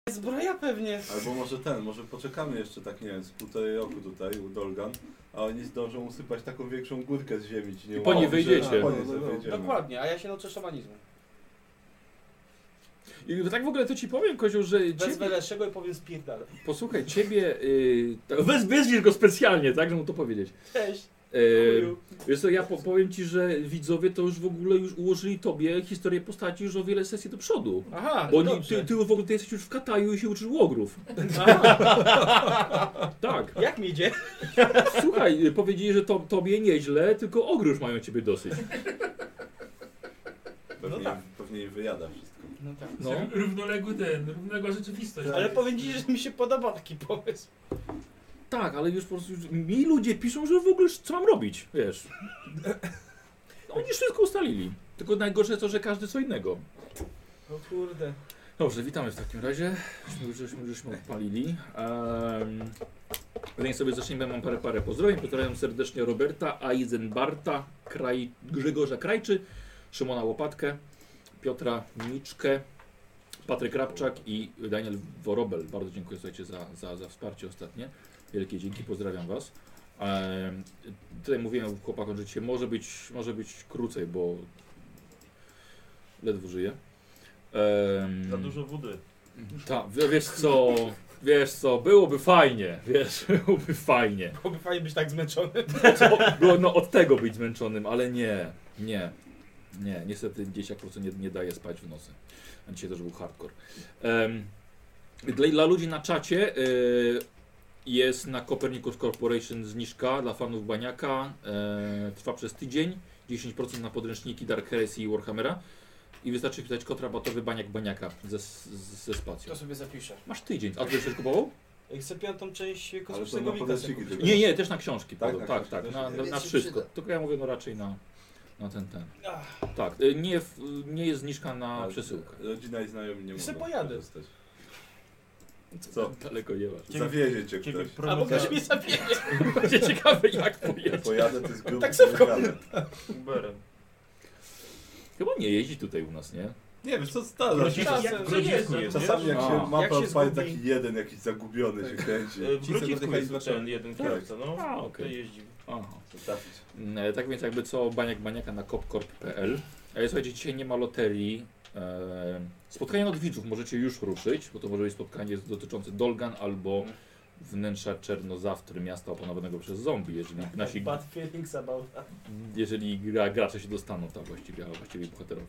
Zbroja pewnie. Albo może poczekamy jeszcze tak, nie wiem, z półtorej roku tutaj u Dolgan, a oni zdążą usypać taką większą górkę z ziemi, ci nie I po niej wyjdziecie. Dokładnie, a ja się nauczę szamanizmu. I tak w ogóle to ci powiem, Kozioł, że Wezmę Leszego i powiem spierdalę. posłuchaj, ciebie... Wezwiesz go specjalnie, tak, żeby mu to powiedzieć. Cześć. Wiesz co, ja powiem ci, że widzowie to już w ogóle już ułożyli tobie historię postaci już o wiele sesji do przodu. Aha, Bo ty w ogóle ty jesteś już w Kataju i się uczysz łogrów. Tak. Jak mi idzie? Słuchaj, powiedzieli, że tobie nieźle, tylko ogry już mają ciebie dosyć. Pewnie wyjada wszystko. No tak. No. Równoległa rzeczywistość. Ale powiem ci, że mi się podoba taki pomysł. Tak, ale już po prostu mi ludzie piszą, że w ogóle co mam robić, wiesz. Oni już wszystko ustalili. Tylko najgorsze jest to, że każdy co innego. O kurde. Dobrze, witamy w takim razie. Żeśmy odpalili. Zanim sobie zaczniemy, mam parę pozdrowień. Pozdrawiam serdecznie Roberta Eisenbarta, Grzegorza Krajczy, Szymona Łopatkę, Piotra Niczkę, Patryk Rabczak i Daniel Worobel. Bardzo dziękuję, słuchajcie, za wsparcie ostatnie. Wielkie dzięki, pozdrawiam was. Tutaj mówiłem chłopakom, że dzisiaj może być krócej, bo ledwo żyję. Za dużo wody. Tak, wiesz co, byłoby fajnie, byłoby fajnie. Byłoby fajnie być tak zmęczony. No od tego być zmęczonym, ale nie, niestety dzieciak po prostu nie daje spać w nocy. A dzisiaj też był hardcore. Dla ludzi na czacie jest na Copernicus Corporation zniżka dla fanów Baniaka. Trwa przez tydzień. 10% na podręczniki Dark Heresy i Warhammera. I wystarczy wpisać kod rabatowy Baniaka ze spacją. To sobie zapiszę. Masz tydzień. A ty już kupował? Jak chcę piątą część Ale to kosmicznego na wika podręczniki sobie tylko. kupić. Nie, też na książki. Tak, Tak, na na Więc się wszystko. przyda. Tylko ja mówię raczej na ten. Ach, Tak, nie jest zniżka na przesyłkę. Rodzina i znajomi nie I se mogą pojadę. korzystać. Co? Daleko nie masz. Zawiezie cię ktoś. albo ktoś mnie zabije. Będzie ciekawe jak pojedzie. Pojadę, to jest grubo. Taksówką. Uberem. Chyba nie jeździ tutaj u nas, nie? Nie wiem, co stale. Czasem. W Grodzisku jest, Czasami jak się A. mapa Jak się odpali, zgubi. taki jeden jakiś zagubiony się kręci. W Grodzisku jest ten jeden Tak. kierowca, no. A, okej. To jeździ. Aha. Trafić. Tak więc jakby co Baniaka na copcorp.pl. Słuchajcie, dzisiaj nie ma loterii. Spotkanie od widzów możecie już ruszyć, bo to może być spotkanie dotyczące Dolgan albo wnętrza Czernozawtry, miasta opanowanego przez zombie, Bad feelings about that. jeżeli gracze się dostaną tam właściwie bohaterowie.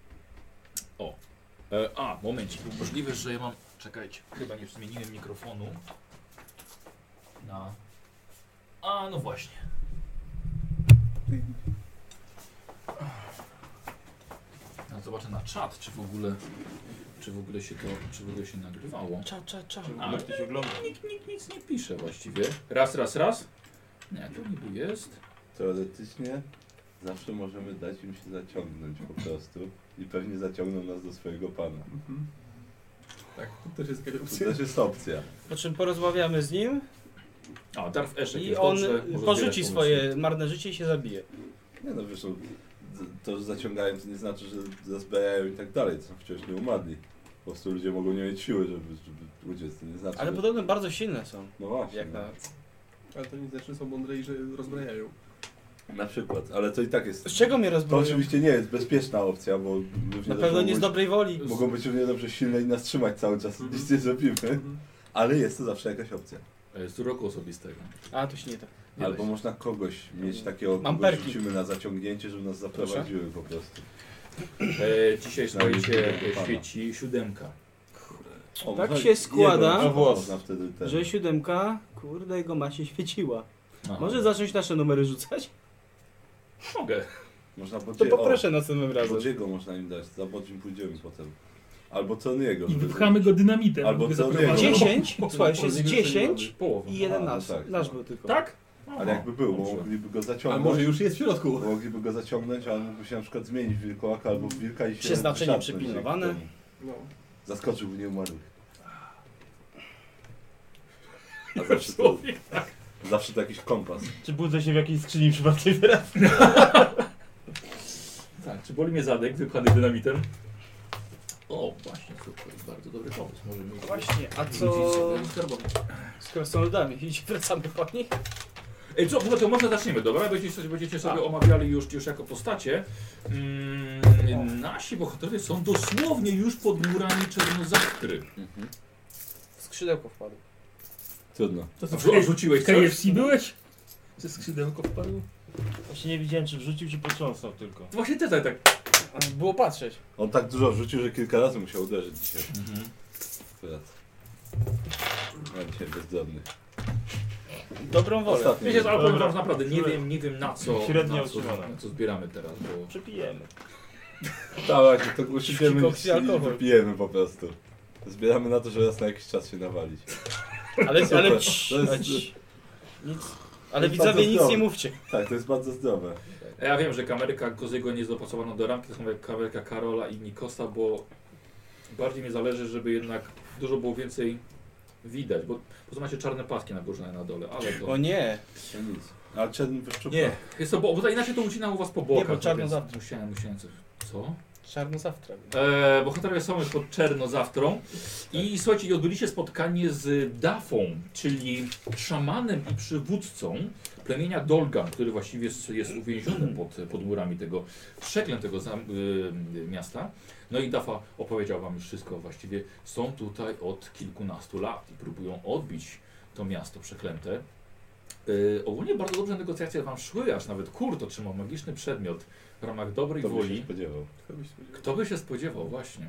Momencik. Możliwe, że ja mam... Czekajcie, chyba nie zmieniłem mikrofonu na... no właśnie. Zobaczę na czat, czy w ogóle się nagrywało. Cza. Ale ktoś ogląda. Nikt nic nie pisze właściwie. Raz. Nie, tu niby jest. Teoretycznie zawsze możemy dać im się zaciągnąć po prostu i pewnie zaciągną nas do swojego pana. Tak, to też jest jakaś To opcja. też jest opcja. Po czym porozmawiamy z nim Darf Eszek i jest on dobrze, może porzuci zbierać swoje pomysły. marne życie i się zabije. Nie no, wiesz, to, że zaciągają, to nie znaczy, że zazbrajają i tak dalej, to są wciąż nie umarli. Po prostu ludzie mogą nie mieć siły, żeby uciec, to nie znaczy, Ale że... podobno bardzo silne są. No właśnie, Jak no. na... Ale to nie znaczy, że są mądrej, że rozbrajają. Na przykład, ale to i tak jest... Z czego mnie To rozbroją? oczywiście nie jest bezpieczna opcja, bo równie Na pewno nie z być, dobrej woli. mogą być równie dobrze silne i nas trzymać cały czas, nic nie zrobimy, ale jest to zawsze jakaś opcja. Z uroku osobistego. A, to się nie tak. Nie Albo da się. można kogoś mieć takiego, Mam kogoś perki. rzucimy na zaciągnięcie, żeby nas zaprowadziły po prostu. Dzisiaj Przynajmniej słuchajcie, do pana. świeci 7. O, Tak no, się składa, jeden można wtedy ten... Że 7, kurde, jego ma się świeciła. Aha. Może zacząć nasze numery rzucać? Mogę. Można To poproszę następnym razem. Bodziego można im dać, za Bodzim pójdziemy potem. Albo Tony'ego. I wypchamy go dynamitem. Albo żeby co zaprowadzić. niego. 10? Słuchaj, jest Połowy 10 Połowę. i jeden A, nasz. no tak, Nasz no. był tylko. Tak? Ale jakby był, bo Dobrze. mogliby go Ale zaciągnąć. może już jest w środku. Mogliby go zaciągnąć, a on mógłby się na przykład zmienić w wilkołaka albo w wilka i się Przeznaczenie szarpnąć przypilnowane. dzięki temu. No. Zaskoczyłby nieumarłych. A zawsze to jakiś kompas. Czy budzę się w jakiejś skrzyni przypadkiem teraz? Tak, czy boli mnie zadek wypchany dynamitem? O, właśnie, super, bardzo dobry pomysł. Możemy Właśnie, a rzucić co sobie skarbonkę. z krasnoludami? I wracamy po nich? Ej, co, no to może zaczniemy, dobra? Będziecie sobie omawiali już jako postacie. Nasi bohaterowie są dosłownie już pod murami Czernozawtry. Mhm. Skrzydełko wpadło. Trudno. To co, Rzuciłeś w coś? KFC byłeś? Czy skrzydełko wpadło? Właśnie nie widziałem, czy wrzucił, czy potrząsnął tylko. Właśnie ty tak. Było patrzeć. On tak dużo wrzucił, że kilka razy musiał uderzyć dzisiaj. Akurat. A dzisiaj bezdomny. Dobrą wolę. Ostatni. Wiecie, ale powiem Dobra. wam naprawdę, nie wiem na co, Średnio na co, utrzymane. na co zbieramy teraz, bo... Przepijemy. Tak, to usipiemy Koks i i alkohol. wypijemy po prostu. Zbieramy na to, że raz na jakiś czas się nawalić. Ale To jest- nic. Ale to jest widzowie bardzo nic zdrowe. nie mówcie. Tak, to jest bardzo zdrowe. Ja wiem, że kamerka Koziego nie jest dopasowana do ramki, to są jak kamerka Karola i Nikosa, bo bardziej mi zależy, żeby jednak dużo było więcej widać, bo poza macie czarne paski na górze i na dole, ale to... O nie. To nic. Ale czerń wyszczupla. Nie, jest to, bo inaczej to ucina u was po bokach. Nie, bo czarno więc zawsze. musiałem coś... Co? Czarno zawtra. Bohaterowie są już pod Czernozawtrą i słuchajcie, i odbyliście spotkanie z Dafą, czyli szamanem i przywódcą plemienia Dolgan, który właściwie jest uwięziony pod murami tego przeklętego miasta. No i Dafa opowiedział wam już wszystko, właściwie są tutaj od kilkunastu lat i próbują odbić to miasto przeklęte. Ogólnie bardzo dobrze negocjacje wam szły, aż nawet Kurt otrzymał magiczny przedmiot w ramach dobrej To by się woli. spodziewał. Kto by się spodziewał, właśnie.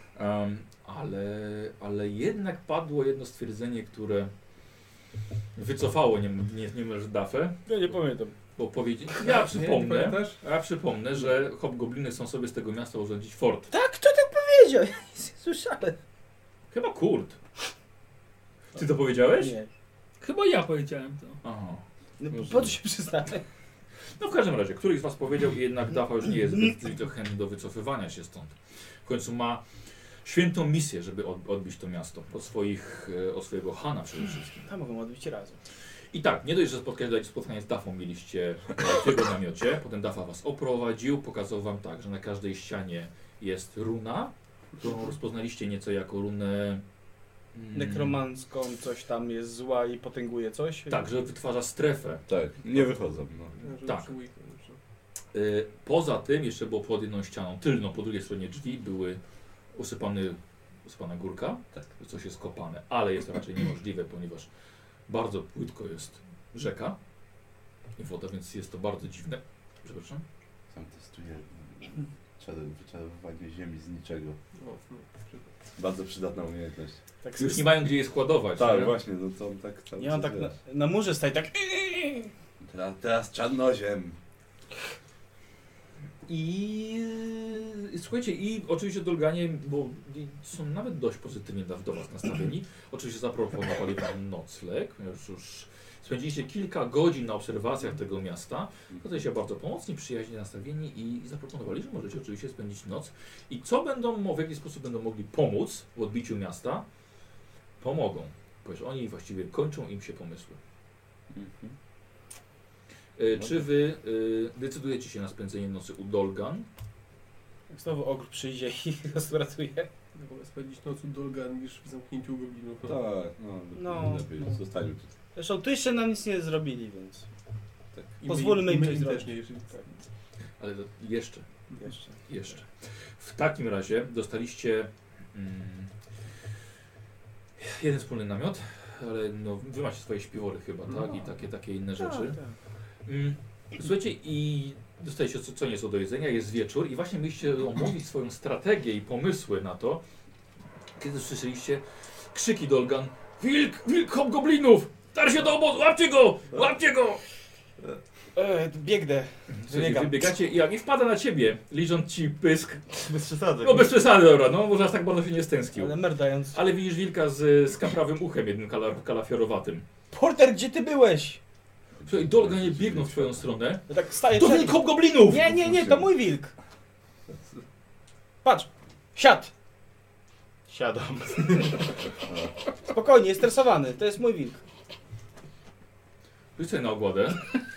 Ale jednak padło jedno stwierdzenie, które wycofało niemalże Dafę, Ja nie pamiętam. bo powiedzieli, Nie pamiętasz? ja przypomnę, że hobgobliny chcą sobie z tego miasta urządzić fort. Tak, kto tak powiedział? Ja nic nie słyszałem. Chyba Kurt. Ty to powiedziałeś? Nie. Chyba ja powiedziałem to. Aha. No, po co się przyznałem? No w każdym razie, któryś z was powiedział i jednak Dafa już nie jest zbyt chętny do wycofywania się stąd. W końcu ma świętą misję, żeby odbić to miasto od swojego Hana przede wszystkim. A mogą odbić razem. I tak, nie dość, że spotkanie z Dafą mieliście w jego namiocie, potem Dafa was oprowadził, pokazał wam tak, że na każdej ścianie jest runa, którą rozpoznaliście nieco jako runę... Nekromancką coś tam jest zła i potęguje coś. Tak, że wytwarza strefę. Tak, nie wychodzą. No. Tak. Poza tym jeszcze było pod jedną ścianą tylną, po drugiej stronie drzwi były usypana górka, coś jest kopane, ale jest to raczej niemożliwe, ponieważ bardzo płytko jest rzeka i woda, więc jest to bardzo dziwne. Przepraszam? Sam testuję wyczarowywanie ziemi z niczego. No, Bardzo przydatna umiejętność. Tak Już nie mają gdzie je składować. Tak, nie? właśnie, no to on tak cały Nie, on czas tak wiesz. na murze stoi tak. Teraz czarnoziem. I słuchajcie, i oczywiście Dolganie, bo są nawet dość pozytywnie do was nastawieni, oczywiście zaproponowali wam nocleg, ponieważ już spędziliście kilka godzin na obserwacjach tego miasta, okazali się bardzo pomocni, przyjaźnie nastawieni i zaproponowali, że możecie oczywiście spędzić noc. I w jaki sposób będą mogli pomóc w odbiciu miasta, pomogą, ponieważ oni właściwie kończą im się pomysły. Czy wy decydujecie się na spędzenie nocy u Dolgan? Znowu ogr przyjdzie i nas uratuje. Wolę spędzić noc u Dolgan niż w zamknięciu goblinów. Tak, No, lepiej no. zostańmy tutaj. Zresztą tu jeszcze nam nic nie zrobili, więc Tak. pozwólmy im coś też zrobić. nie, jeżeli tak. Ale jeszcze. Jeszcze. W takim razie dostaliście jeden wspólny namiot, ale no, wy macie swoje śpiwory chyba, tak? I takie inne rzeczy. Tak. Słuchajcie, i dostajecie co nieco do jedzenia, jest wieczór i właśnie mieliście omówić swoją strategię i pomysły na to, kiedy słyszeliście krzyki Dolgan. Wilk! Wilk hobgoblinów! Dar się do obozu! Łapcie go! Łapcie go! Biegnę. Słuchajcie, wybiegacie i jak nie wpada na ciebie, licząc ci pysk. Bez przesady. No bez przesady, dobra, no może aż tak bardzo się nie stęskił. Ale merdając. Ale widzisz wilka z kaprawym uchem, jednym kalafiorowatym. Porter, gdzie ty byłeś? Słuchaj, Dolgan nie biegną w twoją stronę. Ja tak staję To przed- wilk hobgoblinów! Nie, to mój wilk. Patrz. Siad. Siadam. Spokojnie, jest stresowany. To jest mój wilk. Rzuć sobie na ogładę.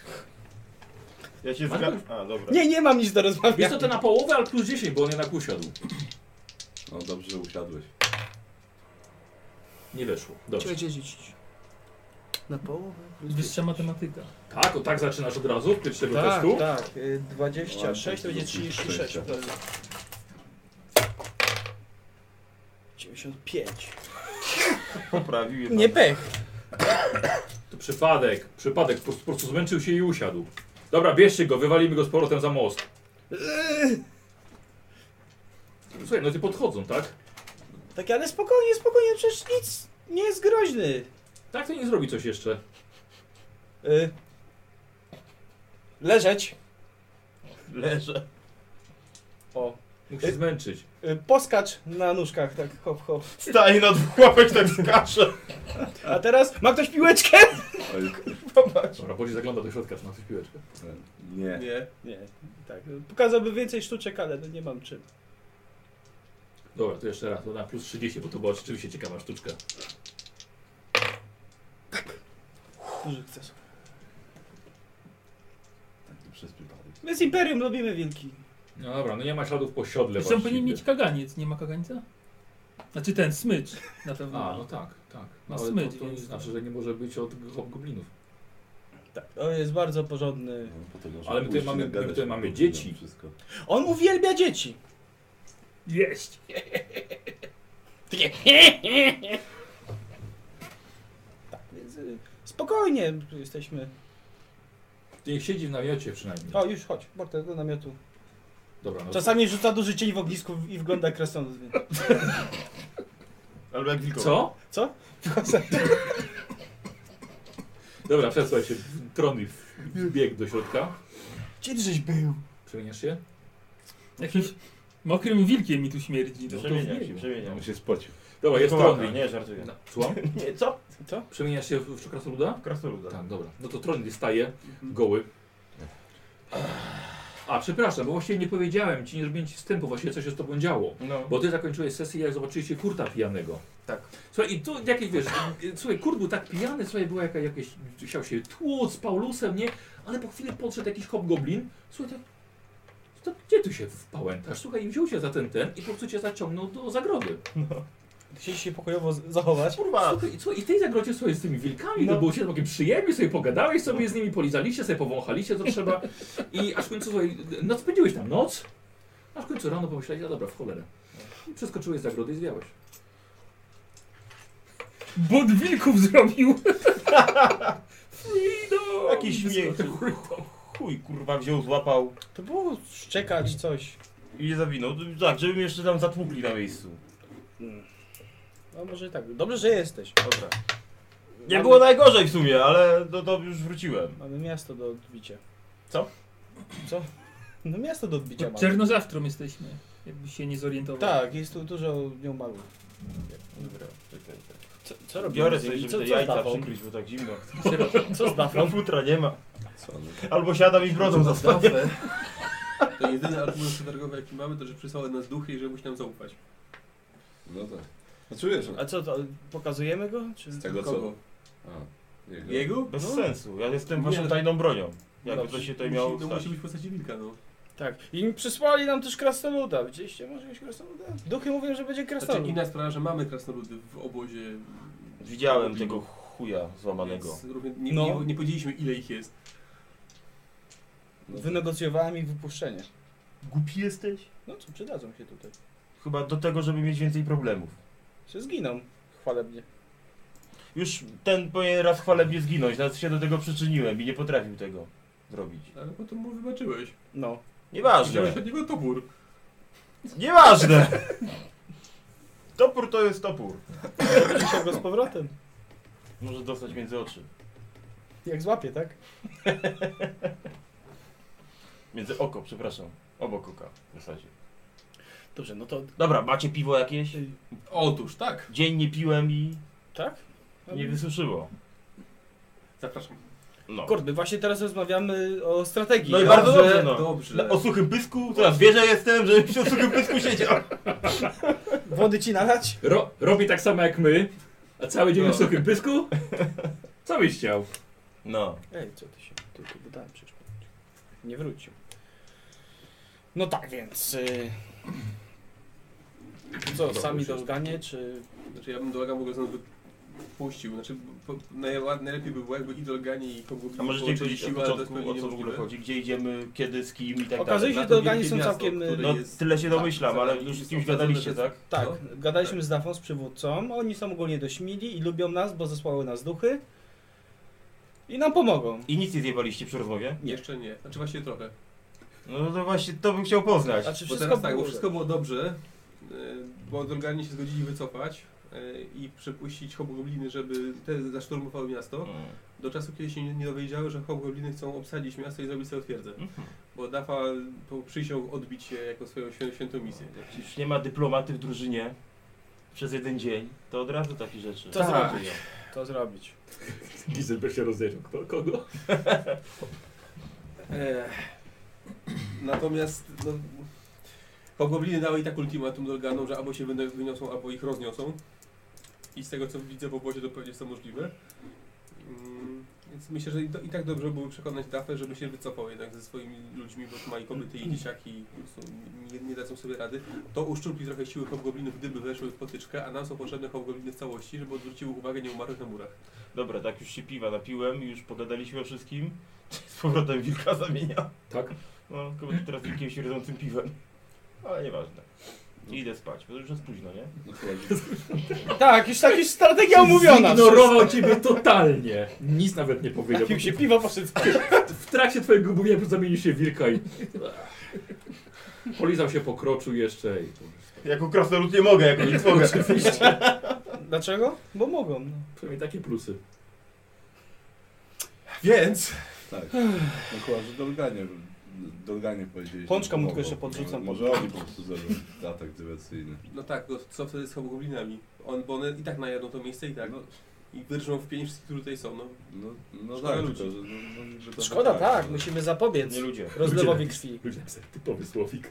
Ja się Masz zgadzam. A, dobra. Nie mam nic do rozmawiania. Jest to na połowę, ale plus 10, bo on jednak usiadł. No dobrze, że usiadłeś. Nie weszło. Dobrze. Na połowę. Wyższa matematyka. Tak, o tak zaczynasz od razu od pierwszego Tak, testu? tak. 26 to będzie 36. 95. Poprawił je. Nie pech. To przypadek, po prostu zmęczył się i usiadł. Dobra, bierzcie go, wywalimy go z powrotem za most. Słuchaj, no ty podchodzą, tak? Tak, ale spokojnie, spokojnie, przecież nic nie jest groźny. Tak, to nie zrobi coś jeszcze. Leżeć. Leżę. O. Mógł się zmęczyć. Poskacz na nóżkach, tak hop, hop. Staję na dwóch łapek, tak skaczę. A teraz ma ktoś piłeczkę? Oj, Dobra, Bodzi zagląda do środka, czy ma coś piłeczkę. nie. Nie. Nie, tak. Pokazałby więcej sztuczek, ale no nie mam czym. Dobra, to jeszcze raz, to na plus 30, bo to była rzeczywiście ciekawa sztuczka. Dużo chcesz. Tak, to przez przypadek. My z Imperium lubimy wilki. No dobra, no nie ma śladów po siodle Zresztą właściwie. powinien mieć kaganiec, nie ma kagańca? Znaczy ten, smycz na pewno. A, no tak, tak. Ma Ale smycz, to nie więc- znaczy, że nie może być od hobgoblinów. Tak, on jest bardzo porządny. No, po tego, że Ale my tutaj puści mamy- nagadać, my tutaj mamy to dzieci. Wszystko. On uwielbia dzieci. Jeść! Tak, więc spokojnie jesteśmy. Niech siedzi w namiocie przynajmniej. O, już chodź, Bortek, do namiotu. Dobra, no Czasami rzuca duży cień w ognisku i wgląda krasnolud. Albo jak wilkołak. Co? Co? Dobra, przesłuchaj się. Trony wbiegł do środka. Gdzie żeś był? Przemieniasz się? Jakimś mokrym wilkiem mi tu śmierdzi. No. Przemieniam się, wbiegł. przemieniam. On się spocił. Dobra, jest Wilkołaka, Tronli. Nie, żartuję. No, słucham? Nie, co? Co? Przemieniasz się w krasnoluda? Krasnoluda. Tak, dobra. No to Tronli staje, goły. A, przepraszam, bo właściwie nie powiedziałem ci, nie zrobiłem ci wstępu, właściwie co się z tobą działo. No. Bo ty zakończyłeś sesję, jak zobaczyliście Kurta pijanego. Tak. Słuchaj, i tu jakieś, wiesz, słuchaj, Kurt był tak pijany, słuchaj, była jakieś, chciał się tłuc z Paulusem, nie? Ale po chwili podszedł jakiś hobgoblin, słuchaj, to gdzie tu się wpałętasz? Słuchaj, i wziął cię za ten i po prostu cię zaciągnął do zagrody. Chcieliście się pokojowo zachować? Kurwa. Słuchaj, i w tej zagrodzie słuchaj z tymi wilkami, No. no było się takim przyjemnie, sobie pogadałeś sobie z nimi, polizaliście, sobie powąchaliście co trzeba i aż w końcu, słuchaj, noc spędziłeś tam noc, aż w końcu rano pomyślałeś, no dobra, w cholerę. I przeskoczyłeś zagrodę i zwiałeś. Bot wilków zrobił! Jakiś mnie chuj kurwa wziął, złapał To było szczekać coś. i mnie zawinął. Tak, żeby mnie jeszcze tam zatłukli na miejscu. No może tak. Dobrze, że jesteś. Dobra. Nie było najgorzej w sumie, ale to już wróciłem. Mamy miasto do odbicia. Co? Co? No miasto do odbicia mamy. Czernozawtrą jesteśmy, jakbyś się nie zorientował. Tak, jest tu dużo nieomalów. Dobra, czekaj. Co robimy? Biorę z sobie, nimi? żeby te Co z jajca dawą? przykryć, bo tak zimno. Co z dawą? Futra nie ma. Co? No, Albo siadam i brodą zostawię. Zafę. To jedyny argument przetargowy jaki mamy, to że przysłały nas duchy i że musi nam zaufać. no tak. Znaczy wiesz, A co to? Pokazujemy go? Czy z tego Kogo? co... A, jego. Jego? Bez No. sensu, ja jestem Nie, waszą no. tajną bronią. Jakby Dobrze. to się tutaj miało No stać. musi być w postaci wilka, no. Tak. I przysłali nam też krasnoluda. Widzieliście może jakiegoś krasnoluda? Duchy mówią, że będzie Znaczy krasnolud. inna sprawa, że mamy krasnoludy w obozie. Widziałem tego chuja złamanego. Więc równie nie, No. nie powiedzieliśmy ile ich jest. No, Wynegocjowałem ich wypuszczenie. Głupi jesteś? No co, przydadzą się tutaj. Chyba do tego, żeby mieć więcej problemów. Się zginą chwalebnie. Już ten powinien raz chwalebnie zginąć, nawet się do tego przyczyniłem i nie potrafił tego zrobić. Ale potem mu wybaczyłeś. No. Nieważne, Wziąłeś od niego topór. nieważne! Topór to jest topór. Dzisiaj go z powrotem. Może dostać między oczy. Jak złapie, tak? Między oko, przepraszam. Obok oka w zasadzie. Dobrze, no to... Dobra, macie piwo jakieś? Otóż, tak. Dzień nie piłem i Tak? nie wysuszyło. Zapraszam. No. Kurde, właśnie teraz rozmawiamy o strategii. No i Ja- bardzo dobrze, no. Dobrze. O suchym pysku? Teraz wierzę jestem, żebym się o suchym pysku siedział. Wody ci nalać? Robi tak samo jak my, a cały dzień No. w suchym pysku? Co byś chciał? No. Ej, co ty się... Tu wydałem przecież. Nie wrócił. No tak więc... Co, sami Dolganie, czy... Znaczy ja bym Dolgan w ogóle stąd wypuścił. Znaczy najlepiej by było jakby i Dolganie i Hobgobliny A możecie połączyli powiedzieć od siły, ale to jest początku, pewnie o co w ogóle niemożliwe. chodzi? Gdzie idziemy, kiedy, z kim i tak Okazuje dalej. się, że Dolgani wielkie są miasto, całkiem... które No jest- tyle się domyślam, tak, ale zaraz już z jest kimś osadzone gadaliście, przez- tak? Tak, No. gadaliśmy z Dafą, z przywódcą. Oni są ogólnie dość mili i lubią nas, bo zesłały nas duchy. I nam pomogą. I nic nie zjebaliście przy rozmowie? Jeszcze nie. Znaczy właśnie trochę. No to właśnie to bym chciał poznać. Znaczy Bo wszystko teraz tak, bo było wszystko było dobrze, bo Dolganie się zgodzili wycofać i przepuścić Hobgobliny, żeby te zaszturmowały miasto. Do czasu, kiedy się nie dowiedziały, że Hobgobliny chcą obsadzić miasto i zrobić sobie twierdzę. Bo Dafa przysiągł odbić się jako swoją świętą misję. Nie? Już nie ma dyplomaty w drużynie przez jeden dzień, to od razu takie rzeczy. To zrobić. To zrobić. Gizelbert się rozejrzał. Kogo? Natomiast no, Hobgobliny dały i tak ultimatum Dolganom, że albo się wyniosą, albo ich rozniosą. I z tego co widzę w obozie to pewnie jest to możliwe. Więc myślę, że i tak dobrze byłoby przekonać Dafę, żeby się wycofał jednak ze swoimi ludźmi, bo ma i kobiety i dzieciaki i po prostu nie dadzą sobie rady. To uszczupli trochę siły Hobgoblinów, gdyby weszły w potyczkę, a nam są potrzebne Hobgobliny w całości, żeby odwróciły uwagę nieumarłych na murach. Dobra, tak już się piwa napiłem, już pogadaliśmy o wszystkim. Z powrotem wilka zamienia. Tak? No, tylko teraz jakimś średzącym piwem. Ale nieważne. Idę spać, bo to już jest późno, nie? No chyba, Tak, już taka strategia umówiona. Zignorował ciebie totalnie. Nic nawet nie powiedział. Napił się piwa, poszedł spać. W trakcie twojego mówienia zamienił się w wilka i... Polizał się po kroczu jeszcze i... Jako krasnolud nie mogę, jako nic mogę. Oczywiście. Dlaczego? Bo mogą. No. Przynajmniej takie plusy. Więc tak. No chyba, że Dolganie powiedzieli. że Pączka mu pomogą. tylko jeszcze podrzucam. Może oni po prostu zrobią atak dywersyjny. no tak, to co wtedy z Hobgoblinami? Bo one i tak najadą to miejsce i tak. No, I wyrżną w pień wszystkich, którzy tutaj są. No. no Szkoda tak, ludzi. tylko, że niby to Szkoda, tak, tak, no. musimy zapobiec Nie ludzie. rozlewowi krwi. Ludzie napisali typowy słowik.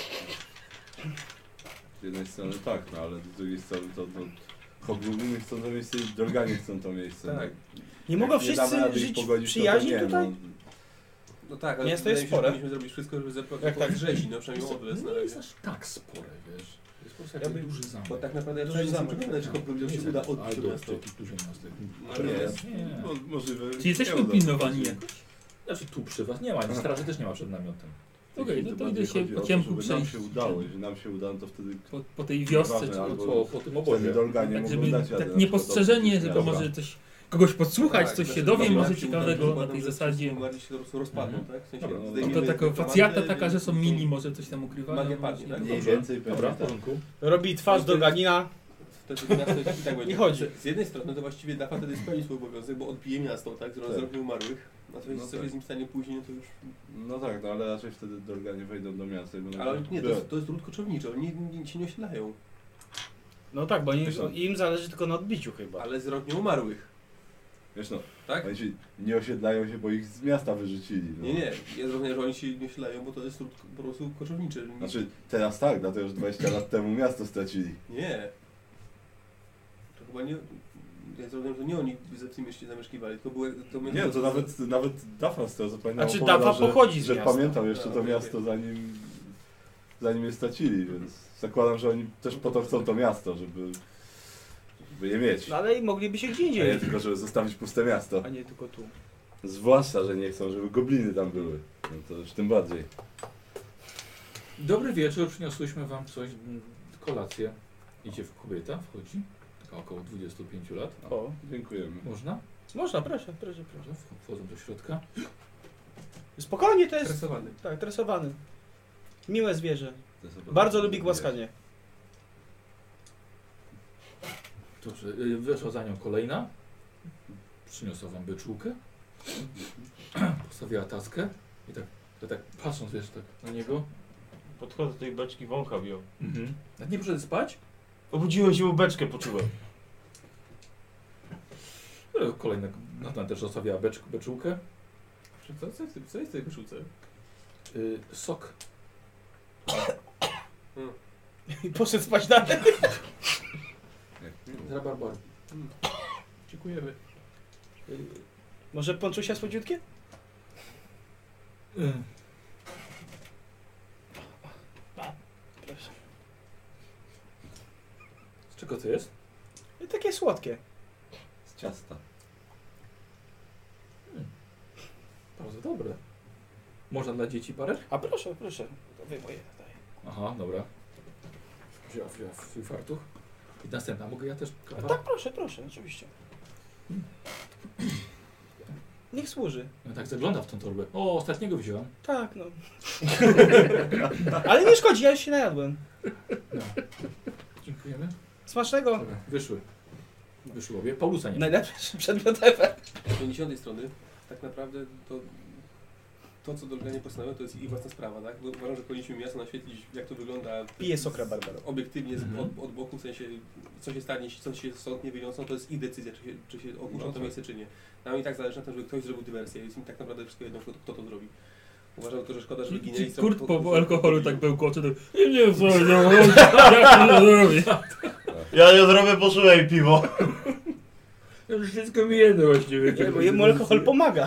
Z jednej strony tak, no ale z drugiej strony to Hobgobliny chcą to miejsce i Dolganie chcą to miejsce. Tak. Nie mogą Jak damy wszyscy rady ich żyć pogodzić, w przyjaźni to nie, tutaj? No, No tak, ale Miasto jest wydaje mi się, że spore. powinniśmy zrobić wszystko, żeby Jak zapewnić tak? rzezi, no przynajmniej odwet na Nie jest razie. aż tak spore, wiesz. To jest po prostu Ja jak bym- duży zamek. Bo tak naprawdę ja Duży wcale nie jestem zamek. przekonany, czy Hobgoblinom się uda odbić to Albo miasto. jakieś duże miasto. no nie jest. Nie. No, możliwe. Czy jesteśmy nie uda. pilnowani jakoś? Znaczy tu przy was nie ma, straży też nie ma przed namiotem. Okej, no To to bardziej idę się chodzi o po to, ciemku żeby nam przejść. się udało. Jeżeli nam się uda, no to wtedy Po tej wiosce, Ważne, czy albo- Po tym wtedy obozie. Dolganie tak, mogą żeby dać radę tak na niepostrzeżenie, przykład tylko odbić może miasto. coś, kogoś podsłuchać, Tak, coś się znaczy, dowie, dobra, może się ciekawego uda, na tej że zasadzie. wszyscy bardziej się po prostu rozpadną, tak? W sensie Dobra, no No zdejmiemy to taka dyplomatę, facjata taka, że więc są po prostu mili, może coś tam ukrywają. magia padnie, tak? Mniej Dobrze. więcej Dobra, w pewnie tak. porządku. Robi twarz do Ganina. Wtedy miasto i tak będzie. Nie chodzi. Z jednej strony to właściwie Dafa wtedy spełni swój obowiązek, bo odbije miasto, tak? Tak. Z rąk nieumarłych. Natomiast No co tak. się z nim stanie później, no to już... No tak, no ale raczej wtedy Dolganie wejdą do miasta i będą... Ale nie, to jest ród koczowniczy, oni się nie osiedlają. No tak, bo Wiesz, im zależy tylko na odbiciu chyba. Ale z rąk nieumarłych, Wiesz no, tak? oni się nie osiedlają się, bo ich z miasta wyrzucili. No. Nie, ja zrozumiałem, że oni się nie osiedlają, bo to jest ród po prostu koczowniczy. Znaczy teraz tak, dlatego że 20 lat temu miasto stracili. Nie. To chyba nie... Ja zrozumiałem, że nie oni w tym mieście zamieszkiwali, tylko były... To Nie, to nawet Dafa z tego co pamiętam Znaczy, opowiadał, Dafa pochodzi z że miasta. pamiętał jeszcze A, to okej, miasto zanim je stracili, więc zakładam, że oni też po to chcą to miasto, żeby je mieć. No ale mogliby się gdzie A nie indziej, tylko, żeby zostawić puste miasto. a nie tylko tu. Zwłaszcza, że nie chcą, żeby gobliny tam były. No to już tym bardziej. Dobry wieczór, przyniosłyśmy wam coś, kolację. Idzie w kobieta, wchodzi, taka około 25 lat. O, Dziękujemy. Można? można, proszę. Dobrze, wchodzą do środka. Spokojnie, to jest... Stresowany. Tak, tresowany. Miłe zwierzę. To sobie Bardzo lubi zabijać. głaskanie. Dobrze, weszła za nią kolejna. Przyniosła wam beczułkę. Postawiła taskę. I tak patrząc, wiesz, tak na niego. Podchodzę do tej beczki, wącha wziął. Nawet nie poszedł spać? Obudziłem się, beczkę poczułem. Kolejna, Natan też zostawiła beczułkę. Co jest w tej koszulce? Sok. I poszedł spać dalej. Jak miło. Z rabarbaru. Dziękujemy. Może ponczusia słodziutkie? Proszę. Czego to jest? I takie słodkie. Z ciasta. Bardzo dobre. Można dla dzieci parę? A proszę, proszę. To wyjmuję tutaj. Aha, dobra. Wzięła swój fartuch. I następna, mogę ja też A kawałek? tak, proszę, proszę, oczywiście. Niech służy. No tak zagląda w tą torbę. O, ostatniego wziąłem. Tak, no. Ale nie szkodzi, ja już się najadłem. No. Dziękujemy. Smacznego. Dobra, wyszły. Wyszły obie. Paulusa nie ma. Najlepszy przedmiot ever. Z 50 strony tak naprawdę to co Dolganie postanowił, to jest ich własna sprawa, tak? Bo uważam, że powinniśmy jasno naświetlić, jak to wygląda Pije sokra Barbaro. obiektywnie Mhm. od boku, w sensie co się stanie, jeśli stąd się stąd nie wyniosą, to jest ich decyzja, czy się opuszczą to miejsce, czy nie. Nam i tak zależy na tym, żeby ktoś zrobił dywersję, jest im tak naprawdę wszystko jedno, kto to zrobi. Uważam tylko, że szkoda, że ginęli. Kurt po alkoholu tak bełkocze, to nie co, jak to zrobię. Ja zrobię poszułę i piwo. To już wszystko mi jedno właściwie. Nie, bo jemu alkohol pomaga.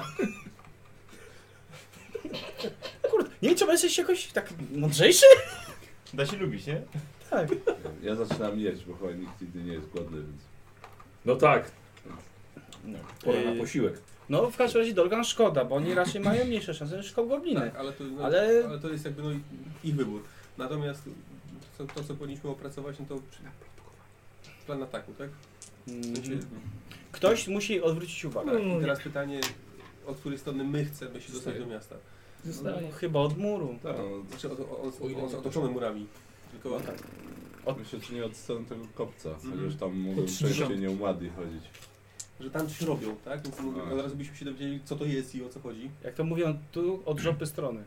Kurde, nie wiem, czy jesteś jakoś tak mądrzejszy? Da się lubić, nie? Tak. Ja zaczynam jeść, bo chyba nikt inny nie jest głodny, więc... No tak. No. Pora na posiłek. No, w każdym razie Dolgan szkoda, bo oni raczej mają mniejsze szanse niż gobliny. Tak, ale Ale- to jest jakby ich wybór. Natomiast to co powinniśmy opracować, no to plan ataku, tak? W sensie, Ktoś musi odwrócić uwagę. I teraz pytanie, od której strony my chcemy się dostać do miasta. No, chyba od muru. Tak, Znaczy otoczone murami. Tylko myślę, czy nie od strony tego kopca, Mhm. chociaż tam mogą To częściej nie umadli chodzić. że tam coś robią, tak? Więc A. od razu byśmy się dowiedzieli, co to jest i o co chodzi. Jak to mówią, tu od żopy strony.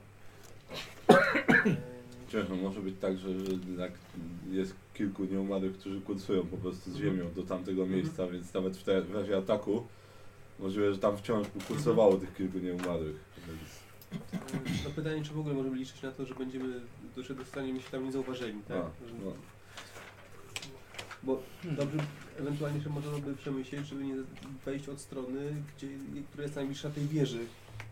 Ciężko, może być tak, że jednak jest kilku nieumarłych, którzy kursują po prostu z ziemią do tamtego miejsca, więc nawet w razie ataku możliwe, że tam wciąż by kursowało tych kilku nieumarłych. Więc... No pytanie, czy w ogóle możemy liczyć na to, że dostaniemy się tam niezauważeni, tak? Że, no. Bo dobrze, ewentualnie, że można by przemyśleć, żeby nie wejść od strony, która jest najbliższa tej wieży.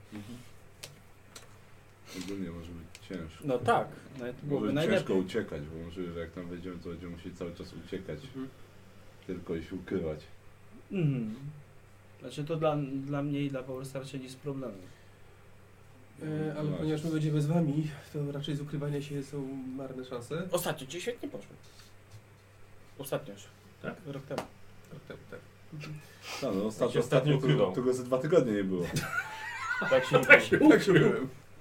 Ogólnie może być ciężko. No tak, nawet Może byłoby być najlepiej. ciężko uciekać, bo możliwe, że jak tam wejdziemy, to będziemy musieli cały czas uciekać, tylko i się ukrywać. Mhm. Znaczy to dla mnie i dla Paulusa raczej nic problemu. Ale No ponieważ my będziemy z wami, to raczej z ukrywania się są marne szanse. Ostatnio ci świetnie poszło. Ostatnio już. Tak? Rok temu. Tak. No, no ostatnio ukrywał. Tego ze 2 tygodnie nie było. Tak się Tak się ukrył.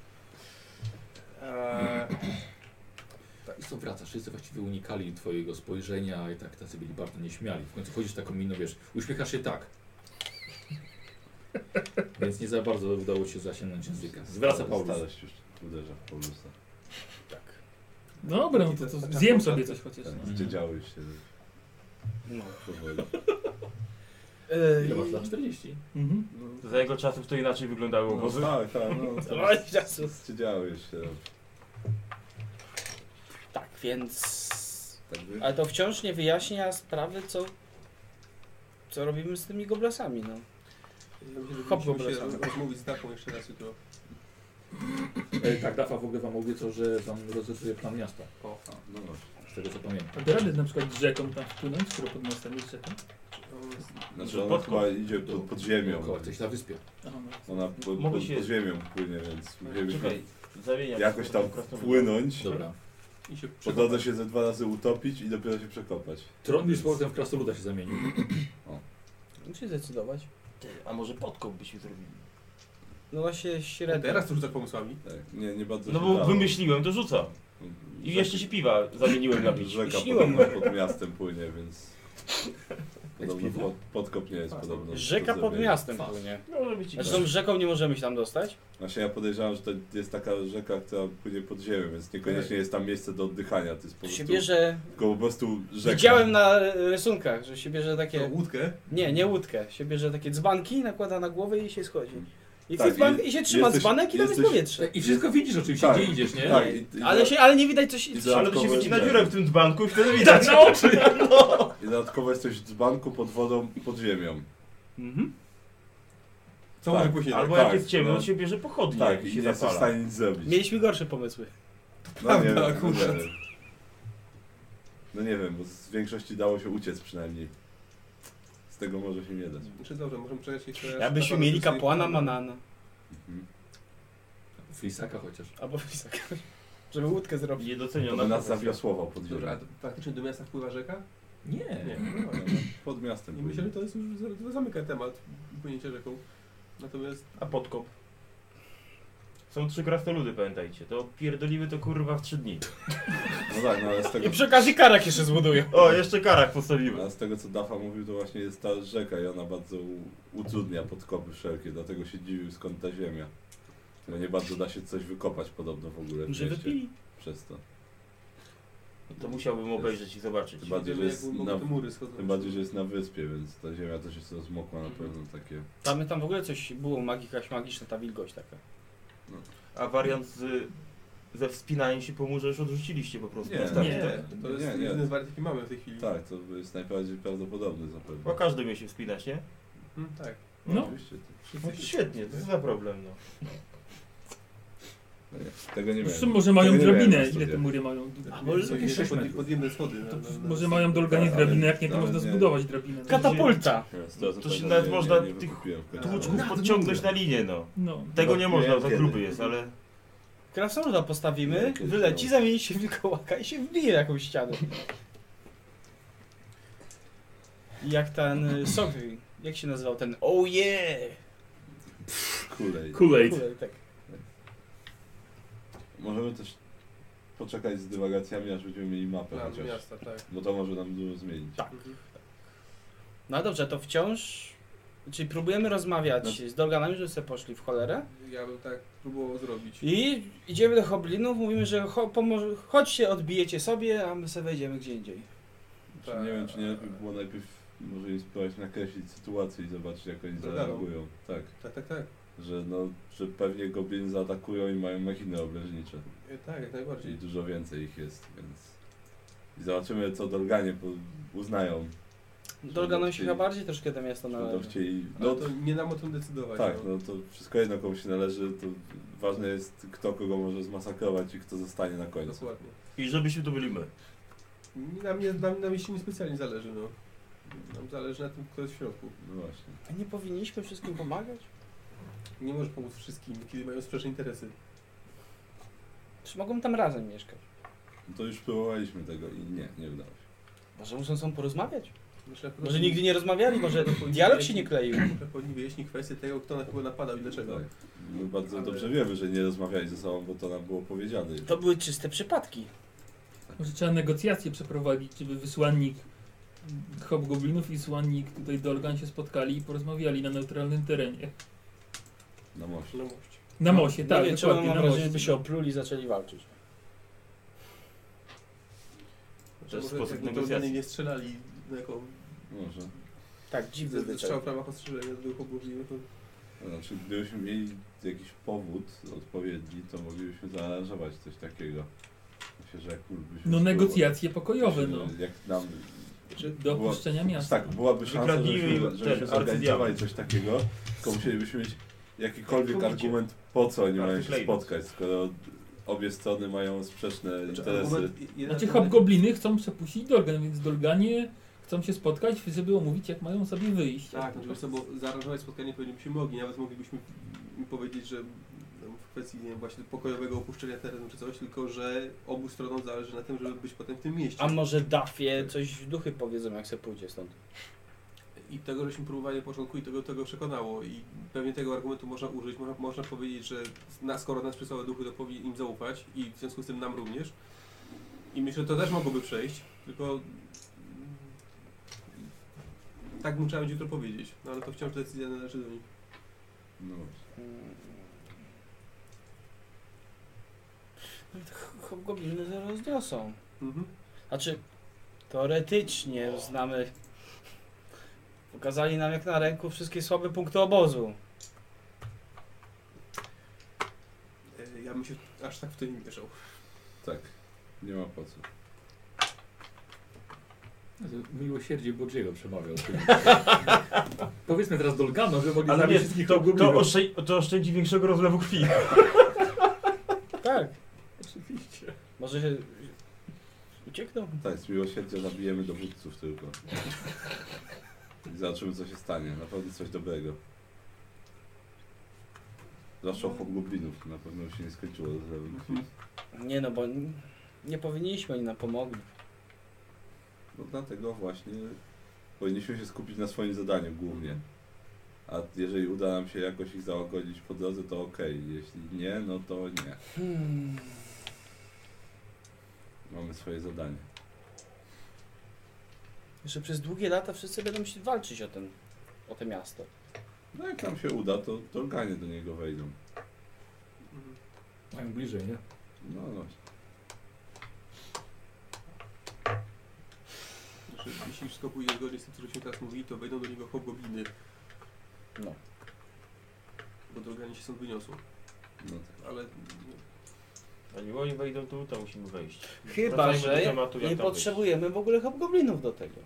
Tak, i co wracasz? Wszyscy właściwie unikali twojego spojrzenia i tak tacy byli bardzo nieśmiali. W końcu chodzisz taką miną, wiesz, uśmiechasz się tak. Więc nie za bardzo udało się zasięgnąć języka. Zwraca Paulus. Starość już uderza w Paulusa. Tak. Dobra, no to zjem sobie coś chociaż. Tak, No. zdziedziały się No. powoli. Ile masz lat? 40. Mhm. To za jego czasów to inaczej wyglądały obozy. Tak, tak, no. Oj, czasu. Zdziedziały się. Tak, więc... Tak by... Ale to wciąż nie wyjaśnia sprawy, co robimy z tymi goblasami, no. Ja myślę, że Hop, musimy się wyobrażamy. rozmówić z Dafą jeszcze raz jutro. Tak, Dafa w ogóle wam obiecał, że wam rozrysuje plan miasta. A, no właśnie. Z tego co pamiętam. A da radę na przykład z rzeką tam wpłynąć, skoro pod mostem jest rzeka? Znaczy ona chyba idzie pod ziemią. Dookoła, coś na wyspie. Aha, no. Ona Mogę się- pod ziemią płynie, więc musielibyśmy Czekaj, zamieniam. jakoś tam Prostą- wpłynąć. Dobra. I się Po drodze się ze 2 razy utopić i dopiero się przekopać. Tron już z powrotem w krasnoluda się zamienił. Musi zdecydować. Ty, a może podkop byśmy zrobili? No właśnie średnio. Teraz to rzucać pomysłami. Tak, nie bardzo No się bo dało. wymyśliłem, to rzucam. I jeszcze się piwa zamieniłem na pić. Rzeka Śniło pod miastem płynie, więc... Podobno podkop nie jest podobno. Rzeka do pod zrobienia. miastem płynie. No, może być i Zresztą rzeką nie możemy się tam dostać. Właśnie ja podejrzewam, że to jest taka rzeka, która płynie pod ziemią, więc niekoniecznie jest tam miejsce do oddychania. To jest po To się prostu, bierze... tylko po prostu rzeka. Widziałem na rysunkach, że się bierze To takie... łódkę. Nie łódkę. Się bierze takie dzbanki, nakłada na głowę i się schodzi. I, Tak, i się trzyma jesteś- dzbanek i tam jest jesteś- powietrze. I wszystko widzisz oczywiście, Tak. gdzie idziesz, nie? Tak, Ale nie widać coś... Ale to się wycina Tak. dziurę w tym dzbanku i wtedy widać na oczy. No. I dodatkowo jesteś w dzbanku pod wodą, pod ziemią. Mhm. Co Tak, może później? Albo Tak, jak jest ciemno, no. to się bierze pochodnie Tak, i i się nie jesteś w zapala. stanie nic zrobić. Mieliśmy gorsze pomysły. No nie, Prawda, wiem, akurat. No nie wiem, bo z większości dało się uciec przynajmniej. Z tego może się nie dać. Znaczy dobrze, możemy przejść jeszcze raz. Jakbyśmy mieli kapłana Manana. Mhm. Flisaka chociaż. Albo Fisaka. Żeby łódkę zrobić. To Niedoceniona by nas profesja. zawiosłował pod Dobra, a ziemią. faktycznie do miasta wpływa rzeka? Nie. Nie. Pod miastem I myślę, że to jest już to zamyka temat płynięcia rzeką. Natomiast A podkop? Są 3 krasnoludy, pamiętajcie. To pierdolimy to kurwa w 3 dni. No tak, no ale z tego, I przy okazji karak jeszcze zbuduję. O, jeszcze karak postawimy. a z tego co Dafa mówił, to właśnie jest ta rzeka i ona bardzo utrudnia podkopy wszelkie, dlatego się dziwił skąd ta ziemia. Bo nie bardzo da się coś wykopać podobno w ogóle w Że mieście wypili. przez to. To musiałbym obejrzeć i zobaczyć. Chyba, że wiemy, jest jak na- mogą te mury schodzą. Tym bardziej, że jest na wyspie, więc ta ziemia też jest rozmokła na pewno takie. Tam w ogóle coś było, jakaś magiczna ta wilgoć taka. A wariant ze wspinaniem się po murze już odrzuciliście po prostu. Nie. Wystarczy, Nie. tak? To jest Nie, nie. jedyny wariant, jaki mamy w tej chwili. Tak, to jest najbardziej prawdopodobny zapewne. Bo każdy umie się wspinać, nie? Tak. No. Oczywiście. No to świetnie, to jest za problem, no. No nie, tego nie Zresztą miałem. może mają Tego nie miałem drabinę, na ile studiach. te mury mają. A może To takie jest 6 pod- metrów. podjemne schody. To może mają do organizm ale- drabinę, jak nie to ale można nie. zbudować drabinę. Katapulta! To się nawet można tych wykupiłem w końcu. Tłuczków podciągnąć na linię, no. No. Tego nie No, można, wiem za kiedy. gruby jest, ale... Krasnoluda postawimy, Kiedyś wyleci, miał. zamieni się w wilkołaka i się wbije w jakąś ścianę. I jak ten sok, jak się nazywał ten oh yeah! Kulej. Kool-Aid. Kurde, tak. Możemy też poczekać z dywagacjami, aż będziemy mieli mapę Plan chociaż. miasta, tak. Bo to może nam dużo zmienić. Tak. No dobrze, to wciąż... Czyli próbujemy rozmawiać z Dolganami, żeby sobie poszli w cholerę. Ja bym tak próbował zrobić. I idziemy do Hoblinów, mówimy, że chodźcie, odbijecie sobie, a my sobie wejdziemy gdzie indziej. Czy nie wiem, czy nie lepiej było najpierw może im spróbować nakreślić sytuację i zobaczyć jak oni Dolganą. zareagują. Tak. Tak. Że pewnie gobliny zaatakują i mają machiny obleżnicze. Tak, jak I najbardziej. dużo więcej ich jest, więc... I zobaczymy co Dolganie uznają. Dolganom się chcieli- chyba bardziej troszkę to miasto Czy będą należy. chcieli... No No to nie nam o tym decydować. tak, no to wszystko jedno komu się należy, to ważne jest kto kogo może zmasakrować i kto zostanie na końcu. Dokładnie. I żebyśmy to byli my. Nam jeśli nie specjalnie zależy, no. Nam zależy na tym, kto jest w środku. No właśnie. A nie powinniśmy wszystkim pomagać? Nie możesz pomóc wszystkim, kiedy mają sprzeczne interesy. Czy mogą tam razem mieszkać? No to już próbowaliśmy tego i nie udało się. Może muszą są porozmawiać? Myślę, Może nigdy nie rozmawiali, może dialog się nie kleił. Powinni wyjaśnić kwestię tego, kto na kogo napadał i dlaczego. Tak. My bardzo Ale- dobrze wiemy, że nie rozmawiali ze sobą, bo to nam było powiedziane. już. To były czyste przypadki. Może trzeba negocjacje przeprowadzić, żeby wysłannik hobgoblinów i wysłannik tutaj Dolgan się spotkali i porozmawiali na neutralnym terenie. Na moście. Na moście. Na moście, No tak, nie, czemu dokładnie, mam na wrażenie, moście. by się opluli i zaczęli walczyć. To jest Może sposób jakby negocjacji. Dolgany nie strzelali jako Może. Tak, dziwny ze zwyczaj. strzał w ramach ostrzeżenia do hobgoblinu, to Znaczy, gdybyśmy mieli jakiś powód odpowiedni, to moglibyśmy zaaranżować coś takiego. Myślę, że jak byśmy No spróbowali- negocjacje pokojowe, no. Jak nam... Do opuszczenia miasta. Tak, byłaby szansa, Wykradnijmy żebyśmy ten zorganizowali arcydiabeł. coś takiego, tylko musielibyśmy mieć jakikolwiek Mówicie. argument, po co oni mają się Artyklejdos. spotkać, skoro obie strony mają sprzeczne interesy. Znaczy hobgobliny chcą przepuścić Dolgan, więc Dolganie chcą się spotkać, żeby omówić jak mają sobie wyjść. Tak, no wiesz co, bo zaaranżować spotkanie pewnie byśmy mogli, nawet moglibyśmy im powiedzieć, że no, w kwestii nie wiem, właśnie pokojowego opuszczenia terenu czy coś, tylko że obu stronom zależy na tym, żeby być potem w tym mieście. A może Dafie coś duchy powiedzą, jak se pójdzie stąd. I tego żeśmy próbowali na początku i tego przekonało i pewnie tego argumentu można użyć, można powiedzieć, że skoro nas przysłały duchy, to powinien im zaufać i w związku z tym nam również. I myślę, że to też mogłoby przejść, tylko tak bym trzeba będzie jutro powiedzieć, no ale to wciąż decyzja należy do nich. No właśnie. Hobgobliny to rozniosą. Mhm. Znaczy, teoretycznie znamy... Pokazali nam jak na ręku wszystkie słabe punkty obozu. Ja bym się aż tak w to nie mieszał. Tak, nie ma po co. Miłosierdzie Bodziego przemawiał. Powiedzmy teraz Dolganom, że mogli Ale zabić nie, wszystkich to hobgoblinów. to oszczędzi większego rozlewu krwi. Tak. Oczywiście. Może się Uciekną. Tak, z miłosierdzia zabijemy dowódców tylko. I zobaczymy, co się stanie. Na pewno coś dobrego. Zwłaszcza hobgoblinów. Na pewno się nie skończyło rozlewem krwi. Nie no, bo nie powinniśmy, oni nam pomogli. No dlatego właśnie powinniśmy się skupić na swoim zadaniu głównie. A jeżeli uda nam się jakoś ich załagodzić po drodze, to okej. Jeśli nie, no to nie. Mamy swoje zadanie. Jeszcze przez długie lata wszyscy będą się walczyć o to miasto. No jak nam się uda, to Dolganie do niego wejdą. Mają bliżej, nie? No właśnie. Jeśli wszystko pójdzie zgodnie z tym, co żeśmy teraz mówili, to wejdą do niego hobgobliny. No. Bo Dolganie się stąd wyniosą. No tak. Ale Zanim oni wejdą tu, to musimy wejść. Chyba, Wracajmy do że tematu, jak nie tam potrzebujemy w ogóle hobgoblinów do tego.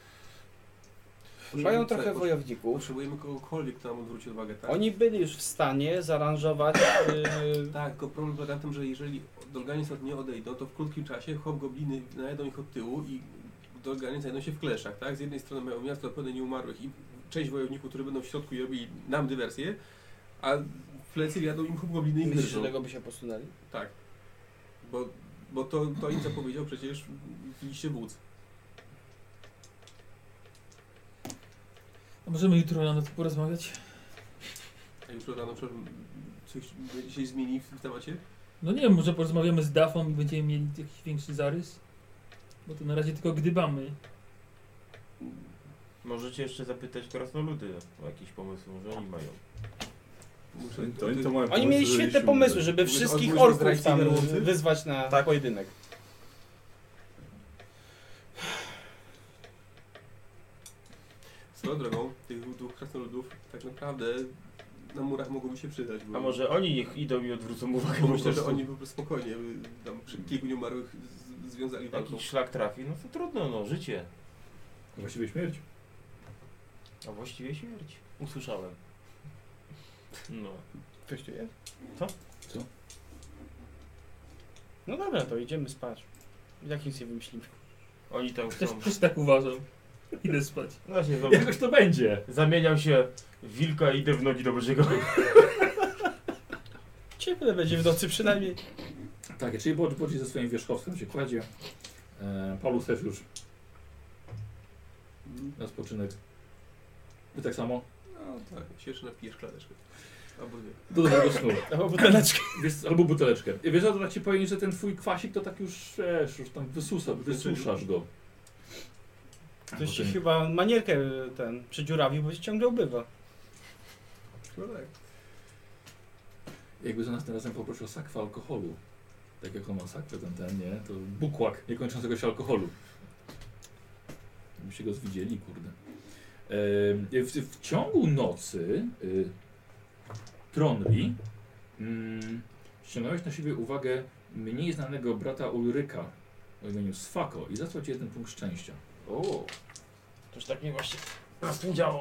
Mają trochę Potrzebujemy- wojowników. Potrzebujemy kogokolwiek, kto nam odwróci uwagę, tak? Oni byli już w stanie zaaranżować... Tak, tylko problem polega na tym, że jeżeli Dolganie stąd nie odejdą, to w krótkim czasie hobgobliny najdą ich od tyłu i Dolganie znajdą się w kleszach, tak? Z jednej strony mają miasto pełne nieumarłych i część wojowników, którzy będą w środku i robili nam dywersję, a w plecy jadą im hobgobliny i Myślisz, że gryzą. tego by się posunęli? Tak. Bo to im zapowiedział przecież w liście wódz. A możemy jutro rano tu porozmawiać? A jutro rano coś się zmieni w temacie? No nie wiem, może porozmawiamy z Dafą i będziemy mieli jakiś większy zarys? Bo to na razie tylko gdybamy. Możecie jeszcze zapytać krasnoludy o jakieś pomysły, może oni mają. Oni to mają Oni mieli pomysły, świetne że pomysły, się żeby Mówisz o wszystkich dwóch orków zdrajcy tam wierzących? wyzwać na Tak. pojedynek. Swoją drogą, tych dwóch krasnoludów tak naprawdę na murach mogłoby się przydać. Bo A może oni niech idą i odwrócą uwagę Bo po myślę, że prostu. oni po prostu spokojnie tam przy kilku nieumarłych związali walką. Jakiś szlak trafi, no to trudno, no, życie. Właściwie śmierć. A właściwie śmierć. Usłyszałem. No. Ktoś tu jest? Co? Co? No dobra, to idziemy spać. I tak nic nie wymyślimy. Oni tam chcą... Też tak uważam. Idę spać. No właśnie, Jakoś to będzie. zamieniam się w wilka i idę w nogi do Bożego. Cieple będzie w nocy przynajmniej. Tak, czyli Bodzi ze swoim wierzchowcem się kładzie. Paulus też już na spoczynek. Wy tak samo? No tak, się jeszcze napijesz szklaneczkę. Albo dwie. Do dobrego snu. Albo buteleczkę. Wiesz, albo buteleczkę. I wiesz, to tak ci powiem, że ten twój kwasik to tak już, wiesz, już tam wysuszasz go. Ktoś ci Potem- chyba manierkę przedziurawił, bo się ciągle ubywa. No tak. Jakby za następnym razem poprosił o sakwę alkoholu. Tak jak on ma sakwę ten, nie? To bukłak niekończącego się alkoholu. Byście go zwidzieli, kurde. W ciągu nocy Tronri ściągnąłeś na siebie uwagę mniej znanego brata Ulryka o imieniu Sfako i zasłał ci jeden punkt szczęścia. O, toż tak mi właśnie raz nie działo.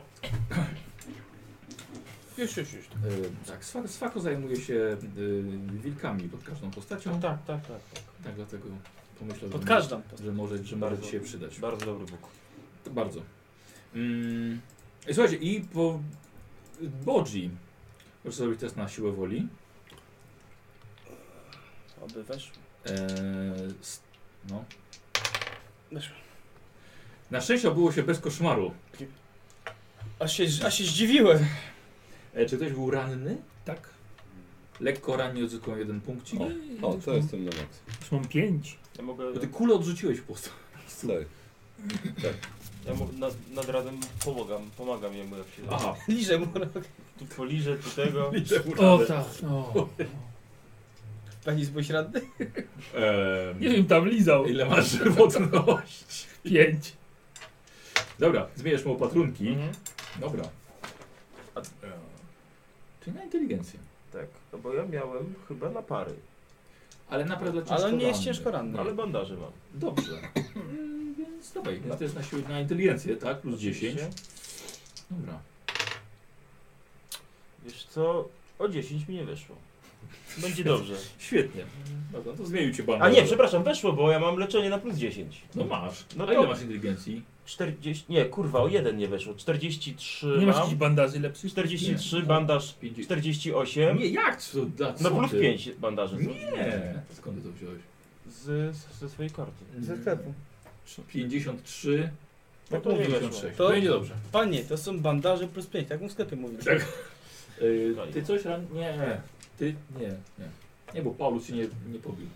Już. Tak, Sfako zajmuje się wilkami pod każdą postacią. Tak. Tak, dlatego pomyślał, Pod że każdą. że może Bardzo. ci się przydać. Bardzo dobry Bóg. To bardzo. Słuchajcie, i po Bodzi możesz zrobić test na siłę woli. Oby weszło. No. Weszło. Na szczęście obyło się bez koszmaru. Aż się zdziwiłem. Czy ktoś był ranny? Tak. Lekko rannie odzyskują jeden punkcik. O, to jestem na maksa. Już mam 5. Ja mogę... Bo ty kulę odrzuciłeś po prostu. Tak. Ja nad razem pomagam jemu jak się... Aha. Liżę mu. Tu poliżę, tu tego. O tak. O. Pani byłeś radny? Nie wiem, tam lizał. Ile masz żywotność? 5. Dobra, zmieniasz mu opatrunki. Mhm. Dobra. Czyli na inteligencję. Tak, no bo ja miałem chyba na pary. Ale naprawdę ciężko Ale on nie jest ranny. ciężko ranny. Ale bandaże mam. Dobrze. Więc dawaj, to jest na siłę na inteligencję, tak? Plus 10. Dobra. Wiesz co, o 10 mi nie wyszło. Będzie dobrze. Świetnie. Dobra, to zmienił cię bandę. A nie, przepraszam, weszło, bo ja mam leczenie na plus 10. No masz. No A to- ile masz inteligencji? 40. Nie, kurwa, o 1 nie weszło. 43 Nie masz mam. jakichś bandaży lepszych? 43, bandaż 50. 48. Nie, jak? Co, No plus ty? 5 bandaży. Nie. Skąd ty to wziąłeś? Ze swojej karty. Ze sklepu. 53. No to nie 56. weszło. To- Będzie dobrze. Panie, to są bandaże plus 5, tak w sklepie mówił. Tak. Ty coś ran... Nie. Ty? Nie. Nie, bo Paulus się nie pobił.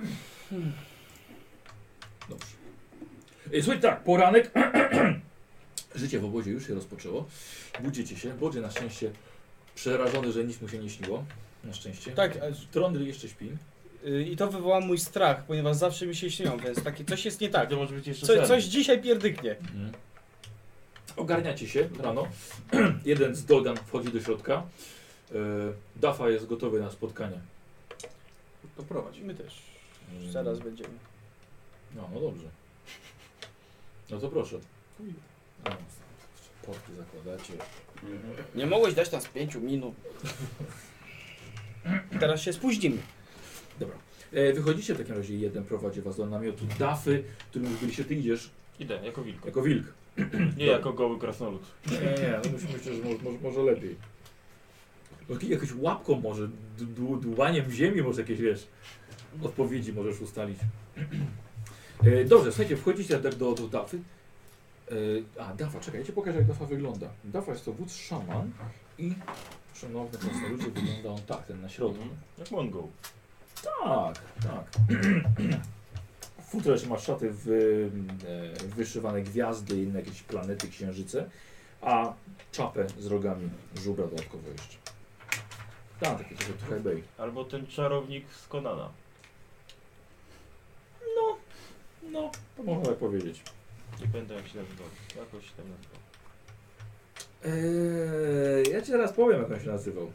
Dobrze. Słuchaj, tak, poranek. Życie w obozie już się rozpoczęło. Budzicie się. Bodzie na szczęście przerażony, że nic mu się nie śniło. Na szczęście. Tak, Trondry jeszcze śpi. i to wywoła mój strach, ponieważ zawsze mi się śnią, więc takie coś jest nie tak. To może być jeszcze sen. Coś dzisiaj pierdyknie. Ogarniacie się rano. Jeden z Dolgan wchodzi do środka. Dafa jest gotowy na spotkanie. To prowadź. My też. Zaraz będziemy. No dobrze. No to proszę. No, porty zakładacie. Nie mogłeś dać nam z 5 minut. Teraz się spóźnimy. Dobra. Wychodzicie w takim razie, jeden prowadzi was do namiotu Dafy, którym już byliście, ty idziesz Idę, jako wilk. jako wilk. Nie jako goły krasnolud. Nie, no myślę, że może lepiej. Jakąś łapką może, dłubaniem w ziemi może jakieś, wiesz, odpowiedzi możesz ustalić. Dobrze, słuchajcie, wchodzicie tak do Dafy. Dafa, czekaj, ja ci pokażę jak Dafa wygląda. Dafa jest to wódz szaman i szanowny krasnoludzie wygląda on tak, ten na środku. Jak Mongol. Tak. W futrze masz szaty wyszywane gwiazdy i inne jakieś planety, księżyce, a czapę z rogami żubra dodatkowo jeszcze. Tak, takie trochę bej. Albo ten czarownik z Konana. No, to można tak powiedzieć. Nie pamiętam jak się nazywał. Jakoś się tam nazywał. Ja ci zaraz powiem jak on się nazywał.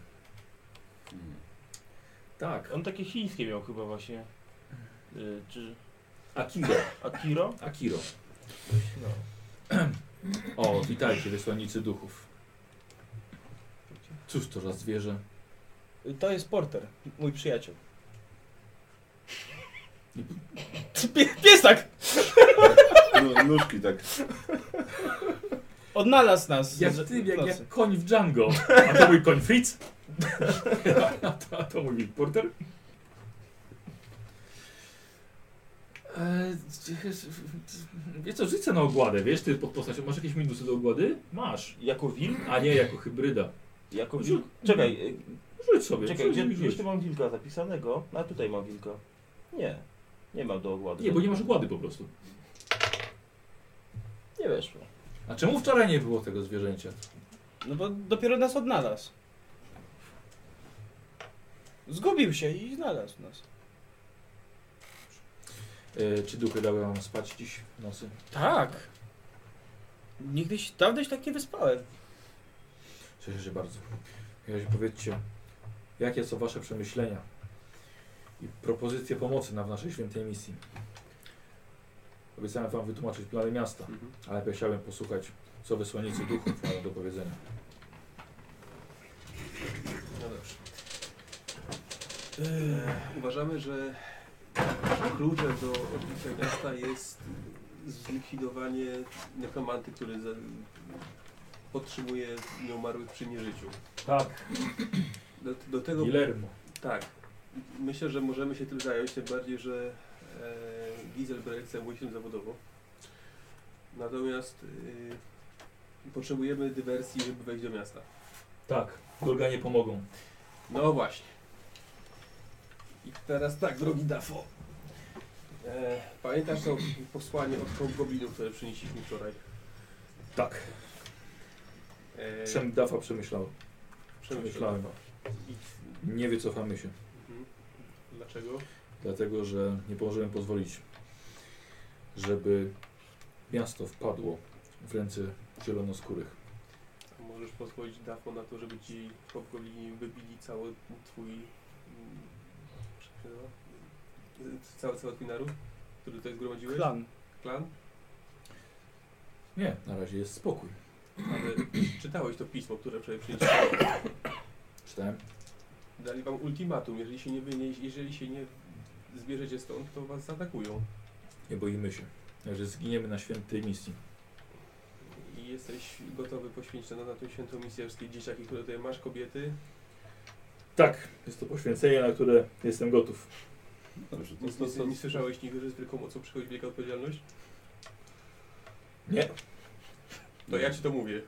Tak, On takie chińskie miał chyba właśnie. Czy Akiro. Akiro? No. O, witajcie wysłannicy duchów. Cóż to za zwierzę? To jest Porter, mój przyjaciel. Piesak! No, nóżki tak. Odnalazł nas. Jak z- ty, w jak nocy. koń w Django. A to mój koń Fritz? A to mój Wilk Porter? Wiesz co, rzucę na ogładę, wiesz, ty pod postacią masz jakieś minusy do ogłady? Masz. Jako wilk? A nie jako hybryda. Jako wilk? Czekaj, Rzuć sobie. czekaj, rzuć, gdzie, rzuć. gdzieś tu mam wilka zapisanego? A tutaj mam wilka. Nie. Nie mam do ogłady. Nie, bo nie masz ogłady po prostu. Nie weszło. A czemu wczoraj nie było tego zwierzęcia? No bo dopiero nas odnalazł. Zgubił się i znalazł nas. Czy duchy dały wam spać dziś w nocy? Tak. Dawno się tak nie wyspałem. Cieszę się bardzo. Powiedzcie, jakie są wasze przemyślenia i propozycje pomocy w naszej świętej misji? Obiecałem wam wytłumaczyć plany miasta, ale najpierw chciałbym posłuchać, co wysłannicy duchów mają do powiedzenia. No dobrze. Uważamy, że kluczem do odbicia miasta jest zlikwidowanie nekromanty, który podtrzymuje nieumarłych przy nieżyciu. Tak, Do tego Guillermo. tak. Myślę, że możemy się tym zająć, tym bardziej, że Giselbrecht zajmuje się tym zawodowo. Natomiast potrzebujemy dywersji, żeby wejść do miasta. Tak, Dolganie pomogą. No właśnie. I teraz tak, drogi Dafo. Pamiętasz to posłanie od goblinów, które przynieśliśmy wczoraj? Tak, Dafa przemyślał. Przemyślałem. I, Nie wycofamy się, dlaczego? dlatego że nie możemy pozwolić, żeby miasto wpadło w ręce zielonoskórych. A możesz pozwolić Dafo na to, żeby ci hobgoblini wybili cały twój... Cały twój naród, który tutaj zgromadziłeś? Klan? Nie, na razie jest spokój. Ale czytałeś to pismo, które wczoraj przynieśliśmy. Czytałem. Dali wam ultimatum, jeżeli się nie zbierzecie stąd, to was zaatakują. Nie boimy się, że zginiemy na świętej misji. I jesteś gotowy poświęcić na tę świętą misję wszystkie dzieciaki, które tutaj masz, kobiety. Tak, jest to poświęcenie, na które jestem gotów. Dobrze, Nie słyszałeś nigdy, że z wielką mocą przychodzi wielka odpowiedzialność? Nie. To ja ci to mówię.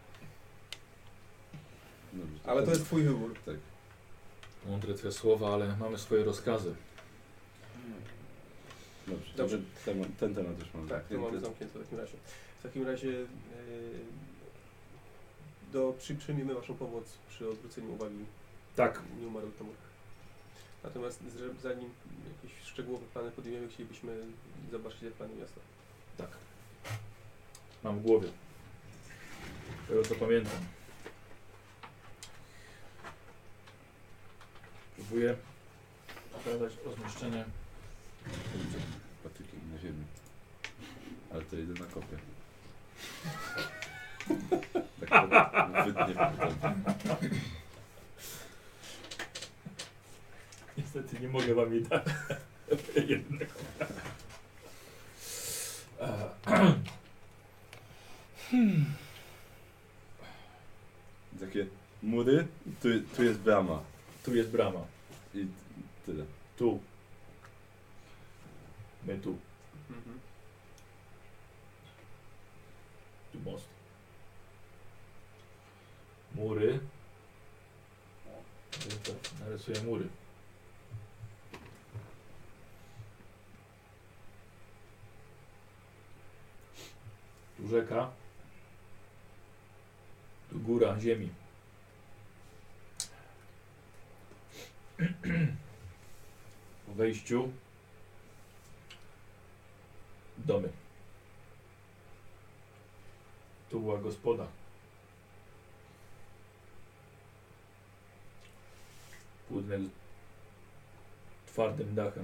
Dobrze, Ale to jest twój wybór. Tak. Mądre twoje słowa, ale mamy swoje rozkazy. Dobrze, Dobrze. ten temat już mamy. Tak, to mamy zamknięte w takim razie. W takim razie przyjmiemy waszą pomoc przy odwróceniu uwagi Tak. nieumarłych na murach. Natomiast zanim jakieś szczegółowe plany podejmiemy, chcielibyśmy zobaczyć jak plany miasta. Tak. Mam w głowie. Tego co pamiętam. Próbuję pokazać rozmieszczenie. Patyki na ziemi. Ale to idę na kopię. Tak wytnie potem. Niestety nie mogę wam jej dać jednego. Takie mury, tu jest brama. Tu jest brama. I tyle. Tu. My tu. Mhm. Tu most. Mury. Narysuję mury. Tu rzeka. Tu góra ziemi. Po wejściu domy. Tu była gospoda. Budynek z twardym dachem.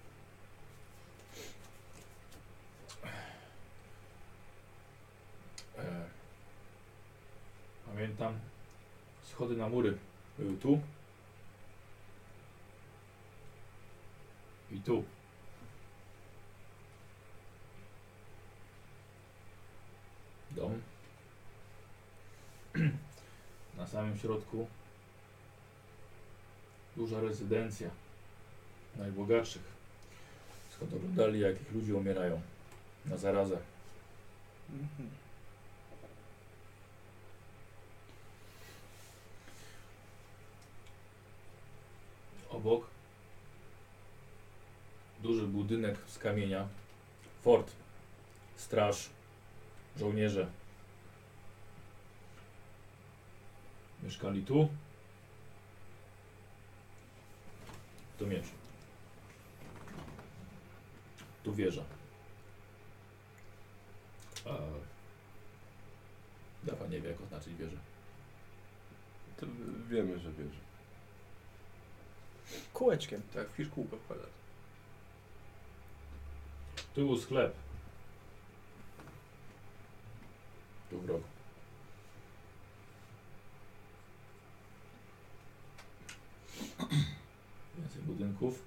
Pamiętam, schody na mury były tu i tu. Dom. Na samym środku duża rezydencja najbogatszych. Skąd oglądali, jak ich ludzie umierają na zarazę. Mhm. Obok duży budynek z kamienia, fort, straż, żołnierze. Mieszkali tu. Tu miecz. Tu wieża. Dawa nie wie, jak oznaczyć wieżę. To wiemy, że wierzy. Kółeczkiem. Tak, w kółko wkładać. Tu był sklep. Tu w rogu. Więcej budynków.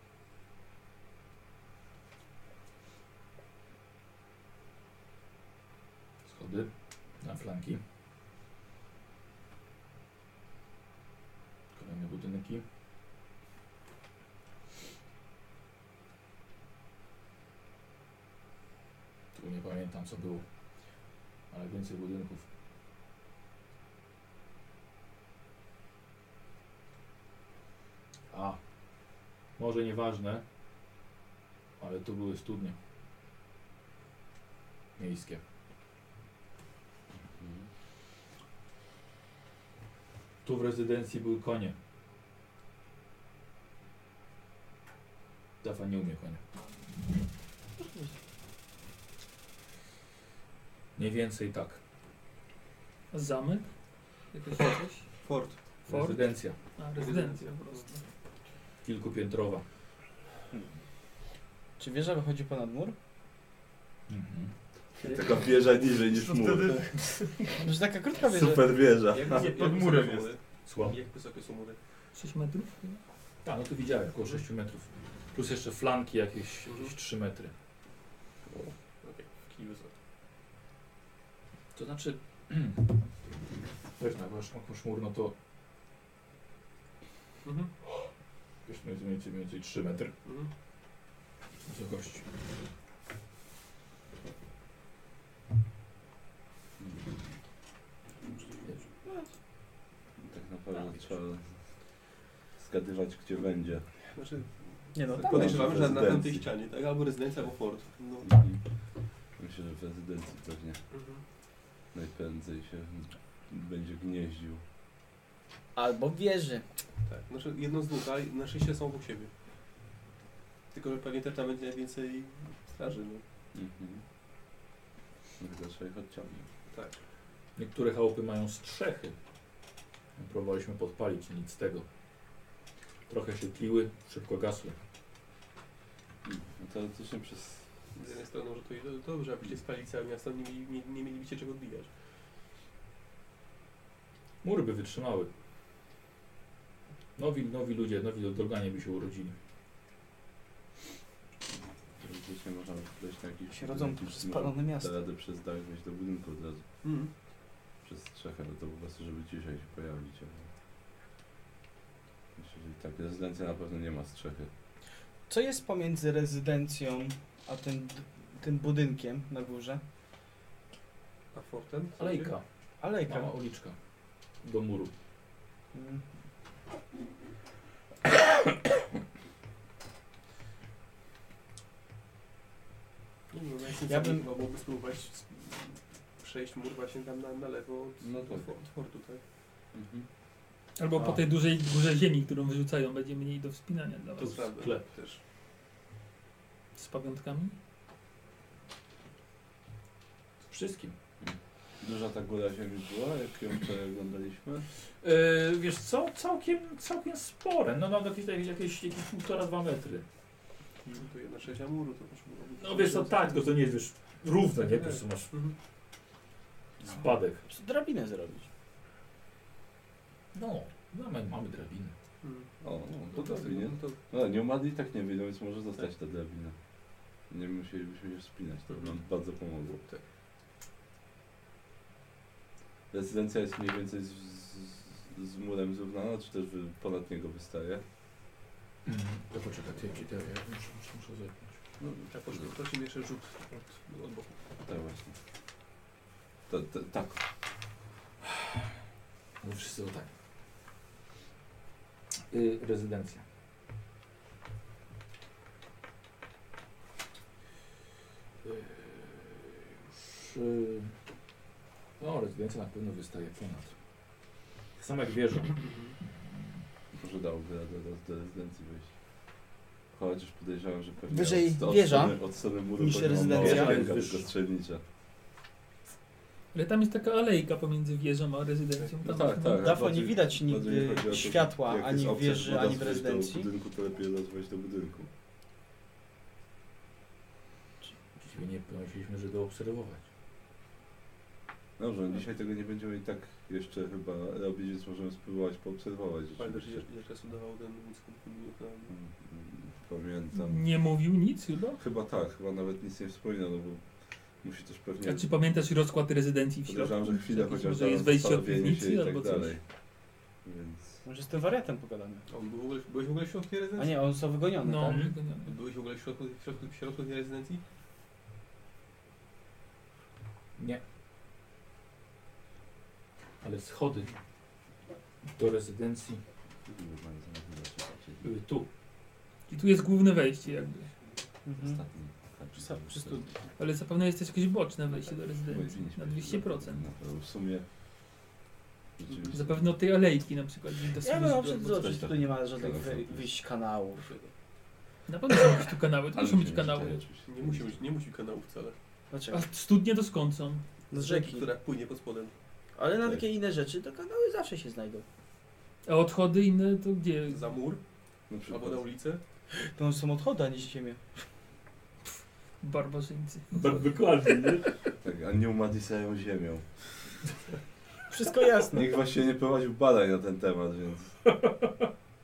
Schody na flanki. Kolejne budynki. Tu nie pamiętam co było, ale więcej budynków. A, może nieważne, ale tu były studnie miejskie. Tu w rezydencji były konie. Dafa nie umie konia. Mniej więcej tak. A zamek? Jakoś coś? Fort. Fort? Rezydencja. A, rezydencja po prostu. Kilkupiętrowa. Czy wieża wychodzi ponad mur? Taka wieża niżej niż mur. Że taka krótka wieża. Super wieża. Jak Pod murem wysokie są jest. mury? Słucham? Jak wysokie są mury? 6 metrów? Tak, no to widziałem, około 6 metrów. Plus jeszcze flanki jakieś 3 metry. Okej, w kiju są. To znaczy, weź na szmur, no to Mhm. wiesz, to jest mniej więcej 3 metry Mhm. wysokości. Tak naprawdę trzeba zgadywać, gdzie będzie. Znaczy, Nie no, tam podejrzewamy, że na tamtej rezydencji. ścianie, tak? Albo rezydencja, albo fort. No. Myślę, że w rezydencji pewnie Mhm. najprędzej się będzie gnieździł. Albo wieży. Tak, znaczy jedno z dwóch, ale na szczęście są obok siebie. Tylko, że pewnie też tam będzie więcej straży, no. No chyba trzeba ich odciągnąć. Tak. Niektóre chałupy mają strzechy. Próbowaliśmy podpalić, nic z tego. Trochę się tliły, szybko gasły. No teoretycznie przez... Z jednej strony może to i dobrze, abyście spalili całe miasto, nie mielibyście czego odbijać. Mury by wytrzymały. Nowi ludzie, nowi Dolganie by się urodzili. Teoretycznie można wejść na jakiś... Się rodzą jakiś spalone miasto. Da radę przez dach wejść do budynku od razu. Mhm. Przez strzechę, ale to po prostu, żeby ciszej się pojawić. Ale... Myślę, że i tak rezydencja na pewno nie ma strzechy. Co jest pomiędzy rezydencją a tym budynkiem na górze? A fortem? Alejka, Alejka. mała uliczka do muru. Mm. Ja bym- Mógłby spróbować przejść mur właśnie tam na lewo od, No tak. od fortu, tak? Albo po tej dużej górze ziemi, którą wyrzucają, będzie mniej do wspinania dla To was. jest prawda, sklep. też. Z pamiątkami? Z wszystkim. Duża ta góra ziemi była, jak ją przeglądaliśmy? Wiesz co, całkiem spore. No nawet jakieś 1,5–2 metry. To 1/3 muru to potrzebowało. No wiesz co, tak, to nie jest wiesz, równe, nie? Po prostu masz Mhm. spadek. Co drabinę zrobić? No, mamy drabinę. Mhm. O, no to dobry, nie? No to No, nie umadli tak nie wyjdą, więc może zostać ta drabina. Nie musielibyśmy się wspinać, to nam bardzo pomogło. Tak. Rezydencja jest mniej więcej z murem zrównana, czy też ponad niego wystaje? To poczekaj, ja muszę zerknąć. No, tak, prosimy jeszcze rzut od boku. tak właśnie. Tak. No wszyscy o tak. Rezydencja. No, rezydencja na pewno wystaje ponad. Tak samo jak wieża. Może dałoby radę do rezydencji wejść. Chociaż podejrzewam, że pewnie Wyżej od wieża od strony muru niż pewnie rezydencja. mała Jest okienka, wyższa. tylko strzelnicza. Ale tam jest taka alejka pomiędzy wieżą a rezydencją. No Tam tak, jest- tak. Dafo nie bardziej- widać bardziej nigdy mi chodzi o to, światła jak ani jest w opcja, wieży, żeby ani w raz wejść rezydencji. do budynku, to lepiej raz wejść do budynku. Właściwie nie pomyśleliśmy, żeby obserwować. Dobrze, dzisiaj tego nie będziemy i tak jeszcze chyba robić, więc możemy spróbować poobserwować Pamiętasz, rzeczywiście. ile czasu dawał ten wódz minut na... Pamiętam. Nie mówił nic chyba? Chyba tak, chyba nawet nic nie wspominał, no bo musi też pewnie... A czy pamiętasz rozkład rezydencji w środku? Podejrzewam, że chwilę Jakiś chociaż może jest tam wejście od zastanowienie się piwnicy i tak albo coś? dalej. Więc... Może z tym wariatem pogadamy. Byłeś w ogóle w środku tej A rezydencji? nie, on został wygoniony, No, tak? wyganiony. Byłeś w ogóle w środku tej rezydencji? Nie. Ale schody do rezydencji były tu. I tu jest główne wejście jakby. Mhm. Ostatni. Przy studni. Ale zapewne jest też jakieś boczne wejście do rezydencji. Na 200%. No, to w sumie... rzeczywiście- Zapewne od tej alejki na przykład. gdzieś do Ja bym służby na przykład albo zobaczyć, coś. tu nie ma żadnych Tak. wyjść kanałów. Na pewno są jakieś tu kanały, to Ale muszą być się kanały. czytaje oczywiście. Nie musi kanałów wcale. Dlaczego? A studnie to skąd są? Z rzeki. Która płynie pod spodem. Ale na Tak. takie inne rzeczy to kanały zawsze się znajdą. A odchody inne to gdzie? Za mur, Na przykład. albo na ulicę. To są odchody, a nie ziemię. Barbarzyńcy. Dokładnie, nie? Tak, a nie umadli sają ziemią. Wszystko jasne. Nikt właśnie nie prowadził badań na ten temat, więc...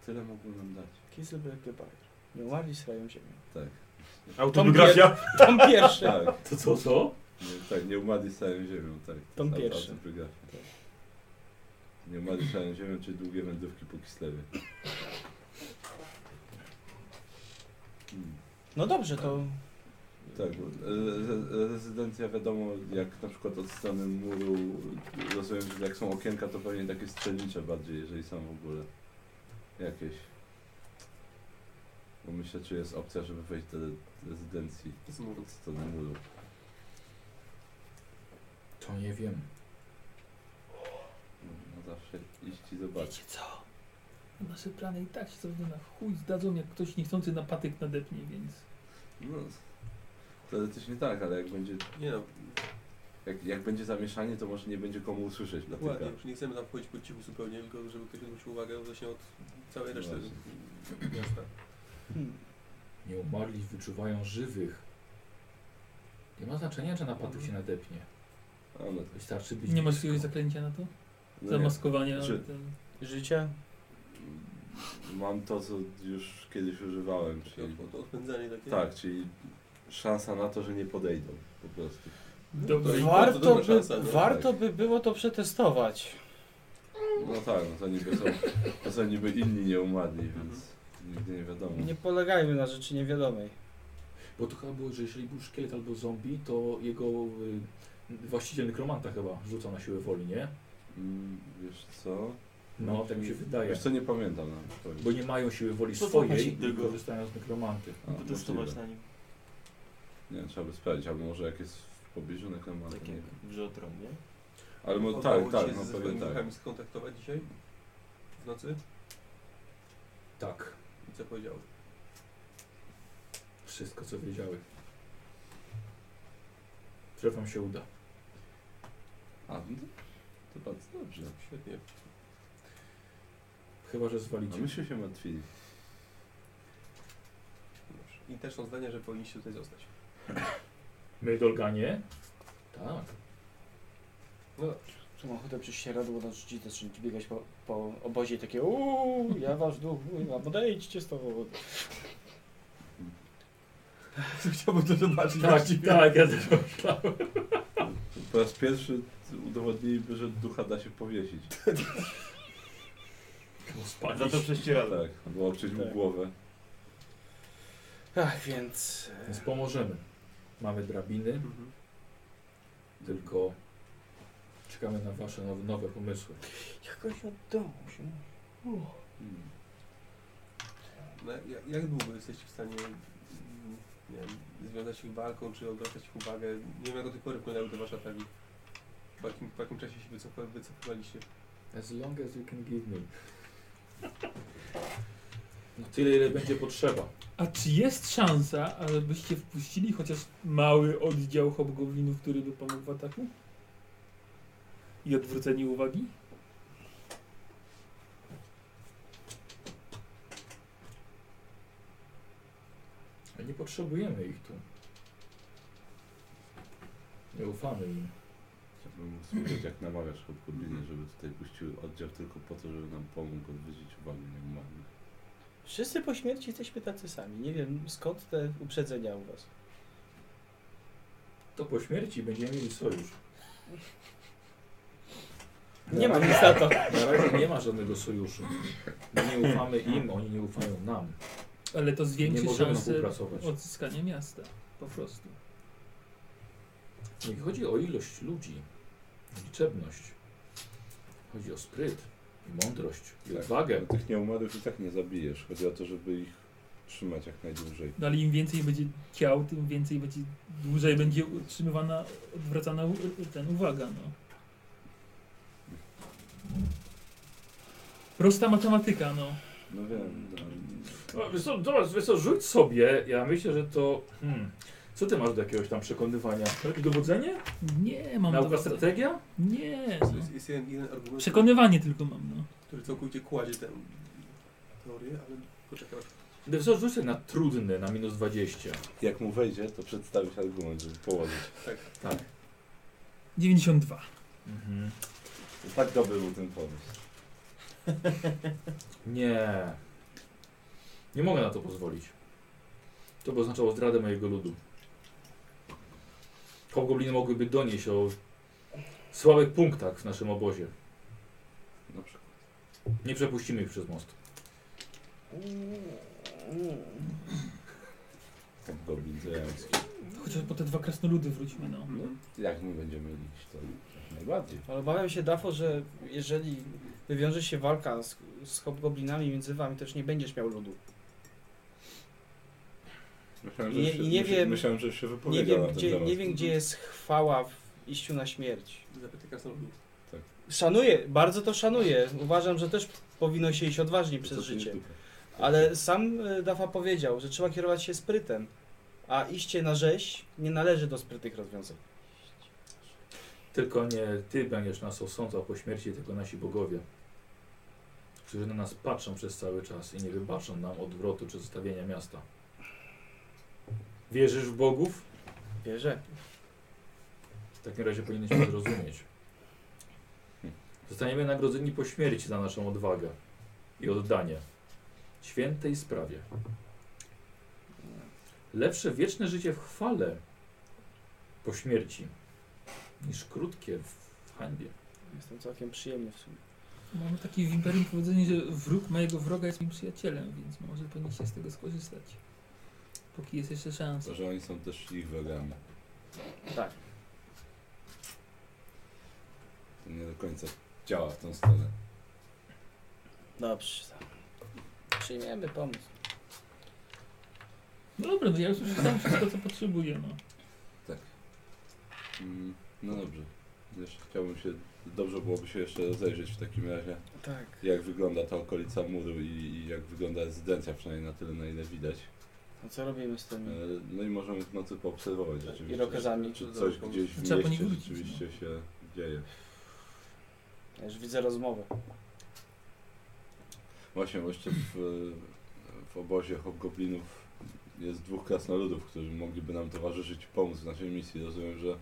Tyle mogło nam dać. Kieselberg-Gebauer. Nie umarli srają ziemię. Tak. Autobiografia. Tam pierwszy. Tak. To co? Tak, nie umarli z całą ziemią, tak. Tom To jest pierwszy. autobiografia. Nie umarli z całą ziemią, czyli długie wędrówki po Kislewie. No dobrze, to Tak, bo rezydencja wiadomo, jak na przykład od strony muru, rozumiem, że jak są okienka, to pewnie takie strzelnicze bardziej, jeżeli są w ogóle jakieś. Bo myślę, czy jest opcja, żeby wejść do rezydencji Z muru. od strony muru. To nie wiem. No zawsze iść i zobaczyć. Wiecie co? Nasze plany i tak się sobie na chuj zdadzą, jak ktoś niechcący na patyk nadepnie, więc... No, teoretycznie tak, ale jak będzie, Nie no, jak będzie zamieszanie, to może nie będzie komu usłyszeć dokładnie. dlatego. Już nie chcemy tam wchodzić po cichu zupełnie, tylko żeby ktoś zwrócił uwagę właśnie od całej reszty Właśnie. miasta. Nie umarli wyczuwają żywych. Nie ma znaczenia, czy na patyk się nadepnie. A, no Wystarczy być Nie masz blisko. jakiegoś zaklęcia na to? no nie. Zamaskowania? Znaczy- życie. Mam to, co już kiedyś używałem, czyli Odpędzanie takie. tak, czyli szansa na to, że nie podejdą po prostu. Dobrze. To i bardzo Warto dobra by, szansa, no. warto by było to przetestować. No tak, no to są niby inni nie umarli, więc nigdy nie wiadomo. Nie polegajmy na rzeczy niewiadomej. Bo to chyba było, że jeżeli był szkielet albo zombie, to jego właściciel nekromanta chyba rzuca na siłę woli, nie? Wiesz co? No, tak mi się wydaje. Wiesz co, nie pamiętam nawet. powiem. Bo nie mają siły woli To swojej, zobaczyć tylko tego. korzystają z nekromanty. A, Potestować możliwe. na nim. Nie, trzeba by sprawdzić, albo może jak jest w pobliżu nekromanta, Tak nie jak wiem. w grze o tron, nie? Ale Udało tak, ci tak, się no ze pewnie swoimi tak. duchami skontaktować dzisiaj? W nocy? Tak. I co powiedziały? Wszystko, co wiedziały. Że wam się uda. A, no to bardzo dobrze. Świetnie. Chyba, że A zwalicie. myśmy się martwili. Dobrze. I też są zdania, że powinniście tutaj zostać. My, Dolganie? Tak. No, Tu mam ochotę prześcieradło narzucić, zacząć biegać po obozie i takie ja wasz duch, mam odejdźcie stąd. chciałbym to zobaczyć. Tak, właściwie. tak, ja też myślałem. Po raz pierwszy udowodniliby, że ducha da się powiesić. Za to prześcieradło. Tak, bo obczyć mu Tak. głowę. Ach, więc... Więc pomożemy. Mamy drabiny, Mhm. tylko czekamy na wasze nowe pomysły. Jakoś oddało się. Hmm. No, jak długo jesteście w stanie nie wiem, związać ich walką, czy odwracać ich uwagę? Nie wiem, jak do tej pory wyglądały te wasze ataki. Po jakim czasie się wycofywaliście? As long as you can give me. No tyle, ile będzie potrzeba. A czy jest szansa, abyście wpuścili chociaż mały oddział hobgoblinów, który by pomógł w ataku? I odwrócenie uwagi? Ale nie potrzebujemy ich tu. Nie ufamy im. Chciałbym słyszeć, jak namawiasz hobgobliny, żeby tutaj puściły oddział tylko po to, żeby nam pomógł odwrócić uwagę nieumarłych. Wszyscy po śmierci jesteśmy tacy sami. Nie wiem skąd te uprzedzenia u was. To po śmierci będziemy mieli sojusz. Nie mam nic na to. Na razie nie ma żadnego sojuszu. My nie ufamy im, oni nie ufają nam. Ale to Nie zwiększy możemy szanse współpracować. odzyskania miasta. Po prostu. Nie chodzi o ilość ludzi, liczebność. Chodzi o spryt, i mądrość, i odwagę. No, tych nieumarłych i tak nie zabijesz. Chodzi o to, żeby ich trzymać jak najdłużej. No ale im więcej będzie ciał, tym więcej będzie, dłużej będzie utrzymywana, odwracana uwaga, no. Prosta matematyka, no. No wiem. No, wiesz co, rzuć sobie, ja myślę, że to... Co ty masz do jakiegoś tam przekonywania? Jakieś dowodzenie? Nie, mam Nauka, to. strategia? Nie, To no. jest jeden argument, Przekonywanie tylko mam, no. który całkowicie kładzie tę teorię, ale poczekaj. Wiesz co, rzuć sobie na trudny, na minus 20. Jak mu wejdzie, to przedstawisz argument, żeby położyć. Tak. 92. Tak dobry był ten pomysł. Nie, Nie mogę na to pozwolić. To by oznaczało zdradę mojego ludu. Hobgobliny mogłyby donieść o słabych punktach w naszym obozie. Na przykład. Nie przepuścimy ich przez most. Goblin zająski. Chociaż po te 2 krasnoludy wróćmy, no. Jak my będziemy iść, to jak najbardziej. Ale obawiam się, Dafo, że jeżeli wywiąże się walka z hobgoblinami między wami, to już nie będziesz miał ludu. Myślałem, I- że się, i nie wiem- myślałem, że się Nie wypowiedział wiem, na ten temat. nie wiem, gdzie jest chwała w iściu na śmierć. Zapytaj krasnoludów. Szanuję, bardzo to szanuję. Uważam, że też powinno się iść odważnie To przez co to jest życie. dupę? Ale sam Dafa powiedział, że trzeba kierować się sprytem. A iście na rzeź nie należy do sprytnych rozwiązań. Tylko nie ty będziesz nas osądzał po śmierci, tylko nasi bogowie, którzy na nas patrzą przez cały czas i nie wybaczą nam odwrotu czy zostawienia miasta. Wierzysz w bogów? Wierzę. W takim razie powinniśmy zrozumieć. Zostaniemy nagrodzeni po śmierci za naszą odwagę i oddanie świętej sprawie. Lepsze wieczne życie w chwale po śmierci niż krótkie w hańbie. Jestem całkiem przyjemny w sumie. Mamy takie w Imperium powiedzenie, że wróg mojego wroga jest moim przyjacielem, więc może powinniście z tego skorzystać. Póki jest jeszcze szansa. To, że oni są też ich wrogami. Tak. To nie do końca działa w tą stronę. Dobrze. Przyjmiemy pomysł. No dobra, no ja już usłyszałem wszystko, co potrzebuję, no. No dobrze. Jeszcze chciałbym się, dobrze byłoby się jeszcze rozejrzeć w takim razie, Tak. jak wygląda ta okolica muru i jak wygląda rezydencja, przynajmniej na tyle, na ile widać. A co robimy z tymi? No i możemy w nocy poobserwować rzeczywiście. Irokezami. Czy coś gdzieś w Trzeba po mieście nich wrócić, rzeczywiście się dzieje. Ja już widzę rozmowę. Właśnie, bo jeszcze w obozie hobgoblinów jest 2 krasnoludów, którzy mogliby nam towarzyszyć i pomóc w naszej misji. Rozumiem, że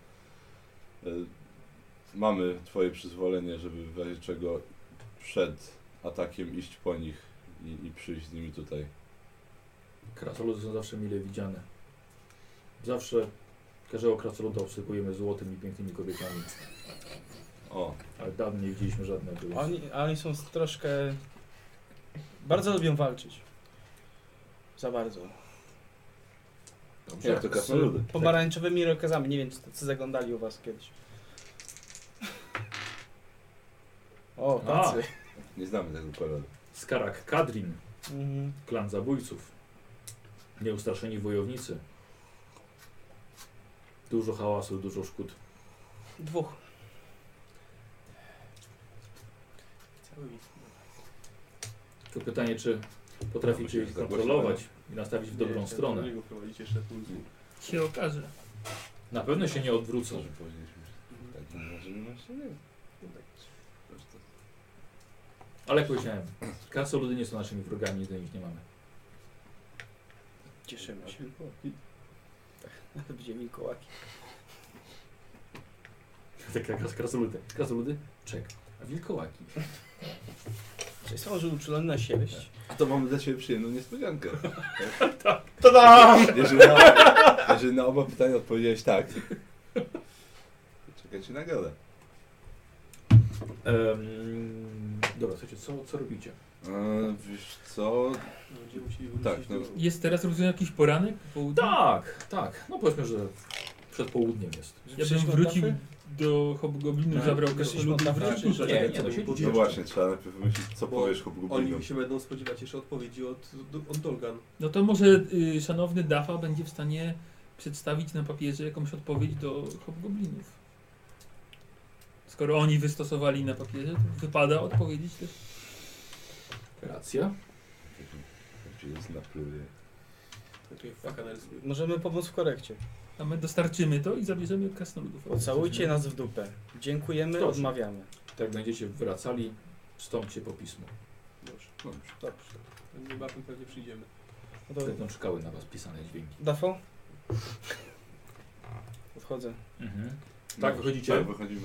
mamy Twoje przyzwolenie, żeby w razie czego przed atakiem iść po nich i przyjść z nimi tutaj. Krasnoludy są zawsze mile widziane. Zawsze każdego krasnoluda obsypujemy złotem i pięknymi kobietami. O, Ale dawno nie widzieliśmy żadnego. Oni są troszkę... Bardzo lubią walczyć. Za bardzo. Dobrze. jak to krasnoludy? Pomarańczowymi irokezami. Nie wiem, czy tacy zaglądali u was kiedyś. O, tacy. Nie znamy tego koloru. Skarak Kadrin, Mhm. klan zabójców. Nieustraszeni wojownicy. Dużo hałasu, dużo szkód. 2. Cały To pytanie, czy potraficie Musimy ich zagłośnić. kontrolować i nastawić w dobrą stronę. Nie prowadzić jeszcze pulsu. Się okaże. Na pewno się nie odwrócą. Co, że powiedzieliśmy, że tak, no, że nie masz, nie wiem. Prosto. Ale jak powiedziałem, krasnoludy nie są naszymi wrogami, nic do nich nie mamy. Cieszymy się. Będzie Mikołaki. Tak jak krasnoludy. Krasnoludy? Czek. A wilkołaki? Czy są może uczulone na sierść? A to mamy dla Ciebie przyjemną niespodziankę. Tada! Jeżeli na oba pytania odpowiedziałeś tak, to czekajcie nagrodę. Dobra, słuchajcie, co robicie? Wiesz co? Będziemy musieli wrócić Tak, no. do... Jest teraz rozumiem jakiś poranek? Południe? Tak. No powiedzmy, że przed południem jest. Ja bym wrócił do hobgoblinów, Tak, zabrał tylko krasnoludy. szliśmy od wrócił. Afryki. Nie, no siedzicie. No właśnie, trzeba najpierw wymyślić, co Bo powiesz hobgoblinom. Oni się będą spodziewać jeszcze odpowiedzi od Dolgan. No to może szanowny Dafa będzie w stanie przedstawić na papierze jakąś odpowiedź do hobgoblinów. Skoro oni wystosowali na papierze, to wypada odpowiedzieć też. Racja. Gdzie jest napluje. Ja tutaj faka narysuję. Możemy pomóc w korekcie. A my dostarczymy to i zabierzemy od krasnoludów. Pocałujcie nas w dupę. Dziękujemy, Dobrze. odmawiamy. Tak jak będziecie wracali, wstąpcie po pismo. Dobrze. Dobrze. Niebawem pewnie przyjdziemy. No to Będą czekały na was pisane dźwięki. Dafo? Odchodzę. Tak, wychodzicie? Tak, wychodzimy.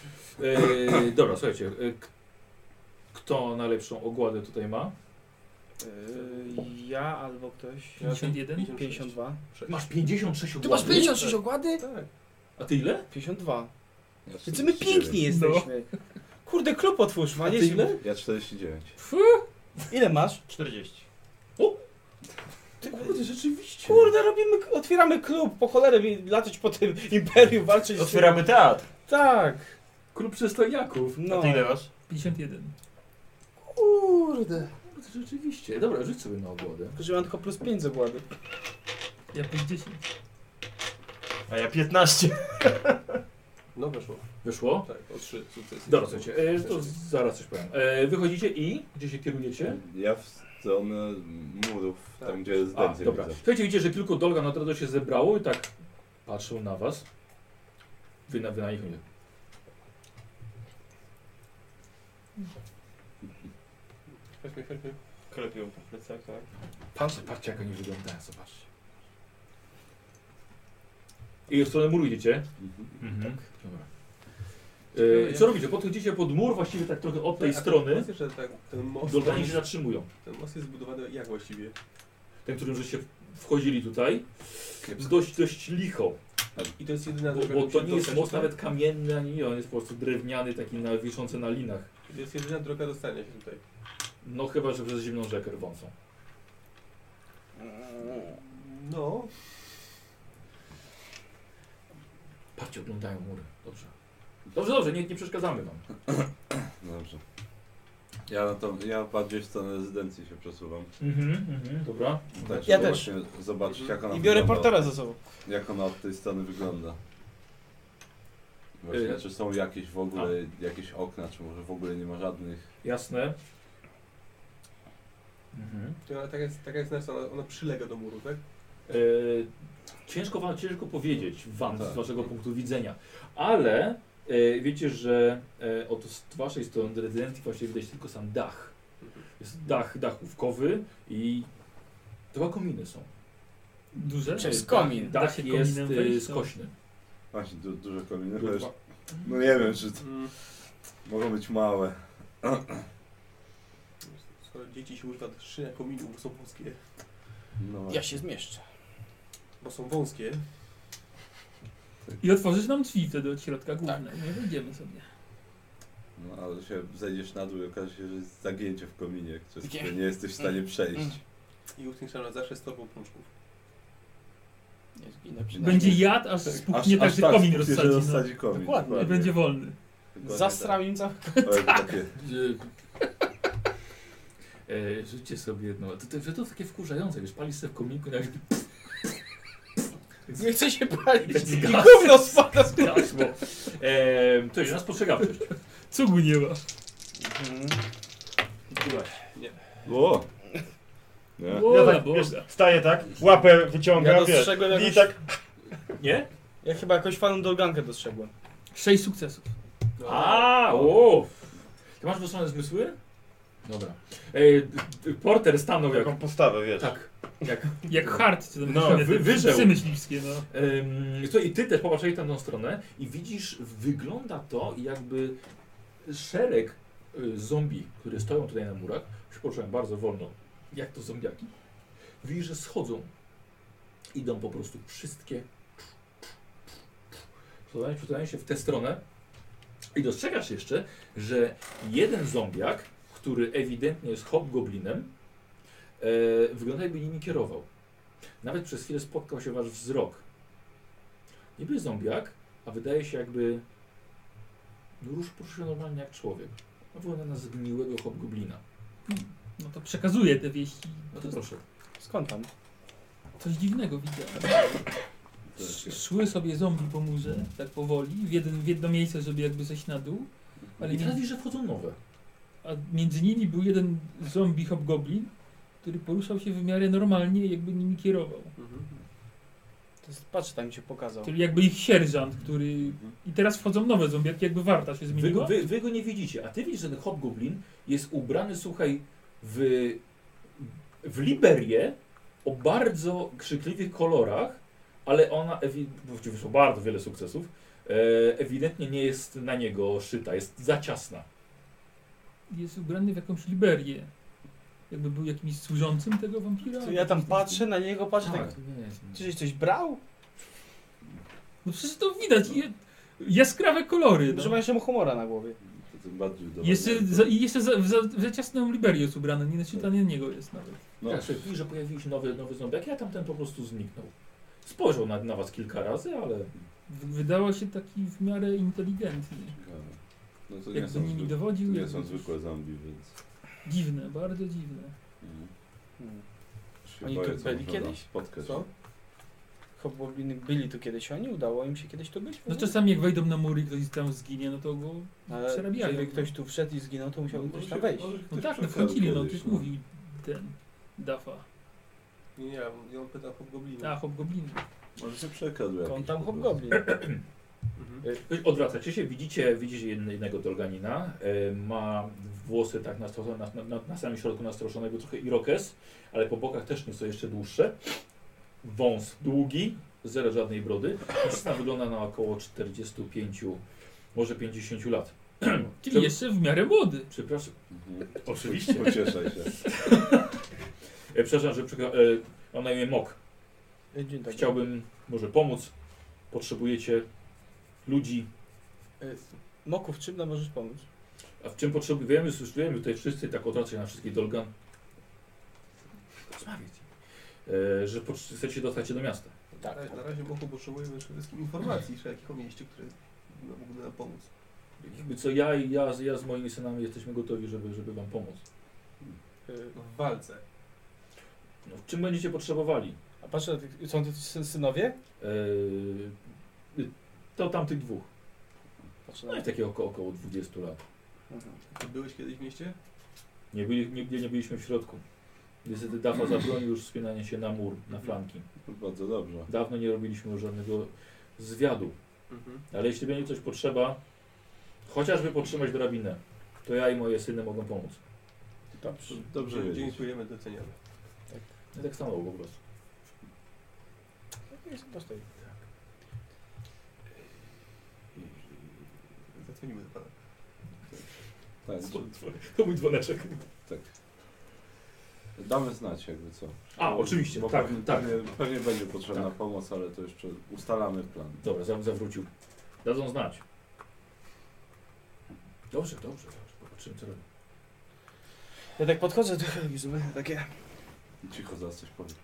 Dobra, słuchajcie. Kto najlepszą ogładę tutaj ma? Ja albo ktoś. 51? 52. Masz 56 Ty masz okładów? 56 okłady? Tak. A ty ile? 52. Ja Więc my 49. piękni jesteśmy. Kurde, klub otwórz, ma A nie ty ile? Ja 49. Ile masz? 40. Ty kurde, rzeczywiście. Kurde, otwieramy klub, po cholerę latać po tym imperium, walczyć Otwieramy teatr. Tak. Klub przystojniaków. No. A ty ile masz? 51. Kurde. Kurde, rzeczywiście. Dobra, rzuć sobie na ogładę. Tylko, że mam tylko plus 5 zakłady. Ja plus 10. A ja 15. No weszło. Wyszło? Tak, o 3 sukcesy. Dobra, słuchajcie, to zaraz coś powiem. Wychodzicie i gdzie się kierujecie? Ja w stronę murów, Tak. tam gdzie jest A, zdjęcie dobra. widzę. Słuchajcie, widzicie, że kilku Dolgan od razu się zebrało i tak patrzą na was. Wy na nich nie. Chodźmy, chodźmy. Klepią po plecach, tak? Patrzcie jak oni wyglądają, zobaczcie. I w stronę muru idziecie? Mhm. Dobra. Co robicie? Podchodzicie pod mur, właściwie tak trochę od tej strony. Wiecie, że tak, ten most, Dolgani się zatrzymują. ten most jest zbudowany jak właściwie? Ten, którym żeście wchodzili tutaj, dość licho. I to jest jedyna Bo, droga, bo żeby to się nie jest dostać most tutaj? nawet kamienny, ani nie, on jest po prostu drewniany, taki wiszący na linach. To jest jedyna droga dostania się tutaj. No chyba, że przez zimną rzekę rwącą. No. Patrzcie, oglądają mury. Dobrze. Dobrze, nie przeszkadzamy wam. Dobrze. Ja bardziej w stronę rezydencji się przesuwam. Dobra. Tak, Ja żeby też. właśnie zobaczyć jak ona I biorę wygląda. portera ze sobą. Jak ona od tej strony wygląda. Właśnie, czy są jakieś w ogóle, jakieś okna, czy może w ogóle nie ma żadnych. Jasne. To ona taka jest narysowana, ona przylega do muru, tak? Ciężko powiedzieć wam Tak. z waszego punktu widzenia, ale wiecie, że od waszej strony rezydencji właśnie widać tylko sam dach. Jest dach łówkowy i dwa kominy są. Duże? Czy z komin? Da Dach się jest kominem wejść? skośny. Właśnie duże kominy. Było Wiesz, dwa- no nie wiem, czy to mogą być małe. Skoro dzieci się używa szyja kominu, bo są wąskie. No Ja właśnie. się zmieszczę. Bo są wąskie. I otworzysz nam drzwi wtedy od środka główne. Nie wejdziemy sobie. No ale się zejdziesz na dół i okaże się, że jest zagięcie w kominie, przez Takie- które nie jesteś w stanie przejść. I uczniczana zawsze z torbą pączków. Nie zginę przynajmniej. Będzie jad, aż spuchnie tak, że komin spójnie, że rozsadzi. No. rozsadzi komin. Dokładnie. I będzie wolny. Dokładnie Zastram im za... tak. Ale takie, Rzućcie sobie jedno. To takie wkurzające, wiesz, palisz sobie w kominku, jak Nie chcę się palić. Tak I zgasł. gówno spada z góry. gasło. To jest nas postrzegawczość. Cugu nie ma. o! Nie? Ja Wola tak, wiesz, Boga. wstaję tak, łapę wyciągam, Ja wiesz, dostrzegłem i jakąś... tak Nie? Ja chyba jakąś faną dolgankę dostrzegłem. 6 sukcesów. O! Ty masz wysłane zmysły? Dobra. Porter stanął jak... taką postawę, wiesz. Tak. Jak... Jak hart, czy tam No, te wyżył. psy myśliwskie, no. I ty też popatrzyłeś tam tą stronę i widzisz, wygląda to jakby szereg zombie, które stoją tutaj na murach, się poruszają bardzo wolno, jak to zombiaki. Widzisz, że schodzą. Idą po prostu wszystkie. Przestawiają się w tę stronę i dostrzegasz jeszcze, że jeden zombiak, który ewidentnie jest hobgoblinem, wygląda jakby nimi kierował. Nawet przez chwilę spotkał się wasz wzrok. Niby zombiak, a wydaje się jakby porusza się normalnie jak człowiek. No wygląda na zgniłego hobgoblina. No to przekazuje te wieści. No to proszę. Skąd tam? Coś dziwnego widziałem. Szły sobie zombie po murze, tak powoli, w jedno miejsce, żeby jakby zejść na dół. Ale I teraz nie, widzisz, że wchodzą nowe. a między nimi był jeden zombie hobgoblin, który poruszał się w miarę normalnie, jakby nimi kierował. To jest, patrz, tam mi się pokazał. Czyli jakby ich sierżant, który... I teraz wchodzą nowe zombiaki, jakby warta się zmieniła. Wy go nie widzicie, a ty widzisz, że ten hobgoblin jest ubrany, słuchaj, w liberię o bardzo krzykliwych kolorach, ale ona, właściwie wyszło bardzo wiele sukcesów, ewidentnie nie jest na niego szyta, jest za ciasna. Jest ubrany w jakąś liberię. jakby był jakimś służącym tego wampira? To ja tam patrzę na niego, patrzę tak, Nie, czy żeś coś brał? No przecież to widać, jaskrawe kolory. Że No. ma jeszcze mu humora na głowie. To tym bardziej do Jeszcze za ciasną Liberię jest ubrany, nie naczytany na niego jest nawet. No, Ja sobie widzę, że pojawił się nowy zombiak, ja tamten po prostu zniknął. Spojrzał na was kilka razy, ale Wydawał się taki w miarę inteligentny. ciekawe. No to nie Jakby są, nimi dowodził. nie jakby są coś- zwykłe zombie, więc... Dziwne, bardzo dziwne. Hmm. Się Oni boję, tu co byli można kiedyś? nas spotkać. Co? Hobgobliny byli tu kiedyś oni? Udało im się kiedyś tu być? No czasami jak wejdą na mury i ktoś tam zginie, no to go Ale przerabiają. żeby ktoś tu wszedł i zginął, to musiałby ktoś tam wejść. No tak, no wchodzili, no kiedyś, coś mówił ten Dafa. Nie, ja on pyta hobgobliny. A, hobgobliny. Może się przekradł jakiś On tam po prostu. hobgoblin. Mhm. odwracacie się, widzicie jednego Dolganina, ma włosy tak na samym środku nastroszonego, trochę irokes, ale po bokach też nieco jeszcze dłuższe. Wąs długi, zero żadnej brody. Mężczyzna wygląda na około 45, może 50 lat. Czyli jeszcze w miarę młody. Przepraszam, Mhm. Oczywiście. Pocieszaj się. przepraszam, że mam na imię Mok. Dzień dobry. Chciałbym może pomóc. Potrzebujecie ludzi. Moków, czym nam możesz pomóc? A w czym potrzebujemy? Wiemy tutaj wszyscy, tak odraczaj na wszystkich Dolgan. Rozmawiać. Że chcecie dostać się do miasta. Tak. Na razie Moku potrzebujemy przede wszystkim informacji wszelkich o mieście, które mógłby nam pomóc. Jakby co, ja z moimi synami jesteśmy gotowi, żeby wam pomóc. W walce. No, w czym będziecie potrzebowali? A patrzę, na tych- są to synowie? To tamtych dwóch. Patrzę No na i takie około 20 lat. Aha. Ty byłeś kiedyś w mieście? Nie byliśmy w środku. Niestety Dafa zabronił już wspinania się na mur, na flanki. Bardzo dobrze. Dawno nie robiliśmy już żadnego zwiadu. Mhm. Ale jeśli będzie coś potrzeba, chociażby podtrzymać drabinę, to ja i moje syny mogą pomóc. Dobrze. Dobrze wiedzieć. Dziękujemy, doceniamy. Ja tak samo po prostu. Jest prosto. Zadzwonimy do pana. Tak, To mój dzwoneczek. damy znać jakby co. A, oczywiście, Bo tak, pewnie, tak. pewnie będzie potrzebna Tak. pomoc, ale to jeszcze ustalamy plan. Dobra, zawrócił. Dadzą znać. Dobrze. Popatrzymy co robi. Ja tak podchodzę do telewizora, takie... Cicho, zaraz coś powiem.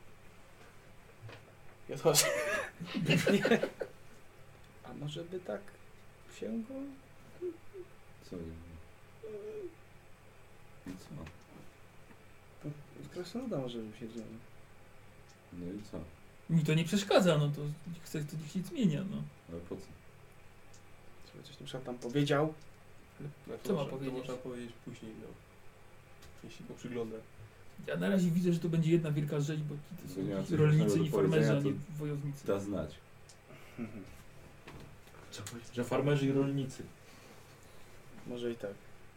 I odchodzę. Nie. A może by tak się go... Co? I co? Z krasnoluda może by się wzięło. No i co? Mi to nie przeszkadza, no to chce, to niech się zmienia, no. Ale po co? Żeby coś na przykład tam powiedział. No, Co ma można- powiedzieć? To można powiedzieć później, no. Jeśli go przygląda. Ja na razie widzę, że to będzie jedna wielka rzeź, bo to Bo nie ma są coś rolnicy ważnego i do farmerzy, a powiedzenia, nie wojownicy. Da znać. Co powiedzieć? Że farmerzy i rolnicy. Może i tak.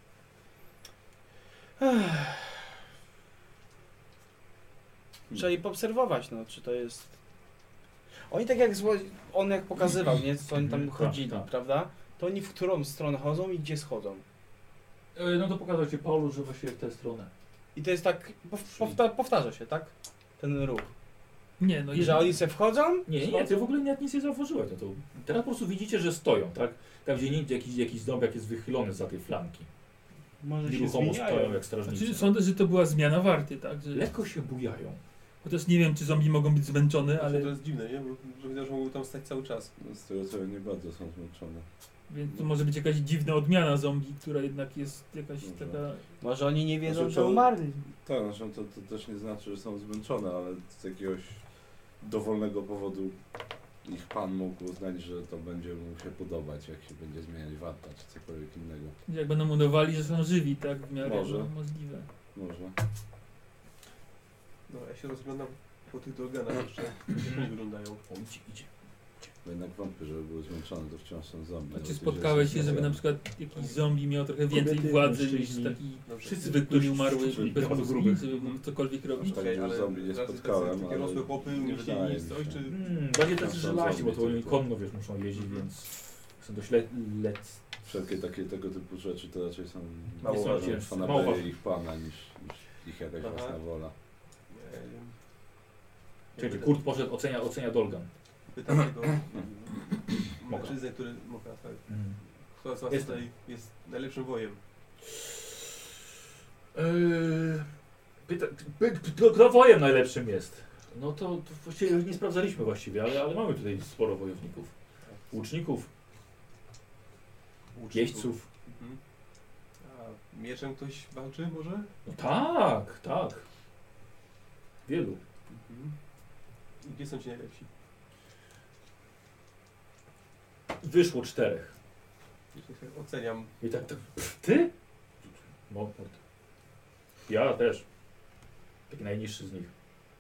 Trzeba i poobserwować, no, czy to jest... Oni tak jak on jak pokazywał, nie, co oni tam Tak, chodzili, tak. prawda? To oni w którą stronę chodzą i gdzie schodzą. No to pokazał Ci Paulu, że właściwie w tę stronę. I to jest tak, powtarza się, tak? Ten ruch. Nie, no Że oni se wchodzą? Nie, ty w ogóle nawet nic nie zauważyłeś. No to teraz po prostu widzicie, że stoją, tak? Tam gdzie nie jakiś dąbek jest wychylony za tej flanki. Może się Nieruchomo stoją zmieniają. jak strażnicy. Znaczy, sądzę, że to była zmiana warty, tak? Że, Lekko się bujają. chociaż nie wiem, czy zombie mogą być zmęczone, Ale ale to jest dziwne, nie? Bo że widzę, że mogą tam stać cały czas. No, z tego co nie bardzo są zmęczone. więc to może być jakaś dziwna odmiana zombie, która jednak jest jakaś Może. taka... Może oni nie wiedzą, Znaczy, że to- umarli. Tak, zresztą to też nie znaczy, że są zmęczone, ale z jakiegoś dowolnego powodu ich pan mógł uznać, że to będzie mu się podobać, jak się będzie zmieniać warta czy cokolwiek innego. Jak będą udawali, że są żywi, tak? W miarę Może. no, możliwe. Może. No, ja się rozglądam po tych dolganach jeszcze, jak oni wyglądają. O, idzie. Bo jednak wątpię, żeby były zmęczone, to wciąż są zombie. A No, czy to spotkałeś się, jest- żeby na przykład jakiś zombie miał trochę więcej Kobiety, władzy niż mężczyźni. taki Dobrze. Wszyscy zwykły i umarły czyli bez bardzo mózgu, grubych. żeby mógł cokolwiek robić? Tak, Okej, że ale zombie nie raczej spotkałem, takie ale rosłe chłopy, nie nie wydaje nic, mi coś, się. czy... Bardziej tacy Tam są żelaźni, bo to zombie oni tylko. konno, wiesz, muszą jeździć, Mhm. więc są dość Wszelkie takie tego typu rzeczy to raczej są Mało ważne. fanaberie Mało ważne. ich pana niż ich jakaś Aha. własna wola. Czekajcie, Kurt poszedł, ocenia Dolgan. Pytam tego mężczyznę, który Mokra, tak. Kto z was Jestem. tutaj jest najlepszym wojem? Kto wojem najlepszym jest? No to właściwie nie sprawdzaliśmy właściwie, ale mamy tutaj sporo wojowników. Łuczników, jeźdźców. Mhm. A mieczem ktoś walczy może? No tak, tak. Wielu. Mhm. I gdzie są ci najlepsi? Wyszło 4. Oceniam. I tak, ty? Mopard. Ja też. Taki najniższy z nich.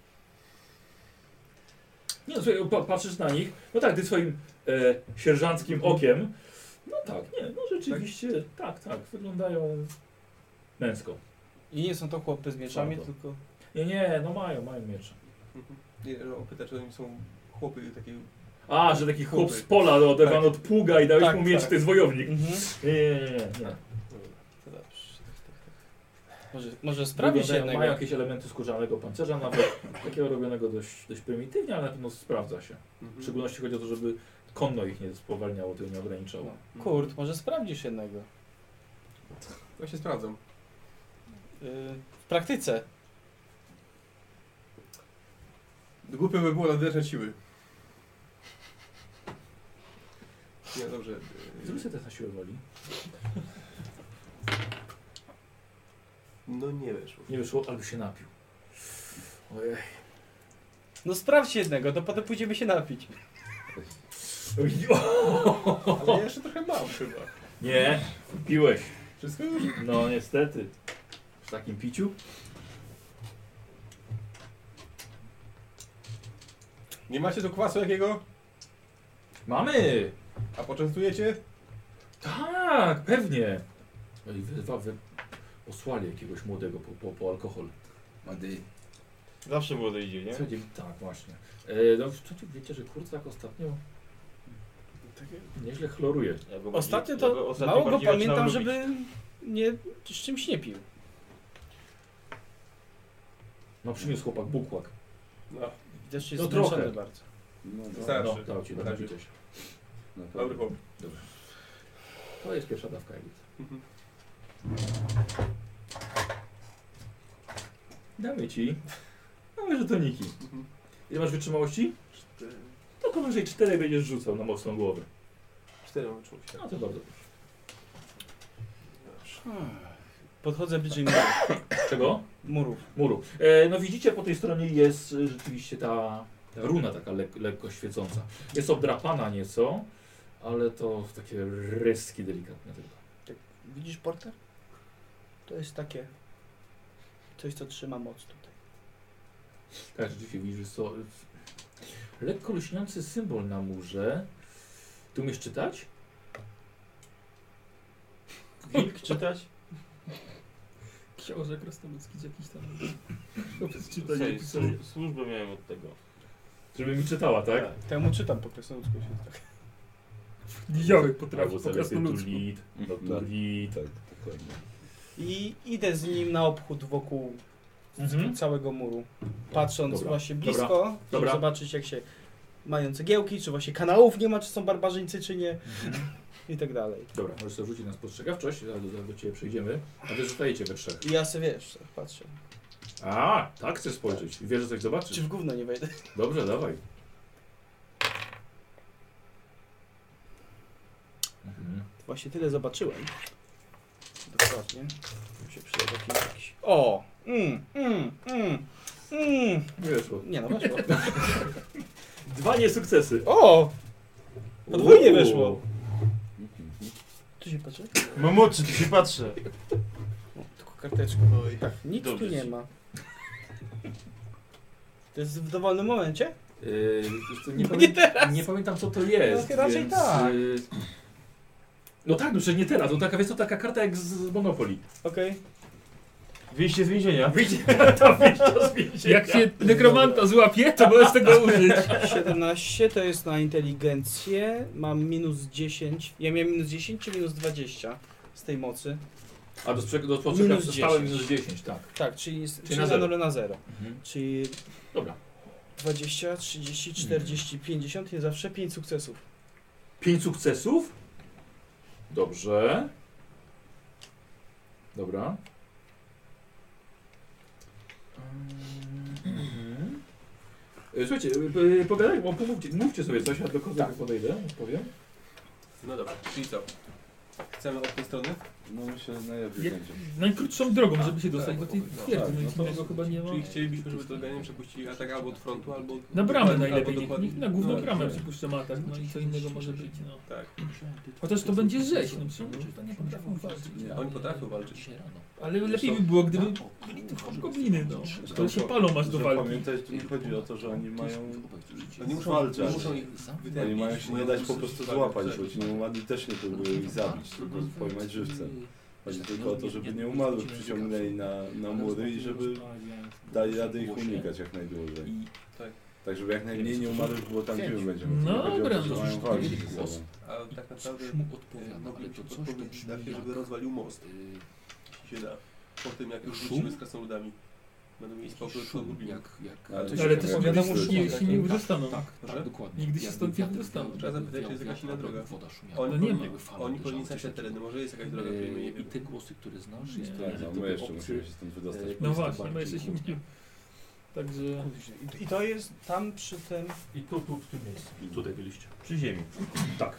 Nie no, słuchaj, patrzysz na nich, no tak, ty swoim sierżanckim okiem, no tak, nie, no rzeczywiście, tak, wyglądają męsko. I nie są to chłopy z mieczami, Prawda. tylko... Nie, no mają miecze. Nie, no, pyta, czy oni są chłopy takie... A, że taki chłop z pola oderwany od pługa i dałeś Tak, mu miecz, tak. to jest wojownik. Mhm. Nie. To dobrze. Może sprawdzić Wyglądają, jednego. mają jakieś elementy skórzanego pancerza, nawet takiego robionego dość prymitywnie, ale na pewno sprawdza się. W szczególności chodzi o to, żeby konno ich nie spowalniało, to nie ograniczało. No. Kurt, może sprawdzisz jednego. Ja się sprawdzam. W praktyce. Głupio by było nadwierzać siły. Nie, dobrze. Zrób sobie test na siłę woli. No nie weszło. Nie wyszło, albo się napił. Ojej. No sprawdź jednego, to potem pójdziemy się napić. Ale ja jeszcze trochę mam chyba. Nie, piłeś. Wszystko już? No niestety. W takim piciu? Nie macie tu kwasu jakiego? Mamy! A poczęstujecie? Tak, pewnie. No i osłali jakiegoś młodego po alkohol. Mady. Zawsze młody idzie, nie? Słuchajcie, tak właśnie. No wiecie, że Kurt tak ostatnio nieźle chloruje. Ja go Ostatnio bardziej- to ja go ostatnio mało go bardziej pamiętam, zaczynam żeby nie, z czymś nie pił. No przyniósł chłopak bukłak. No, Też jest No zmęczony trochę. bardzo. No, Starszy. No, dał ci, Tak. napicie się. dobry chłop. To jest pierwsza dawka elit. Mhm. Damy ci. Mamy żetoniki. Mhm. Ile masz wytrzymałości? To powyżej 4 będziesz rzucał na mocną głowę. 4 mam czuć. No to bardzo. Podchodzę bliżej muru. Czego? Murów. Muru. No widzicie, po tej stronie jest rzeczywiście ta runa taka lekko świecąca. Jest obdrapana nieco, ale to takie ryski delikatne tylko. Widzisz porter? To jest takie coś, co trzyma moc tutaj. Tak, rzeczywiście widzisz, co lekko lśniący symbol na murze. Ty umiesz czytać? Wilk czytać? Książę krasnoludzki jakiś tam. Słuchaj, służbę miałem od tego. Żeby mi czytała, tak? Temu czytam po krasnoludzku się tak. Niziołek potrafi Albo po sobie krasnoludzku. lead, doktor lead. Tak, dokładnie. I idę z nim na obchód wokół Mhm. całego muru. Patrząc Dobra, właśnie dobra, blisko, dobra. żeby zobaczyć jak się mają cegiełki, czy właśnie kanałów nie ma, czy są barbarzyńcy, czy nie. I tak dalej. Dobra, możesz sobie rzucić na spostrzegawczość, zaraz do Ciebie przejdziemy. A Wy zostajecie we trzech. I ja sobie wiesz, tak patrzę. A, tak chcesz spojrzeć. Wiesz, że coś zobaczysz. Czy w gówno nie wejdę? Dobrze, dawaj. Mhm. Właśnie tyle zobaczyłem. Dokładnie. Mi się przyda jakiś... O! Nie wyszło. Nie no, weszło. 2 niesukcesy. O! Podwójnie Uuu. weszło. Tu się patrzy? Mamoczy, tu się patrzę. O, tylko karteczkę. Oj. Tak, nic Dobrze tu nie ci. ma. To jest w dowolnym momencie? Wiesz co, nie, No nie teraz. nie pamiętam co to jest. No, raczej więc, tak. No tak, no przecież nie teraz. To taka, wiesz, to taka karta jak z Monopoly. Okej. Wyjście z więzienia. Wyjdzie tam wyjście z więzienia. Jak się nekromanta złapie, to możesz tego użyć. 17 to jest na inteligencję. Mam minus 10. Ja miałem minus 10 czy minus 20 z tej mocy? A do spostrzegawczości Minus stałe 10. minus 10, tak. Tak, czyli na na zero. dole na 0. Mhm. Czyli Dobra. 20, 30, 40, 50 jest zawsze 5 sukcesów. 5 sukcesów? Dobrze. Dobra. Słuchajcie, pogadaj, bo mówcie sobie coś, ja do kogoś podejdę, powiem. No dobra, czyli co? Chcemy od tej strony? No myślę, że najlepiej Jak- będzie. Najkrótszą drogą, żeby się dostać Tak, do tej no, twierdzy, tak, no no nic to- innego chyba nie ma. Czyli chcielibyśmy, żeby Dolganie przepuścili atak albo od frontu, albo... Na bramę albo najlepiej, dokładnie- niech na główną no, bramę tak. przypuszczam atak, no i co innego może być, no. Tak. Chociaż to będzie rzeź, no przecież to nie potrafią walczyć. Nie, oni potrafią walczyć. Ale lepiej by było, gdyby byli to hobgobliny, no. Które się palą aż do Że walki. Pamiętaj, tu nie chodzi o to, że oni mają Oni muszą, walczyć. muszą ich Oni wytępić, mają się nie dać po prostu tak, złapać, tak. bo ci nieumarli też nie próbują ich zabić, tylko pojmać żywcem. Chodzi tylko o to, żeby nieumarłych przyciągnęli na mury i żeby dali radę ich unikać jak najdłużej. Tak. Tak, żeby jak najmniej nieumarłych było tam, gdzie my będziemy. No Tylko chodzi o dobra, to, że no. mają walczyć ze sobą. A tak naprawdę odpowiada, moglibyśmy ale to coś podpowiedzieć to brzmi Dafie, żeby jak- rozwalił most, jeśli się da. Po tym jak już Szum? wrócimy z krasnoludami. Będą mieli spokój od goblinu. Ale to Ale te się hobgobliny wiadomo, się nie wydostaną. Proszę? dokładnie. Nigdy się stąd nie wydostaną. Trzeba zapytać, czy jest jakaś inna droga. No nie ma. Oni powinni znać te tereny, może jest jakaś droga, której my nie I wiemy. te głosy, które znasz, jest Nie. to Tak, no my jeszcze musimy się stąd wydostać. No właśnie, my jesteśmy... Także... I to jest tam przy tym... I tu w tym miejscu. I tutaj byliście. Przy ziemi. Tak.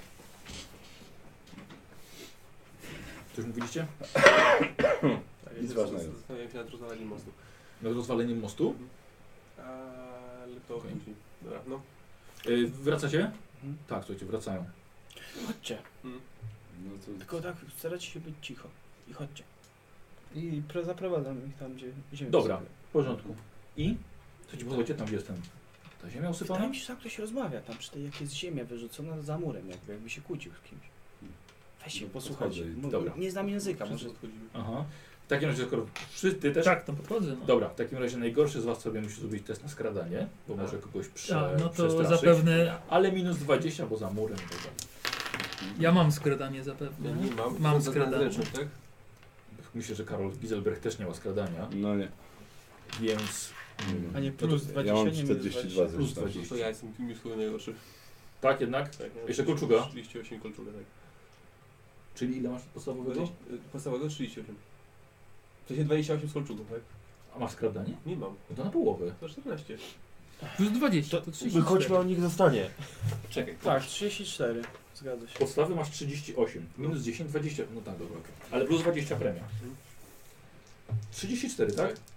Coś mówiliście? Tak, Nic ja ważnego. Zastanawiam się nad rozwalaniem mostu. Nad rozwaleniem mostu? Ale to Okej. później. Dobra, no. Wracacie? Mhm. Tak, słuchajcie, wracają. Chodźcie. No to Tylko tak, starajcie się być cicho. I chodźcie. I zaprowadzam ich tam, gdzie ziemię. Dobra. sobie. W porządku. I? Co ci pozwolicie tam, gdzie jestem? Ta ziemia usypana? Wydaje mi się, że tam ktoś rozmawia, tam przy tej, jak jest ziemia wyrzucona za murem, jakby się kłócił z kimś. Weźcie, No, posłuchajcie. podchodzę i- Dobra. Nie znam języka, Wszyscy może... odchodzimy. Aha. W takim razie, skoro ty też... Tak, to podchodzę, no. Dobra, w takim razie najgorszy z was sobie musi zrobić test na skradanie, bo może kogoś A, no to przestraszyć. zapewne... Ale minus 20, bo za murem. Dobra. Ja mam skradanie zapewne. Ja nie mam. Mam To skradanie. zręczność, tak? Myślę, że Karol Giselbrecht też nie ma skradania, no nie. więc... A nie plus 20, Ja mam nie minus 42 Plus zresztą. 20. To ja jestem tym już chyba najgorszy. Tak jednak? Tak, ja mam Jeszcze kolczuga? 38 kolczuga, tak. Czyli ile masz podstawowego? Podstawowego 38. W sensie 28 z kolczugą, tak? A masz skradanie? Nie mam. No to na połowę. To 14. Plus 20, to 34. Wychodźmy, o nich zostanie. Czekaj. Tak, 34. Zgadza się. Podstawy masz 38. Minus 10, 20. No tak, dobra. okej. Ale plus 20 premia. 34, tak? Tak.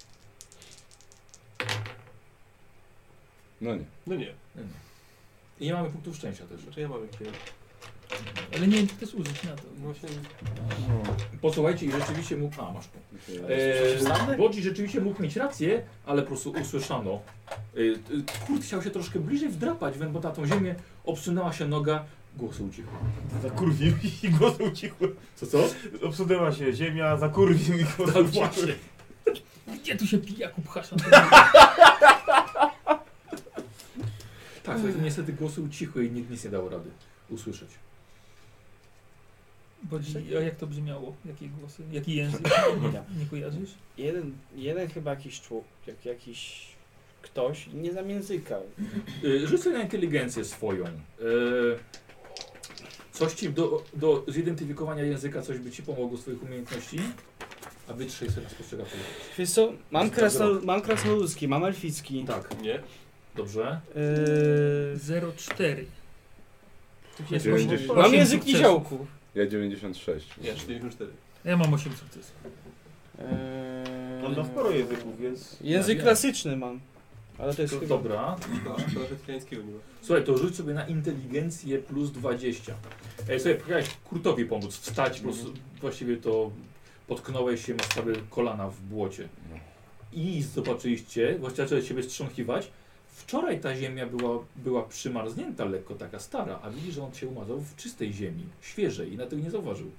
No nie. No nie. Nie. I nie mamy punktów szczęścia też. Znaczy ja mam jakieś. Ale nie wiem, czy też użyć na to. No właśnie. Posłuchajcie i rzeczywiście mógł... A, masz punkt. Przeciwstawny? Bodzi rzeczywiście mógł mieć rację, ale po prostu usłyszano. Kurt chciał się troszkę bliżej wdrapać, bo na tą ziemię obsunęła się noga, głosy ucichły. Zakurwił i głosy ucichły. Co? Obsunęła się ziemia, zakurwił i głosy Tak ucichły. właśnie. Gdzie tu się pijaku pchasz na to? Tak, słuchajcie, niestety głosy ucichły i nikt nic nie dał rady usłyszeć. A jak to brzmiało? Jakie głosy? Jaki język? Nie kojarzysz? Jeden chyba jakiś człowiek, jakiś ktoś, nie znam języka. Rzuć sobie na inteligencję swoją. Coś ci do zidentyfikowania języka, coś by ci pomogło z twoich umiejętności? A wytrzej sobie na spostrzegawczość. Wiesz co, mam krasnoludzki, mam elficki. Tak, Nie. dobrze. 0,4. Jest 90. mam Osiem język sukcesów. niziołków. Ja 96. Ja 44. Ja mam 8 sukcesów. On ma sporo języków, więc... Język Ja. klasyczny mam. Ale to jest chyba... Dobra. Szkoda, że tyrańskiego nie ma. Słuchaj, to rzuć sobie na inteligencję plus 20. Sobie próbowałeś Kurtowi pomóc wstać, po prostu właściwie to potknąłeś się, masz prawie kolana w błocie. I zobaczyliście, właściwie zaczęli ciebie wstrząchiwać. Wczoraj ta ziemia była przymarznięta lekko, taka stara, a widzisz, że on się umazał w czystej ziemi, świeżej i na tego nie zauważył.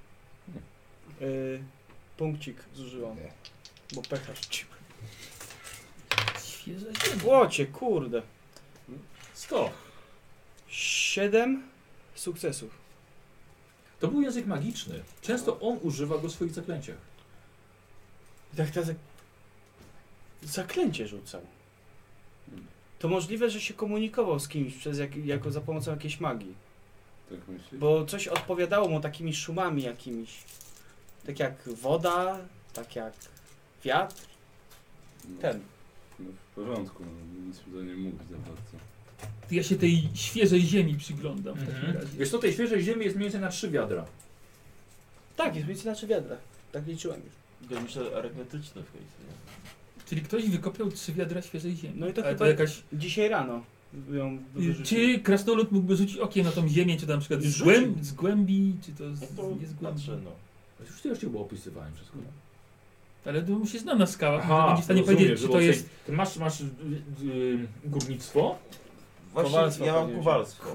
Punkcik zużyłam. Bo pecharz ci. Świeże ziemia. Łocie, kurde. 100. 7 sukcesów. To był język magiczny. Często on używa go w swoich zaklęciach. I tak teraz zaklęcie rzucał. To możliwe, że się komunikował z kimś jako za pomocą jakiejś magii. Tak myślisz? Bo coś odpowiadało mu takimi szumami jakimiś. Tak jak woda, tak jak wiatr. No, Ten. No w porządku, no, nic mi to nie mówi za bardzo. Ja się tej świeżej ziemi przyglądam w takim razie. Wiesz co, tej świeżej ziemi jest mniej więcej na 3 wiadra. Tak, jest więcej na 3 wiadra. Tak liczyłem już. Ja myślę arytmetyczne w końcu, nie? Czyli ktoś wykopał 3 wiadra świeżej ziemi. No i to Ale chyba to jakaś... dzisiaj rano ją wyrzuciłem. Czy krasnolud mógłby rzucić okiem na tą ziemię, czy tam na przykład Rzucił. z głębi, czy to No z, to nie z głębi? patrzę, no. Już ci było opisywałem wszystko. Ale to mu się zna na skałach, Aha, że będzie w stanie rozumiem, powiedzieć, że czy to jest... Ty masz górnictwo? Właśnie Kowalstwo ja mam pewnie kowalstwo.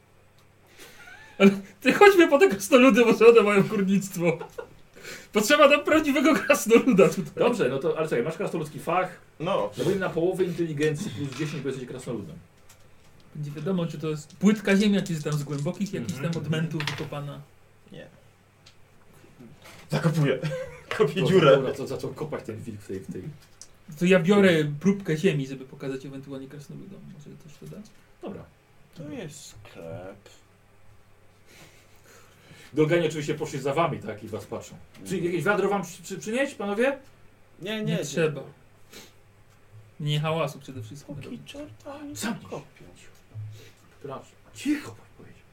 Ty chodźmy po te krasnoludy, bo one mają górnictwo. Potrzeba nam prawdziwego krasnoluda tutaj. Dobrze, no to, ale czekaj, masz krasnoludzki fach, No, zrobimy na połowę inteligencji plus 10, bo jesteś krasnoludem. Będzie wiadomo, czy to jest płytka ziemia, czy jest tam z głębokich jakichś tam odmętów wykopana. nie. Zakopuję. Kopię Dobra, dziurę. Dobra, to zaczął kopać ten wilk w tej. To ja biorę próbkę ziemi, żeby pokazać ewentualnie krasnoludom. Może też to da? Dobra. To jest sklep. Dolganie oczywiście poszli za wami, tak, i was patrzą. Czy jakieś wiadro wam przynieść, panowie? Nie, Nie trzeba. Nie hałasu przede wszystkim. Póki czorta oni Sam. kopią. Proszę. Cicho, pan powiedział.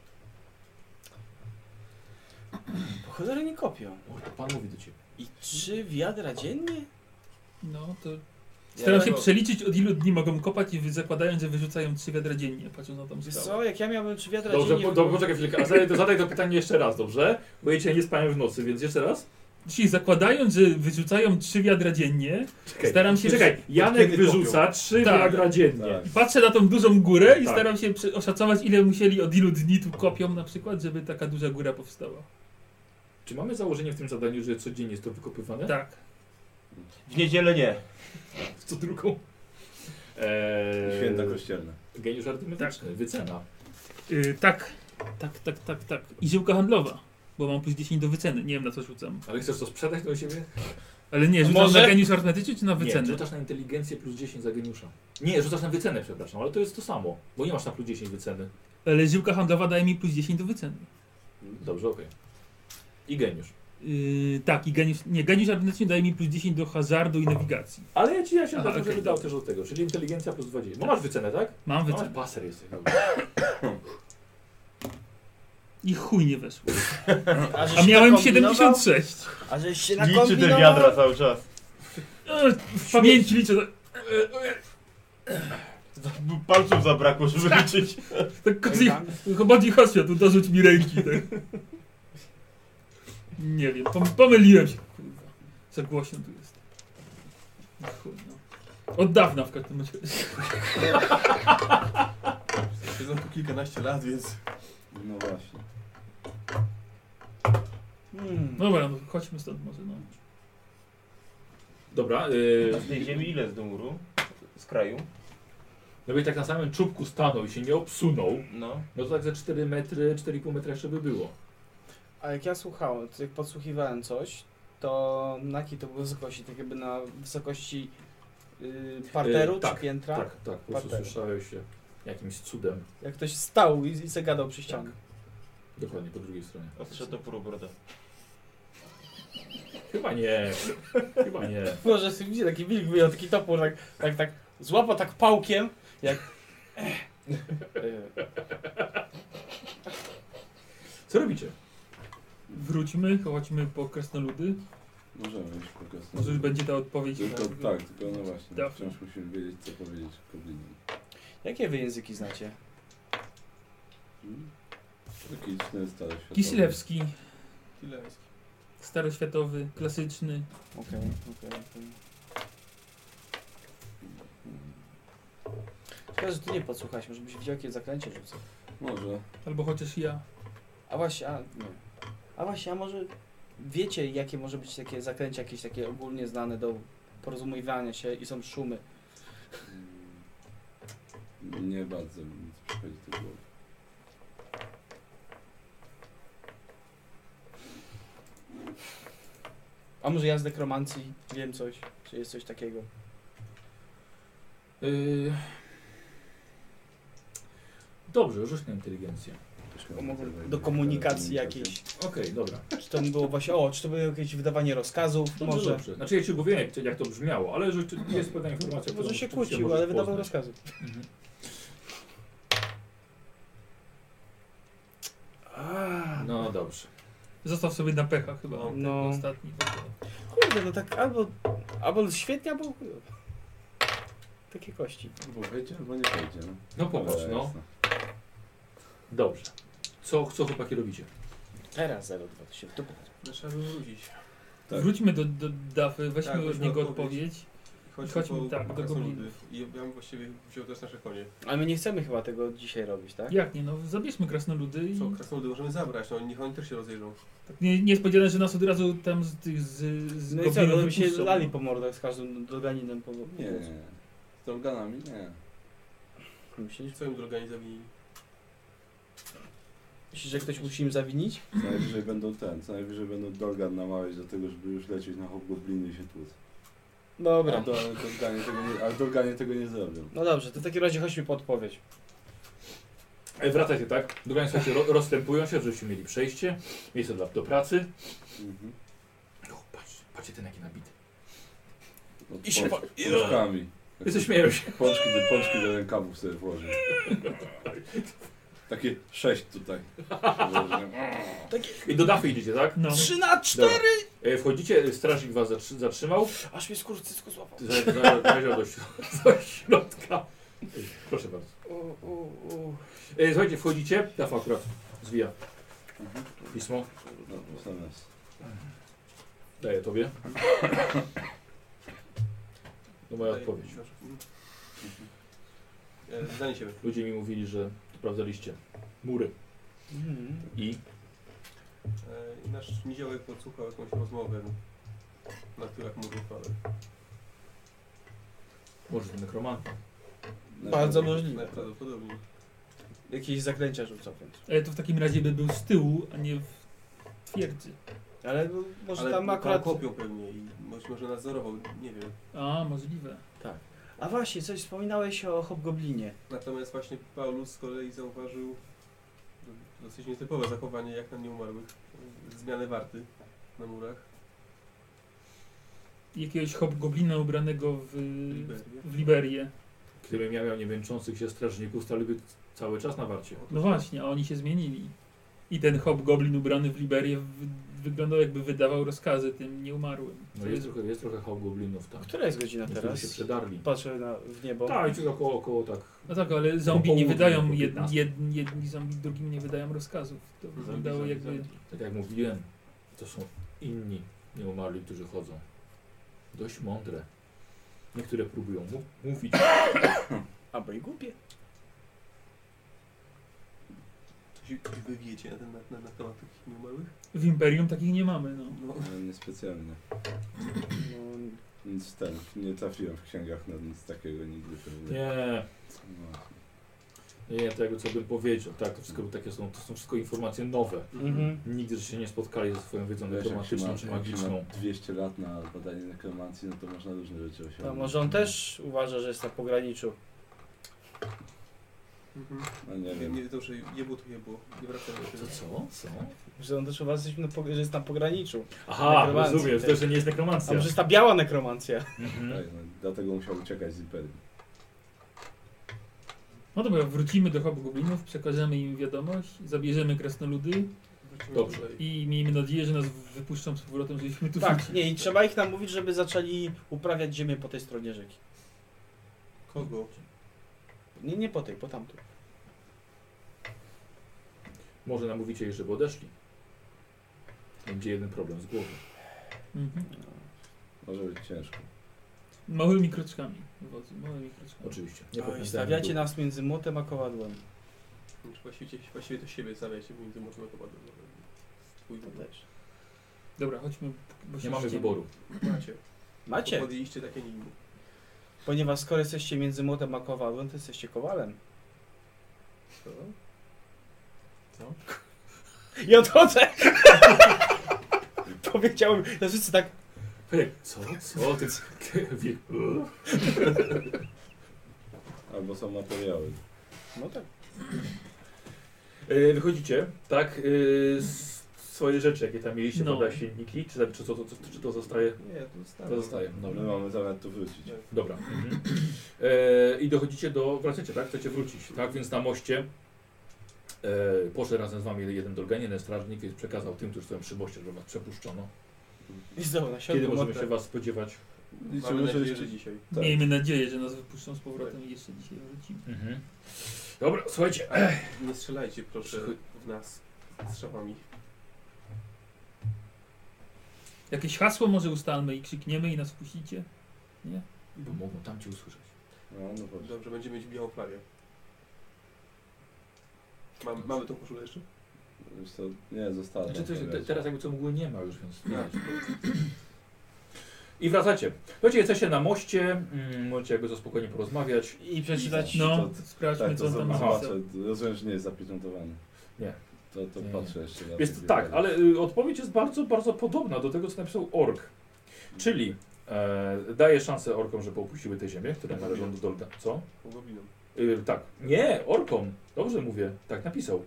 Po cholerę nie kopią. O, to pan mówi do ciebie. I 3 wiadra dziennie? No to... Staram się no- przeliczyć, od ilu dni mogą kopać i zakładając, że wyrzucają 3 wiadra dziennie, patrząc na tą Wiesz skałę. co, jak ja miałbym 3 wiadra Dobrze, dziennie... poczekaj chwilkę, a zadaj to pytanie jeszcze raz, dobrze? Bo ja cię nie spałem w nocy, więc jeszcze raz. Czyli zakładając, że wyrzucają 3 wiadra dziennie, Czekaj, staram się... czekaj, Janek kiedy wyrzuca 3 Tak. wiadra dziennie. Tak. I patrzę na tą dużą górę i Tak. staram się oszacować, ile musieli, od ilu dni tu kopią na przykład, żeby taka duża góra powstała. Czy mamy założenie w tym zadaniu, że codziennie jest to wykopywane? Tak. W niedzielę nie. W co drugą? Święta kościelne. Geniusz arytmetyczny, wycena. Tak. I żyłka handlowa, bo mam plus 10 do wyceny. Nie wiem, na co rzucam. Ale chcesz to sprzedać do siebie? Ale nie, rzucam Może? na geniusz arytmetyczny czy na Nie, wycenę? rzucasz na inteligencję plus 10 za geniusza. Nie, rzucasz na wycenę, przepraszam, ale to jest to samo, bo nie masz na plus 10 wyceny. Ale żyłka handlowa daje mi plus 10 do wyceny. Dobrze, okej. I geniusz. Tak, i geniusz arytmetyczny daje mi plus 10 do hazardu i nawigacji. Ale ja się Aha, dobrze okej. wydał też od tego, czyli inteligencja plus 20. Bo masz wycenę, tak? Mam No, wycenę. masz paser jesteś. Dobra. I chuj nie weszło. żeś A się miałem nakombinował? 76. A żeś się Liczy te nakombinował? wiadra cały czas. W pamięci liczę. Palców zabrakło, żeby liczyć. Tak bardziej chodźcie, tu dorzuć mi ręki. Tak. Nie wiem, pomyliłem się. Kurwa. Za głośno tu jest. Chuj, no. Od dawna w każdym razie. Siedzą tu kilkanaście lat, więc... No właśnie. Dobra, no chodźmy stąd może, no. Dobra, A z tej ziemi ile z do muru? Z kraju? no byś tak na samym czubku stanął i się nie obsunął, No. no to tak ze 4 metry, 4,5 metra jeszcze by było. A jak ja słuchałem, to jak podsłuchiwałem coś, to na jakiej to było wysokości? Tak jakby na wysokości parteru tak, czy piętra? Tak, tak, po prostu Parteru. słyszałeś się jakimś cudem. Jak ktoś stał i se gadał przy ścianie. Dokładnie po drugiej stronie. Odszedł do półbroda. Chyba nie, chyba nie. Może sobie widzi taki wilk wyjął taki topór, tak złapał tak pałkiem, jak... Co robicie? Wróćmy, chodźmy po krasnoludy. Możemy iść po prostu. Może już będzie ta odpowiedź. Tylko, na- tak, tylko no właśnie. Tak. Wciąż musimy wiedzieć, co powiedzieć goblinom. Jakie wy języki znacie? Tragiczne, stare światowe. Kislewski, Kilewski. staroświatowy, klasyczny. Okej. Szkoda, że ty nie podsłuchałeś, może byś widział, jakie zaklęcie rzucę. Może. Albo chociaż ja. A właśnie, a może wiecie, jakie może być takie zaklęcia, jakieś takie ogólnie znane do porozumiewania się i są szumy. Nie bardzo mi nic przychodzi do głowy. A może ja z nekromancji wiem coś? Czy jest coś takiego? Dobrze, rzuć na inteligencję. Do komunikacji jakiejś. Okej, dobra. Czy to było właśnie, czy to było jakieś wydawanie rozkazów? Dobrze, Może. dobrze. Znaczy ja ci mówiłem jak to brzmiało, ale że jest pewna informacja, Może się którą kłócił, możesz ale wydawał poznać. rozkazy. Mhm. No dobrze. Zostaw sobie na pecha chyba. No. Ten No. ostatni. Kurde, no tak albo świetnie, albo chujowo. Takie kości. Albo wejdzie, albo nie wejdzie. No, No popatrz, Ale no. jasne. Dobrze. Co chłopaki robicie? Teraz 0,2 to się w dupę. No, trzeba by wrócić. Tak. Wróćmy do Dafy, weźmy Tak, od weźmy niego odpowiedź. odpowiedź. Chodźmy do krasnoludy. goblinów. I ja bym właściwie wziął też nasze konie. Ale my nie chcemy chyba tego dzisiaj robić, tak? Jak nie, no zabierzmy krasnoludy i Co, krasnoludy możemy zabrać, no niech oni też się rozejrzą. tak niespodziane, że nas od razu tam z tych z No i co, goblinów no by się wypuszczą. dali po mordach z każdym doganinem po Nie, nie. Z Dolganami nie. Myślisz? Co im drogani zawinili? Myślisz, że ktoś musi im zawinić? Co najwyżej będą Dolgan namawiać do tego, żeby już lecieć na hobgobliny i się tłuc. Dobra. Ale Dolganie tego nie zrobią. No dobrze, to w takim razie chodźmy po odpowiedź. Wracacie, tak? Drogani słuchajcie, rozstępują się, żebyście mieli przejście, miejsce do pracy. Mhm. O, patrzcie ten jaki nabity. No, I się pączkami. Wszyscy śmieją się. Pączki do rękawów sobie włożył. Takie 6 tutaj. I do Dafy idziecie, tak? No. 3 na 4! Dobra. Wchodzicie, strażnik was zatrzymał. Aż mnie skurczysko złapał. Zajrzał do środka. Proszę bardzo. Słuchajcie, wchodzicie. Dafa akurat zwija pismo. No, SMS. Daję tobie. No moja Daję odpowiedź. książkę. Zdanie siebie. Ludzie mi mówili, że sprawdzaliście mury i Nasz niziołek podsłuchał jakąś rozmowę na tyłach murów, ale może ten nekromanta. Bardzo możliwe. najprawdopodobniej. Jakieś zaklęcia rzucał, więc. Ale to w takim razie by był z tyłu, a nie w twierdzy. Ale może Ale tam akurat... kopią pewnie i może nadzorował, nie wiem. A, możliwe. A właśnie, coś wspominałeś o hobgoblinie. Natomiast właśnie Paulus z kolei zauważył dosyć nietypowe zachowanie jak na nieumarłych. Zmianę warty na murach. Jakiegoś hobgoblina ubranego Liberię. w Liberię. Gdybym ja miał niemęczących się strażników, staliby cały czas na warcie. No właśnie, a oni się zmienili. I ten hobgoblin ubrany w Liberię wyglądał jakby wydawał rozkazy tym nieumarłym. No jest trochę hobgoblinów tam. Która jest godzina Niektórzy teraz? się przedarli. Patrzę w niebo. Tak, i około tak. No tak, ale zombie Po nie południu, wydają, po 15. jedni zombie drugim nie wydają rozkazów. To wyglądało jakby... Tak jak mówiłem, to są inni nieumarli, którzy chodzą. Dość mądre. Niektóre próbują mówić. Albo i głupie. Coś wy wiecie na temat tych nieumarłych? W Imperium takich nie mamy, no. No. Niespecjalnie. No, Nic nie trafiłem w księgach na nic takiego nigdy pewnie. Nie, No. nie, tego co bym powiedział. Tak, to wszystko takie są, to są wszystko informacje nowe. Mhm. Nigdy się nie spotkali ze swoją wiedzą Wiesz, jak się nekromatyczną czy jak się ma magiczną. 200 lat na badanie nekromancji, no to można różne rzeczy osiągnąć. To może on też uważa, że jest na pograniczu. Mhm. No nie Nie, wiem. nie to, że jebło to jebło. Nie wracamy do To tego. co? Że on też uważa, że jest na pograniczu. Aha, Nekromancji, rozumiem, tak. to że nie jest A nekromancja. może jest ta biała nekromancja? Mhm. Tak, no, dlatego musiał uciekać z Imperium. No dobra, wrócimy do hobgoblinów, przekażemy im wiadomość, zabierzemy krasnoludy Wrócimy Dobrze. tutaj. i miejmy nadzieję, że nas wypuszczą z powrotem, żebyśmy tu Tak, wrócili. nie, i trzeba ich namówić, żeby zaczęli uprawiać ziemię po tej stronie rzeki. Kogo? Nie po tej, po tamtej. Może namówicie ich, żeby odeszli. Będzie jeden problem z głową. Mhm. Może być ciężko. Małymi kroczkami, wodzu, małymi kroczkami. Oczywiście. Nie Oj, popędzamy stawiacie dół. nas między młotem a kowadłem. Znaczy właściwie to siebie stawiacie między mocą a kowadłem. Twój To wybór. też. Dobra, chodźmy. Bo Nie się mamy ściemni. wyboru. Macie. Macie, Podjęliście takie nimi. ponieważ skoro jesteście między młotem a kowadłem, to jesteście kowalem. Co? I odchodzę! Powiedziałem, no wszyscy tak... Hej, co? Ty Albo są materiały. No tak. Wychodzicie, tak? Swoje rzeczy, jakie tam mieliście, No. prawda, silniki, czy to zostaje? Nie, to zostało. To zostaje, My dobra. mamy zamiar tu wrócić. Dobra. Mhm. I dochodzicie wracacie, tak? Chcecie wrócić, tak? Więc na moście poszedł razem z wami jeden Dolgan, jeden strażnik, więc przekazał tym, którzy stoją przy moście, że was przepuszczono. I znowu na Kiedy środku możemy motyw. się was spodziewać? Mamy nadzieję, że dzisiaj. Tak. Miejmy nadzieję, że nas wypuszczą z powrotem i jeszcze dzisiaj wrócimy. Mhm. Dobra, słuchajcie. Nie strzelajcie proszę w nas strzałami. Jakieś hasło może ustalmy i krzykniemy i nas wpuścicie? Nie? Bo mogą tam cię usłyszeć. No, no dobrze. Dobrze, będziemy mieć białą flagę. Mamy tą koszulę jeszcze? Wiesz co, nie, została. Znaczy, tam pewnie. teraz jakby co mgły nie ma już, więc nie. No. I wracacie. Słuchajcie, jesteście na moście, możecie jakby za spokojnie porozmawiać. I przeczytać. No, to- sprawdźmy Tak, co to on tam zobaczę. napisał. Rozumiem, że nie jest zapieczętowany. Nie. To Nie, patrzę jeszcze raz. Jest tak, ale odpowiedź jest bardzo, bardzo podobna do tego, co napisał ork. Czyli daje szansę orkom, żeby opuściły te ziemię, które należą do Dolga. Co? Goblinom. Tak. Nie, orkom. Dobrze mówię. Tak napisał.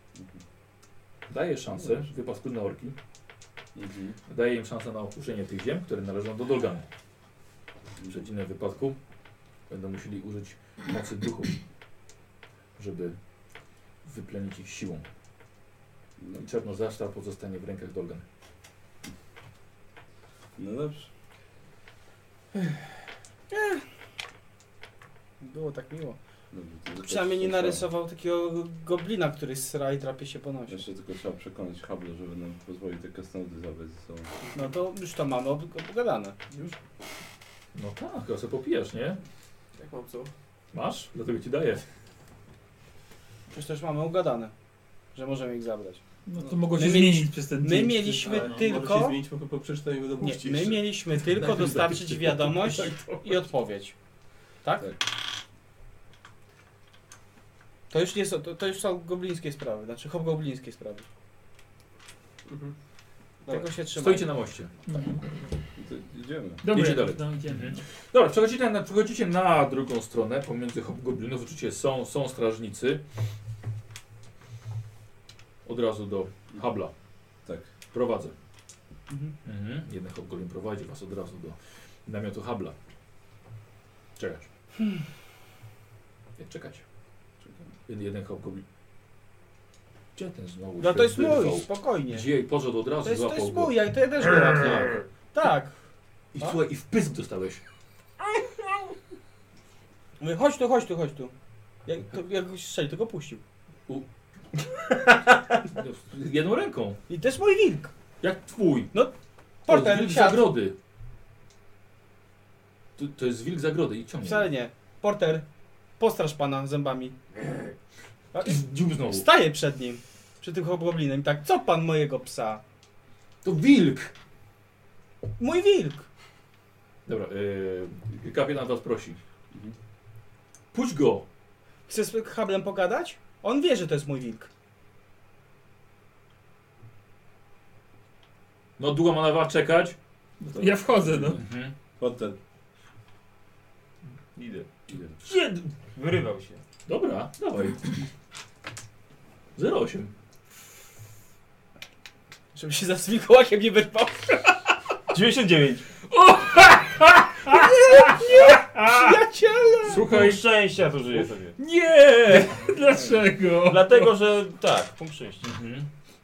Daje szansę, wypaskudne orki, Mhm. daje im szansę na opuszczenie tych ziem, które należą do Dolganu. W przeciwnym wypadku będą musieli użyć mocy duchów, żeby wyplenić ich siłą. No, I czarno zaszta pozostanie w rękach Dolgan. no dobrze. Było tak miło. Dobrze, to Przynajmniej nie trzeba- narysował takiego goblina, który sra i drapie się po nosie. Jeszcze tylko trzeba przekonać Hubble, żeby nam pozwolił te krasnoludy zabrać ze sobą. No to już to mamy obgadane. Już? No tak, chyba sobie popijasz, nie? Jak mam co? Masz? Dlatego ci daję. Przecież też mamy ugadane, że możemy ich zabrać. No to mogło się My zmienić przez ten My dzień. mieliśmy Ale Może tylko... się zmienić po przeczytaniu będą Nie, puścić. my mieliśmy tylko dostarczyć wiadomość i odpowiedź. Tak? Tak. To już, nie są, to już są goblińskie sprawy, znaczy hobgoblińskie sprawy. Mhm. Tego się trzymamy. Stoicie na moście. Mhm. To idziemy. Dobra, Idzie dalej. no idziemy. Dobra, przechodzicie na drugą stronę, pomiędzy hobgoblinów. Oczywiście są strażnicy. Od razu do Habla. Tak. Prowadzę. Mhm. Jeden hobgoblin prowadzi was od razu do namiotu Habla. Czekać. Nie, czekać. Jeden hobgoblin. Gdzie ten znowu No się to jest wyrwał? mój, spokojnie. Gdzie? Podszedł od razu, To jest złapał go. mój, ja to ja też go łapię. Tak. I A? słuchaj, i w pysk dostałeś. Mówię, chodź tu, chodź tu, chodź tu. Jak go strzeli, to go puścił. Jedną ręką. I to jest mój wilk. Jak twój. Porter, to jest wilk siadł. zagrody. To jest wilk zagrody i ciągnie. Wcale nie. Porter, postraż pana zębami. A- I dziób znowu. Staję przed nim, przy tym hobgoblinem i tak, co pan mojego psa? To wilk! Mój wilk. Dobra, kapitan was prosi. Mhm. Puść go! Chcesz z Hablem pogadać? On wie, że to jest mój wilk. No długo ma na was czekać? Ja wchodzę, no. Mhm. Potem. Idę. Jed... Wyrywał się. Dobra, dawaj. 0,8. Żeby się za Mikołajem nie wyrwał. 99. Przyjaciele! Słuchaj. Punkt szczęścia tu żyje sobie. Nie! Dlaczego? Dlatego, że tak, punkt szczęścia. Mhm.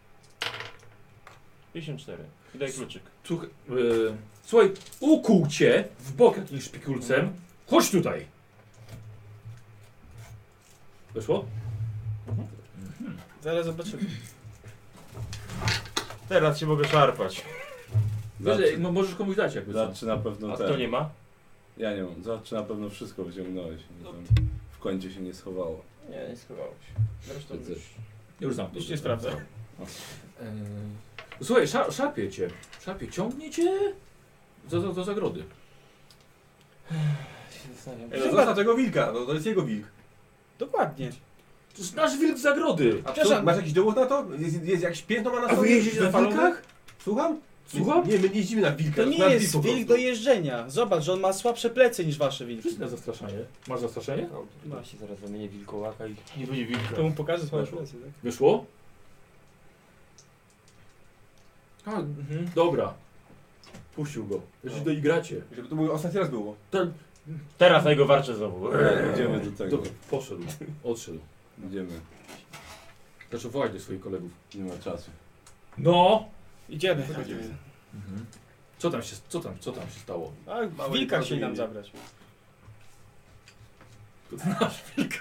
54. I daj kluczyk. Słuchaj, ukuł cię w bok jakimś szpikulcem. Chodź tutaj! Weszło? Zaraz zobaczymy. Teraz się mogę szarpać. Wiesz, możesz komuś dać jakby co. Zobacz, czy na pewno A ten. kto nie ma? Ja nie mam. Zobacz, czy na pewno wszystko wyciągnąłeś. Nie tam w kącie się nie schowało. Nie, nie schowało się. Zresztą Ty już. Już zamknę. Już nie sprawdzę. Słuchaj, szarpie cię. Szarpie, ciągnie cię do zagrody. Się zastanawiam. No zostaw tego wilka, no to jest jego wilk. Dokładnie. To jest nasz wilk zagrody. A Przepraszam. masz jakiś dowód na to? Jest jakieś piętno ma na A wy sobie? jeździcie na Zapalone? wilkach? Słucham? Słucham? Nie, my nie jeździmy na wilka. To nie na jest po wilk prostu. do jeżdżenia. Zobacz, że on ma słabsze plecy niż wasze wilki. Rzuć na zastraszanie. Masz zastraszenie? Właśnie zaraz zamienię wilkołaka i nie będzie wilka. To mu pokaże słabe Weszło. plecy, tak? Wyszło? A, dobra. Puścił go. Jeśli No. doigracie. Żeby to mój ostatni raz było. Teraz na jego warcze znowu. Idziemy do tego. Dobra, poszedł. Odszedł. Idziemy. Zaczął wołać do swoich kolegów. Nie ma czasu. No! Idziemy. Chodzimy. Co tam się stało? A Małe wilka chcieli nam nieporozumienie. zabrać. To nasz wilk.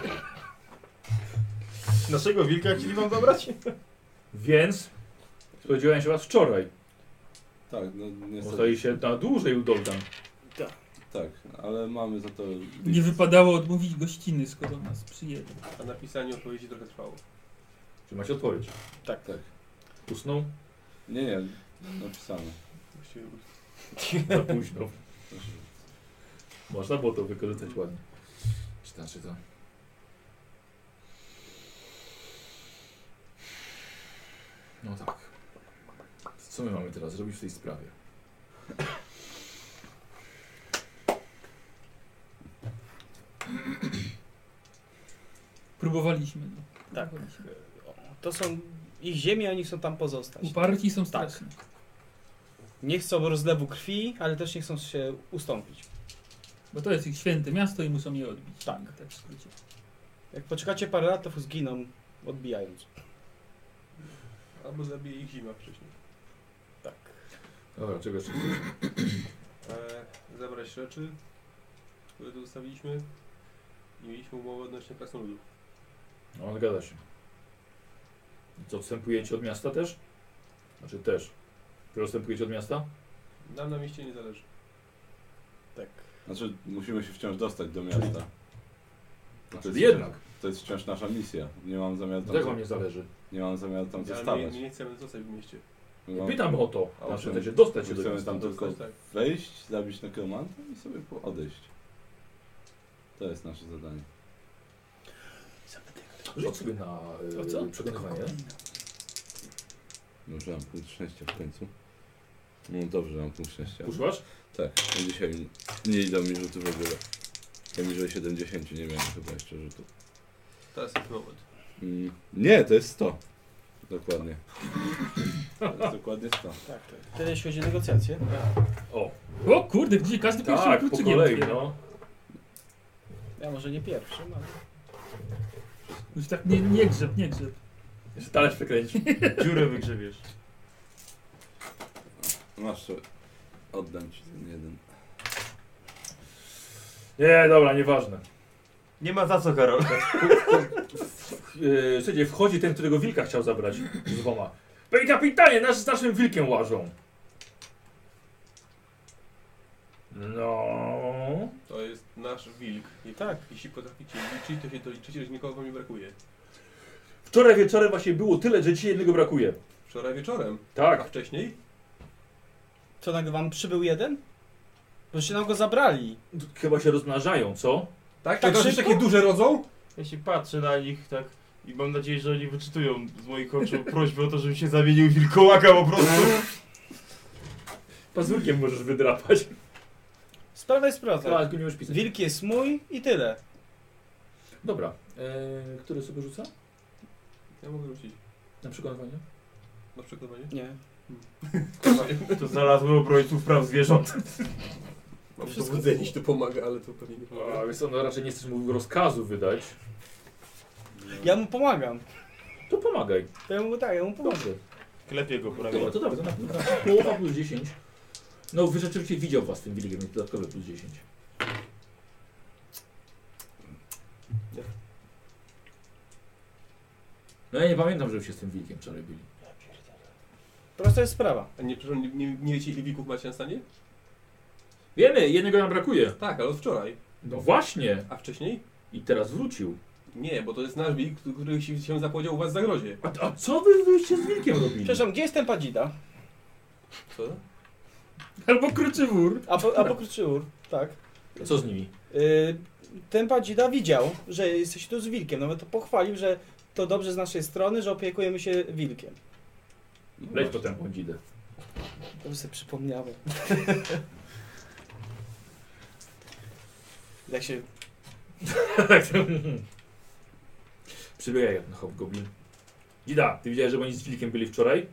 Naszego wilka chcieli wam zabrać? Więc spodziewałem się was wczoraj. Tak, no niestety. Zostaje się na dłużej u Dolgan. Tak, ale mamy za to... Nie wypadało odmówić gościny, skoro nas przyjęli. A napisanie odpowiedzi trochę trwało. Czy macie odpowiedź? Tak. Usnął? Nie, napisane. Właściwie Za późno. Można było to wykorzystać ładnie. Czy to? No tak. Co my mamy teraz zrobić w tej sprawie? Próbowaliśmy. No. Tak. Próbowaliśmy. To są ich ziemie, oni chcą tam pozostać. Uparci są straszni. Nie chcą rozlewu krwi, ale też nie chcą się ustąpić. Bo to jest ich święte miasto i muszą je odbić. Tak. Tak w skrócie. Jak poczekacie parę lat, to zginą, odbijając. albo zabije ich zima wcześniej. Tak. Dobra, czego jeszcze? Zabrać rzeczy, które tu zostawiliśmy. I mieliśmy umowę odnośnie krasnoludów. No, on zgadza się. I co, odstępujecie od miasta też? Znaczy też. Czy odstępujecie od miasta? Nam na mieście nie zależy. Tak. Znaczy, musimy się wciąż dostać do miasta. Znaczy jednak. To jest wciąż nasza misja. Nie mam zamiaru tam, Jak wam nie zależy? nie mam zamiaru tam Ale zostawać. my nie chcemy zostać w mieście. My Nie mam- pytam o to. A Znaczy, my- chcecie dostać się my do chcemy miasta. tam tylko Dostać, tak. wejść, zabić nekromanta i sobie odejść. To jest nasze zadanie. Rzuć sobie na O co? przekonywanie. Dobrze, mam punkt szczęścia w końcu. No dobrze, mam punkt szczęścia. Uszłaś? Tak, no dzisiaj nie idą mi rzuty w ogóle. Poniżej 70 nie miałem chyba jeszcze rzutów. Teraz jest moment. Nie, to jest 100. Dokładnie. To jest dokładnie 100. Tak. Tyle jeśli chodzi o negocjacje. O, O kurde, gdzie każdy pierwszy tak, po kluczykiem kolei, otwiera. no. Ja może nie pierwszym, ale... Już tak nie grzeb, nie grzeb. Jeszcze talerz przekręci. Dziurę wygrzebiesz. Masz to. Oddam ci ten jeden. Nie, dobra, nieważne. Nie ma za co, Karol. Słuchajcie, wchodzi ten, którego wilka chciał zabrać z dwoma. Panie kapitanie, z naszym wilkiem łażą. No. To jest nasz wilk. I Tak. jeśli potraficie liczyć, to się doliczycie, że nikogo wam nie brakuje. Wczoraj wieczorem właśnie było tyle, że ci jednego brakuje. Wczoraj wieczorem. A Tak. wcześniej? Co, nagle wam przybył jeden? Boście nam go zabrali. Chyba się rozmnażają, co? Tak? Tak Tak, że szybko? takie duże rodzą? Ja się patrzę na nich tak i mam nadzieję, że oni wyczytują z moich oczu prośbę o to, żebym się zamienił w wilkołaka po prostu. Pazurkiem możesz wydrapać. Sprawa jest prosta. Ale go nie możesz pisać. Wilk jest mój i tyle. Dobra. Który sobie rzuca? Ja mogę rzucić. Na przekonywanie? Na przekonywanie? Nie. To znalazłem obrońców praw zwierząt. Mam Wszystko dowodzenie, było. jeśli to pomaga, ale to pewnie nie pomaga. A, wiesz co, no raczej nie chcesz mu rozkazu wydać. Ja mu pomagam. To pomagaj. To ja mu tak, ja mu pomagam. Dobrze. Klepię go po ramieniu. Dobra, to dobra, to na połowa plus 10. No wy rzeczywiście widział was tym wilkiem, więc dodatkowe plus 10. No ja nie pamiętam, żebyście z tym wilkiem wczoraj byli. Prosta jest sprawa. A nie, przepraszam, nie wiecie ile wilków macie na stanie? Wiemy, jednego nam brakuje. Tak, ale od wczoraj. No właśnie. A wcześniej? I teraz wrócił. Nie, bo to jest nasz wilk, który się zapowiedział u was w zagrodzie. A co wy wyście z wilkiem robili? Przepraszam, gdzie jest ten Padzida? Co? Albo Kruczywór. Albo Kruczywór, tak. Co z nimi? Ten Padzida widział, że jesteś tu z wilkiem. Nawet to pochwalił, że to dobrze z naszej strony, że opiekujemy się wilkiem. No Leć właśnie. potem błądzidę. To już sobie przypomniałem. Jak się... Przybiega jak na hobgoblin. Ida, ty widziałeś, że oni z wilkiem byli wczoraj?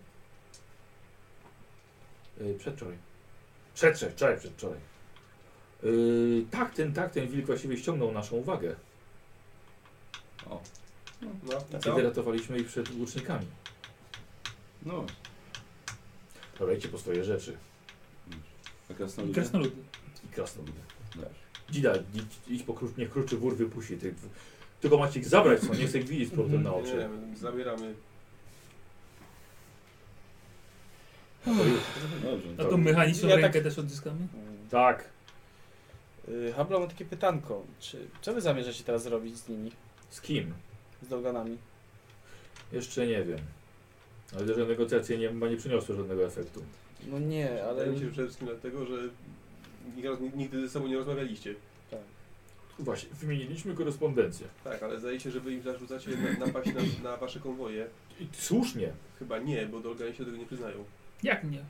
Przedwczoraj. Przedwczoraj. Ten wilk właściwie ściągnął naszą uwagę. O, No, i co? Wtedy ratowaliśmy ich przed łucznikami. no. Dawajcie po swoje rzeczy. A I krasnoludy? krasnoludy. I krasnoludy. Dobrze. Dzida, idź po niech kruczy wór wypuści tych. Tylko macie ich zabrać, co? Nie chcę ich widzieć z portem na oczy. Nie, zabieramy. To już. Dobrze. A tą mechaniczną Ja rękę tak- też odzyskamy? Tak. Hablo, mam takie pytanko. Co wy zamierzacie teraz zrobić z nimi? Z kim? Z Dolganami? Jeszcze nie wiem. Ale że negocjacje nie przyniosły żadnego efektu. No nie, ale... Wydaje mi się, że przede wszystkim dlatego, że nigdy ze sobą nie rozmawialiście. Właśnie, wymieniliśmy korespondencję. Tak, ale zdaje się, że wy im zarzucacie napaść na wasze konwoje. I słusznie. Chyba nie, bo Dolgani się do tego nie przyznają. Jak nie?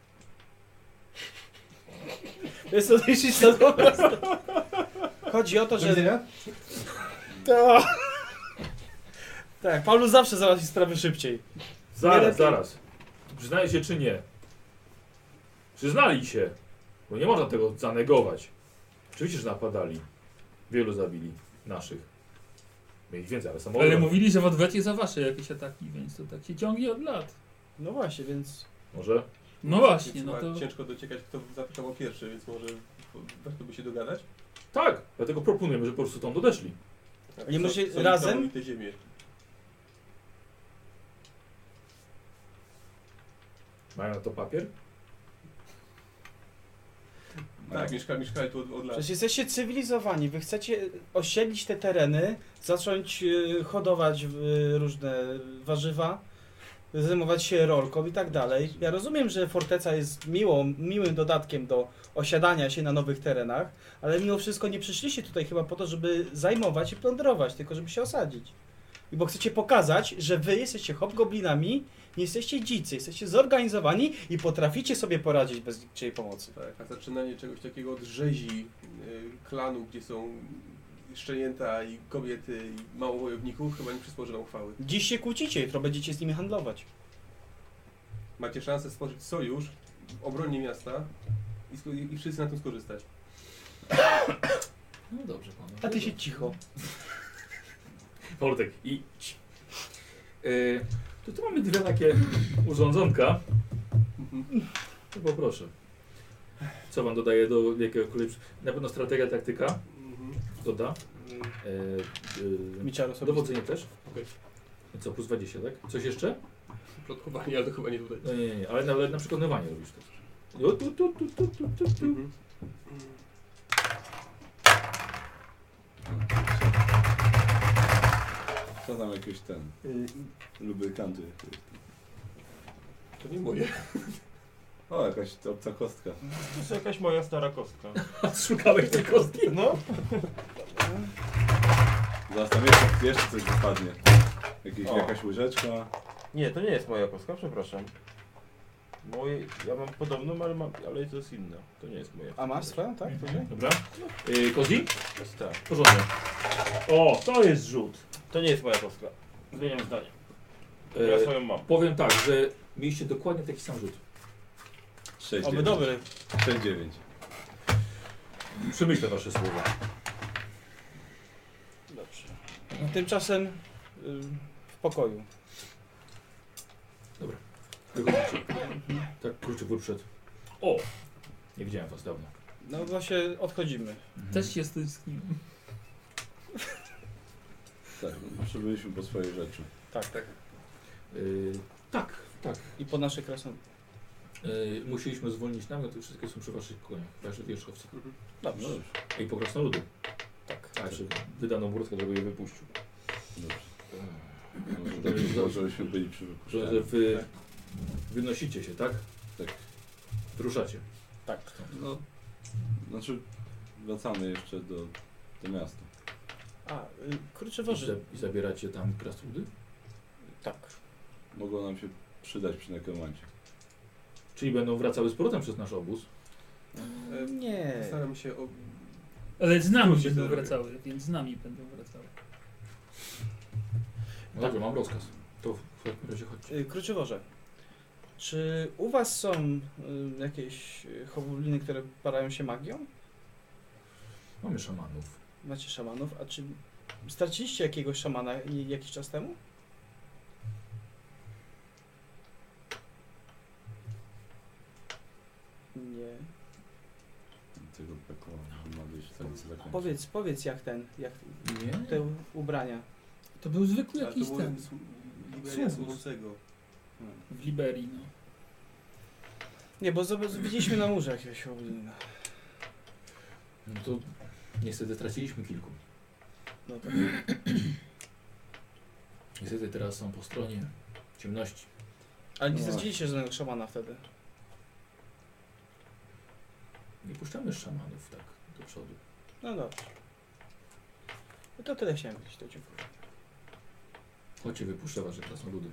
Jest to myślisz na dobra. Chodzi o to, że... To... Tak, Paulu zawsze załatwi sprawy szybciej. Zaraz. Przyznaje się czy nie? Przyznali się. Bo nie można tego zanegować. Oczywiście, że napadali. Wielu zabili naszych. Mieli więcej, ale samolot. Ale mówili, że w odwecie za wasze jakieś ataki, więc to tak się ciągnie od lat. No właśnie, więc... Może? No właśnie, Więc no chyba to... ciężko dociekać, kto zaatakował pierwszy, więc może warto by się dogadać. Tak. Dlatego proponujemy, że po prostu tam dodeszli. Nie może Co razem? im te ziemię. Mają na to papier? Tak, mieszkali tu od lat. Przecież jesteście cywilizowani, wy chcecie osiedlić te tereny, zacząć hodować różne warzywa, zajmować się rolką i tak dalej. Ja rozumiem, że forteca jest miłym dodatkiem do osiadania się na nowych terenach, ale mimo wszystko nie przyszliście tutaj chyba po to, żeby zajmować i plądrować, tylko żeby się osadzić. I bo chcecie pokazać, że wy jesteście hobgoblinami, nie jesteście dzicy, jesteście zorganizowani i potraficie sobie poradzić bez niczyjej pomocy. Tak, a zaczynanie czegoś takiego od rzezi klanu, gdzie są szczenięta i kobiety i mało wojowników, chyba nie przysporzy nam chwały. Dziś się kłócicie, jutro będziecie z nimi handlować. Macie szansę stworzyć sojusz w obronie miasta i wszyscy na tym skorzystać. No dobrze, panu. A ty się cicho. Poltek i... to tu mamy dwie takie urządzonka. To poproszę. Co wam dodaje do jakiegokolwiek... Na pewno strategia, taktyka doda. Miciaro sobie. Dowodzenie też. Okej. Co, plus 20, tak? Coś jeszcze? Plotkowanie, ale to chyba nie tutaj. No nie, ale na przekonywanie robisz też. Mhm. Co tam jakieś lubrykanty. To nie moje. O, jakaś obca kostka. To jest jakaś moja stara kostka. Szukałeś tej kostki? No. Zaraz tam jeszcze coś wypadnie. Jakaś łyżeczka. Nie, to nie jest moja kostka, przepraszam. Ja mam podobną, ale to jest inna. To nie jest moja. A masz swoją, tak? Dobra. Kozi? To jest tak. Porządnie. O, to jest rzut. To nie jest moja kostka. Zmieniam zdanie. Ja swoją mam. Powiem tak, że mieliście dokładnie taki sam rzut. 6, Oby dobry. 6-9. Przemyślę wasze słowa. Dobrze. No, tymczasem w pokoju. Wychodzicie. Tak, krótszy wór przed. O! Nie widziałem was dawno. No właśnie odchodzimy. Też się stęskniłem. Tak, przybyliśmy po swoje rzeczy. Tak, tak. Tak. I po nasze krasnoludy. Musieliśmy zwolnić namiot, to wszystkie są przy waszych koniach, waszych wierzchowcach. Dobrze. I po krasnoludy. Tak. A jeszcze wydano mu rozkaz, żeby je wypuścił. Dobrze. Może dobrze było, żebyśmy byli przy Że wypuszczaniu. wy wynosicie się, tak? Tak. Wyruszacie. Tak. No, Znaczy, wracamy jeszcze do miasta. A, kurczę woży. I zabieracie tam krasnoludy? Tak. Mogło nam się przydać przy nekromancie. Czyli będą wracały z powrotem przez nasz obóz. Nie. Staram się o... Ale z nami Skrócie będą zrobię. wracały, więc z nami będą wracały. No dobrze, mam rozkaz. To w takim razie chodźcie. Kruczyworze, czy u was są jakieś hobgobliny, które parają się magią? Mamy szamanów. Macie szamanów, a czy straciliście jakiegoś szamana jakiś czas temu? Nie. Tego pekła ma być tak zakończone. Powiedz jak Nie? te ubrania. To był zwykły Ale to jakiś było ten. Liberia Sługus. Sługącego. W Liberii, no. Nie, bo widzieliśmy na murze jakiegoś hobgoblina. No to niestety straciliśmy kilku. No to Niestety teraz są po stronie ciemności. ale nie No straciliście żadnego szamana wtedy. Nie puszczamy szamanów tak do przodu. No dobrze. No to tyle chciałem powiedzieć, to dziękuję. Chodźcie, wypuszczę wasze krasnoludy.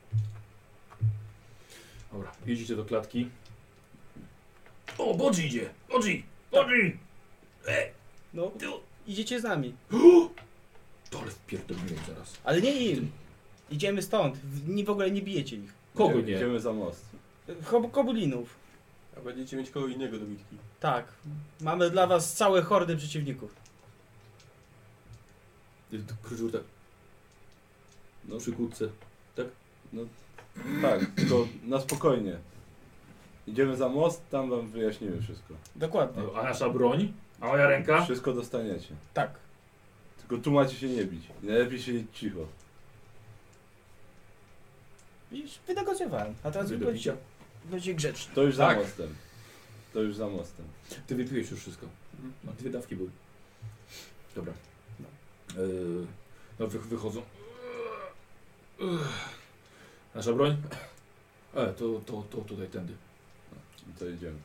Dobra, jedziecie do klatki. O, Bodzi idzie! Bodzi! Bodzi! No, idziecie z nami. To ale wpierdolimy zaraz. Ale nie im. Idziemy stąd. W ogóle nie bijecie ich. Kogo nie? Idziemy za most. Hobgoblinów. A będziecie mieć kogo innego do bitki. Tak. Mamy dla was całe hordy przeciwników. Kruczur tak No, przy kłódce. tak, tylko na spokojnie. Idziemy za most, tam wam wyjaśnimy wszystko. Dokładnie. A nasza broń? A moja ręka? Wszystko dostaniecie. Tak. Tylko tu macie się nie bić. I najlepiej siedzieć cicho. Widzisz, wynegocjowałem. A teraz Wy do picia? będzie grzeczny. To już za Tak. mostem. To już za mostem. Ty wypiłeś już wszystko. No, 2 dawki były. Dobra. No wychodzą. Nasza broń? To tutaj tędy. I to idziemy.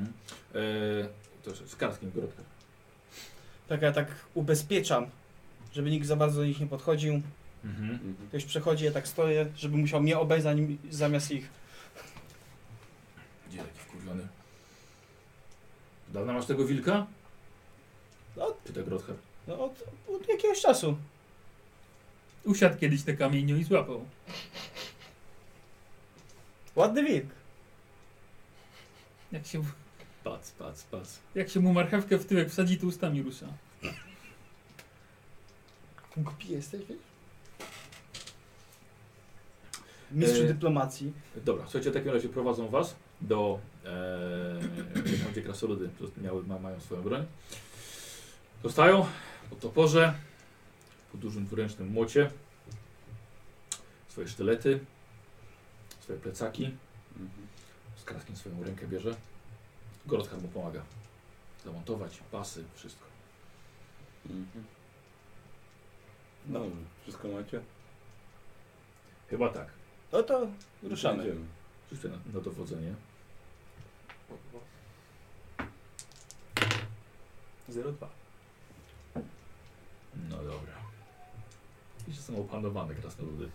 To jest z kartkiem Grotka. Tak, ja tak ubezpieczam, żeby nikt za bardzo do nich nie podchodził. Mhm. Ktoś przechodzi, ja tak stoję, żeby musiał mnie obejść zamiast ich. Gdzie taki wkurwiony? Dawno masz tego wilka? No. Pyta Grothar. No, od jakiegoś czasu. Usiadł kiedyś na kamieniu i złapał. Ładny wilk. Pac. Jak się mu marchewkę w tyłek wsadzi, to ustami rusza. Głupi jesteś, wiesz? Mistrzu dyplomacji. Dobra, słuchajcie, w takim razie prowadzą was do tam, gdzie krasnoludy mają swoją broń. Zostają po toporze, po dużym dwuręcznym młocie, swoje sztylety, swoje plecaki. Mhm. Z Kraskiem swoją rękę bierze. Grothar mu pomaga zamontować pasy, wszystko. Mhm. No, wszystko macie? Chyba tak. No to No to ruszamy. idziemy. Rzućcie na dowodzenie. 0,2. No dobra. Wiecie, są opanowane krasnoludy.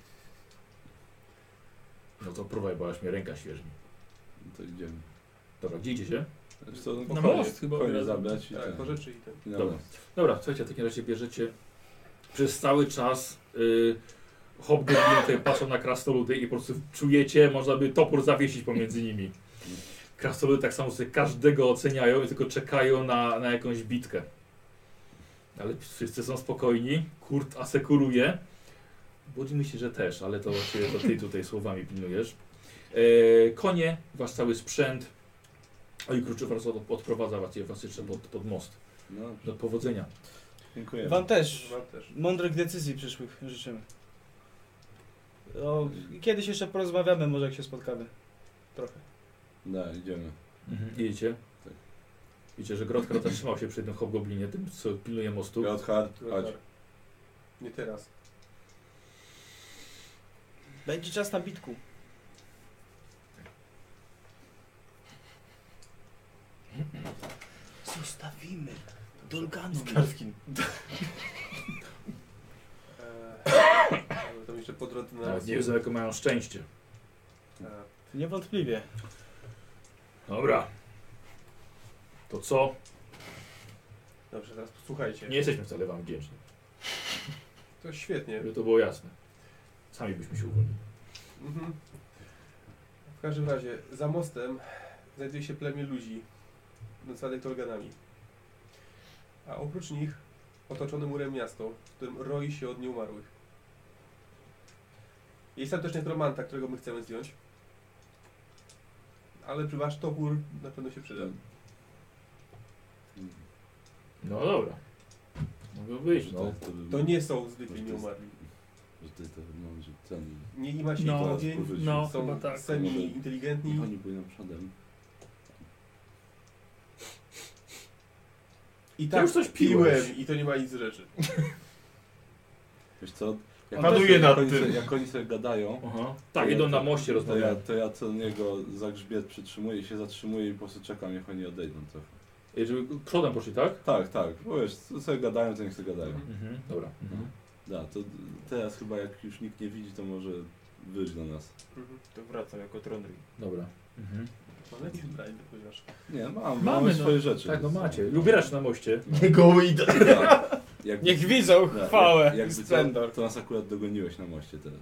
No to próbaj, bo aż mnie ręka świeżmi. No to idziemy. Dobra, gdzie idziecie? Znaczy co, Na konie- most chyba konie od razu. zabrać i Tak, ten. po rzeczy i ten. I na Dobra. most. Dobra, słuchajcie, w takim razie bierzecie przez cały czas hobgobliny tutaj patrzą na krasnoludy i po prostu czujecie, można by topór zawiesić pomiędzy nimi. Krasnoludy tak samo sobie każdego oceniają i tylko czekają na jakąś bitkę. Ale wszyscy są spokojni, Kurt asekuruje. Budzi myśli, że też, ale to właściwie to ty tutaj słowami pilnujesz. Konie, wasz cały sprzęt. O i Kruczy was odprowadza was jeszcze pod most. No, Do powodzenia. dziękuję. Wam też Wam też. mądrych decyzji przyszłych życzymy. O, kiedyś jeszcze porozmawiamy, może jak się spotkamy. Trochę. Da, idziemy. Idziecie? Tak. Widzicie, że Grothar zatrzymał się przy tym hobgoblinie, tym co pilnuje mostu. Grothar, chodź. Nie teraz. Będzie czas na bitku. Zostawimy Dolganom. Karskin. Ale tam jeszcze po drodze na... Nawet nie wiedzą, jakie mają szczęście. Niewątpliwie. Dobra. To co? Dobrze, teraz posłuchajcie. Nie jesteśmy wcale wam wdzięczni. To świetnie. Żeby to było jasne. Sami byśmy się uwolnili. Mhm. W każdym razie, za mostem znajduje się plemię ludzi, nazwanych Tolganami. A oprócz nich otoczone murem miasto, w którym roi się od nieumarłych. Jest tam też nekromanta, którego my chcemy zdjąć. Ale wasz topór na pewno się przyda. No dobra. Mogę wyjść, no. To nie są zwykli nieumarli. Że to może ten... Nie ima się No, ogień, no są chyba tak. semi-inteligentni. Oni pójdą przodem. I Ty tak już coś piłeś. piłem i to nie ma nic z rzeczy. Wiesz co? Panuję nad jak oni tym. sobie- Jak oni sobie gadają, Aha. Tak, idą na moście, rozmawiają. to ja co niego za grzbiet przytrzymuję i się zatrzymuję i po prostu czekam, niech oni odejdą trochę. Żeby przodem poszli, tak? Tak, bo wiesz, co sobie gadają, to niech sobie gadają. Mhm. Dobra. Mhm. Da, to teraz chyba jak już nikt nie widzi, to może wyjść do nas. Mhm. To wracam jako Trondri. Dobra. Mhm. Mam jakieś ubranie do chociaż. Nie, Mamy, mamy no. swoje rzeczy. Tak, no więc- macie. Ubierasz na moście. Nie goły idę. Da. Jakby- Niech widzą da, chwałę i jakby splendor. to nas akurat dogoniłeś na moście teraz.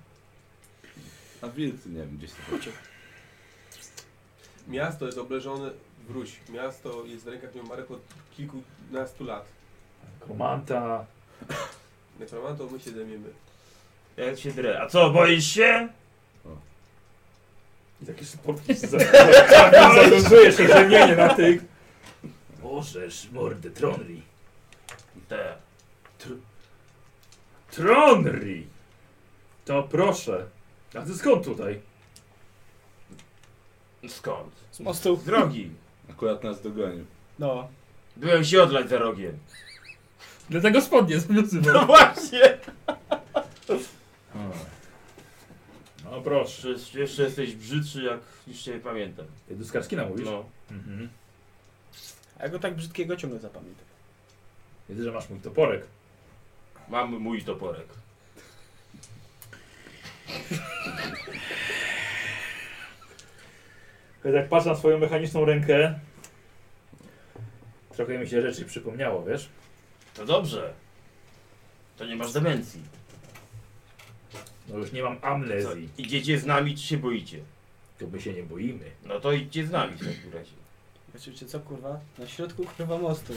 A wilk, nie wiem, gdzieś tam chodzi. Miasto jest obleżone, wróć, miasto jest w rękach nieumarłych od kilkunastu lat. Komanta. Nekromantą my się zajmiemy. Jak się drę. A co, boisz się? I takie szybkie zawiązujesz rzemienie na tych. Orzesz mordę Tronri. Te. Tronri! To proszę. A ty skąd tutaj? Skąd? Z mostu. Z drogi. Akurat nas dogonił. No. Byłem się odlać za rogiem. Dlatego spodnie No zawiązywał. właśnie. No proszę. Jeszcze jesteś brzydszy jak niż cię pamiętam. Ty do Skarskina mówisz? No. Mhm. A ja go tak brzydkiego ciągle zapamiętam. Widzę, że masz mój toporek. Mam mój toporek. Jak patrzę na swoją mechaniczną rękę, trochę mi się rzeczy przypomniało, wiesz? To dobrze. To nie masz demencji. No już nie mam Co, amnezji. idziecie z nami, czy się boicie? To my się nie boimy. No to idźcie z nami w takim razie. Wiecie co kurwa? Na środku kurwa mostu.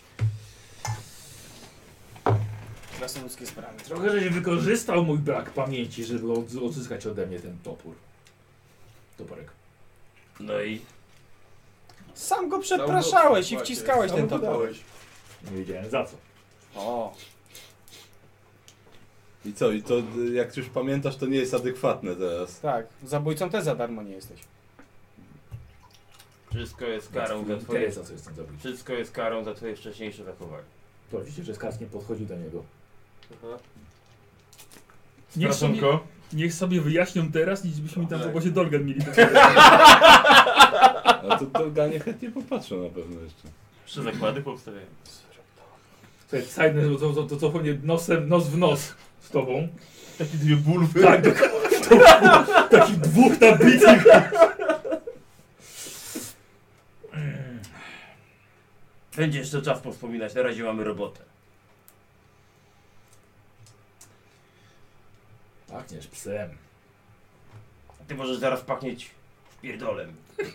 Krasnoludzkie sprawy. Trochę żeś wykorzystał mój brak pamięci, żeby odzyskać ode mnie ten topór. Toporek. No i Sam go przepraszałeś i Właśnie, wciskałeś sam ten topór. podałeś. Nie wiedziałem za co. O. I co? I to jak już pamiętasz, to nie jest adekwatne teraz. Tak, zabójcą też za darmo nie jesteś. wszystko jest karą za Nie twoje... za co jestem zabójcą. Wszystko jest karą za twoje wcześniejsze zachowanie. To oczywiście, że Skars nie podchodził do niego. Aha. Niech sobie wyjaśnią teraz, niż byśmy mi tam w Tak. obozie Dolgan mieli. Ale to Dolganie chętnie popatrzą na pewno jeszcze. 3 zakłady powstawiają. Słuchaj, Sajny, to co pewnie nos w nos z tobą. Takie dwie bulwy. Tak, takich dwóch nabitych. Będzie jeszcze czas powspominać, na razie mamy robotę. Pachniesz psem. A ty możesz zaraz pachnieć pierdolem.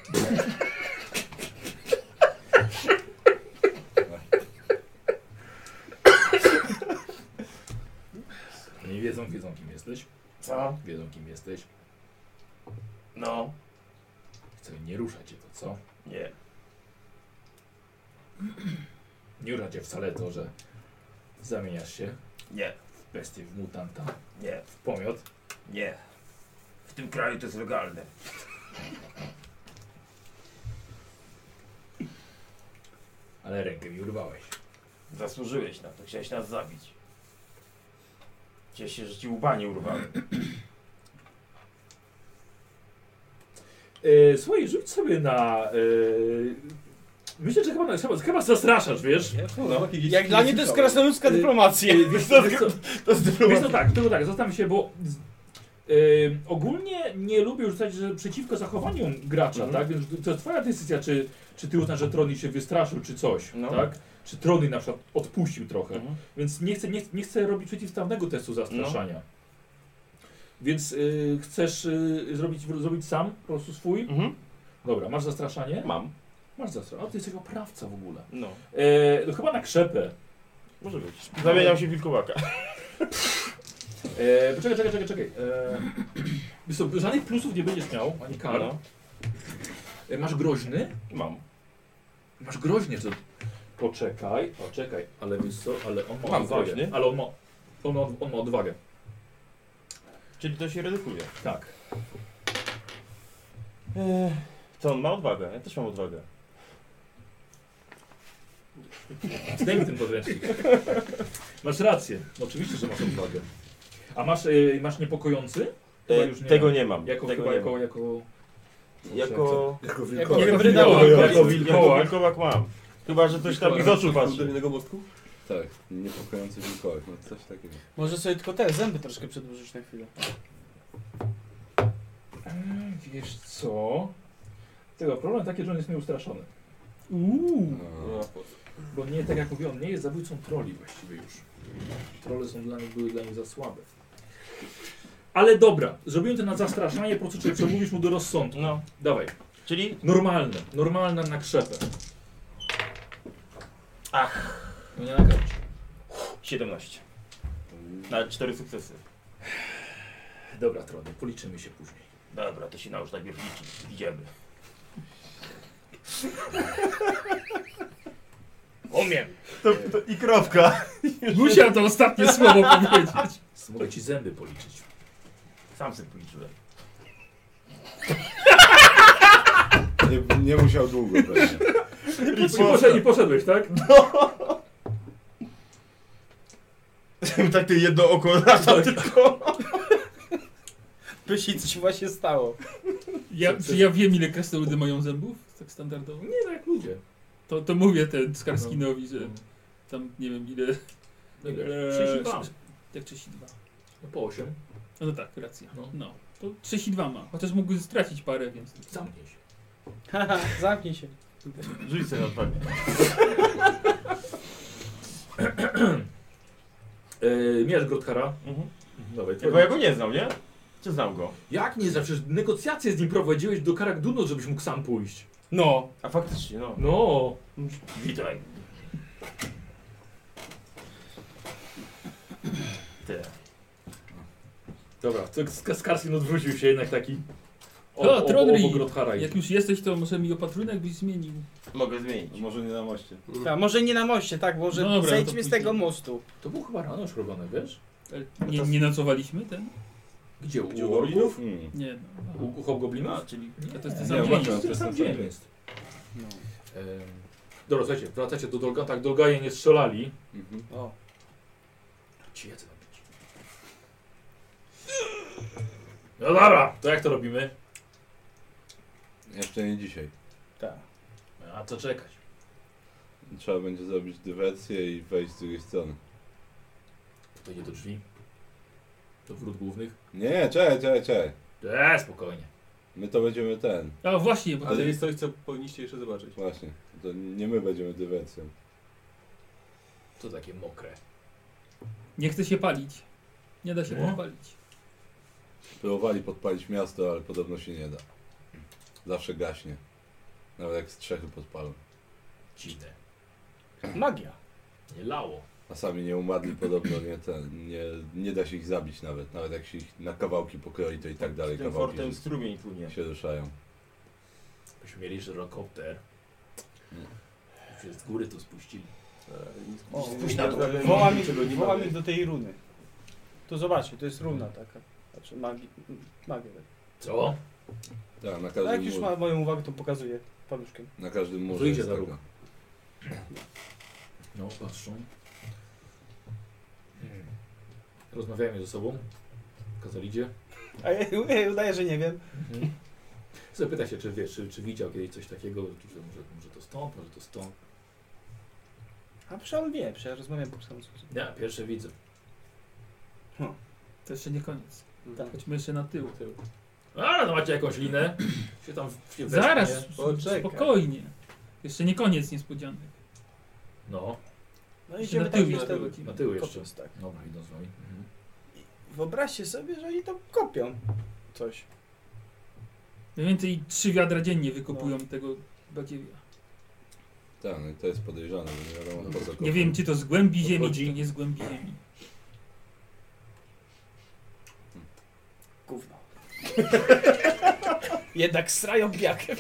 Nie wiedzą kim jesteś. Co? Wiedzą kim jesteś. No. Chcę nie ruszać cię to, co? Nie. Nie rusza cię wcale to, że zamieniasz się Nie. w bestię, w mutanta, Nie. w pomiot. Nie. W tym kraju to jest legalne. Ale rękę mi urwałeś. Zasłużyłeś na to. Chciałeś nas zabić. Cieszę się, że ci łba nie urwałem. Słuchaj, rzuć sobie na... myślę, że chyba zastraszasz, wiesz? No, Jak dla mnie to jest krasnoludzka dyplomacja. Wiesz co, To jest wiesz co tak, tylko tak, zastanów się, bo Ogólnie nie lubię rzucać że przeciwko zachowaniom gracza, tak? Więc to jest twoja decyzja, czy ty uznasz, że Trony się wystraszył, czy coś, No. tak? Czy Trony na przykład odpuścił trochę. Mhm. Więc nie chcę robić przeciwstawnego testu zastraszania. Więc chcesz zrobić sam po prostu swój? Mhm. Dobra, masz zastraszanie? Mam. Masz zastraszanie. O, ty jesteś oprawca w ogóle. No. No chyba na krzepę. Może być. Zamieniam się w wilkołaka. Czekaj. Wiesz co, żadnych plusów nie będziesz miał, ani kar. No. Masz groźny? Mam. Masz groźny, że... Poczekaj, ale wiesz co, ale on ma Mam odwagę. groźny. Ale on ma odwagę. Czyli to się redukuje. Tak. To on ma odwagę, ja też mam odwagę. Zdejmij ten podręcznik. Masz rację. No, oczywiście, że masz odwagę. A masz niepokojący? Chyba już nie. Tego nie mam. Jako tego chyba nie mam. jako... Jako Jako wilkołak. hybrydowo. Jako wilkołak mam. Chyba, że ktoś tam mi z oczu Do patrzy. innego mostku? Tak, niepokojący wilkołak, no coś takiego. Może sobie tylko te zęby troszkę przedłużyć na chwilę. Wiesz co? Tego problem taki, że on jest nieustraszony. No. Bo nie, tak jak mówiłem, on nie jest zabójcą troli właściwie już. Trole były dla nich za słabe. Ale dobra, zrobiłem to na zastraszanie, po prostu co mówisz mu do rozsądku. No. Dawaj. Czyli? Normalne na krzepę. Ach. No nie nagadź. 17. Na 4 sukcesy. Dobra, trole, policzymy się później. Dobra, to się naucz najpierw liczyć. Idziemy. Umiem. To i kropka. Musiał to ostatnie słowo powiedzieć. Mogę ci zęby policzyć. Sam sobie policzyłem. Nie musiał długo pewnie. I poszedłeś, tak? Tak to jedno oko lata tylko. Pysi, co się właśnie stało. Czy ja wiem, ile krasnoludy mają zębów? Tak standardowo. Nie, tak jak ludzie. To mówię Skarskinowi, że tam nie wiem ile... Ile? 32. Jak 32? No po 8. No tak, racja. No. No. To 32 ma. Chociaż mógłby stracić parę, więc... Zamknij się. Haha, zamknij się. Rzuć sobie na odwagę. Miałeś Grothara? Mhm. Dawaj, Tylko ja go nie znam, nie? Czy znam go? Jak nie zawsze negocjacje z nim prowadziłeś do Karak-Dunu, żebyś mógł sam pójść. No. A faktycznie, no. No. Witaj. Tyle. Dobra, to Skarskin odwrócił się jednak taki. Trodri, Grothara jak już jesteś, to może mi opatrunek byś zmienił. Mogę zmienić. Może nie na moście. Tak, może nie na moście, tak, może Dobra, zejdźmy to z tego później. mostu. To było chyba rano już robione, wiesz? Nie nocowaliśmy ten? Gdzie? Gdzie U orków? Nie, no. U Hobgoblinów? A, czyli... A to jest ten Nie, sam nie, dzień. zobaczyłem. to jest sam dzień jest. No. Dobra, słuchajcie, wracacie do Dolgana, tak, Dolgaje nie strzelali. Mhm. O. Ci jedzą być. No dobra, to jak to robimy? Jeszcze nie dzisiaj. Tak. A co czekać? Trzeba będzie zrobić dywersję i wejść z drugiej strony. To idzie do drzwi. Do wrót głównych. Nie, czekaj. Spokojnie. My to będziemy ten. A właśnie, bo Ale to jest coś, co powinniście jeszcze zobaczyć. Właśnie. To nie my będziemy dywersją. To takie mokre. nie chce się palić. Nie da się Nie? podpalić. Próbowali podpalić miasto, ale podobno się nie da. Zawsze gaśnie. Nawet jak strzechy podpalą. Dziwne. Magia. Nie lało. A sami nie umarli podobno, nie da się ich zabić nawet. Nawet jak się ich na kawałki pokroi, to i tak dalej Tym kawałki fortem strumień płynie. się ruszają. Byśmy mieli żyrokopter. Już z góry to spuścili. O, Spójrz na to. woła mi do tej runy. To zobaczcie, to jest runa taka. Znaczy magia. Co? Tak, na A każdym jak już murze. ma moją uwagę, to pokazuję paluszkiem. Na każdym murze Wyjdzie jest za taka. No, patrzą. Rozmawiajmy ze sobą. Kazalidzie. A ja udaję, że nie wiem. Zapyta się, czy wiesz, czy widział kiedyś coś takiego, czy może to stąd, może to stąd. A przecież on wie, przecież ja rozmawiam po samym sposób. Ja pierwsze widzę. To jeszcze nie koniec. Mhm. Chodźmy jeszcze na tył. Ale no macie jakąś linę? Się tam się Zaraz, wespnie. Poczekaj. spokojnie. Jeszcze nie koniec niespodzianek. No, No Jeszcze idziemy na tył tak jeszcze gdzieś lecimy. na tył jeszcze. kopiąc, tak. Dobra, idą z wami. Mhm. Wyobraźcie sobie, że oni tam kopią coś. Mniej więcej 3 wiadra dziennie wykopują tego badziewia. Tak, no i to jest podejrzane, bo nie wiadomo po co Nie wiem, czy to z głębi ziemi, Podchodzi. czy to nie z głębi ziemi. Gówno. Jednak srają biakiem.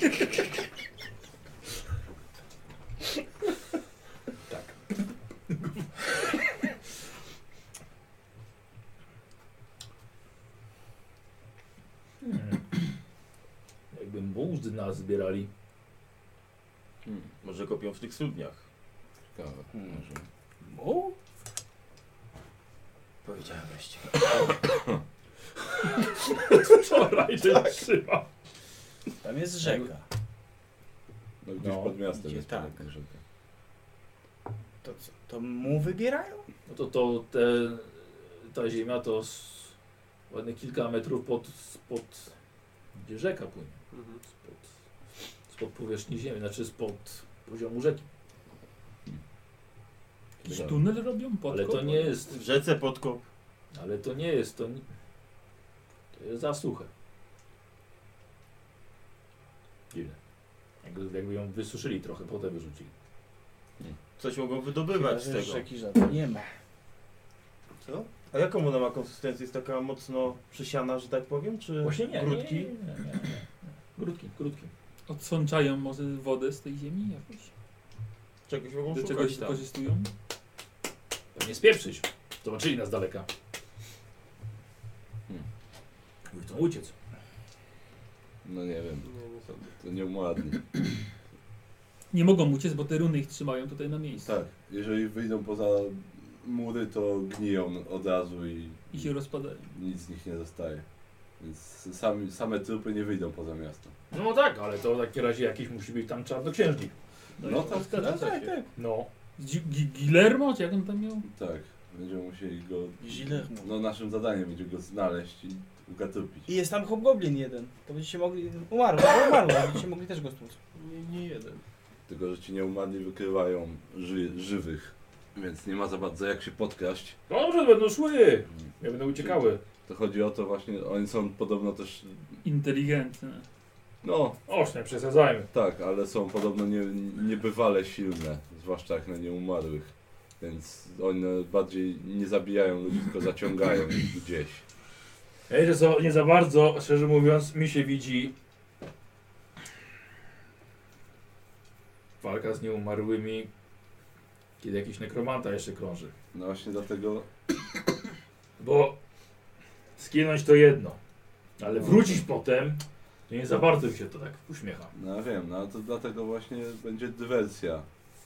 Jakby mózg nas zbierali. Może kopią w tych studniach. Ciekawe. Może. Mu? Powiedziałem wreszcie. Wczoraj się trzyma. Tam jest rzeka. No gdzieś No, pod miastem idzie jest tak. ponad rzeka. To co? To mu wybierają? No ta ziemia to ładne kilka metrów spod gdzie rzeka płynie. Mhm. Spod powierzchni ziemi, znaczy spod poziomu rzeki. Jakiś Tak. tunel robią? Podkop? Ale to nie jest, W rzece podkop. ale to nie jest, to jest za suche. Dziwne. Jakby ją wysuszyli trochę, potem wyrzucili. Coś mogą wydobywać z Że tego. rzeki żadnej nie ma. Co? A jaką ona ma konsystencję? Jest taka mocno przesiana, że tak powiem? Czy Właśnie nie. grudki? Nie. Grudki. Odsączają może wodę z tej ziemi jakoś? Czegoś mogą Do szukać czegoś tam. wykorzystują? Pewnie spieprzyć. Zobaczyli nas z daleka. I chcą uciec. No nie wiem, Nie, nie sądzę. to nie umarli. Nie mogą uciec, bo te runy ich trzymają tutaj na miejscu. Tak, jeżeli wyjdą poza mury, to gniją od razu i I się rozpadają. nic z nich nie zostaje. Więc same trupy nie wyjdą poza miasto. No tak, ale to w takim razie jakiś musi być tam czarnoksiężnik. No tak, zgadza tak, się. tak. No. Guillermo, czy jak on tam miał? Tak, będziemy musieli go... Guillermo. No naszym zadaniem będzie go znaleźć i ugatupić. I jest tam hobgoblin jeden. To będziecie mogli... umarł, będziecie mogli też go stłuc. Nie jeden. Tylko, że ci nieumarli wykrywają żywych. Więc nie ma za bardzo jak się podkraść. Dobrze, będą szły. Ja będą uciekały. To chodzi o to właśnie, oni są podobno też... Inteligentny. No, Oż, nie przesadzajmy. tak, ale są podobno niebywale silne, zwłaszcza jak na nieumarłych. Więc one bardziej nie zabijają ludzi, tylko zaciągają ich gdzieś. Wiecie co, nie za bardzo, szczerze mówiąc, mi się widzi walka z nieumarłymi, kiedy jakiś nekromanta jeszcze krąży. No właśnie dlatego... Bo skinąć to jedno, ale wrócić potem, to nie za bardzo mi się to tak uśmiecha. No ja wiem, no ale to dlatego właśnie będzie dywersja.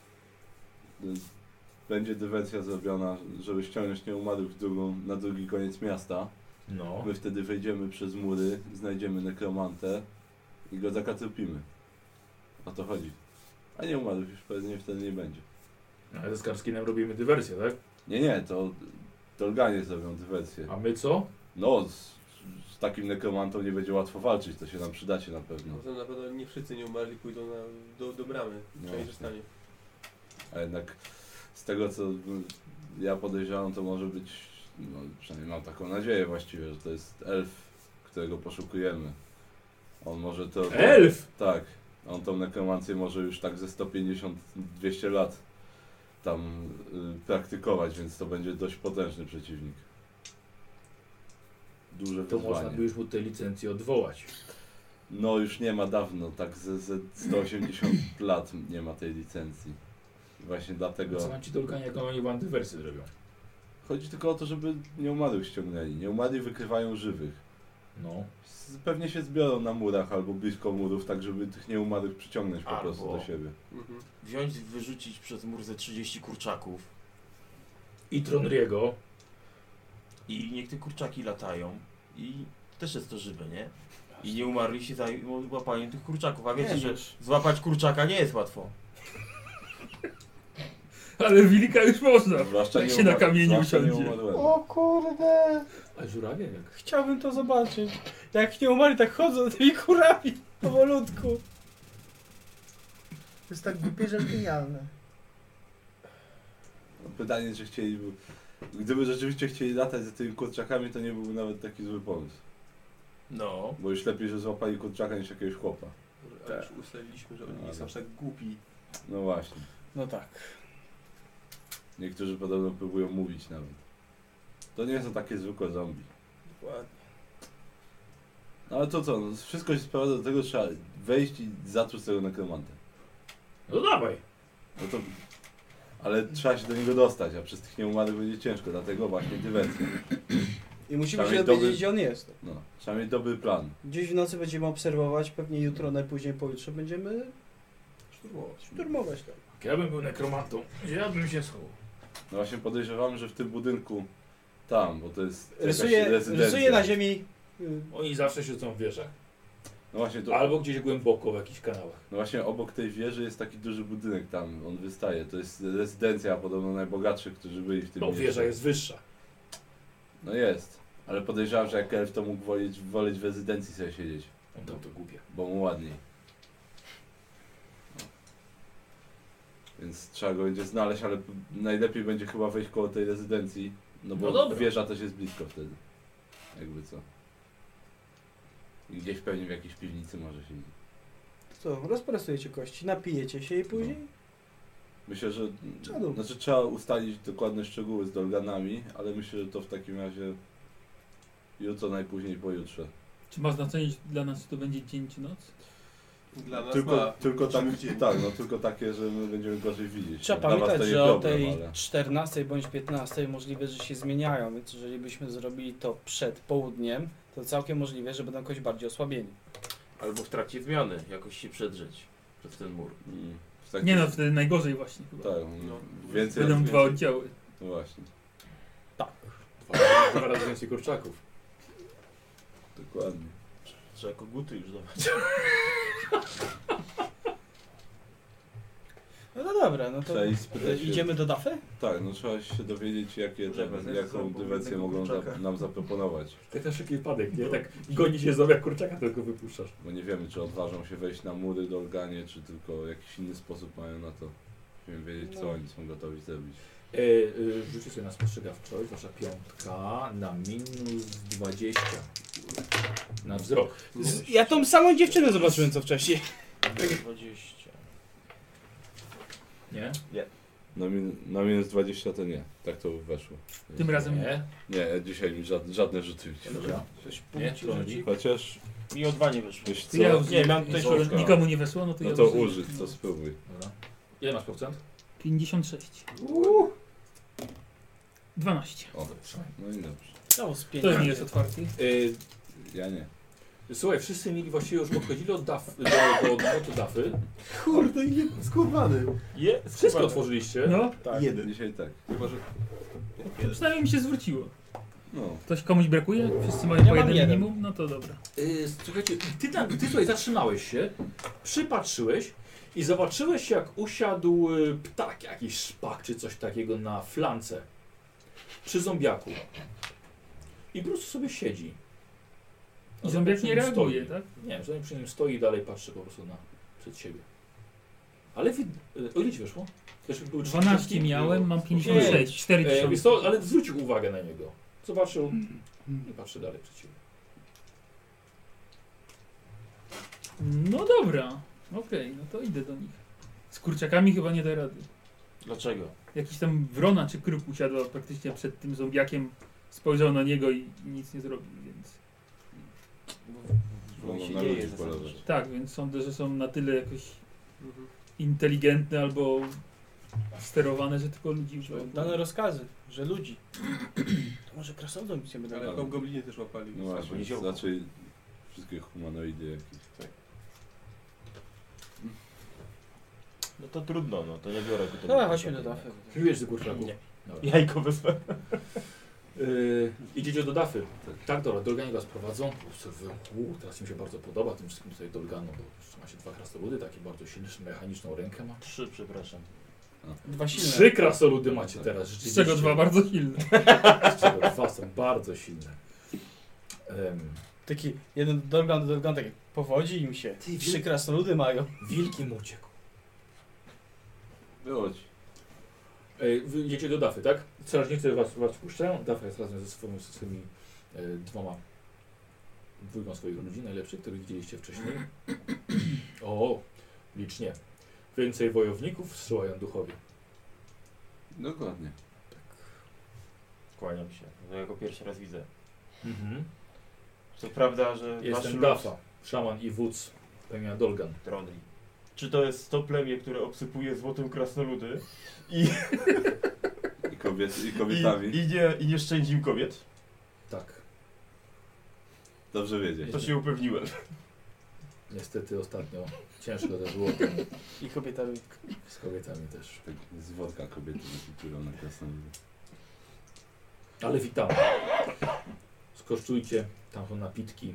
Będzie dywersja zrobiona, żeby ściągnąć nieumarłych na drugi koniec miasta. No. My wtedy wejdziemy przez mury, znajdziemy nekromantę i go zakatrupimy. O to chodzi. A nieumarłych już pewnie wtedy nie będzie. Ale ze Skarskinem robimy dywersję, tak? Nie, to Dolganie zrobią dywersję. A my co? No, z takim nekromantą nie będzie łatwo walczyć, to się nam przydacie na pewno. No to na pewno nie wszyscy nie umarli pójdą do bramy. No Część właśnie. zostanie. A jednak z tego co ja podejrzewam, to może być, no przynajmniej mam taką nadzieję właściwie, że to jest elf, którego poszukujemy. On może to... Elf! Tak. On tą nekromancję może już tak ze 150-200 lat tam praktykować, więc to będzie dość potężny przeciwnik. Duże To można wyzwanie. by już mu tej licencji odwołać. No już nie ma dawno, tak ze 180 lat nie ma tej licencji. Właśnie dlatego... Co nam ci Dolganie, jaką oni wam dywersję zrobią? Chodzi tylko o to, żeby nieumarłych ściągnęli. Nieumarli wykrywają żywych. No. Pewnie się zbiorą na murach albo blisko murów, tak żeby tych nieumarłych przyciągnąć po Albo- prostu do siebie. Mhm. Wziąć, wyrzucić przez mur ze 30 kurczaków I Tronriego. i niech te kurczaki latają i też jest to żywe, nie? I nie umarli się zajmą łapaniem tych kurczaków, a wiecie, że złapać kurczaka nie jest łatwo. Ale wilka już można. Zwłaszcza Jak się na kamieniu zwłaszcza usiądzie. nieumarłego. O kurde! A żurawie jak? Chciałbym to zobaczyć. Jak nie umarli, tak chodzą tymi kurami powolutku. To jest tak głupie, że genialne. Pytanie, czy chcieliby... Gdyby rzeczywiście chcieli latać za tymi kurczakami, to nie byłby nawet taki zły pomysł. No. Bo już lepiej, że złapali kurczaka niż jakiegoś chłopa. Ale już ustaliliśmy, że oni nie są aż tak głupi. No właśnie. No tak. Niektórzy podobno próbują mówić nawet. To nie są takie zwykłe zombie. Dokładnie. No ale to co, no, wszystko się sprowadza do tego, że trzeba wejść i zatruć tego nekromanta. No dawaj! No to... Ale trzeba się do niego dostać, a przez tych nieumarłych będzie ciężko, dlatego właśnie dywersja. I musimy Trzeba się mieć dowiedzieć, dobry- gdzie on jest. No, trzeba mieć dobry plan. Gdzieś w nocy będziemy obserwować, pewnie jutro, najpóźniej pojutrze będziemy szturmować tam. Jak ja bym był nekromantą, gdzie ja bym się schował? No właśnie podejrzewamy, że w tym budynku tam, bo to jest jakaś Rysuję rezydencja. na ziemi. Oni zawsze siedzą w wieżach. No właśnie, to, Albo gdzieś głęboko w jakichś kanałach. no właśnie obok tej wieży jest taki duży budynek tam, on wystaje. To jest rezydencja podobno najbogatszych, którzy byli w tym No mieście. wieża jest wyższa. No jest, ale podejrzewam, że jak elf to mógł wolić w rezydencji sobie siedzieć, On tam to głupie. bo mu ładniej. No. Więc trzeba go będzie znaleźć, ale najlepiej będzie chyba wejść koło tej rezydencji, no bo No dobra. wieża też jest blisko wtedy. Jakby co. I gdzieś pewnie w jakiejś piwnicy może siedzieć. Co, rozprasujecie kości, napijecie się i później? Myślę, że Czadu. znaczy trzeba ustalić dokładne szczegóły z Dolganami, ale myślę, że to w takim razie jutro, najpóźniej pojutrze. Czy ma znaczenie dla nas, czy to będzie dzień czy noc? Dla nas Tylko tak, dzień. tak, no tylko takie, że my będziemy gorzej widzieć. Trzeba Dla was pamiętać, to nie że o problem, tej ale... 14 bądź 15 możliwe, że się zmieniają, więc jeżeli byśmy zrobili to przed południem, to całkiem możliwe, że będą jakoś bardziej osłabieni. Albo w trakcie zmiany jakoś się przedrzeć przez ten mur. W takim- Nie no, wtedy najgorzej właśnie chyba. Tak, No. więcej... Będą dwa oddziały. No właśnie, Dwa razy więcej kurczaków. dokładnie. Trzeba koguty już dawać. No dobra, no to Trzeba iść spytać się... idziemy do Dafy? Tak, no trzeba się dowiedzieć, jaką dywersję mogą nam zaproponować. Tak na wszelki wypadek, nie? Tak goni się zobacz, jak kurczaka tylko wypuszczasz. Bo nie wiemy, czy odważą się wejść na mury Dolganie, czy tylko jakiś inny sposób mają na to. Musimy wiedzieć, co No. oni są gotowi zrobić. Rzućcie sobie na spostrzegawczość, wasza piątka na minus 20. Na wzrok. Ja tą samą dziewczynę zobaczyłem co wcześniej. 20. Nie? Na minus 20 to nie, tak to weszło. Tym razem Nie. Nie, dzisiaj mi żadne rzuty mi nie Dobra. Coś Nie, punkcie to rzuci. Chociaż, Mi o 2 nie wyszło. wiesz To co, ja już Nie, mam tutaj skoro szóstka. nikomu nie weszło, no to no ja to użyję. użyć, to spróbuj. Dobra. Ile masz procent? 56. 12. O, no i dobrze. No, z To 5. nie jest otwarty. Ja nie. Słuchaj, wszyscy mieli właściwie już odchodzili od dafy, do dafy. Kurde, skubany. Wszystko otworzyliście. No, Tak. Jeden. Dzisiaj tak. Chyba, że... przynajmniej mi się zwróciło. No, Ktoś komuś brakuje? Wszyscy mają Ja po mam jeden jeden. minimum? No to dobra. Słuchajcie, ty tutaj zatrzymałeś się, przypatrzyłeś i zobaczyłeś, jak usiadł ptak, jakiś szpak czy coś takiego na flance przy zombiaku. I po prostu sobie siedzi. I zombiak przy nie nim reaguje, stoi. tak? Nie, zombiak przy nim stoi i dalej patrzy po prostu przed siebie. Ale o ile ci weszło? Weszły- były 12 30? miałem, mam 56. 40. Wiesz co, ale zwrócił uwagę na niego. Zobaczył i patrzy dalej przed siebie. No dobra. Okej, no to idę do nich. Z kurczakami chyba nie da rady. Dlaczego? Jakiś tam wrona czy kruk usiadła praktycznie przed tym zombiakiem, spojrzał na niego i nic nie zrobił, więc... mogą się na dzieje ludzi za polować. dużo. Tak, więc sądzę, że są na tyle jakoś Mhm. inteligentne albo sterowane, że tylko ludzi używają. Dane rozkazy, że ludzi. To może krasnodon nic nie będą Ale robić. hobgoblinie też łapali. No nie właśnie, ziołko. raczej wszystkie humanoidy jakieś. No to trudno, no to nie biorę go. Dobra, chodźmy do Dafy. Wiesz do kurczaków? Nie. Dobra. Jajko wezmę. Idziecie do Dafy. Tak, dobra, Dolgani was prowadzą. Teraz mi się bardzo podoba tym wszystkim tutaj Dolganom, bo jeszcze ma się 2 krasnoludy, takie bardzo silne, mechaniczną rękę ma. 3, przepraszam. 2 silne. 3 krasnoludy macie teraz, Z rzeczywiście. czego 2 bardzo silne. Z czego 2 są bardzo silne. Taki jeden Dolgan, taki powodzi im się. Ty, 3 krasnoludy mają. Wilkiem uciekł. Wychodź. Wy idziecie do Dafy, tak? Strażnicy was wpuszczają. Dafa jest razem ze swoimi dwójką swoich ludzi, najlepszych, których widzieliście wcześniej. O, licznie. Więcej wojowników wsyłają duchowie. Dokładnie. Kłaniam się. To ja go pierwszy raz widzę. Mhm. Co prawda, że Jestem Dafa, szaman i wódz plemienia Dolgan. Trondri. Czy to jest to plemię, które obsypuje złotem krasnoludy I kobietami. i nie szczędzi im kobiet? Tak. Dobrze wiedzieć. To się upewniłem. Niestety ostatnio ciężko też było tam I kobietami. z kobietami też. Tak, z wodka kobiety napitują na krasnoludy. Ale witamy. Skosztujcie, tam są napitki.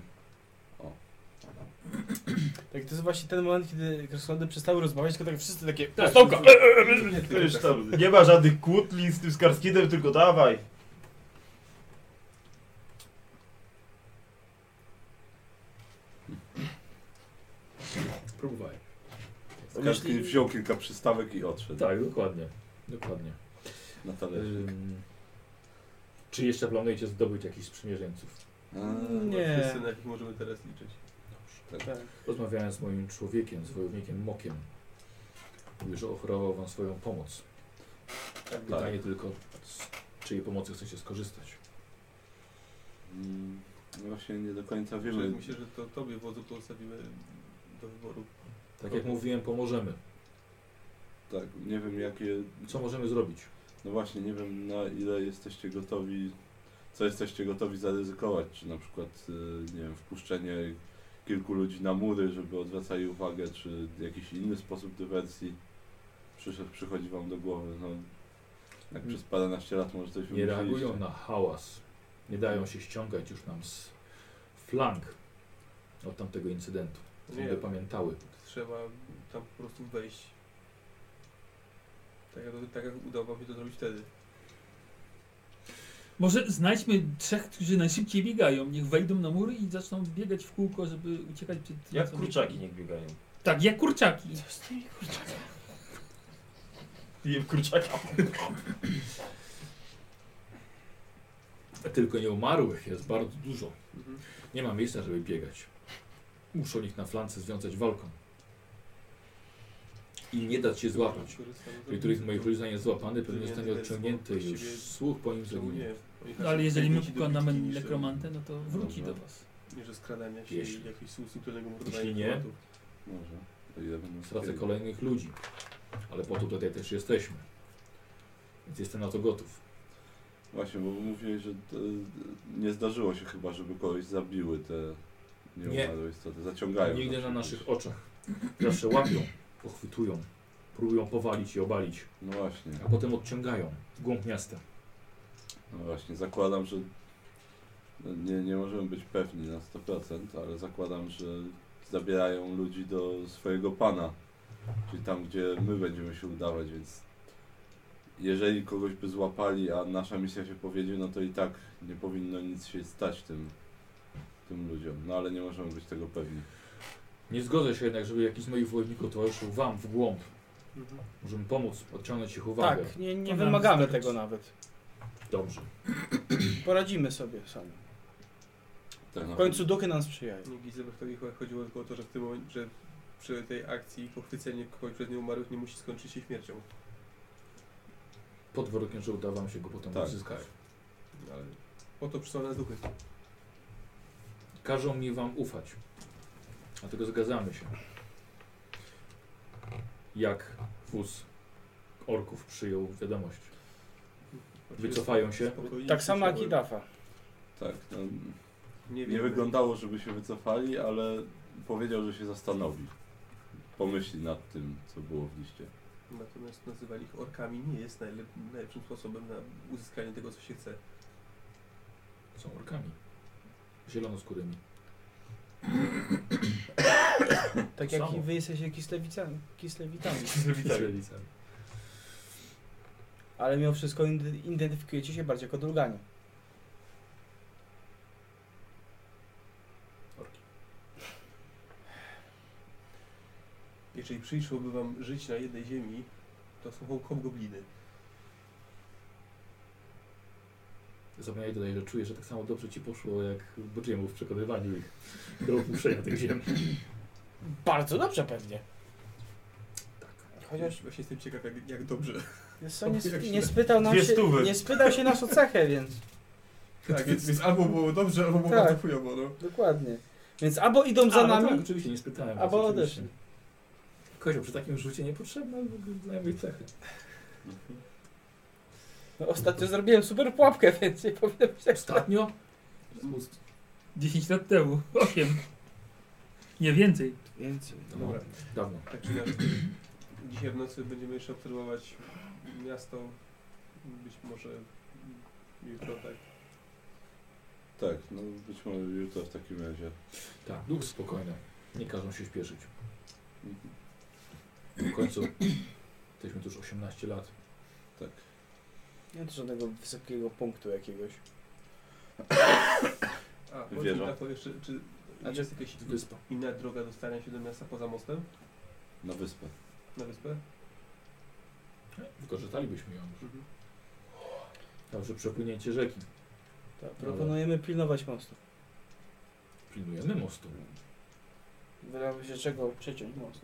Tak, to jest właśnie ten moment, kiedy krasnoludy przestały rozmawiać, tylko tak wszyscy takie... Tak, Stołka! Wiesz, tam nie ma żadnych kłótni z tym Skarskidem, tylko dawaj. Próbowałem. Każdy wziął kilka przystawek i odszedł. Tak, dokładnie. Dokładnie. Na talerze. Czy jeszcze planujecie zdobyć jakichś sprzymierzeńców? Nie. Wszyscy, na jakich możemy teraz liczyć. Tak. Tak. Rozmawiałem z moim człowiekiem, z wojownikiem Mokiem. Mówi, że oferował wam swoją pomoc. Tak. Pytanie tylko, z czyjej pomocy chcecie skorzystać. No właśnie nie do końca Że wiemy. myślę, że to tobie wodzu pozostawimy do wyboru. Tak jak mówiłem, pomożemy. Tak, nie wiem jakie. Co możemy zrobić? No właśnie, nie wiem na ile jesteście gotowi. Co jesteście gotowi zaryzykować? Czy na przykład, nie wiem, wpuszczenie kilku ludzi na mury, żeby odwracali uwagę, czy jakiś inny sposób dywersji przychodzi wam do głowy. No, jak przez paręnaście lat może coś Nie reagują wymyśliliście. na hałas. Nie dają się ściągać już nam z flank od tamtego incydentu. Nie. Nie pamiętały. Trzeba tam po prostu wejść. Tak jak udało wam się to zrobić wtedy. Może znajdźmy 3, którzy najszybciej biegają. Niech wejdą na mury i zaczną biegać w kółko, żeby uciekać przed... Jak kurczaki niech biegają. Tak, jak kurczaki. Co z tymi kurczakami? Jem kurczaka. Tylko nieumarłych jest bardzo dużo. Mhm. Nie ma miejsca, żeby biegać. Muszą ich na flance związać walką. I nie dać się złapać. Jeżeli któryś z moich ludzi zostanie złapany, pewnie zostanie odciągnięty i już słuch po nim Czemu zaginie. nie? Oni No, ale jeżeli my chętniejsi do pokonamy bitki niż- nekromantę, no to wróci Dobra. do was. niż do skradania się Jeśli. i jakiegoś subtelnego mordowania Jeśli nie, tematów. Może. O ile będą Stracę chcieli. kolejnych ludzi. Ale po to tutaj też jesteśmy. Więc jestem na to gotów. Właśnie, bo mówiłeś, że nie zdarzyło się chyba, żeby kogoś zabiły te nieumarłe istoty. Zaciągają. Nigdy na zawsze naszych gdzieś. oczach. Zawsze łapią, pochwytują, próbują powalić i obalić, No właśnie. a potem odciągają w głąb miasta. No właśnie, zakładam, że no nie możemy być pewni na 100%, ale zakładam, że zabierają ludzi do swojego pana, czyli tam, gdzie my będziemy się udawać, więc jeżeli kogoś by złapali, a nasza misja się powiedzie, no to i tak nie powinno nic się stać tym ludziom, no ale nie możemy być tego pewni. Nie zgodzę się jednak, żeby jakiś z moich wojowników towarzyszył wam w głąb. Mhm. Możemy pomóc, odciągnąć ich uwagę. Tak, nie To nam wymagamy wystarczy. tego nawet. Dobrze. Poradzimy sobie sami. Tak W końcu duchy nam sprzyjają. Nie widzę, bo wtedy chodziło tylko o to, że w tym momencie, że przy tej akcji pochwycenie kogoś przez nieumarłych nie musi skończyć się śmiercią. Pod warunkiem, że uda wam się go potem Tak. odzyskać. Ale po to przysłał nas duchy. Każą mi wam ufać. Dlatego zgadzamy się. Jak wóz orków przyjął wiadomość? Wycofają się? Spokojnie Tak samo jak i przyszło. Dafa. Tak, no, Nie nie wiem. wyglądało, żeby się wycofali, ale powiedział, że się zastanowi. Pomyśli nad tym, co było w liście. Natomiast nazywanie ich orkami nie jest najlepszym sposobem na uzyskanie tego, co się chce. Są orkami. Zielonoskórymi. Tak jak Samo. i wy jesteście kislewicami. Kislewitami. Lewicami. Ale mimo wszystko identyfikujecie się bardziej jako Dolganie. jeżeli przyszłoby wam żyć na jednej ziemi, to są hobgobliny. Zapomniałem tutaj, że czuję, że tak samo dobrze ci poszło jak Bodziemu w przekonywaniu ich do opuszczenia tych ziem. Bardzo dobrze pewnie. Tak. Chociaż Właśnie jestem ciekaw, jak dobrze. wiesz co, nie, Jak się- nie spytał nas Dwie się, stówy. nie spytał się nas o cechę, więc Tak, więc albo było dobrze, albo było Tak. bardzo chujowo, no. dokładnie. Więc albo idą za no nami, tak, oczywiście, nie spytałem. was, albo oczywiście. odeszli. Kozioł, przy takim rzucie niepotrzebne znajomej cechy. No, ostatnio zrobiłem super pułapkę, więc nie powinno być tak. Ostatnio? 10 lat temu. 8. Nie więcej. Więcej. No, Dobra. dawno. Tak czy inaczej. Dzisiaj w nocy będziemy jeszcze obserwować miasto. Być może jutro, tak. Tak, no być może jutro w takim razie. Tak, duch spokojny. Nie każą się śpieszyć. Mhm. W końcu jesteśmy tu już 18 lat. Tak. Nie ma żadnego wysokiego punktu jakiegoś. A, Wieża. właśnie tak, jeszcze, czy Znaczy- jest jakaś Wyspa. inna droga dostania się do miasta poza mostem? Na wyspę. Na wyspę? Wykorzystalibyśmy ją już. Mhm. Także przepłynięcie rzeki. Tak, proponujemy pilnować mostu. Pilnujemy mostu. Wydaje mi się, czego przeciąć most.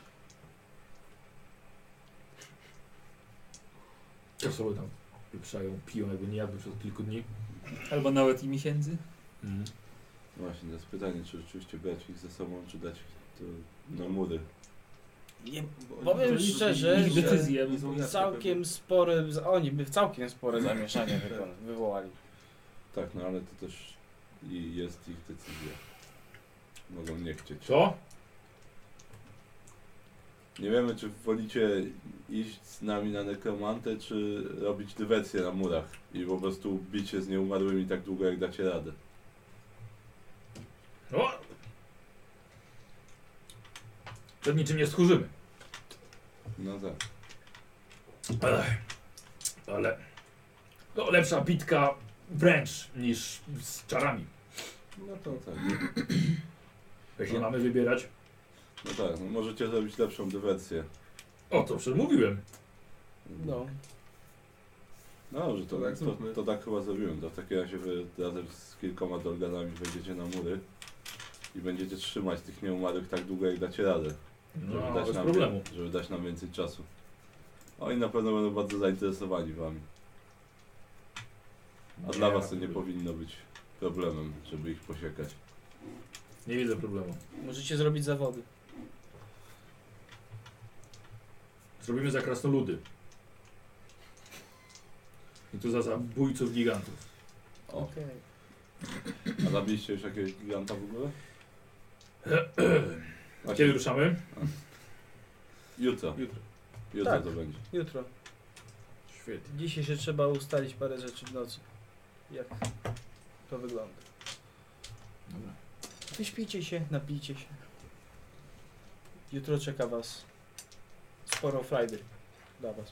To sobie tam pieprzają, piją, jakby nie jadły przez kilku dni. Albo nawet i miesięcy. Mhm. Właśnie, to jest pytanie, czy rzeczywiście brać ich ze sobą, czy dać ich na mury. Nie, Bo powiem oni- szczerze, ich że decyzje. oni są jasne całkiem spore, oni by całkiem spore zamieszanie wywołali. Tak, no ale to też jest ich decyzja. Mogą nie chcieć. Co? Nie wiemy, czy wolicie iść z nami na nekromantę, czy robić dywersję na murach i po prostu bić się z nieumarłymi tak długo, jak dacie radę. O! Przed niczym nie stchórzymy. No tak. Ale to lepsza bitka wręcz niż z czarami. No to Tak. Jeśli No. mamy wybierać. No tak, no możecie zrobić lepszą dywersję. O, to przemówiłem. No. No dobrze, To tak zróbmy. to tak chyba zrobimy. To w takim razie wy razem z kilkoma dolganami wejdziecie na mury i będziecie trzymać tych nieumarłych tak długo, jak dacie radę. No, bez problemu. Żeby dać nam więcej czasu. Oni na pewno będą bardzo zainteresowani wami. A dla was to nie powinno być problemem, żeby ich posiekać. Nie widzę problemu. Możecie zrobić zawody. Zrobimy za krasnoludy. I tu za zabójców gigantów. O, Okej. a zabiliście już jakiegoś giganta w ogóle? A kiedy ruszamy? Jutro. jutro. Jutro Tak. to będzie. Jutro. Świetnie. Dzisiaj jeszcze trzeba ustalić parę rzeczy w nocy. Jak to wygląda. Dobra. Wyśpijcie się, napijcie się. Jutro czeka was sporo frajdy dla was.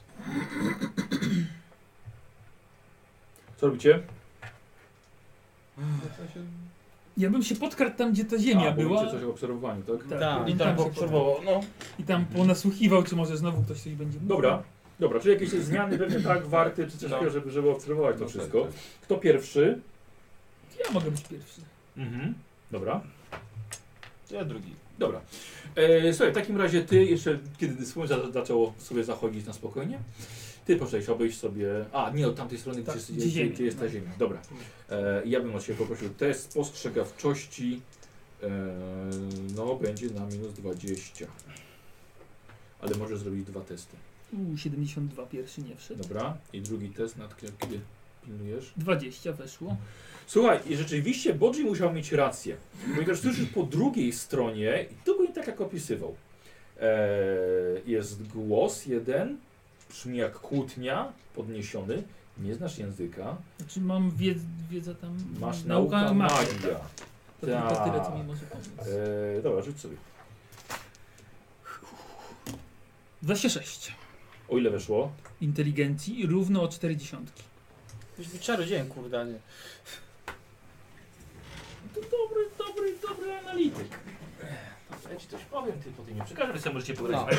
Co robicie? No to się... Ja bym się podkradł tam, gdzie ta ziemia bo była. mówicie coś o obserwowaniu, tak? Tak, Tak, i i tam tak się obserwował. No. I tam ponasłuchiwał, czy może znowu ktoś coś będzie mówił. Dobra. Dobra, czyli jakieś zmiany pewnie tak, warty, czy coś No. takiego, żeby obserwować to No wszystko. tak, tak. Kto pierwszy? Ja mogę być pierwszy. Mhm. Dobra. Ja drugi. Dobra. Słuchaj, w takim razie ty jeszcze, kiedy słońce zaczęło sobie zachodzić na spokojnie, ty poszedłeś obejść sobie... A, nie, od tamtej strony, Tak, gdzie gdzie ziemia. gdzie jest ta ziemia. Dobra. Ja bym od Ciebie poprosił test spostrzegawczości. No, będzie na minus 20. Ale możesz zrobić 2 testy. 72 pierwszy nie wszedł. Dobra. I drugi test, nad kiedy pilnujesz. 20 weszło. Słuchaj, i rzeczywiście Bodzi musiał mieć rację. Ponieważ słyszysz po drugiej stronie, i to go nie tak jak opisywał. Jest głos jeden, brzmi jak kłótnia, podniesiony. Nie znasz języka. Znaczy mam wiedzę tam... Masz nauka magia. To tylko Tak. tyle, co mi może pomóc. Dobra, rzuć sobie. 26. O ile weszło? Inteligencji równo o 40. Byś być czarodziejem, kurde, a nie. To dobry analityk. Ja ci coś powiem, ty potem nie przekażę, wy sobie możecie pograć. No.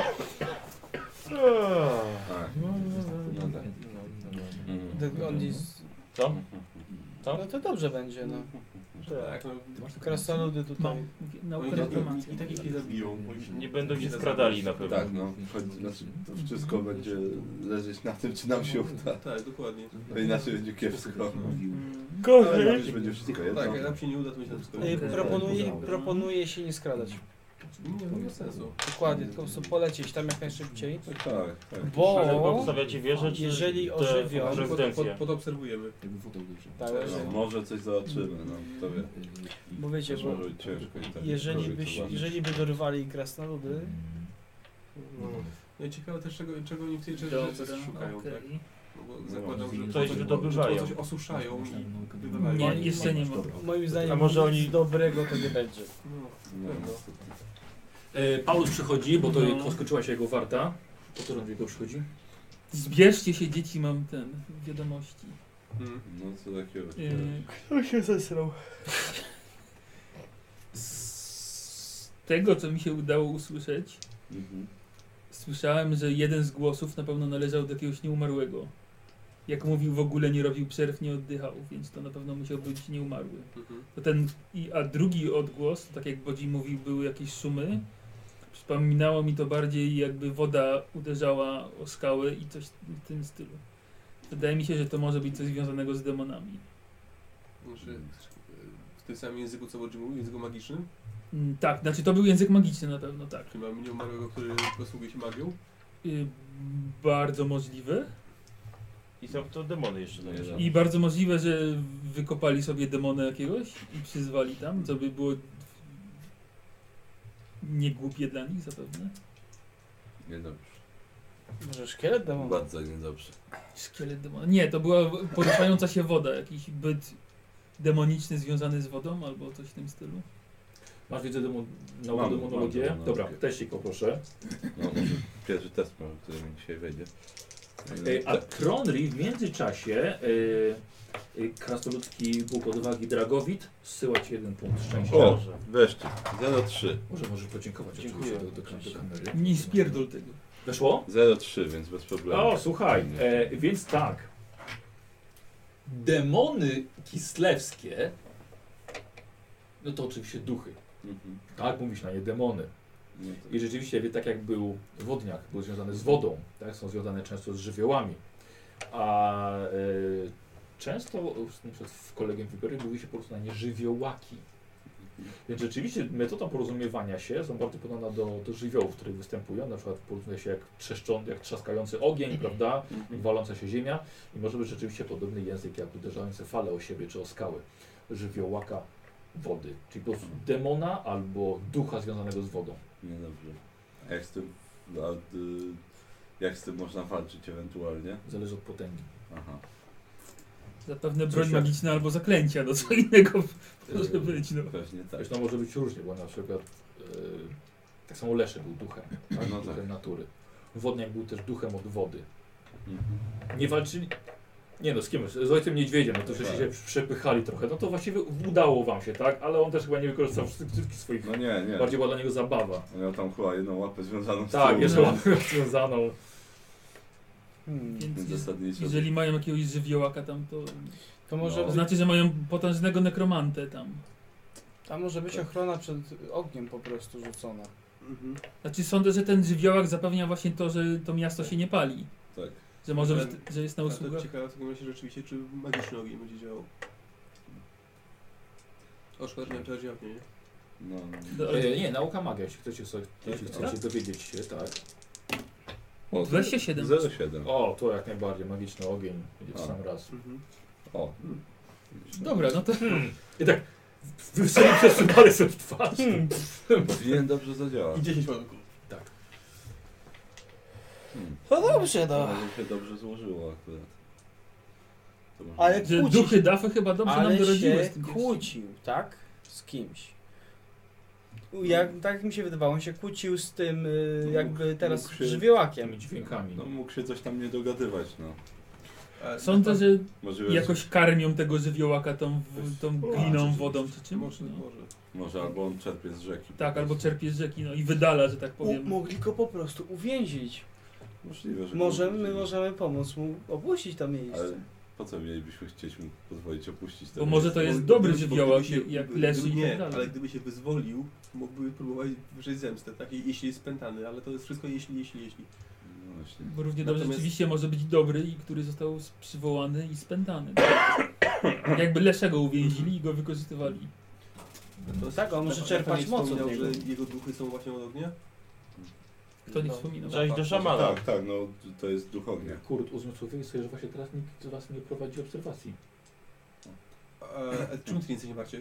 Tak. No tak. On jest... Co? Co? No to dobrze będzie, no. Tak, no. Krasnoludy No, tutaj. mówię, nauka Oni dyplomacji. i takich nie zabiją. Nie będą się skradali na pewno. Tak, no. Znaczy, to wszystko będzie leżeć na tym, czy nam się uda. Tak, dokładnie. To inaczej będzie kiepsko. Gorzej. Już będzie wszystko jedno. Tak, jak nam się nie uda, to będzie nam wszystko. Proponuję się nie skradać. Nie ma sensu. Dokładnie, tylko po prostu polecieć tam jak najszybciej. Tak, tak. Ale Bo obstawiacie wieżę, czy jeżeli te ożywią- rezydencje? Podobserwujemy. tak, No, może coś zobaczymy, no kto wie. bo wiecie, Też bo może być ciężko i tak. jeżeli by dorwali krasnoludy, No i ciekawe też czego oni w tej rzeczy Dobra, szukają, okej. tak? No bo zakładam, że Coś wydobywają. coś osuszają i wywalają. Nie, jeszcze nie ma. moim zdaniem A może nic oni- dobrego to nie będzie. No, pewno. Paulus przychodzi, bo to skończyła się jego warta. Po to on jego przychodzi. Zbierzcie się dzieci, mam ten, wiadomości. No co takiego. Kto się zesrał? Z tego, co mi się udało usłyszeć, Mhm. słyszałem, że jeden z głosów na pewno należał do jakiegoś nieumarłego. Jak mówił, w ogóle nie robił przerw, nie oddychał, więc to na pewno musiał być nieumarły. A drugi odgłos, tak jak Bodzi mówił, były jakieś szumy. Przypominało mi to bardziej, jakby woda uderzała o skałę i coś w tym stylu. Wydaje mi się, że to może być coś związanego z demonami. Znaczy, w tym samym języku, co Bodzi mówił, języku magicznym? Tak, znaczy to był język magiczny na pewno, tak. Czyli mamy nieumarłego, który posługuje się magią? Bardzo możliwe. I są to demony jeszcze Nie, należą. I bardzo możliwe, że wykopali sobie demona jakiegoś i przyzwali tam, co by było nie głupie dla nich zapewne. Niedobrze. Może szkielet demon? Bardzo niedobrze. Szkielet demona. Nie, to była poruszająca się woda, jakiś byt demoniczny związany z wodą albo coś w tym stylu. Masz wiedzę Mam demonologię? demonologię. Dobra, teścik poproszę. No może pierwszy test może, który mi dzisiaj wejdzie. A Tronri w międzyczasie krasnoludzki Bóg odwagi Dragowit zsyła ci 1 punkt szczęścia. O, wreszcie. 0,3. Możesz podziękować Dziękuję. oczywiście do kamery. Nie spierdol tego. Weszło? 0,3, więc bez problemu. O, słuchaj, więc tak. Demony kislewskie, no to oczywiście duchy. Mhm. Tak, mówisz na nie demony. No to- I rzeczywiście, tak jak był wodniak, był związany z wodą, tak, są związane często z żywiołami. A często na przykład w Kolegium Wybory mówi się po prostu na nie żywiołaki. Więc rzeczywiście metoda porozumiewania się jest bardzo podobna do żywiołów, które występują. Na przykład porozumienia się jak trzaskający ogień, prawda, jak waląca się ziemia. I może być rzeczywiście podobny język jak uderzające fale o siebie czy o skały. Żywiołaka wody. Czyli po prostu demona albo ducha związanego z wodą. Niedobrze. A jak z tym, jak z tym można walczyć ewentualnie? Zależy od potęgi. Aha. Zapewne Coś broń jak- magiczna albo zaklęcia, no co innego może być, no. Pewnie tak. Wiesz, no może być różnie, bo na przykład tak samo Leszek był duchem, tak? No Duchem tak. natury. Wodniak był też duchem od wody. Mhm. Nie walczyli. Nie no, z kim? Z ojcem niedźwiedziem, no to żeście się przepychali trochę. No to właściwie udało wam się, tak? Ale on też chyba nie wykorzystał wszystkich swoich. No nie. Bardziej była dla niego zabawa. On miał tam chyba jedną łapę związaną z Tak, tyłu. jeszcze łapę związaną. Więc Zasadniczo. jeżeli mają jakiegoś żywiołaka tam, To może to znaczy, że mają potężnego nekromantę tam. tam może być ochrona przed ogniem po prostu rzucona. Znaczy sądzę, że ten żywiołak zapewnia właśnie to, że to miasto się nie pali. Tak. Że może być, że jest na Ale to usługach. ciekawe w takim razie rzeczywiście, czy magiczny ogień będzie działał. O, szkoda, że nie wiem, czy ognia, nie? No. Nie, nauka magia, jeśli chcecie sobie jeśli Tak? chcecie dowiedzieć się, tak. O, 27. 0,7. O, to jak najbardziej, magiczny ogień, będzie w A. sam raz. O. Dobra, no to I tak wystrzelił przez przypadek sobie w twarz. Powinien dobrze zadziałać. I 10 ładunków. No dobrze, no. Ale się dobrze złożyło akurat. To może Ale być. że kłóci duchy się. dafy chyba dobrze nam Ale doradziły się z tym. kłócił, tak? Z kimś. Jak, tak jak mi się wydawało, on się kłócił z tym jakby teraz mógł się- żywiołakiem. Tymi dźwiękami. No mógł się coś tam nie dogadywać, no. Sądzę, że Możliwe, jakoś karmią tego żywiołaka tą gliną, Może wodą czy czymś. Może, No. może. Może albo on czerpie z rzeki. Tak, albo czerpie z rzeki, no i wydala, że tak powiem. Mogli go po prostu uwięzić. Możliwe, że... My możemy pomóc mu opuścić to miejsce. Ale po co mielibyśmy chcieć mu pozwolić opuścić to Bo może to miejsce? jest Bo dobry gdyby- bo żywiołak, gdyby się- jak gdyby- leży i Nie, tak dalej. ale gdyby się wyzwolił, mógłby próbować wrzeć zemstę, tak? Jeśli jest spętany, ale to jest wszystko jeśli. No właśnie. Bo równie dobrze Natomiast- rzeczywiście może być dobry i który został przywołany i spętany. Jakby Leszego uwięzili i go wykorzystywali. To tak, on może Stefan czerpać nie moc od wspominał, niego. że jego duchy są właśnie od ognia? Kto nie No. wspominał? Trzeba iść do szamana. Tak, tak, no to jest duch ognia. Kurt uzmysłowił sobie, że właśnie teraz nikt z was nie prowadzi obserwacji. Czemu ty nic nie marcie?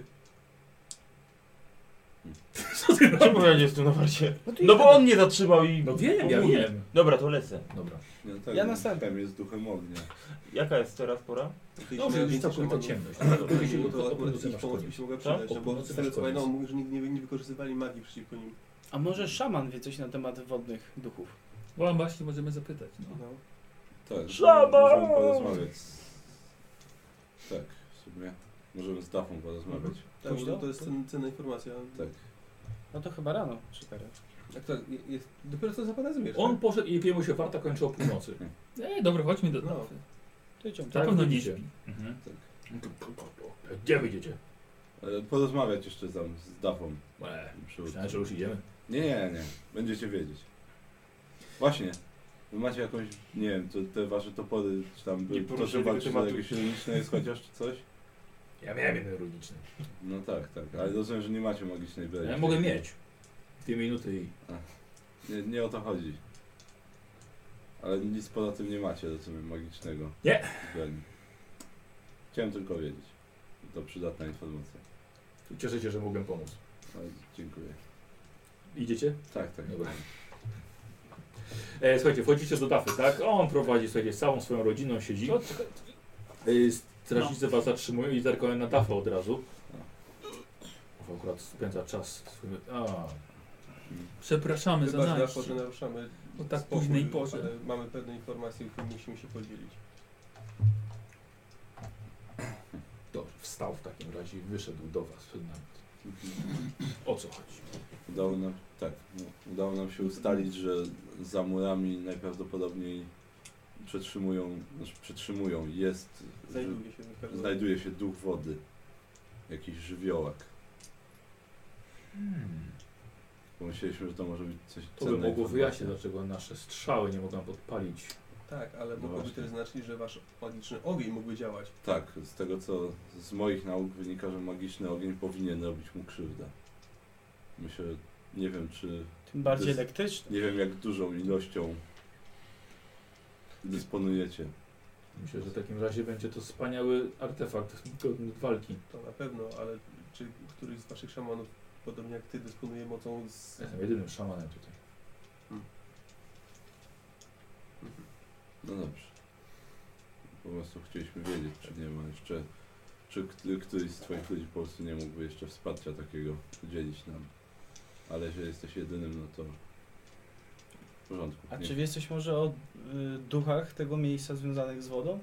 Czemu ja nie jestem na warcie? No bo on mnie zatrzymał i... No wiem, ja Mówię. wiem. Dobra, to lecę. Dobra. No, tak, Ja no, następny. Hem jest duchem ognia. Jaka jest teraz pora? Dobrze, już całkowita ciemność. No O to północy ich masz pomoc by koniec. się mogła Co? przydać, no O bo północy z tego masz co pamiętam, koniec. mówił, że nigdy nie wykorzystywali magii przeciwko nim. A może szaman wie coś na temat wodnych duchów? Bo właśnie możemy zapytać. No. No. Tak, Szaba! możemy porozmawiać. Tak, w sumie. Możemy z Dafą porozmawiać. Tak, Późno? bo to jest cenna informacja. Tak. No to chyba rano, czy teraz? Jak to jest, dopiero co zapada zmierz. On poszedł i jemu się warta kończy o północy. Dobra, chodźmy do No. Dafy. To idziemy. Na pewno nie widzicie. śpi. Mhm. Gdzie wyjdziecie? Porozmawiać jeszcze tam z Dafą. Myślałem, że już idziemy. Nie. Będziecie wiedzieć. Właśnie. Wy macie jakąś, nie wiem, te wasze topory, czy tam Nie to, poruszyli że tego walczycie tematu. jakieś runiczne jest chociaż czy coś? Ja miałem jeden runiczny. No tak, ale rozumiem, że nie macie magicznej broni. Ja mogę mieć. 2 minuty i... Nie o to chodzi. Ale nic poza tym nie macie, rozumiem, magicznego. Nie. Broni. Chciałem tylko wiedzieć. To przydatna informacja. Cieszę się, że mogłem pomóc. No, dziękuję. Idziecie? Tak. Dobra. Słuchajcie, wchodzicie do Dafy, tak? On prowadzi, słuchajcie, z całą swoją rodziną siedzi. To, czekaj, Strażnicy was zatrzymują i zerkają na Dafę od razu. Akurat spędza czas. przepraszamy za Wybacz, najście. że naruszamy O tak spokój, późnej porze. ale mamy pewne informacje, którymi musimy się podzielić. Dobrze, wstał w takim razie i wyszedł do was przed nami. O co chodzi? Udało nam się ustalić, że za murami najprawdopodobniej znajduje się duch wody. Jakiś żywiołak. Pomyśleliśmy, że to może być coś To by cennej mogło informacji. wyjaśnić, dlaczego nasze strzały nie mogą podpalić. Tak, ale No mogłoby właśnie. też znaczyć, że wasz magiczny ogień mógłby działać. Tak, z tego co z moich nauk wynika, że magiczny ogień powinien robić mu krzywdę. Myślę, nie wiem czy... Tym bardziej Jest- elektryczny. Nie wiem jak dużą ilością dysponujecie. Myślę, że w takim razie będzie to wspaniały artefakt godny walki. To na pewno, ale czy któryś z waszych szamanów, podobnie jak ty, dysponuje mocą z... Jestem jedynym szamanem tutaj. No dobrze. Po prostu chcieliśmy wiedzieć, czy nie ma jeszcze... Czy któryś z twoich ludzi po prostu nie mógłby jeszcze wsparcia takiego udzielić nam. Ale jeżeli jesteś jedynym, no to... W porządku. A Nie- czy wiesz coś może o duchach tego miejsca związanych z wodą?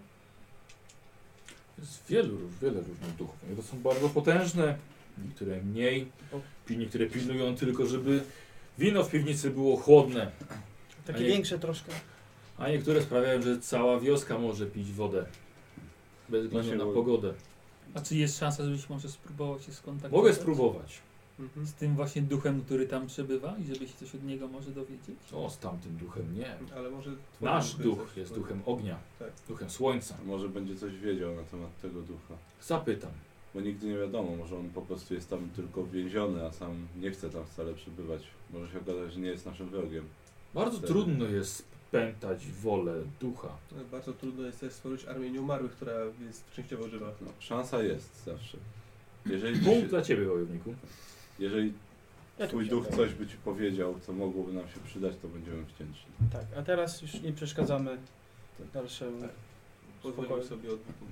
Jest wiele różnych duchów. Niektóre są bardzo potężne, niektóre mniej. Niektóre pilnują tylko, żeby wino w piwnicy było chłodne. Takie A nie- większe troszkę. A niektóre sprawiają, że cała wioska może pić wodę. Bez względu Właśnie, na bo- pogodę. A czy jest szansa, żebyś może spróbował się skontaktować? Mogę spróbować. Mhm. Z tym właśnie duchem, który tam przebywa i żeby się coś od niego może dowiedzieć? O, z tamtym duchem nie. Ale może... twój Nasz duch coś- jest duchem ognia, Tak. duchem słońca. Może będzie coś wiedział na temat tego ducha. Zapytam. Bo nigdy nie wiadomo, może on po prostu jest tam tylko więziony, a sam nie chce tam wcale przebywać. Może się okazać, że nie jest naszym wrogiem. Bardzo Wtedy. trudno jest spętać wolę ducha. Bardzo trudno jest też stworzyć armię nieumarłych, która jest częściowo żywa. No, szansa jest zawsze. Jeżeli, Punkt dla ciebie, wojowniku. jeżeli Ja tu twój wsiadam. duch coś by ci powiedział, co mogłoby nam się przydać, to będziemy wdzięczni. Tak, a teraz już nie przeszkadzamy dalszemu. Tak. Pozwolimy sobie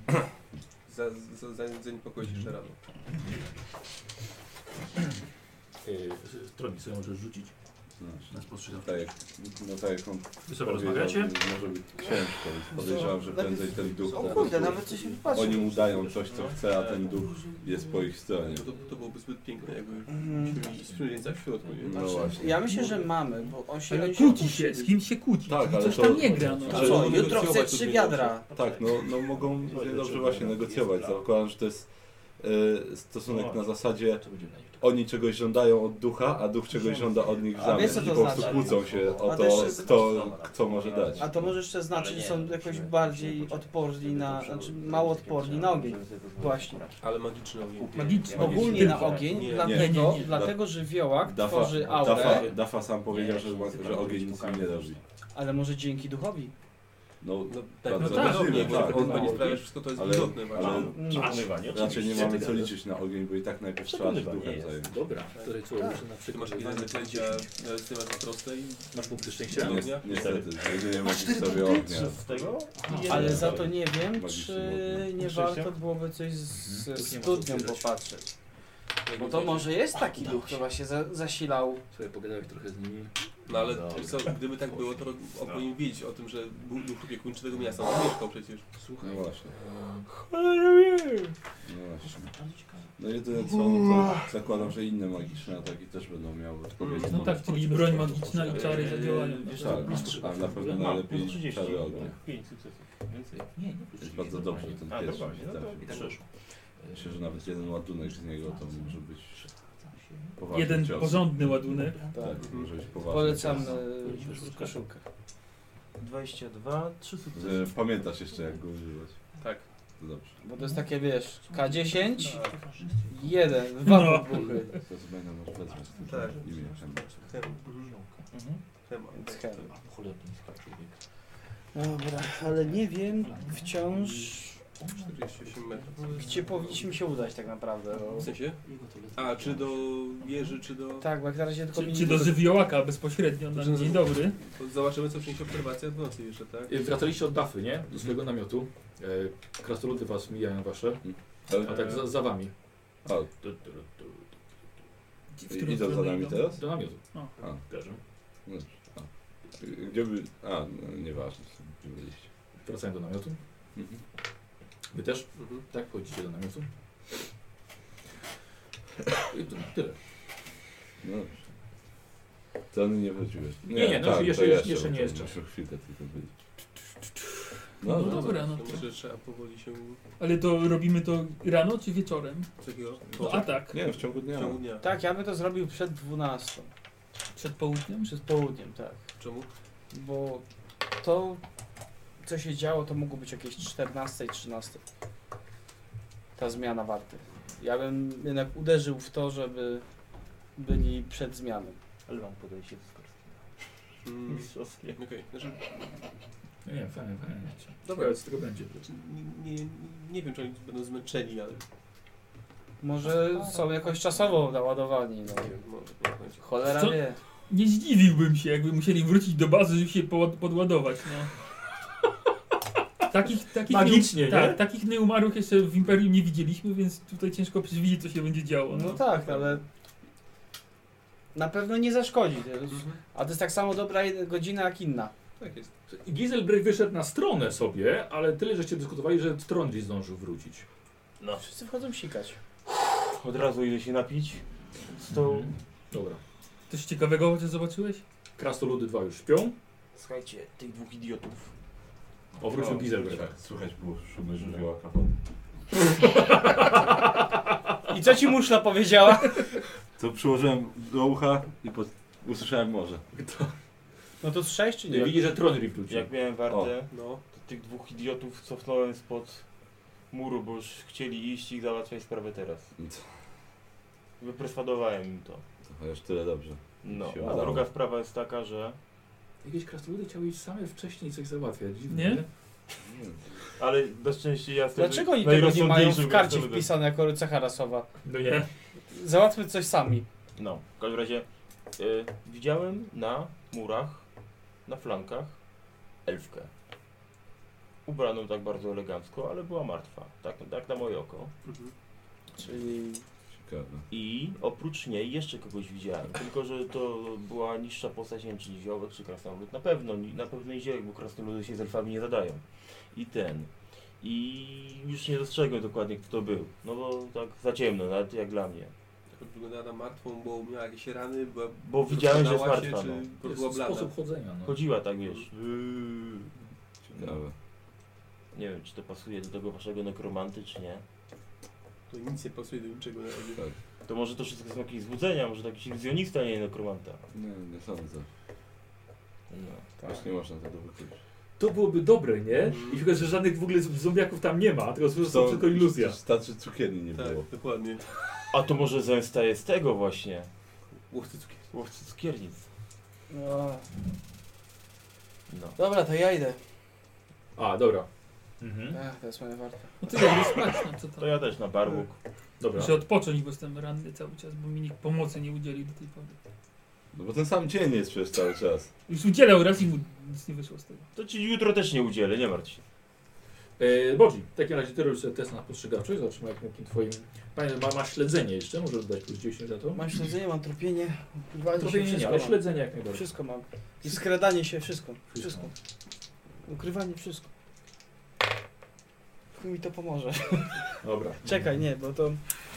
zaniepokoić jeszcze rano. Troni sobie możesz rzucić. Tak jak, no tak jak on Wy sobie powiedział, rozmawiacie? że może być ciężko, więc podejrzewam, że prędzej ten duch... O po kurde, prostu- nawet coś wypatrzył. Oni mu dają coś, co chce, a ten duch jest po ich stronie. No to byłoby zbyt piękne, jakby mieli księżyca w środku, nie? No właśnie. Ja myślę, że mamy, bo on się... Ale oni kłóci opuścili. się, z kimś się kłóci. Tak, ale coś to- tam nie gra. No. A Ale co, mogą jutro chce negocjować 3 to wiadra. Tak, no mogą dobrze właśnie negocjować. Zakładam, że to jest stosunek na zasadzie oni czegoś żądają od ducha, a duch czegoś żąda od nich w A zamian. wiesz, co I to po prostu znaczy? kłócą się o A to, też jest- kto może dać. A to może jeszcze znaczyć, że są jakoś bardziej odporni na... Znaczy mało odporni na ogień. Właśnie. Ale magiczny ogień. Magiczny. Ogólnie na ogień, Nie, dlatego, nie. dlatego że wiołak tworzy aurę, Dafa sam powiedział, że ogień nic im nie robi. ale może dzięki duchowi. No, No tak, bardzo tak, możliwe, nie, tak. on będzie sprawiać wszystko, to jest Ale- istotne ale- właśnie. Przekonywanie, Raczej nie oczywiście. mamy co liczyć na ogień, bo i tak najpierw trzeba się duchem zająć. Dobra, to co, muszę na Ty przykład... masz jakieś zaklęcia na temat proste i Masz punkty szczęścia? Niestety, jedynie magicznowie ognia. Z tego? Ale za to nie wiem, Magiczny czy model. nie warto byłoby coś ze studnią popatrzeć. Bo to może jest taki duch, który właśnie zasilał. Sobie pogadałeś trochę z nimi. No ale wiesz co, gdyby tak było, to on powinien wiedzieć o tym, że był duch opiekuńczy tego miasta, on mieszkał przecież. Słuchaj, No właśnie. No właśnie. No jedyne co, no to zakładam, że inne magiczne ataki też będą miały odpowiedzi. No tak, czyli broń magiczna i czary zadziałają. Tak, a na pewno najlepiej czary ognia. 5 sukcesów. Więcej? Jest bardzo dobrze ten A, pierwszy. dokładnie, no to trafi. i tak przeszło. Myślę, że nawet jeden ładunek z niego to może być poważny Jeden cios. porządny ładunek. Tak, może być poważny Polecam cios. koszulkę. 22, 3 sukcesy. Pamiętasz jeszcze jak go używać. Tak. To dobrze. Bo to jest takie, wiesz, K10, 1, 2 No. podbuchy. To zmiana masz wezwać. Tak. Imię tam. Temat. Więc chem. Cholebnicka człowiek. Dobra, ale nie wiem wciąż, 48 metrów. gdzie powinniśmy się udać tak naprawdę. W sensie? A, czy do wieży, czy do... Tak, bo jak na razie tylko Czy do żywiołaka bezpośrednio na dzień dobry. Zobaczymy, co przyniesie obserwacja w nocy jeszcze, tak? Wracaliście od Dafy, nie? Do swojego namiotu. Krasnoludy was mijają wasze. A tak za wami. A, W którą idą za stronę nami idą? teraz? Do namiotu. A, Kojarzę. no, a. Gdzie by... A, no, nieważne, gdzie byliście. Wracają do namiotu. Mhm. Wy też? Mhm. Tak, wchodzicie do namiotu. I to tyle. No dobrze. To one nie wróciły. Nie, no tak, jeszcze- to jeszcze bo nie to jeszcze. Muszę chwilkę tylko być. No No, dobra, no To to. myślę, że trzeba powoli się... Ale to robimy to rano czy wieczorem? Takiego... No a tak, Nie, w ciągu W dnia. ciągu dnia. Tak, ja bym to zrobił przed 12, przed południem? przed południem, tak. Czemu? Bo to, co się działo, to mogło być jakieś 14, 13. Ta zmiana warty. Ja bym jednak uderzył w to, żeby byli przed zmianą. Ale mam podejście do Skorskiego. Mm, Mistrzowskie. Okej, znaczy... Nie, fajnie. Dobra. Dobra, z tego będzie. Znaczy, nie wiem, czy oni będą zmęczeni, ale... Może są jakoś czasowo naładowani, no. Nie wiem, może nie będzie. Cholera Co? wie. Nie zdziwiłbym się, jakby musieli wrócić do bazy, żeby się podładować, no. Takich Magicznie, nie? Tak, takich nieumarłych jeszcze w Imperium nie widzieliśmy, więc tutaj ciężko przewidzieć, co się będzie działo. No tak, ale na pewno nie zaszkodzi. A to jest tak samo dobra godzina jak inna. Tak jest. Giselbrecht wyszedł na stronę sobie, ale tyle, żeście dyskutowali, że Trondri zdążył wrócić. No. Wszyscy wchodzą sikać. Od razu idę się napić. Z tą... Mhm. Dobra. Coś ciekawego chociaż zobaczyłeś? Krasnoludy 2 już śpią. Słuchajcie, tych dwóch idiotów. Powrócił Giselbrecht. Tak, słychać było szumy żywiołaka. I co ci muszla powiedziała? To przyłożyłem do ucha i usłyszałem morze. No to 6 czy Nie, nie? widzi, że Trondri wrócił. Jak miałem wartę, No. to tych dwóch idiotów cofnąłem spod muru, bo już chcieli iść i załatwiać sprawę teraz. Wyperswadowałem im to. To chociaż tyle dobrze. No, Się a udało. druga sprawa jest taka, że... Jakieś krasnoludy chciały iść same wcześniej coś załatwiać. Dziwne, Nie? Ale na szczęście ja wtedy Dlaczego oni tego nie mają w najrozsądniejszym karcie krasnoludem. wpisane jako cecha rasowa? No nie. Załatwmy coś sami. No, w każdym razie widziałem na murach, na flankach elfkę. Ubraną tak bardzo elegancko, ale była martwa. Tak na moje oko. Mhm. Czyli Ciekawe. I oprócz niej jeszcze kogoś widziałem, tylko że to była niższa postać, nie wiem czy niziołek, czy krasnolud, na pewno niziołek, bo krasnoludy się z elfami nie zadają. I już nie dostrzegłem dokładnie kto to był, no bo tak za ciemno, nawet jak dla mnie. Wyglądała na martwą, bo miała jakieś rany, Bo widziałem, że jest rozpadała martwa, się, no. czy Jest była blada. sposób chodzenia. No. Chodziła tak, wiesz. Ciekawe. Nie wiem, czy to pasuje do tego waszego nekromanty, czy nie. To nic nie pasuje do niczego na razie. Tak. To może to wszystko są jakieś złudzenia, może to jakiś iluzjonista, nie nekromanta. Nie sądzę. No. Też nie można tego wykryć. To byłoby dobre, nie? I tylko, że żadnych w ogóle zombiaków tam nie ma, tylko to tylko iluzja. Starczy cukierni nie było. Tak, dokładnie. A to może zemsta jest tego właśnie. Łowcy cukier. Łowcy cukiernic. No. No. Dobra, to ja idę. A, dobra. Mhm. To jest moja warta. No to ja idę spać, no co To to? ja też na barbuk. Dobra. Muszę odpocząć, bo jestem ranny cały czas, bo mi nikt pomocy nie udzielił do tej pory. No bo ten sam dzień jest przez cały czas. Już udzielał raz i mu nic nie wyszło z tego. To ci jutro też nie udzielę, nie martw się. Bodzi, w takim razie ty robisz sobie test na postrzegawczość, zobaczymy jakim twoim... Pamiętaj, ma śledzenie jeszcze, może dodać plus 10 za to? Mam śledzenie, mam tropienie. Ukrywanie Trochę się, nie, wszystko ale mam. śledzenie jak najbardziej. Wszystko mam. I skradanie się, wszystko. Wszystko. Ukrywanie, wszystko. Chuj mi to pomoże. Dobra. Czekaj, nie, bo to...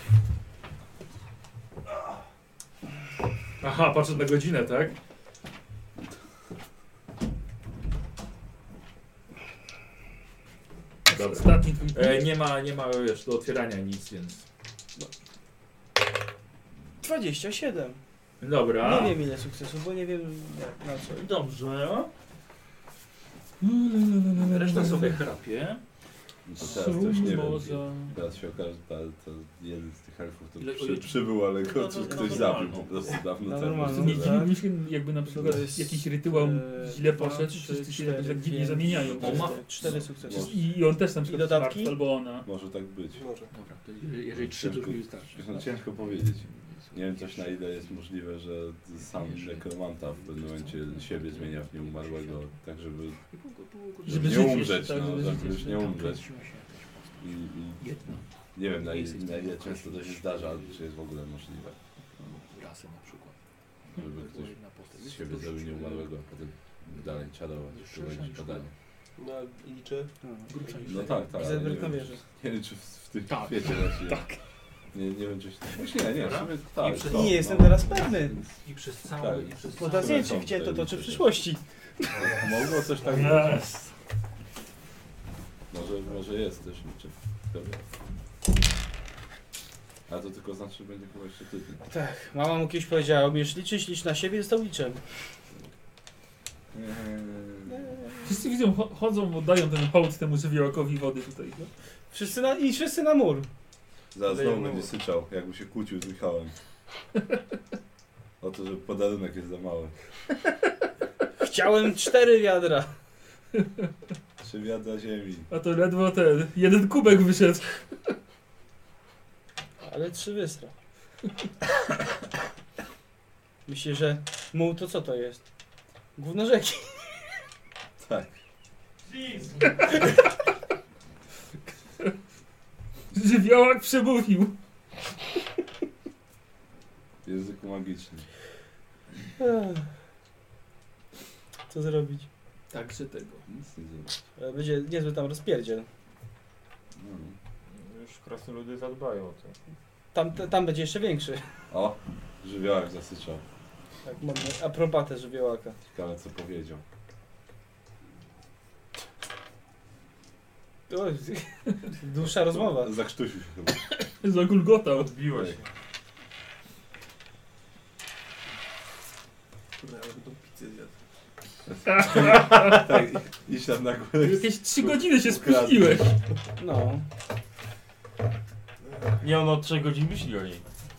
Aha, patrzę na godzinę, tak? Dobra. Ostatni twój punkt. Nie ma wiesz, do otwierania nic, więc... 27. Dobra. Nie wiem ile sukcesów, bo nie wiem na co. Dobrze. Reszta sobie chrapie. No to teraz też nie wiem. Może... Teraz się okaże, to jeden z tych elfów to Ile- przybył, ale go No, ktoś no, zabił no, po prostu dawno no, temu. normalnie. Nie tak. dziwiłbym się, jakby na przykład To jest, jakiś rytuał źle poszedł, trzy, wszyscy się cztery, jakoś tak dziwnie pięć, zamieniają. O, ma- 4 sukcesy. Może. I on też na przykład dodatki? martwy, albo ona. Może tak być. Może. Dobra, to jeżeli 3 to już mi wystarczy. No, ciężko powiedzieć. Nie wiem też na ile jest możliwe, że sam nekromanta w pewnym momencie siebie zmienia w nieumarłego, tak żeby Żeby nie żyć umrzeć, jeszcze, tak, no, żeby żyć żeby już jeszcze. nie umrzeć. I Jedno. nie wiem na ile często to się zdarza, albo czy jest w ogóle możliwe, Rasę na przykład. żeby ktoś z siebie zrobił nieumarłego, a potem dalej czarować, prowadzić badania. No i liczę. No tak, tak. ale Zerberg na nie wiem, wieży. nie wiem czy w tym Tak. świecie raczej. Tak. Nie wiem czy... Właśnie nie, w Dobra. sumie tak. I przez- no, Nie jestem no. teraz pewny. I przez Tak. całe... I przez Bo całe- na zdjęciu wcięto to, czy w przyszłości. Mogło coś tak być. Yes. Może jest też niczym. Dobra. A to tylko znaczy, że będzie chyba jeszcze tydzień. Tak, mama mu kiedyś powiedziała, umiesz liczyć, licz na siebie, został liczem. Wszyscy widzą, chodzą, oddają ten hołd temu żywiołakowi wody tutaj. No. Wszyscy na mur. Zaraz Daję znowu mu- będzie syczał, jakby się kłócił z Michałem. O to, że podarunek jest za mały. Chciałem 4 wiadra. 3 wiadra ziemi. A to ledwo ten, jeden kubek wyszedł. Ale 3 wysra. Myślę, że muł to co to jest? Gówno rzeki. Tak. Żywiołak przemówił. W języku magicznym. Co zrobić? Także tego. Nic nie zrobię. Będzie niezły tam rozpierdziel. No. Już krasnoludy zadbają o to. Tam będzie jeszcze większy. O! Żywiołak zasyczał. Tak, mamy aprobatę żywiołaka. Ciekawe co powiedział. Oj, dłuższa rozmowa. Zakrztusił się chyba. Zagulgotał. Odbiło się. Kurde, ale będą pizzę zjadł. Tak, iść tam na górę. Jakieś 3 godziny się Ukradł. spóźniłeś. No. Nie, on od 3 godzin myśli o niej.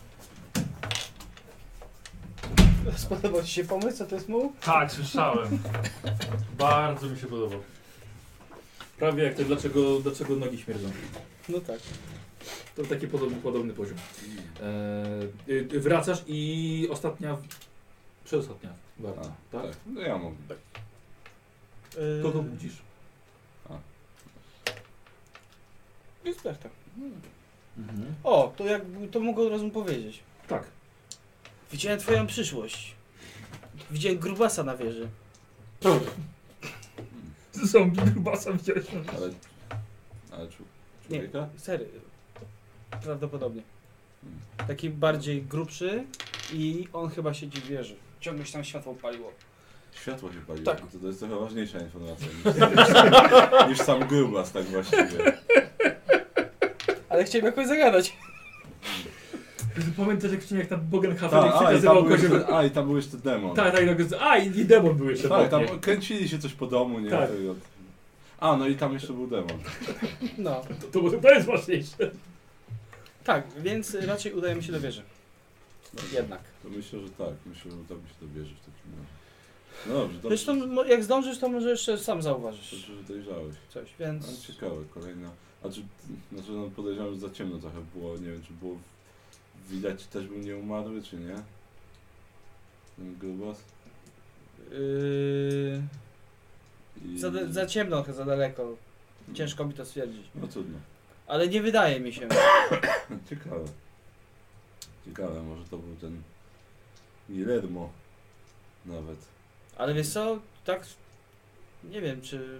Spodobał ci się pomysł, co to jest muł? Tak, słyszałem. Bardzo mi się podobał. Prawie jak to, dlaczego nogi śmierdzą. No tak. To taki podobny poziom. Wracasz i przedostatnia warta, A, tak? tak. No ja mogę. Kogo budzisz? Eksperta. O, to mogę od razu powiedzieć. Tak. Widziałem twoją przyszłość. Widziałem grubasa na wieży. Zombie grubasa wziąłeś. Ale Nie, człowieka? serio. Prawdopodobnie. Taki bardziej grubszy i on chyba siedzi w wieży. Ciągle się tam światło paliło. Światło się paliło. Tak. To jest trochę ważniejsza informacja niż sam grubas, tak właściwie. Ale chciałem jakoś zagadać. Pamiętasz jak tam Bogenhafen Tak, przekazywał kozioł. i tam był jeszcze demon. Tak, i demon był jeszcze. Tak, pewnie. tam kręcili się coś po domu, nie? Tak. No i tam jeszcze był demon. No. To jest ważniejsze. Tak, więc raczej udajemy się do wieży. Jednak. To myślę, że tak. Myślę, że tam się dobierze w takim razie. No dobrze, dobrze. Zresztą jak zdążysz, to może jeszcze sam To, zauważysz że dojrzałeś. coś, więc... Ale ciekawe, kolejna. No podejrzewam, że za ciemno trochę było, nie wiem, czy było widać, czy też był nieumarły, czy nie? Ten grubas. I... Za ciemno, za daleko. Ciężko mi to stwierdzić. No trudno. Ale nie wydaje mi się. Ciekawe. Ciekawe, może to był ten Guillermo nawet. Ale wiesz co, tak nie wiem, czy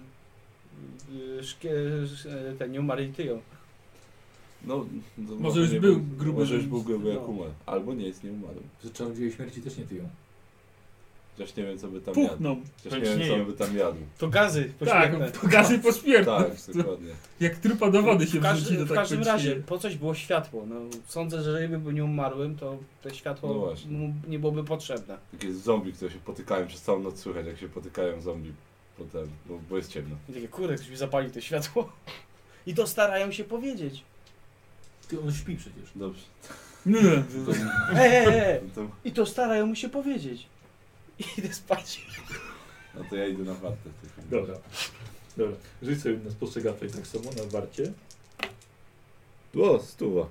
ten nie umarł i tyją. No, Może już nie był gruby. Może już był gruby jak No. umarł. Albo nie jest nieumarły. Że czarodzieje śmierci też nie tyją. Chociaż nie wiem, co by tam jadł. Puchną. Chociaż nie wiem, co by tam jadł. To gazy Tak, pośmiertne. to gazy pośmiertne. Tak, dokładnie. Jak trupa do wody się wrzuci, to W tak każdym powiem, razie, nie. po coś było światło. No, sądzę, że jeżeli by był nieumarłym, to to No światło właśnie. mu nie byłoby potrzebne. Takie zombie, które się potykają przez całą noc, słychać jak się potykają zombie potem, bo jest ciemno. I takie, kurde, ktoś mi zapalił to światło. I to starają się powiedzieć. Ty, on śpi przecież. Dobrze. Nie. To, I to starają mu się powiedzieć. I idę spać. no to ja idę na wartę. w takim razie. Dobra. Dobra. Rzuć sobie na spostrzegawczej tak samo, na warcie. O, stuwa.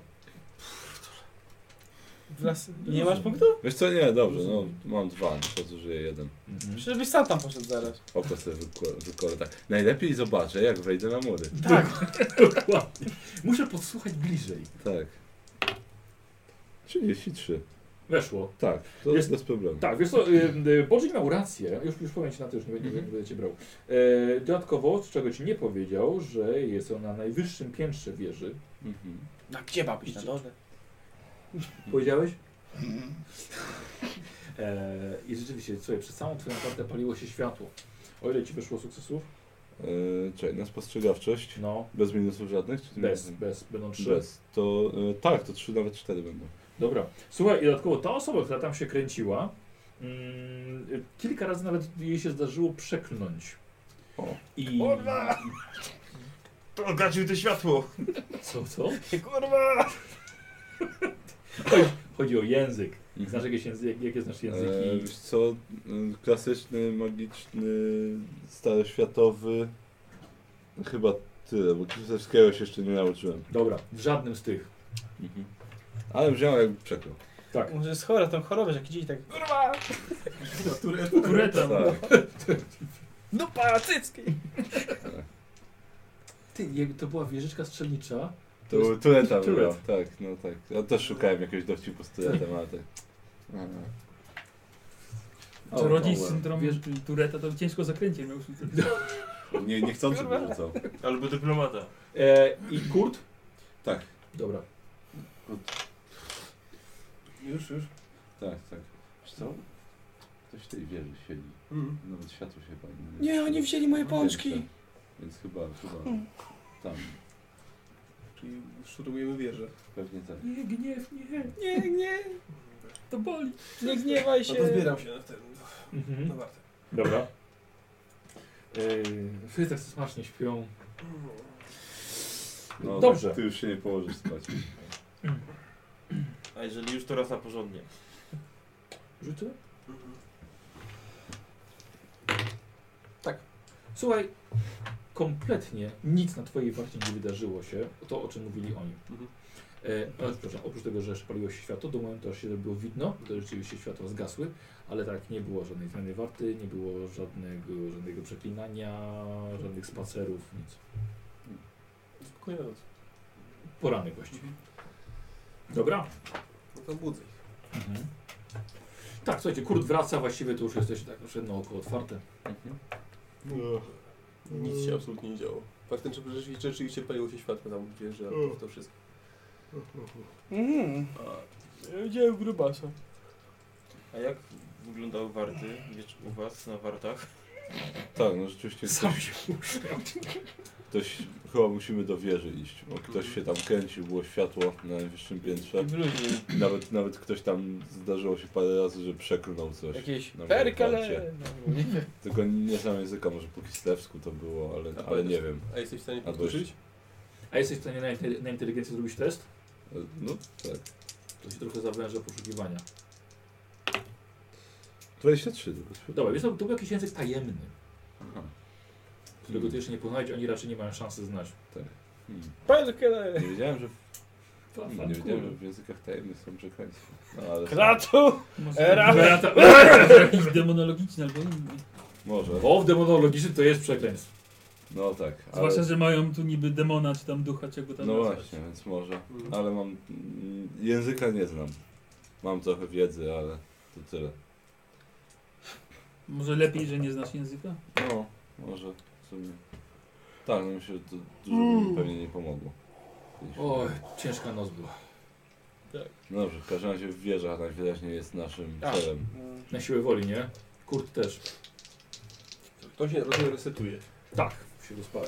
Nie masz punktu? Wiesz co, nie, dobrze, no mam 2, to zużyję 1. Żebyś sam tam poszedł zaraz. Oko sobie wykolę, tak. Najlepiej zobaczę, jak wejdę na mury. Tak. Dokładnie. Muszę podsłuchać bliżej. Tak. 33. Weszło. Tak, to Jest- jest bez problemu. Tak, wiesz co, Bożek miał rację, już powiem Ci na to, już nie będę Cię brał. Dodatkowo, z czego Ci nie powiedział, że jest on na najwyższym piętrze wieży. Mhm. A gdzie ma być na dole? Powiedziałeś? I rzeczywiście, słuchaj, przez całą Twoją kartę paliło się światło. O ile Ci wyszło sukcesów? Czekaj, na spostrzegawczość. No, Bez minusów żadnych? Czy bez, będą 3. Bez. To tak, to 3, nawet 4 będą. Dobra. Słuchaj, i dodatkowo ta osoba, która tam się kręciła, kilka razy nawet jej się zdarzyło przeklnąć. O. I... To gadził to światło. Co? Kurwa! Chodzi o język. Znasz jakieś języki? Jakie znasz języki? Wiesz co, klasyczny, magiczny, staroświatowy, chyba tyle, bo Krzyżewskiego się jeszcze nie nauczyłem. Dobra, w żadnym z tych. Ale wziąłem jakby przeklął. Tak. Może jest chora, tą chorobę, że jak idzie i tak kurwa! Tureta. Tak. Dupa, cycki! Ty, jakby to była wieżyczka strzelnicza. To był Tureta Turet. wybrał, tak, no tak. Ja też szukałem jakiegoś dowcipu z Turetem, ale tak. Czarodziej z O, syndromem Tureta to ciężko zakręcie miał. Nie chcący wyrzucał. Albo dyplomata. I Kurt? Tak. Dobra. Już. Tak. Wiesz co? Ktoś w tej wieży siedzi. Nawet światło się pali. Nie, oni wzięli moje pączki. Więc chyba tam. Czyli szturmujemy wieżę. Pewnie tak. Nie, gniew, nie. Nie, To boli. nie gniewaj No się. to zbieram się na ten. Mhm. Na wartę. Dobra. Wszyscy tak smacznie śpią. No, Dobrze. Tak, ty już się nie położysz spać. A jeżeli już, to raz na porządnie. Rzucę? Tak. Słuchaj, kompletnie nic na twojej warcie nie wydarzyło się, to o czym mówili oni. Mhm. Ale przepraszam, oprócz tego, że paliło się światło, do momentu aż się zrobiło widno, to rzeczywiście światła zgasły, ale tak, nie było żadnej zmiany warty, nie było żadnego przeklinania, żadnych spacerów, nic. Spokojna noc. Poranek właściwie. Dobra. No to budzę. Mhm. Tak, słuchajcie, Kurt wraca, właściwie to już jesteście tak już jedno oko otwarte. Nic się absolutnie nie działo. Faktem, że rzeczywiście paliło się światło tam, wiesz, że to wszystko. Ja widziałem grubasa. A jak wyglądały warty u was na wartach? Tak, no rzeczywiście ktoś chyba musimy do wieży iść, bo ktoś się tam kręcił, było światło na najwyższym piętrze. Nawet ktoś tam zdarzyło się parę razy, że przeklnął coś. Jakieś na perkele. warcie. Tylko nie znam języka, może po kislewsku to było, ale nie wiem. A jesteś w stanie Albo powtórzyć? A jesteś w stanie na inteligencję zrobić test? No tak. To się trochę zawęża poszukiwania. 23. Dobra, jest to był jakiś język tajemny, Aha. którego ty jeszcze nie poznałeś, oni raczej nie mają szansy znać. Hmm. Perkele. Nie wiedziałem, że w językach tajemnych są przekleństwa. No, ale Kratu. Jakiś demonologiczny albo inny. może. O, w demonologicznym to jest przekleństwo. No tak. Zwłaszcza, że mają tu niby demona, czy tam ducha, czego tam No nazwać. właśnie, więc może. Ale języka nie znam. Mam trochę wiedzy, ale to tyle. Może lepiej, że nie znasz języka? No, może w sumie. Tak, no myślę, że to dużo mi pewnie nie pomogło. Oj, ciężka noc była. No dobrze, w każdym razie wieża najwyraźniej jest naszym Tak. celem. Na siłę woli, nie? Kurt też. To się rozumiem resetuje. Tak, się dospałeś.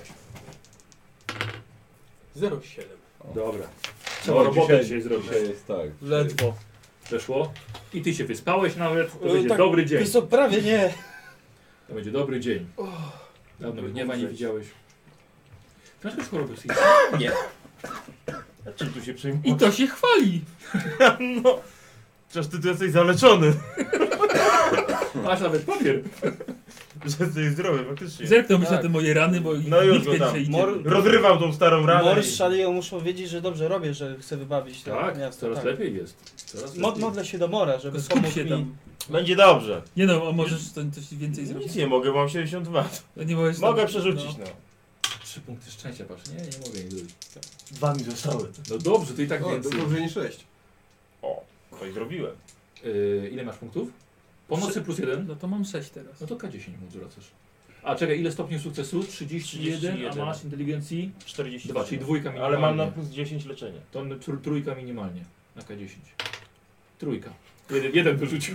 0,7. Dobra. No, Trzeba robotę dzisiaj zrobić. Dzisiaj jest tak. Ledwo. Weszło? I ty się wyspałeś nawet, to No, będzie tak, dobry dzień. Wiesz co, prawie nie. To będzie dobry dzień. Dawno gniewa nie widziałeś. Masz jakąś chorobę psychiczną? Nie. A czym tu się przejmuje? I to się chwali! No. Przecież ty tu jesteś zaleczony. Masz nawet papier. Że jesteś zdrowy, faktycznie. Zerknąłbyś Tak. na te moje rany, bo No już nikt go nie tam. przejdzie. Rozrywam tą starą ranę. Morsz szaleją, muszą wiedzieć, że dobrze robię, że chcę wybawić to Tak, miasto. coraz tak. lepiej jest. Coraz lepiej. Modlę się do Mora, żeby Tylko skup pomógł się mi. tam. Będzie dobrze. Nie no, a możesz to coś więcej zrobić? Nic nie mogę, mam 72. To nie możesz Mogę tam- przerzucić, no. 3 punkty szczęścia, patrz. Nie mogę ich zrobić. 2 mi zostały. No dobrze, to i tak O, to więcej. dobrze niż 6. O, coś zrobiłem. Ile masz punktów? Po nocy plus 1? No to mam 6 teraz. No to K10 mu zwracasz. A czekaj, ile stopni sukcesu? 31, a 31. masz inteligencji? 40. 2, czyli dwójka minimalnie. Ale mam na plus 10 leczenia. To trójka minimalnie na K10. Trójka. Jeden wyrzucił.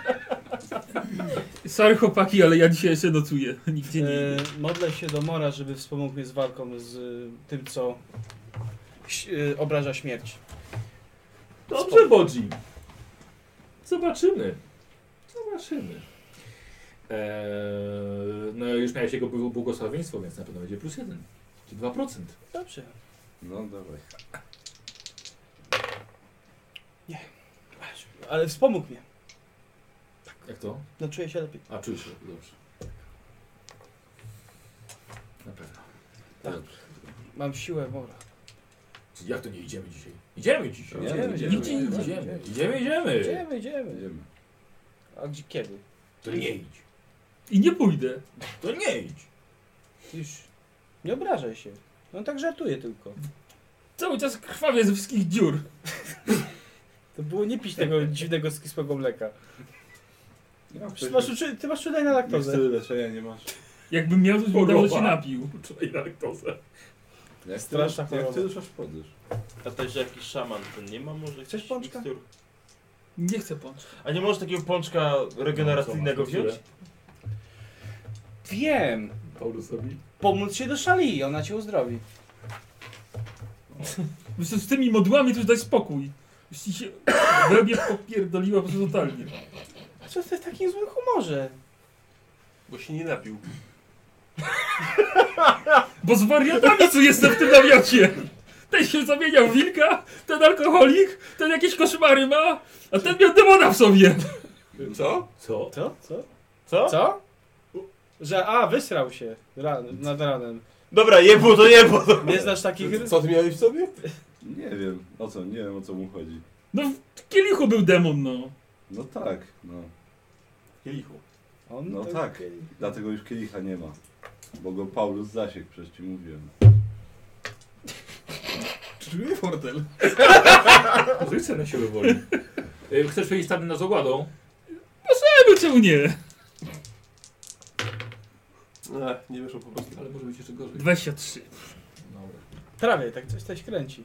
Sorry chłopaki, ale ja dzisiaj jeszcze nocuję. Nigdzie nie idę. Modlę się do Mora, żeby wspomógł mnie z walką z tym, co obraża śmierć. Dobrze, Bodzi. Zobaczymy. No już miałeś jego błogosławieństwo, więc na pewno będzie plus 1. Czyli 2%. Dobrze. No dawaj. Ale wspomógł mnie. Jak to? No czuję się lepiej. A, czujesz się dobrze. Na pewno. Tak. Mam siłę Mora. Jak to nie idziemy dzisiaj? Idziemy dzisiaj. Idziemy. Nigdzie nie idzie. Idziemy. Idziemy. A gdzie, kiedy? To nie idź. I nie pójdę. To nie idź. Już nie obrażaj się. On tak żartuje tylko. Cały czas krwawię ze wszystkich dziur. To było nie pić tego dziwnego skisłego mleka. No, Ty masz czulej na laktozę. Mikstury leczenia nie masz. Jakbym miał, to bym dał się napił. Uczulej na laktozę. Jak Straszna jak choroba. ty ruszasz podróż? A to jeszcze jakiś szaman, ten nie ma może? Chcesz jakiś pączka? mikstur? Nie chcę pączka. A nie możesz takiego pączka regeneracyjnego No, co, masz wziąć? Wiem. Paulusowi. Pomóc się do Szali, ona cię uzdrowi. Wiesz co, z tymi modłami to już daj spokój. Już ci się wełbie popierdoliła po prostu totalnie. Co ty w takim złym humorze? Bo się nie napił. Bo z wariatami co jestem w tym namiocie. Ten się zamieniał w wilka, ten alkoholik, ten jakieś koszmary ma, a ten miał demona w sobie. Co? Co? Co? Co? Co? Że wysrał się nad ranem. Dobra, jebło to jebło. Nie znasz takich... Co ty miałeś w sobie? Nie wiem o co mu chodzi. No w kielichu był demon, no. No tak, no. Kielichu. On No to- tak. Dlatego już kielicha nie ma. Bo go Paulus zasiekł, przecież ci mówiłem. Czuję fortel. Rzucę na siłę woli. Chcesz przejść stary na zagładą? Czemu nie? Nie wyszło po prostu. Ale może być jeszcze gorzej. 23. Dobra. Prawie, tak coś kręci.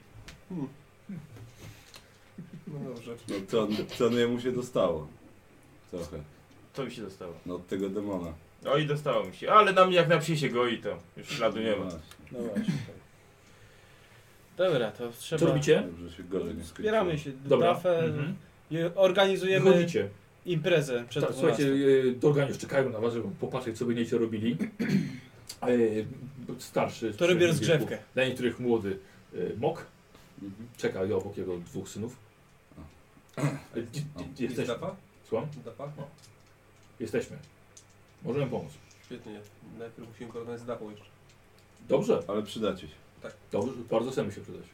No dobrze. No co jemu się dostało? Trochę. Co mi się dostało? No od tego demona. No i dostało mi się, ale na mnie jak na psie się goi, to już śladu nie ma. Właśnie. No właśnie. Tak. Dobra, to trzeba... Co robicie? Dobrze się gorzej nie skończyło. Zbieramy się, Dobra. dafę Mhm. i organizujemy Wychodzicie. imprezę przed Tak, słuchajcie, 12. Dorgani już czekają na was, żeby popatrzeć, co będziecie robili. Starszy. To robię rozgrzewkę. Dla niektórych młody Mok. Mhm. Czeka obok jego 2 synów. Gdzie Jest jesteśmy? dapa? Słucham? Dapa? Jesteśmy. Możemy pomóc. Świetnie. Najpierw musimy porównać z dapą jeszcze. Dobrze. Ale przydacie się. Dobrze, bardzo chcemy się przydać.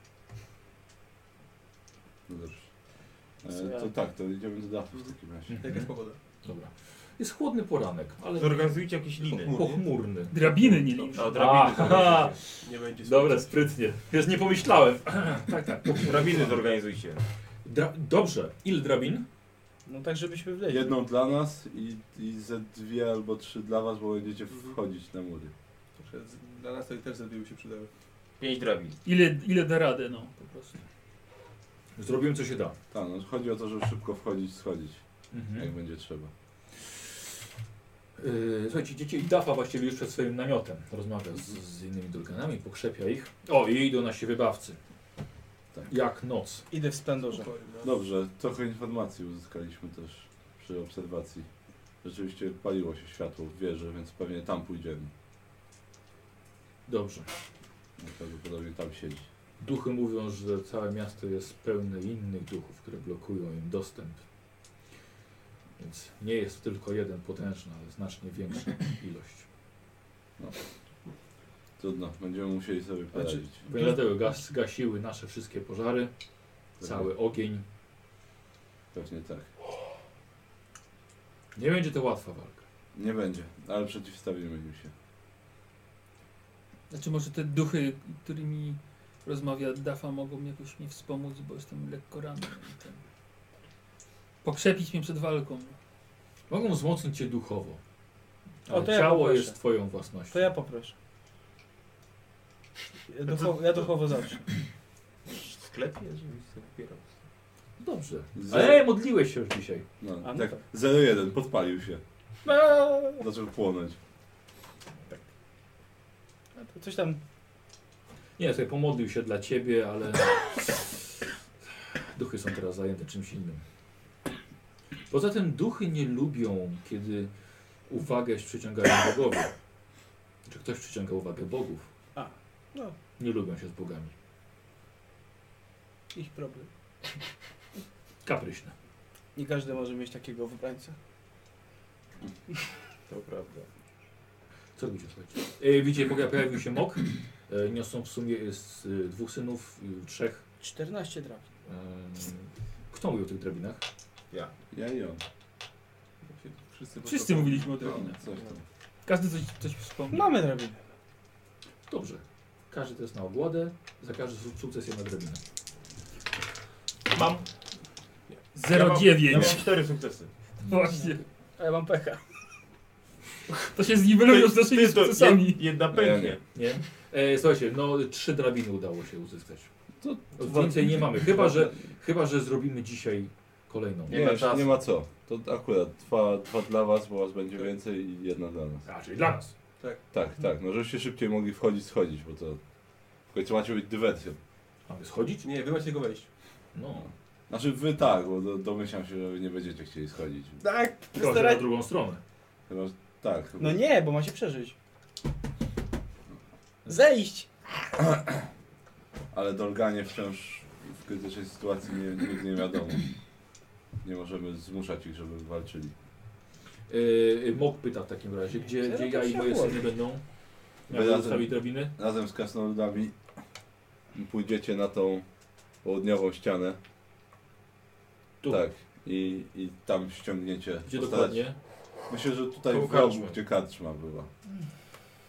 No dobrze. Co ja- To tak, to idziemy do dafy w takim razie. Jaka jest pogoda? Dobra. Jest chłodny poranek, ale Zorganizujcie jakieś liny. pochmurny. Drabiny nie liczę. A, drabiny zorganizujcie. Nie będzie Dobra, sprytnie. Wiesz, nie pomyślałem. Tak, tak. Drabiny zorganizujcie. Dobrze. Ile drabin? No tak, żebyśmy wleźli. Jedną dla nas i ze 2 albo 3 dla was, bo będziecie wchodzić na mury. Dla nas to i też ze dwie by się przydały. 5 drabin. Ile da radę, no po prostu. Zrobimy co się da. Tak, no chodzi o to, żeby szybko wchodzić, schodzić, jak Mhm. będzie trzeba. Słuchajcie, dzieci i Dafa właściwie już przed swoim namiotem rozmawia z innymi Dorganami, pokrzepia ich. O, i idą nasi wybawcy. Tak. Jak noc. Idę w splendorze. Dobrze, trochę informacji uzyskaliśmy też przy obserwacji. Rzeczywiście paliło się światło w wieży, więc pewnie tam pójdziemy. Dobrze. No, prawdopodobnie tam siedzi. Duchy mówią, że całe miasto jest pełne innych duchów, które blokują im dostęp. Więc nie jest tylko jeden potężny, ale znacznie większa ilość. Trudno, będziemy musieli sobie poradzić. Dlatego gasiły nasze wszystkie pożary, cały ogień. Pewnie tak. Nie będzie to łatwa walka. Nie będzie, ale przeciwstawimy im się. Znaczy może te duchy, którymi rozmawia Dafa, mogą jakoś mnie wspomóc, bo jestem lekko ranny. I ten... Pokrzepić mnie przed walką. Mogą wzmocnić cię duchowo. O, Ale to ja ciało poproszę. jest twoją własnością. To ja poproszę. Ja duchowo zawsze. W sklepie, żebyś sobie wybierał. Dobrze. Zero- Ale modliłeś się już dzisiaj. No, A, no tak, tak. 0-1, podpalił się. Eee, Zaczął płonąć. to coś tam. Nie, sobie pomodlił się dla ciebie, ale duchy są teraz zajęte czymś innym. Poza tym duchy nie lubią, kiedy uwagę przyciągają bogowie. Czy ktoś przyciąga uwagę bogów. No, Nie lubią się z bogami. ich problem. Kapryśne. Nie każdy może mieć takiego wybrańca. To prawda. Co robicie, słuchajcie? Widzicie, pojawił się Mok. Niosą w sumie jest 2 synów, 3. 14 drabin. Kto mówił o tych drabinach? Ja. Ja i on. Wszyscy mówiliśmy o No, drabinach. coś tam. Każdy coś wspomniał. Mamy drabinę. Dobrze. Każdy test na ogładę, za każdy sukces jedna drabina. Mam. 0,9. Ja mam 4 sukcesy. Właśnie. A ja mam pecha. To się zniwelują z naszymi Ty to sukcesami. Jedna pęknie. Nie? Słuchajcie, no 3 drabiny udało się uzyskać. To Więcej nie mamy, chyba że zrobimy dzisiaj kolejną. Nie ma czasu. nie ma co. To akurat dwa dla was, bo was będzie więcej i jedna dla nas. A, czyli dla nas. Tak, no żebyście szybciej mogli schodzić, bo to w końcu macie być dywersją. Mamy schodzić? Nie, wy macie tylko wejść. No. Znaczy wy tak, bo domyślam się, że wy nie będziecie chcieli schodzić. Tak, Proszę na drugą stronę. Chyba, tak. No nie, bo ma się przeżyć. Zejść! Ale Dorganie wciąż w krytycznej sytuacji nigdy nie wiadomo. Nie możemy zmuszać ich, żeby walczyli. Mok pyta w takim razie, gdzie to ja i się moje włączy. syny będą Wy miały razem- ustawić drabiny? Razem z krasnoludami pójdziecie na tą południową ścianę. Tu. Tak. I tam ściągniecie. Gdzie postarać- dokładnie? Myślę, że tutaj Koło w rogu, karczmy. gdzie karczma była.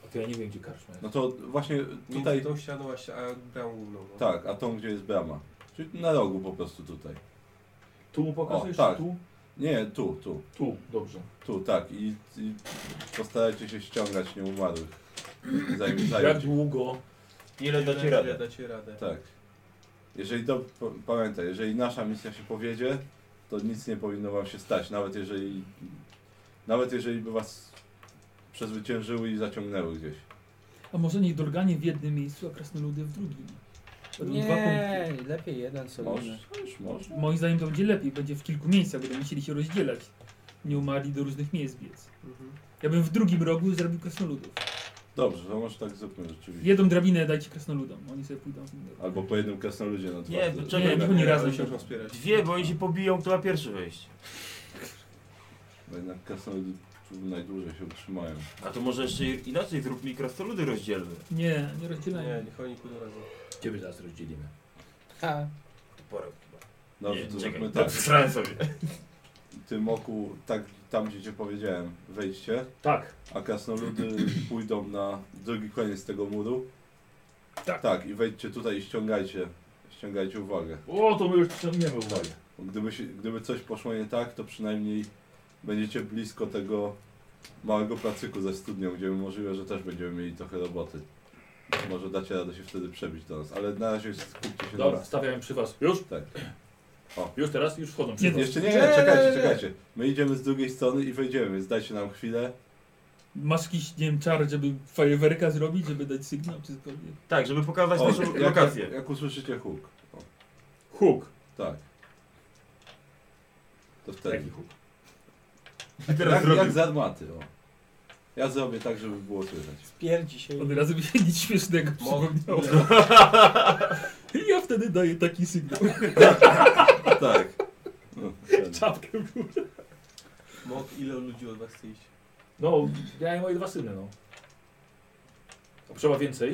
To ja nie wiem, gdzie karczma jest. No to właśnie Tutaj tutaj, tą ścianą a bramą główną. No. tak, a tą gdzie jest brama. Czyli na rogu po prostu tutaj. Tu mu pokazujesz? O, tak. Tu? Nie, tu. Tu, dobrze. Tu, tak. I postarajcie się ściągać nieumarłych. Zanim Jak zająć. długo? Ile dacie radę? Dacie radę. Tak. Jeżeli to, pamiętaj, jeżeli nasza misja się powiedzie, to nic nie powinno wam się stać, nawet jeżeli by was przezwyciężyły i zaciągnęły gdzieś. A może niech Dorganie w jednym miejscu, a krasnoludy w drugim? Będą dwa Nie, punkty. lepiej jeden sobie. Może. Moim zdaniem to będzie lepiej, będzie w kilku miejscach, będą musieli się rozdzielać. Nie umarli do różnych miejsc biec. Mhm. Ja bym w drugim rogu zrobił krasnoludów. Dobrze, to może tak zróbmy rzeczywiście. Jedną drabinę dajcie krasnoludom, oni sobie pójdą z nim. Albo po jednym krasnoludzie na dwa. Nie, poczekaj, Nie, nie, oni razem ale się muszą wspierać. Dwie, bo oni się pobiją, kto ma pierwszy wejść. Bo jednak krasnoludy najdłużej się utrzymają. A to może jeszcze inaczej zróbmy i krasnoludy rozdzielmy. Nie, nie rozdzielają. Nie, niech oni pójdą razem. Ciebie zaraz rozdzielimy. Ha. Porę chyba. Dobrze, to czekaj, zróbmy tak. tak. Słyszałem sobie. Tym oku, tak, tam gdzie ci powiedziałem, wejdźcie, Tak. a krasnoludy pójdą na drugi koniec tego muru. Tak. Tak, i wejdźcie tutaj i ściągajcie uwagę. O, to my już przyciągniemy uwagę. Bo gdyby coś poszło nie tak, to przynajmniej będziecie blisko tego małego placyku ze studnią, gdzie możliwe, że też będziemy mieli trochę roboty. Może dacie radę się wtedy przebić do nas, ale na razie skupcie się Dobra, na... stawiamy przy was. Już? Tak. O. Już teraz? Już wchodzą przy Nie, was. Jeszcze nie, Nie, czekajcie. My idziemy z drugiej strony i wejdziemy, więc dajcie nam chwilę. Masz jakiś, nie wiem, czar, żeby fajerwerka zrobić, żeby dać sygnał czy cokolwiek? Tak, żeby pokazać O, naszą lokację. jak usłyszycie huk. O, Huk. tak. To wtedy. Jaki huk? I teraz Jak zrobię. z armaty, o. Ja zrobię tak, żeby było słychać. Spierdzi się. Od razu mi się nic śmiesznego przypomniało. I ja wtedy daję taki sygnał. Tak. No, ten. Czapkę w górę. Mok, ile ludzi od was chce iść? No, ja i moje dwa syny, no. A trzeba więcej.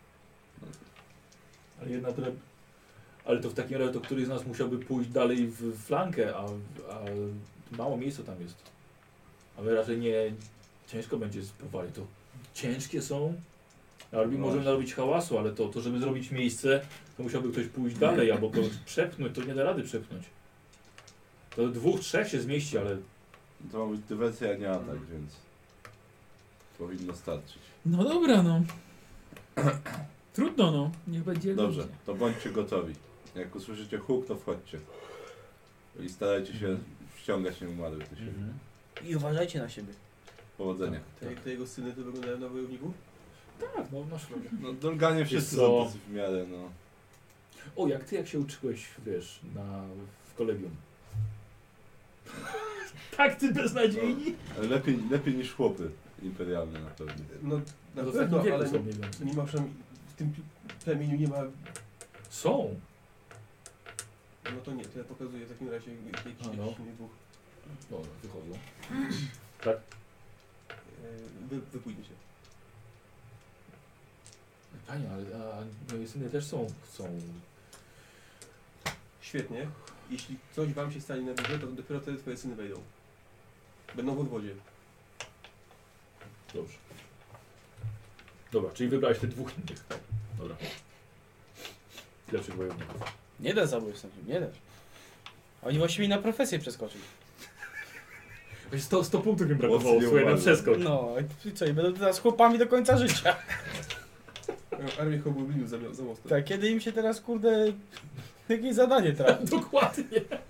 Ale jedna tyle... Ale to w takim razie to któryś z nas musiałby pójść dalej w flankę, a mało miejsca tam jest. A my raczej nie... Ciężko będzie spróbować. To ciężkie są. Możemy narobić hałasu, ale to żeby zrobić miejsce, to musiałby ktoś pójść dalej, albo kogoś przepchnąć, to nie da rady przepchnąć. To 2, 3 się zmieści, ale... To ma być dywersja, a nie atak, więc powinno starczyć. No dobra, no. Trudno, no. Niech będzie jak Dobrze, będzie. to bądźcie gotowi. Jak usłyszycie huk, to wchodźcie. I starajcie się ściągać nieumarłych do siebie. I uważajcie na siebie. Powodzenia. Te jego syny to wyglądają na wojowników? Tak, no masz rację. No Dolganie wszyscy Wiesz co? są tacy w miarę, no. O, jak się uczyłeś, wiesz, w kolegium? Tak, ty beznadziejni? Ale lepiej niż chłopy imperialne na pewno. No na No w pewno, takim wieku ale są mniej więcej. nie ma przynajmniej, w tym plemieniu nie ma, Są. no to nie, to ja pokazuję w takim razie jakiś A, no. dwóch. Dobra, wychodzą. Wy pójdziecie. Panie, ale moje syny też chcą. Świetnie. Jeśli coś wam się stanie na górze, to dopiero wtedy twoje syny wejdą. Będą w odwodzie. Dobrze. Dobra, czyli wybrałeś tych 2 innych. Dobra. Lepszych wojowników. Nie da zabójstwa, nie dasz. Oni właściwie na profesję przeskoczyli. 100 punktów mi brakowało, Mocno nie słuchaj, na uważam. przeskok. No i co, i będą teraz chłopami do końca życia. Armię hobgoblinów za mostem. Tak, kiedy im się teraz, kurde, jakieś zadanie trafi. Dokładnie. No.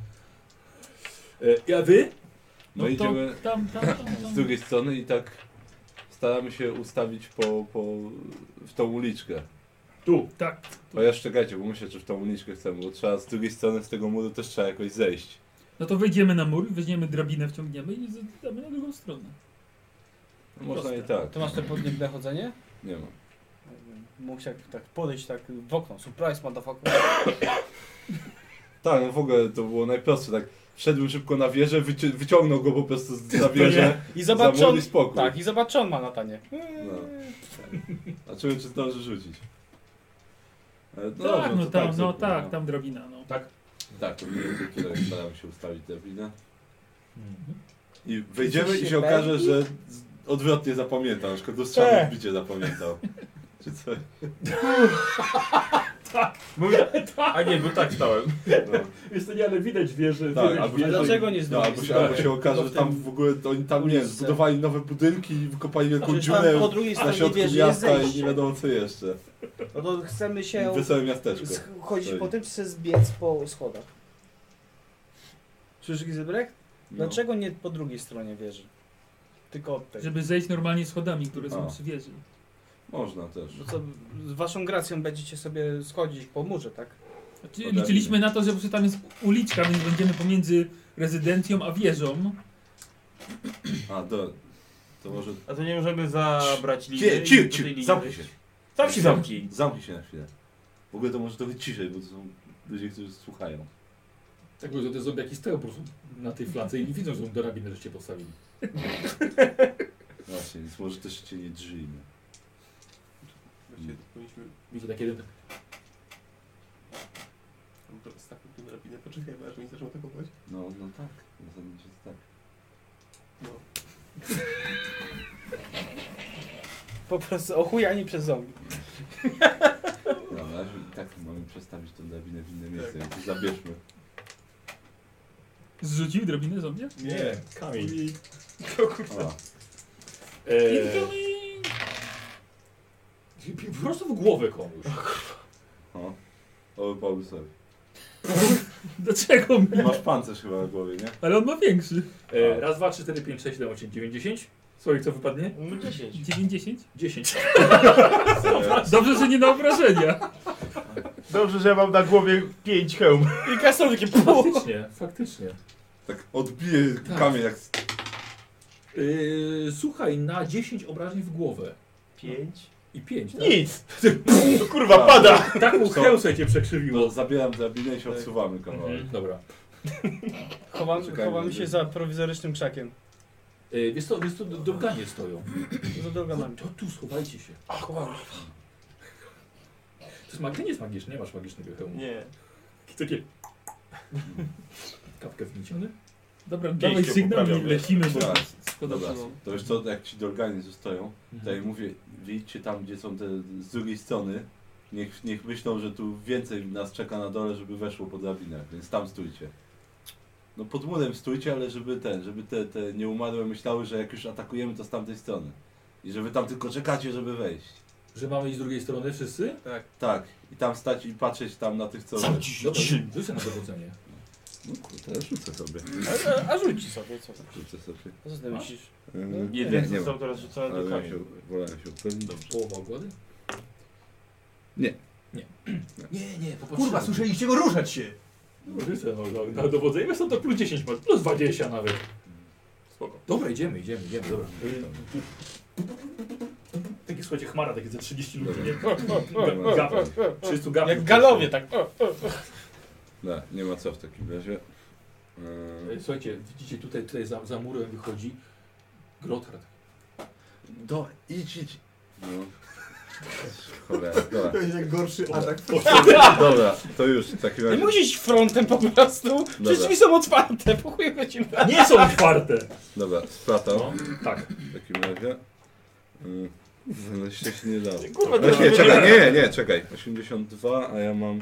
A wy? No to idziemy tam. z drugiej strony i tak staramy się ustawić w tą uliczkę. Tu. Tak. Chociaż czekajcie, bo myślę, że w tą uliczkę chcemy, bo trzeba z drugiej strony z tego muru też trzeba jakoś zejść. No to wejdziemy na mur, weźmiemy drabinę, wciągniemy i damy na drugą stronę. No, można i Proste. tak. To masz te podniebne chodzenie? Nie mam. Mógł się tak podejść tak w okno. Surprise, motherfucker. Tak, no w ogóle to było najprostsze, tak wszedłem szybko na wieżę, wyciągnął go po prostu za wieżę, I za zobacz, czy mur on, i spokój. tak, i zobacz, czy on ma latanie. No. Zobaczymy, czy zdąży rzucić. No tak, no to tam, no zróbmy, tak, no. tam drabina, no. Tak, to mniej więcej tutaj staramy się ustawić drabinę. Mhm. I wejdziemy i Coś się się okaże, pędzi? że odwrotnie zapamiętał, na przykład do strzału w bicie zapamiętał. Czy co? A nie, bo tak stałem. No. Jest to nie, ale widać wieży. Tak, widać albo- wieży. Dlaczego nie z No, drugiej albo się okaże, że tam w tym w ogóle oni tam nie wiem, ulicy. zbudowali nowe budynki i wykopali wielką Przecież dziurę tam po drugiej na stronie środku wieży jest miasta i zejście. nie wiadomo co jeszcze. No to chcemy się Wesołe miasteczko. chodzić Stoi. po tym, czy chcesz zbiec po schodach. Słyszysz, Gizelbrecht? No. Dlaczego nie po drugiej stronie wieży? Tylko od tej. Żeby zejść normalnie schodami, które są A. przy wieży. Można też. No co, z waszą gracją będziecie sobie schodzić po murze, tak? Znaczy, Ode liczyliśmy mnie. na to, że tam jest uliczka, więc będziemy pomiędzy rezydencją a wieżą. A, to może... A to nie możemy zabrać liny Ciu, i po tej linie zamknij wejść? się. Sam się zamknij. Zamknij się na chwilę. W ogóle to może trochę ciszej, bo to są ludzie, którzy słuchają. Tak, bo te zombiaki stoją po prostu na tej flance i nie widzą, że tą drabinę żeście postawili. Właśnie, więc może też cię nie drzyjmy. Właściwie to powinniśmy... Widzę takie jeden. Z taką drabinę poczekajmy, aż oni zaczną atakować. No tak, zasadniczo tak. No. Po prostu ochujani przez zombie. No, ale i tak mamy przestawić tę drabinę w inne miejsce, więc zabierzmy. Zrzucił drabinę zombie? Nie, kamień. O, Po prostu w głowę komuś. o pomysł. Dlaczego mnie? Masz pancerz chyba na głowie, nie? Ale on ma większy. Raz, 2, 3, 4, 5, 6, 7, 8, 9, 10. Słuchaj, co wypadnie? No 10. 90? 10. Dobrze, że nie na obrażenia. Dobrze, że ja mam na głowie 5 hełm. I kasą takie Faktycznie. Tak odbije kamień jak... Słuchaj, na 10 obrażeń w głowę. 5? I 5, tak? Nic! To kurwa pada! Tak mu Co? hełsę cię No, przekrzywiło. zabieram drabinę i się odsuwamy kawałek. Dobra. Chowamy się za prowizorycznym krzakiem. Wiesz co, droganie stoją. Za doganami. Tu schowajcie się. Chowamy się. To jest nie jest magiczny, nie masz magicznego hełmu. Nie. Takie... Kapkę wgnieciony? Dobra, Pięścią dawaj sygnał i poprawiam, lecimy, bo Tak. szkoda Dobra, czasu. to wiesz co, jak ci dorganie zostają, to ja mówię, wyjdźcie tam, gdzie są te z drugiej strony. Niech myślą, że tu więcej nas czeka na dole, żeby weszło po drabinach, więc tam stójcie. No pod murem stójcie, ale żeby te nieumarłe myślały, że jak już atakujemy, to z tamtej strony. I że wy tam tylko czekacie, żeby wejść. Że mamy iść z drugiej strony wszyscy? Tak. Tak. I tam stać i patrzeć tam na tych, co... Dobra, rzucę na dowodzenie. No kurde, rzucę sobie. A rzuci sobie, co? Rzucę sobie. Co ty myślisz? Jeden nie został ma. teraz rzucony Ale do wolałem kamienia. się upewnić. Połowa ogłady? Nie. Nie. Nie, popatrzymy. Kurwa, słyszeliście go ruszać się! Rzucę na dowodzenie, wiesz co, to plus 10 masz, plus 20 nawet. Spoko. Dobra, idziemy, dobra. Takie słuchajcie, chmara, takie ze 30 ludzi, nie? Gap, 300 gapów. Jak w galowie, tak. No, nie ma co w takim razie. Słuchajcie, widzicie tutaj za murem wychodzi Grothard. Idź. No. Cholera, dobra. To jest jak gorszy atak. Dobra, to już w takim Nie razie. musisz iść frontem po prostu. Przecież drzwi są otwarte, po chuj chodźmy. Nie są otwarte! Dobra, splatał. No, tak. W takim razie. No jeszcze się nie dało. Kurwa, Weź, to nie, nie czekaj, nie, czekaj. 82, a ja mam.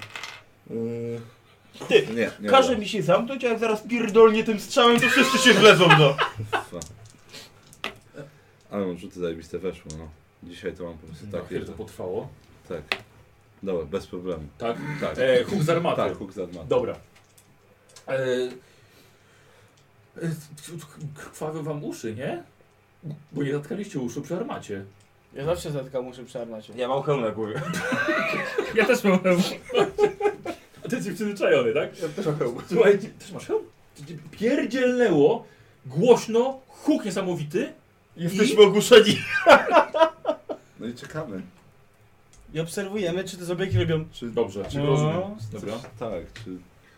Ty, nie Każe dobra. mi się zamknąć, a jak zaraz pierdolnie tym strzałem, to wszyscy się wlezą, no. Fa. Ale mam rzuty zajebiste weszło, no. Dzisiaj to mam po prostu Tak, takie. chwilę to potrwało. Tak. Dobra, bez problemu. Tak? Tak. Huk z armaty. Tak, huk z armaty. Dobra. Krwawią wam uszy, nie? Bo nie zatkaliście uszu przy armacie. Ja zawsze zatkam uszy przy armacie. Ja mam hełm na głowie. Ja też mam hełm. A ty jesteś przyzwyczajony, tak? Ja też mam hełm. Słuchaj, też masz hełm? Pierdzielnęło, głośno, huk niesamowity. Jesteśmy ogłuszeni. No i czekamy. I obserwujemy, czy te zombiaki robią. Czy, Dobrze, No. rozumiem. Dobra. Tak, czy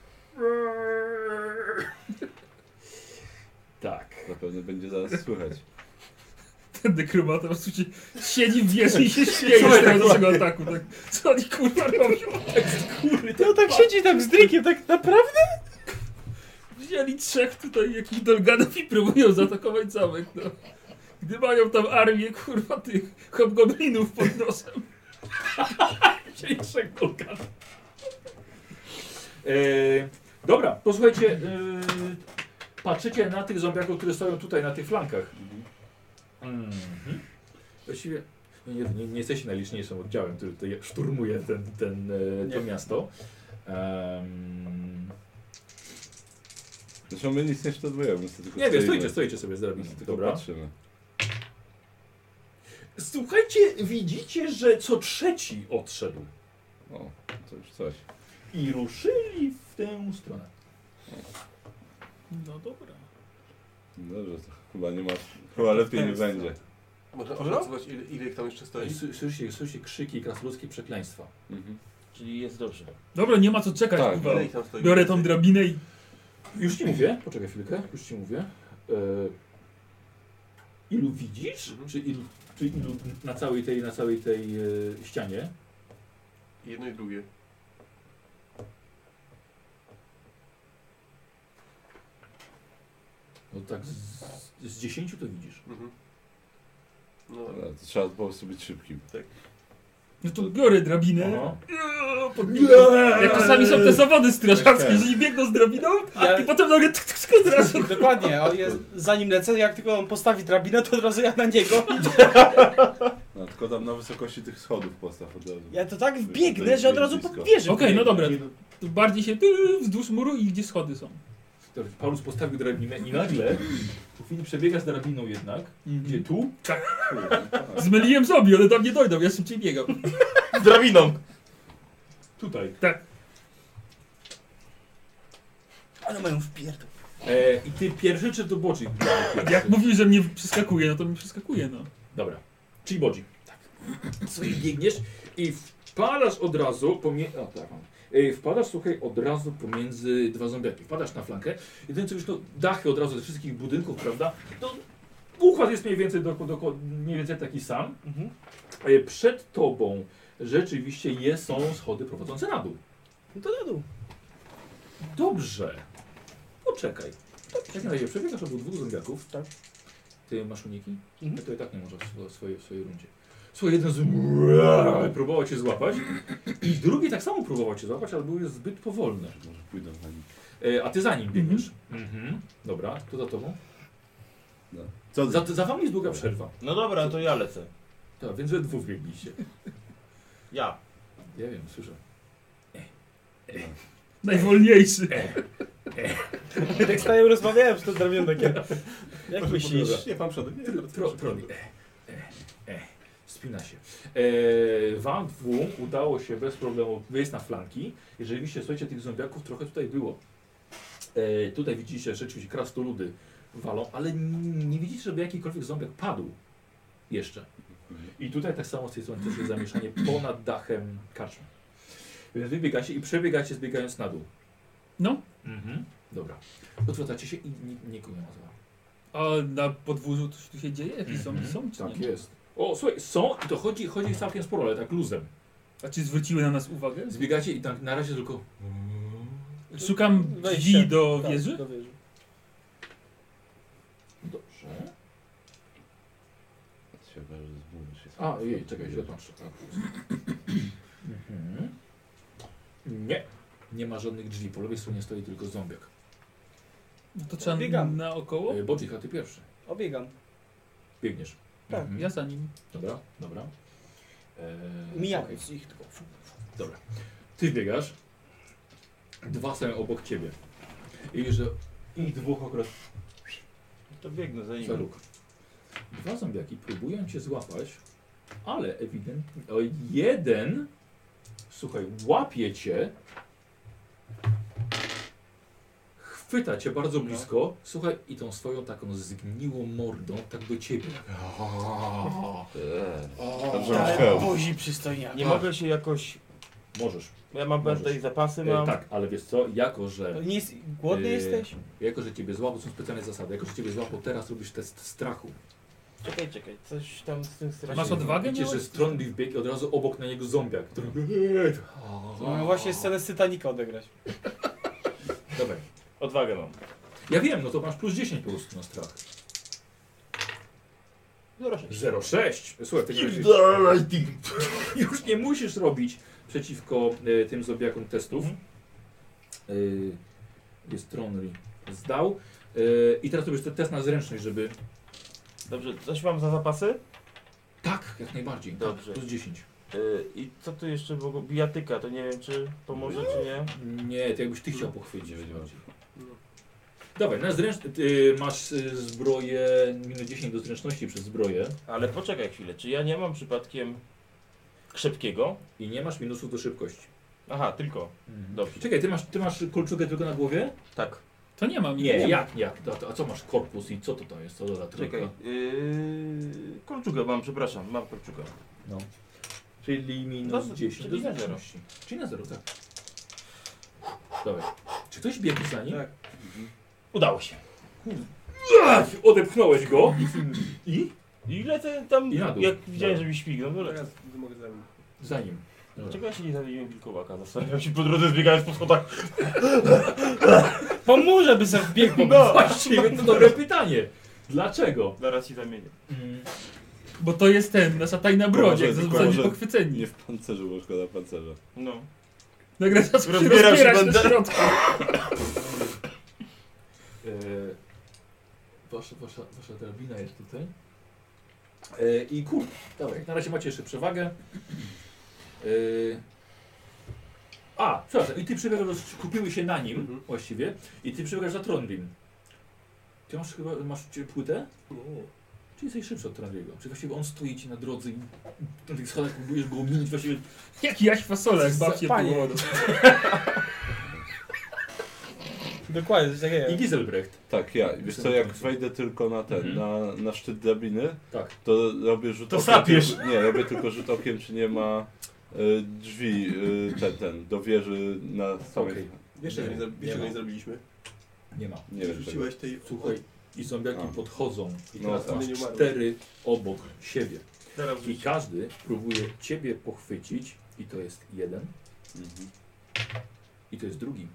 Tak. zapewne będzie zaraz słychać. Ten nekromata po prostu siedzi w wieży i się śmieje z tego naszego ataku. Tak. Co oni kurwa robią? No tak siedzi tam z drinkiem, tak naprawdę? Wzięli trzech tutaj jakichś dolganów i próbują zaatakować zamek. No. Gdy mają tam armię, kurwa, tych hobgoblinów pod nosem. Czyli 3 Dolganów. Dobra, posłuchajcie, patrzycie na tych zombiaków, które stoją tutaj na tych flankach. Właściwie nie jesteście najliczniejszym oddziałem, który tutaj szturmuje to miasto. Zresztą my nic nie sztodujemy. Nie wiem, stoicie sobie z drabiną. Tylko Dobra. patrzymy. Słuchajcie, widzicie, że co trzeci odszedł O, to już coś. i ruszyli w tę stronę. No dobra. Dobrze, to chyba nie ma... Chyba lepiej nie będzie. Można oszacować, ile ich tam jeszcze stoi? Słyszycie krzyki, krasnoludzkie przekleństwa. Mhm. Czyli jest dobrze. Dobra, nie ma co czekać, Tak, kurwa. Ile ich tam stoi? Biorę tą drabinę i... Już ci mówię, poczekaj chwilkę, już ci mówię. Ilu widzisz? Mhm. Czy ilu na całej tej ścianie? Jedno i drugie. No tak z 10 to widzisz. Mhm. No, Dobra, to trzeba po prostu być szybkim. No to biorę drabinę. Aha. Jak czasami są te zawody straszackie, Tak. że nie biegną z drabiną Ja- i potem nagle od razu. Dokładnie, zanim lecę, jak tylko on postawi drabinę, to od razu ja na niego idę. No, tylko tam na wysokości tych schodów postaw od razu. Ja to tak wbiegnę, że od razu pod wieżę. Okej, no dobra. wbiegnę. To bardziej się wzdłuż muru i gdzie schody są. Dobrze, Paulus postawił drabinę i nagle po chwili przebiega z drabiną jednak. Gdzie tu? Zmyliłem sobie, ale tam nie dojdą, ja szybciej biegam. Z drabiną! Tutaj. Tak. Ale mają wpierdol. I ty pierwszy czy to Bodzi? Jak mówił, że mnie przeskakuje, no to mi przeskakuje, no. Dobra. Czyli Bodzi. Tak. Sobie biegniesz i wpadasz od razu pomiędzy... Wpadasz, słuchaj, od razu pomiędzy dwa zombiaki. Wpadasz na flankę i ten co już no, dachy od razu ze wszystkich budynków, prawda? To układ jest mniej więcej, mniej więcej taki sam. Mhm. Przed tobą rzeczywiście są schody prowadzące na dół. No to na dół. Dobrze. Poczekaj. W takim razie przebiegasz obok dwóch zombiaków. Tak. Ty masz uniki? Mhm. To i tak nie możesz w swojej rundzie. Słuchaj, jeden z próbował cię złapać i drugi tak samo próbował cię złapać, ale był zbyt powolny. Może pójdę na nim. A ty za nim biegniesz. Dobra, kto za tobą? No. Co? Za wami jest długa przerwa. No dobra, to ja lecę. Tak, więc we dwóch biegliście. Ja. Ja wiem, słyszę. Najwolniejszy. Tak staję, rozmawiałem z tą drabiną takie. Jak myślisz? Nie, pan przodem. Troli. Spina się. Wam dwóm udało się bez problemu wyjść na flanki. Jeżeli widzicie, słuchajcie, tych zombiaków trochę tutaj było. Tutaj widzicie rzeczywiście krasnoludy walą, ale nie widzicie, żeby jakikolwiek zombiak padł jeszcze. I tutaj tak samo z tej strony też jest zamieszanie ponad dachem karczmy. Więc wybiegacie i przebiegacie zbiegając na dół. No. Dobra. Odwracacie się i nikogo nie ma za wami. A na podwórzu coś tu się dzieje? Jakieś zombie są, czy Tak nie? jest. O, słuchaj, są i to chodzi całkiem sporo, ale tak luzem. A czy zwróciły na nas uwagę? Zbiegacie i tak na razie tylko... Szukam drzwi do Tak, wieży. do wieży. Dobrze. Się okaże, że zbudzi się. A, jej, czekaj, źle patrzę. Nie. Nie ma żadnych drzwi. Po lewej stronie stoi tylko zombiak. No to trzeba Biegam. naokoło? Bodzik, a ty pierwszy. Obiegam. Biegniesz. Tak, Ja za nim. Dobra, dobra. Mijając okej. ich tylko. Dobra. Ty biegasz. Dwa są obok ciebie. I że ich dwóch akurat To biegnę za nim. za róg. Dwa zombiaki próbują cię złapać, ale ewidentnie jeden, słuchaj, łapie cię, chwyta cię bardzo blisko, słuchaj, i tą swoją taką zgniłą mordą tak do ciebie. Dobrze, Ale Michał. buzi przystojniaka. Nie mogę się jakoś... Możesz. Ja mam będę i zapasy mam. Tak, ale wiesz co, jako że Nie jest, głodny jesteś? ciebie złapał, są specjalne zasady, jako że ciebie złapał, teraz robisz test strachu. Czekaj, coś tam z tym strasznie. Masz odwagę? Widzicie, że miałeś? Strongly wbiegł i od razu obok na niego zombiak, który... No właśnie scenę z Titanica odegrać. Dobra. Odwagę mam. Ja wiem, no to masz plus 10 po prostu na strach. 0,6. Słuchaj, tego już nie musisz robić przeciwko tym zombiakom testów. Jest Tronry. Zdał. I teraz robisz ten test na zręczność, żeby... Dobrze, coś mam za zapasy? Tak, jak najbardziej. Dobrze. Plus 10. I co tu jeszcze było? Bijatyka, to nie wiem czy pomoże czy nie. Nie, to jakbyś ty chciał pochwycić. Nie wiedziałem. Dawaj, na zręczność. Masz zbroję minus 10 do zręczności przez zbroję. Ale poczekaj chwilę, czy ja nie mam przypadkiem krzepkiego? I nie masz minusów do szybkości. Aha, tylko. Dobrze. Czekaj, ty masz kolczugę tylko na głowie? Tak. To nie mam. Nie, mam. jak? A co masz korpus i co to jest? Co doda Czekaj. Kolczugę mam, przepraszam, mam kolczugę. No. Czyli minus No, 10 czyli do na zero. zręczności. Czyli na 0, tak. Dawaj. Czy ktoś biegł za nim? Tak. Udało się. Odepchnąłeś go i I lecę tam, I na dół. jak widziałem, Dobra. że mi śmignął, no lecę. Teraz mogę za nim. za nim. Dobra. Dlaczego ja się nie zabiłem wilkowaka? Zastanawiam się po drodze zbiegając po schodach. Pomóże by sobie wbiegł. No właściwie to dobre pytanie. Dlaczego? Zaraz ci zamienię. Bo to jest nasza tajna broń, Może- jak tylko zostanie może- pochwyceni. Nie w pancerzu, bo szkoda pancerza. No. Nagle zaraz się Rozbieram się rozbierać będę. na środku. Wasza drabina jest tutaj. I dawaj, na razie macie jeszcze przewagę. Przepraszam, i ty przebiegasz, kupiły się na nim właściwie, i ty przebiegasz za Trondrim. Ty masz płytę? Nie. Czy jesteś szybszy od Trondriego? Czy właściwie on stoi ci na drodze i na tych schodach próbujesz go minąć właściwie? Jak jaś fasola, jak babcie Panie. było. Dokładnie, coś takiego. I Giselbrecht. Tak, ja. Wiesz co, jak wejdę tylko na ten, na szczyt drabiny, Tak. to robię rzut To okiem. sapiesz. Nie, robię tylko rzut okiem, czy nie ma drzwi do wieży na samej... Okej. Wiesz, Nie, czego nie, nie czego ma. nie zrobiliśmy? Nie ma. Nie wiem czego. Rzuciłeś tej... Słuchaj, i zombiaki A. podchodzą i No teraz tak. masz Nie umarły. 4 obok siebie. Teraz I rzuć. każdy próbuje ciebie pochwycić i to jest jeden Mhm. i to jest drugi.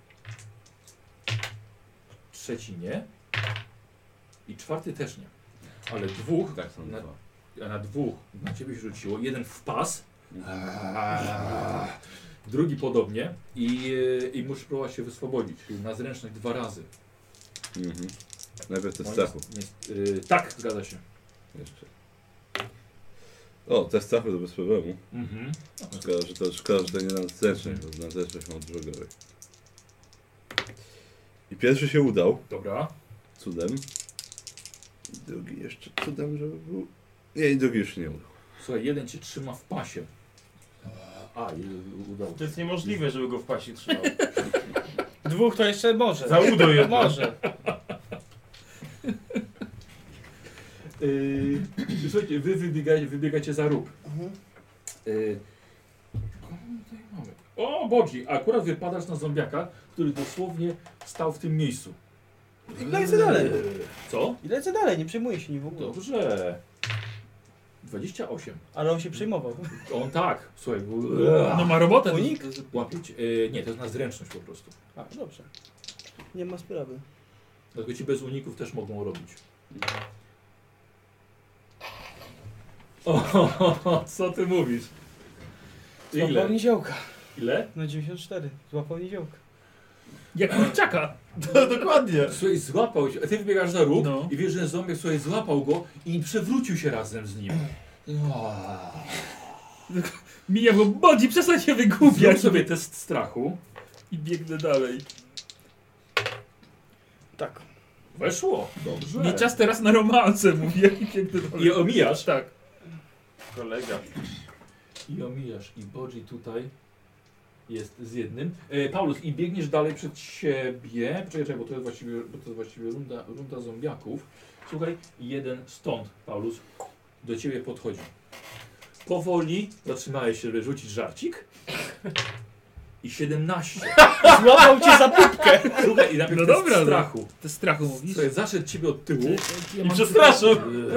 Trzeci nie i czwarty też nie. Ale dwóch, Tak są Na- dwa. a na dwóch na ciebie się rzuciło. Jeden w pas, Mhm. drugi podobnie i musisz próbować się wyswobodzić. Czyli na zręczność 2 razy. Mhm. Najpierw test No, strachu. tak, zgadza się. Jeszcze. O, test strachu to bez problemu. Mhm. Szkoda, że to nie na zręczność, bo na zręczność mam dużo gorzej. I pierwszy się udał, Dobra. cudem. I drugi jeszcze cudem, żeby był... Nie, i drugi już się nie udał. Słuchaj, jeden cię trzyma w pasie. Udało. To jest niemożliwe, żeby go w pasie trzymał. Dwóch to jeszcze może. Za udo jedno. Może. Słuchajcie, wy wybiegacie za róg. Tutaj mamy. O, Bodzi, akurat wypadasz na zombiaka, który dosłownie stał w tym miejscu. I lecę dalej. Co? I lecę dalej, nie przejmuję się nim w ogóle. Dobrze. 28. Ale on się przejmował. On tak, słuchaj, No ma robotę. Unik? łapieć. Nie, to jest na zręczność po prostu. A, dobrze. Nie ma sprawy. Dlatego ci bez uników też mogą robić. O, co ty mówisz? Złapał Ile? niziołka. Ile? Na 94. Złapał niziołka. Jak kurczaka. Dokładnie. Słuchaj, złapał się, a ty wybiegasz za róg No. i wiesz, że zombie, słuchaj, złapał go i przewrócił się razem z nim. Mija go, Bodzi, przestań się Zrób wygłupiać. sobie test strachu. I biegnę dalej. Tak. Weszło. Dobrze. Nie czas teraz na romanse, mówi, jaki piękny dalej. I omijasz. Tak. Kolega. I omijasz. I Bodzi tutaj jest z jednym. Paulus, i biegniesz dalej przed siebie. Czekaj, bo to jest właściwie runda zombiaków. Słuchaj, jeden stąd, Paulus, do ciebie podchodzi. Powoli zatrzymałeś się, żeby rzucić żarcik. I 17. Złapał cię za pupkę. Słuchaj, i najpierw No test dobra, no. strachu. Te strachu mówisz? Słuchaj, zaszedł ciebie od tyłu. Ja I mam przestraszył.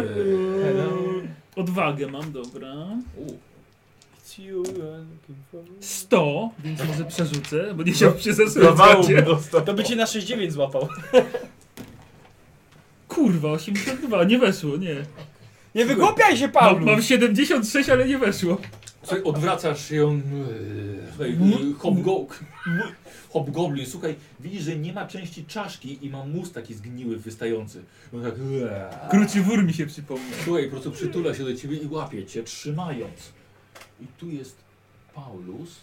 Odwagę mam, dobra. It's you I'm looking for. 100, więc może przerzucę, bo nie chciałbym się zesrać. Zawału by dostał. To by cię na 6,9 złapał. Kurwa, 82, nie weszło, nie. Nie wygłupiaj się, Mam Paulus! 76, ale nie weszło. Słuchaj, odwracasz się, słuchaj, hobgoblin, słuchaj, widzisz, że nie ma części czaszki i ma mózg taki zgniły, wystający. On tak, Kruczy wór mi się przypomniał. słuchaj, po prostu przytula się do ciebie i łapie cię, trzymając. I tu jest Paulus,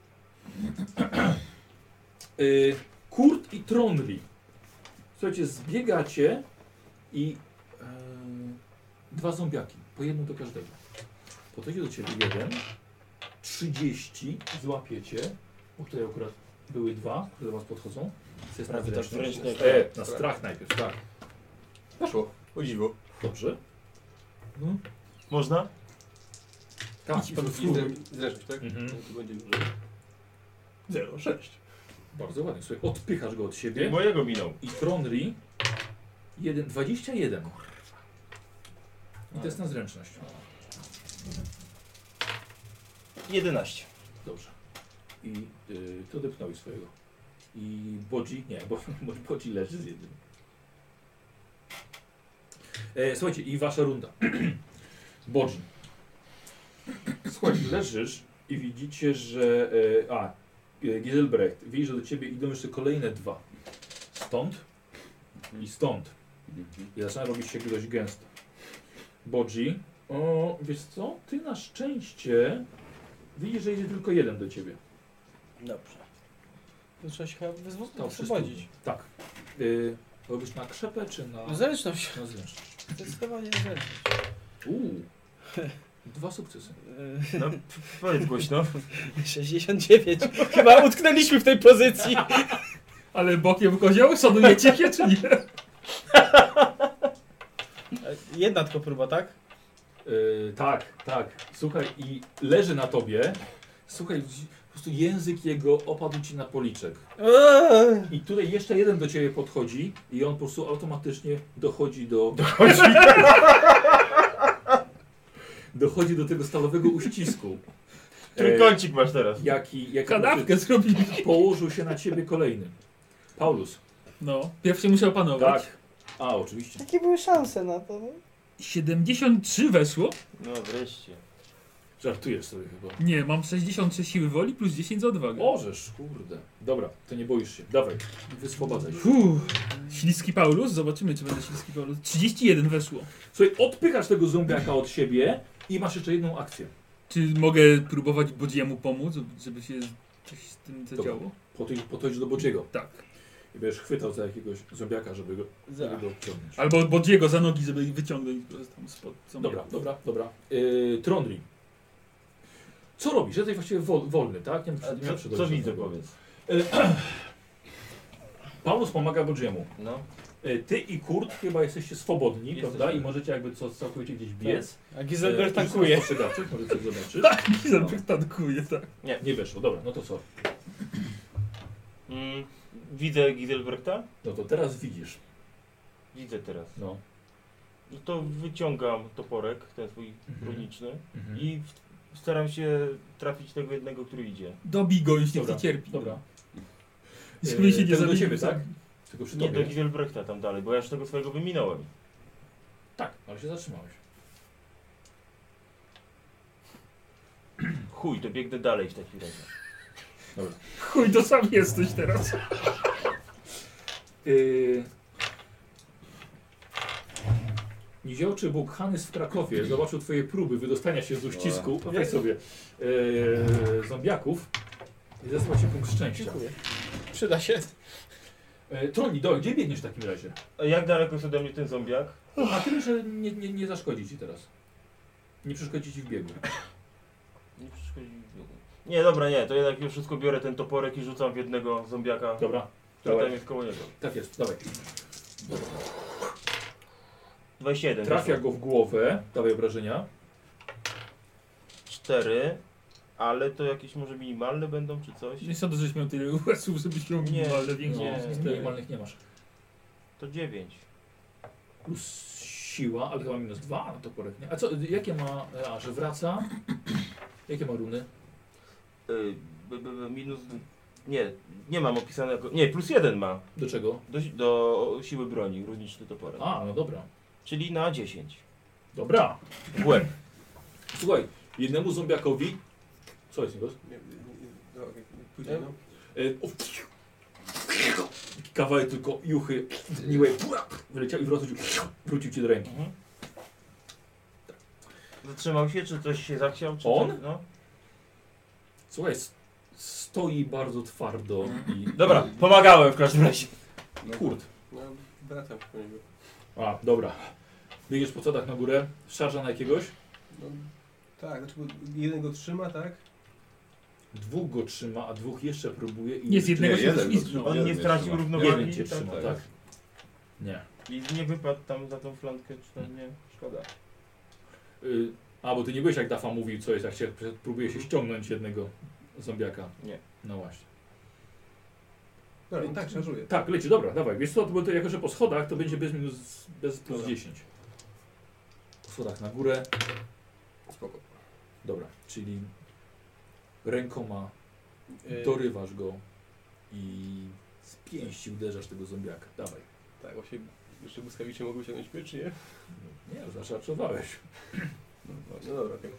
Kurt i Tronri. Słuchajcie, zbiegacie i dwa zombiaki, po jednym do każdego. Podchodzi do ciebie jeden, 30, złapiecie, bo tutaj akurat były dwa, które do was podchodzą. To jest na Prawie tak zręczność. zręczne jak Na strach najpierw, tak. Weszło. O dziwo. Dobrze. Można? Tak, Idź pan w I górę. zresztą, tak? Mhm. No to będzie dobrze. 0,6. Bardzo ładnie. Słuchaj, odpychasz go od siebie. Mojego minął. I Tronri 21. I to jest na zręczność. 11. Dobrze. I to depnąłeś swojego. I Bodzi, nie, bo Bodzi leży z jednym. Słuchajcie, i wasza runda. Bodzi. Słuchaj, leżysz i widzicie, że... Giselbrecht, widzisz, że do ciebie idą jeszcze kolejne dwa. Stąd i stąd. I zaczyna robić się dość gęsto. Bodzi, wiesz co? Ty na szczęście widzisz, że idzie tylko jeden do ciebie. Dobrze. To trzeba się chyba Stał przy wyswobodzić. studni. Tak. Robisz na krzepę czy na Zręczność. zręczność? Zdecydowanie zręczność. Dwa sukcesy. No, powiedz głośno. 69. Chyba utknęliśmy w tej pozycji. Ale bokiem kozioł, szanujecie się czy nie? Jedna tylko próba, tak? Tak. Słuchaj, i leży na tobie. Słuchaj, po prostu język jego opadł ci na policzek. I tutaj jeszcze jeden do ciebie podchodzi i on po prostu automatycznie dochodzi dochodzi do tego stalowego uścisku. Trójkącik masz teraz. Jaki Kanapkę zrobili. położył się na ciebie kolejny. Paulus. No, pierwszy muszę opanować. Tak. A, oczywiście. Jakie były szanse na to? 73 weszło? No wreszcie. Żartujesz sobie chyba. Nie, mam 63 siły woli plus 10 za odwagę. Możesz, kurde. Dobra, to nie boisz się. Dawaj, wyswobadzaj się. Śliski Paulus, zobaczymy czy będę śliski Paulus. 31 weszło. Słuchaj, odpychasz tego zombiaka od siebie i masz jeszcze jedną akcję. Czy mogę próbować Bodziemu pomóc, żeby się coś z tym zadziało? Podchodzisz do Bodziego. Tak. I będziesz chwytał za jakiegoś zombiaka, żeby go odciągnąć. Albo Bodziego za nogi, żeby ich wyciągnąć tam spod Dobra. Trondri. Co robisz? Jesteś właściwie wolny, tak? Nie ma Co widzę, powiedz. Paulus pomaga Bodziemu. No. Ty i Kurt chyba jesteście swobodni, Jesteśmy. prawda? I możecie jakby całkowicie gdzieś biec. A Giselbrecht I tankuje. spostrzegawczych, możecie coś zobaczyć. Tak, Giselbrecht tankuje, tak. Nie weszło, dobra, no to co? Widzę Giselbrechta? No to teraz widzisz. Widzę teraz. No. No to wyciągam toporek, ten swój Mhm. broniczny Mhm. i staram się trafić tego jednego, który idzie. Dobij go, już nie Dobra, chce cierpi. Dobra. Żeby się nie Tego do zabił. siebie, tak? Tylko przy Nie, tobie. do Giselbrechta tam dalej, bo ja już tego swojego wyminąłem. Tak, ale się zatrzymałeś. Chuj, to biegnę dalej w takim razie. Chuj, to sam jesteś teraz. Niziołczy Bóg Hanys w Krakowie zobaczył twoje próby wydostania się z uścisku, weź sobie, zombiaków i zesłał ci punkt szczęścia. Dziękuję. Przyda się. Troni, gdzie biegniesz w takim razie? A jak daleko jest ode mnie ten zombiak? A tyle, że nie zaszkodzi ci teraz. Nie przeszkodzi ci w biegu. Nie przeszkodzi mi w biegu. Nie, dobra, nie, to jednak już wszystko biorę ten toporek i rzucam w jednego zombiaka, Dobra, który tam dawaj. jest koło niego. Tak jest, dawaj. 27. Trafia go w głowę, dawaj obrażenia. 4, ale to jakieś może minimalne będą czy coś? Nie sądzę, żeś miał tyle US-ów, żebyś miał minimalne większe. nie. Z minimalnych nie masz. To 9. Plus siła, ale chyba minus 2 na toporek, nie? A co, jakie ma, że wraca? Jakie ma runy? Minus... Nie mam opisanego... Nie, plus 1 ma. Do czego? Do siły broni, runiczny toporek. A, no dobra. Czyli na 10. Dobra. W łeb. Słuchaj, jednemu zombiakowi... Co jest, Nikos? No, pójdzie, no. Kawałek tylko juchy zgniłej wyleciał i wrócił ci do ręki. Zatrzymał się, czy coś się zachciał? Czy On? Coś, no. Słuchaj, stoi bardzo twardo i... Dobra, pomagałem w każdym razie. Kurt. No, wracam się po niego. A, dobra. Biegniesz po schodach na górę, szarża na jakiegoś. No, tak, znaczy bo jeden go trzyma, tak? Dwóch go trzyma, a dwóch jeszcze próbuje i... Nie, z jednego Nie, się jeden go wyślizgnął. On Jeden nie mnie stracił trzyma. równowagi. Jeden cię tak, trzyma, tak. tak. Nie. I nie wypadł tam za tą flankę, czy to nie? Szkoda. A, bo ty nie byłeś jak Dafa mówił, co jest, jak się próbuje się ściągnąć jednego zombiaka. Nie. No właśnie. Dobra, tak, szarżuję. Tak, leci, dobra, dawaj. Wiesz co, bo to jako, że po schodach to będzie bez minus, bez plus Dobra. 10. Po schodach na górę. Spoko. Dobra, czyli rękoma Yy, dorywasz go i z pięści uderzasz tego zombiaka. Dawaj. Tak, właśnie jeszcze błyskawicznie mogły ciągnąć miecz, czy nie? Nie, zaszaczowałeś. No dobra, okej.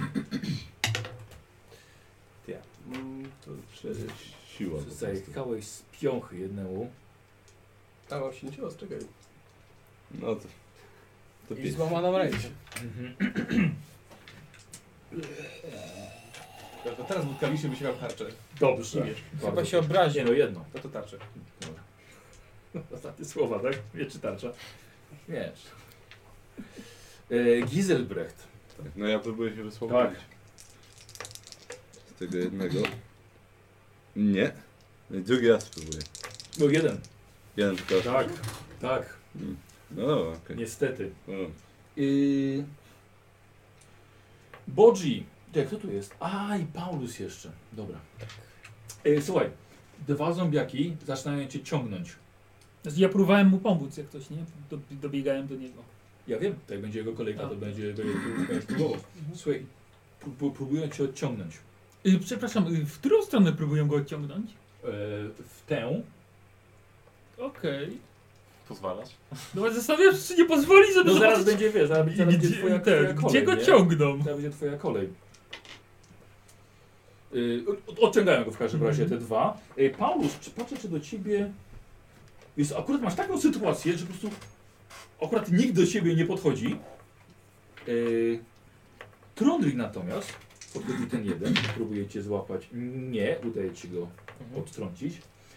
Ja. To przecież siła. po prostu. Zajechałeś z piąchy jednemu. A, mam silny cios, czekaj. No to... To I pięć. złamaną rękę. Ja to teraz błyskawicznie wysiewam tarczę. Dobrze. I miecz. Chyba się obrazi. Nie no, jedno. No to tarczę. Ostatnie słowa, tak? Miecz czy tarcza? Miecz. Giselbrecht. Tak, no ja próbuję się wyswobodzić. Tak. Z tego jednego. Nie. No i drugi raz spróbuję. No jeden. Jeden tylko. Tak, tak. No dobra, okej. Niestety. No. Bodzi. Jak kto tu jest? A, i Paulus jeszcze. Dobra. Słuchaj, dwa zombiaki zaczynają cię ciągnąć. Znaczy, ja próbowałem mu pomóc, jak ktoś, nie? Dobiegałem do niego. Ja wiem, jak będzie jego kolejka, to A. będzie próbował. Słuchaj, próbują cię odciągnąć. Przepraszam, w którą stronę próbują go odciągnąć? W tę. Okej. Pozwalasz? No ale zastanawiam się, czy nie pozwoli, żeby No zaraz zobaczyć, będzie, wiesz, zaraz będzie twoja kolej, gdzie go nie? ciągną. Zaraz będzie twoja kolej. Odciągają go w każdym razie te dwa. Paulus, patrzę czy do ciebie... Wiesz, akurat masz taką sytuację, że po prostu akurat nikt do ciebie nie podchodzi. Trondrik natomiast podchodzi ten jeden, próbuje cię złapać. Nie, udaje ci go odtrącić.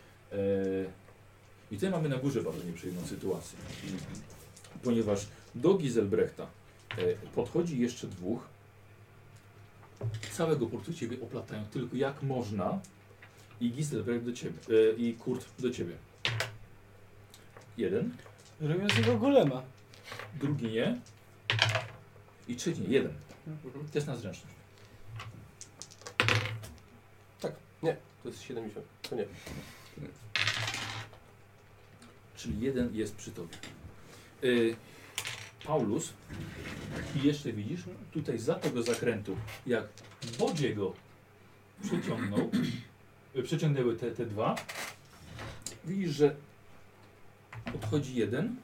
I tutaj mamy na górze bardzo nieprzyjemną sytuację. Ponieważ do Giselbrechta podchodzi jeszcze dwóch. Całego portu ciebie oplatają tylko jak można. I Giselbrecht do ciebie. I Kurt do ciebie. Jeden, Robią z niego golema. drugi nie. I trzeci nie, jeden. Test na zręczność. To jest 70. To nie. Czyli jeden jest przy tobie. Paulus, i jeszcze widzisz, tutaj za tego zakrętu, jak Bodziego przeciągnęły te dwa, widzisz, że odchodzi jeden,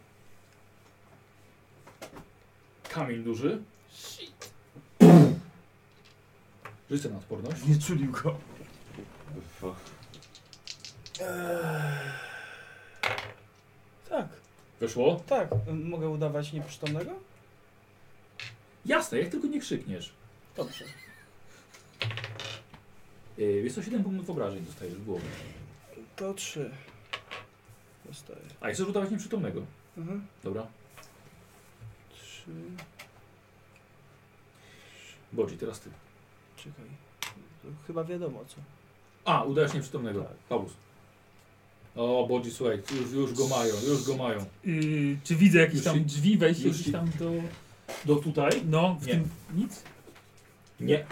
kamień duży, rzucę na odporność. Nie czulił go. Tak, Weszło? tak. Mogę udawać nieprzytomnego? Jasne, jak tylko nie krzykniesz. Dobrze. Jest to 7 punktów obrażeń dostajesz w głowę. To 3. Dostaję. A chcesz udawać nieprzytomnego. Mhm. Dobra. 3. Bodzi, teraz ty. Czekaj. To chyba wiadomo co. A, udajesz nieprzytomnego. Tak. Paulus. O, Bodzi, słuchaj, już go mają, już go mają. Czy widzę jakieś Już tam ci- drzwi, wejście już gdzieś ci- tam do... Do tutaj? No, w Nie. tym nic? Nie.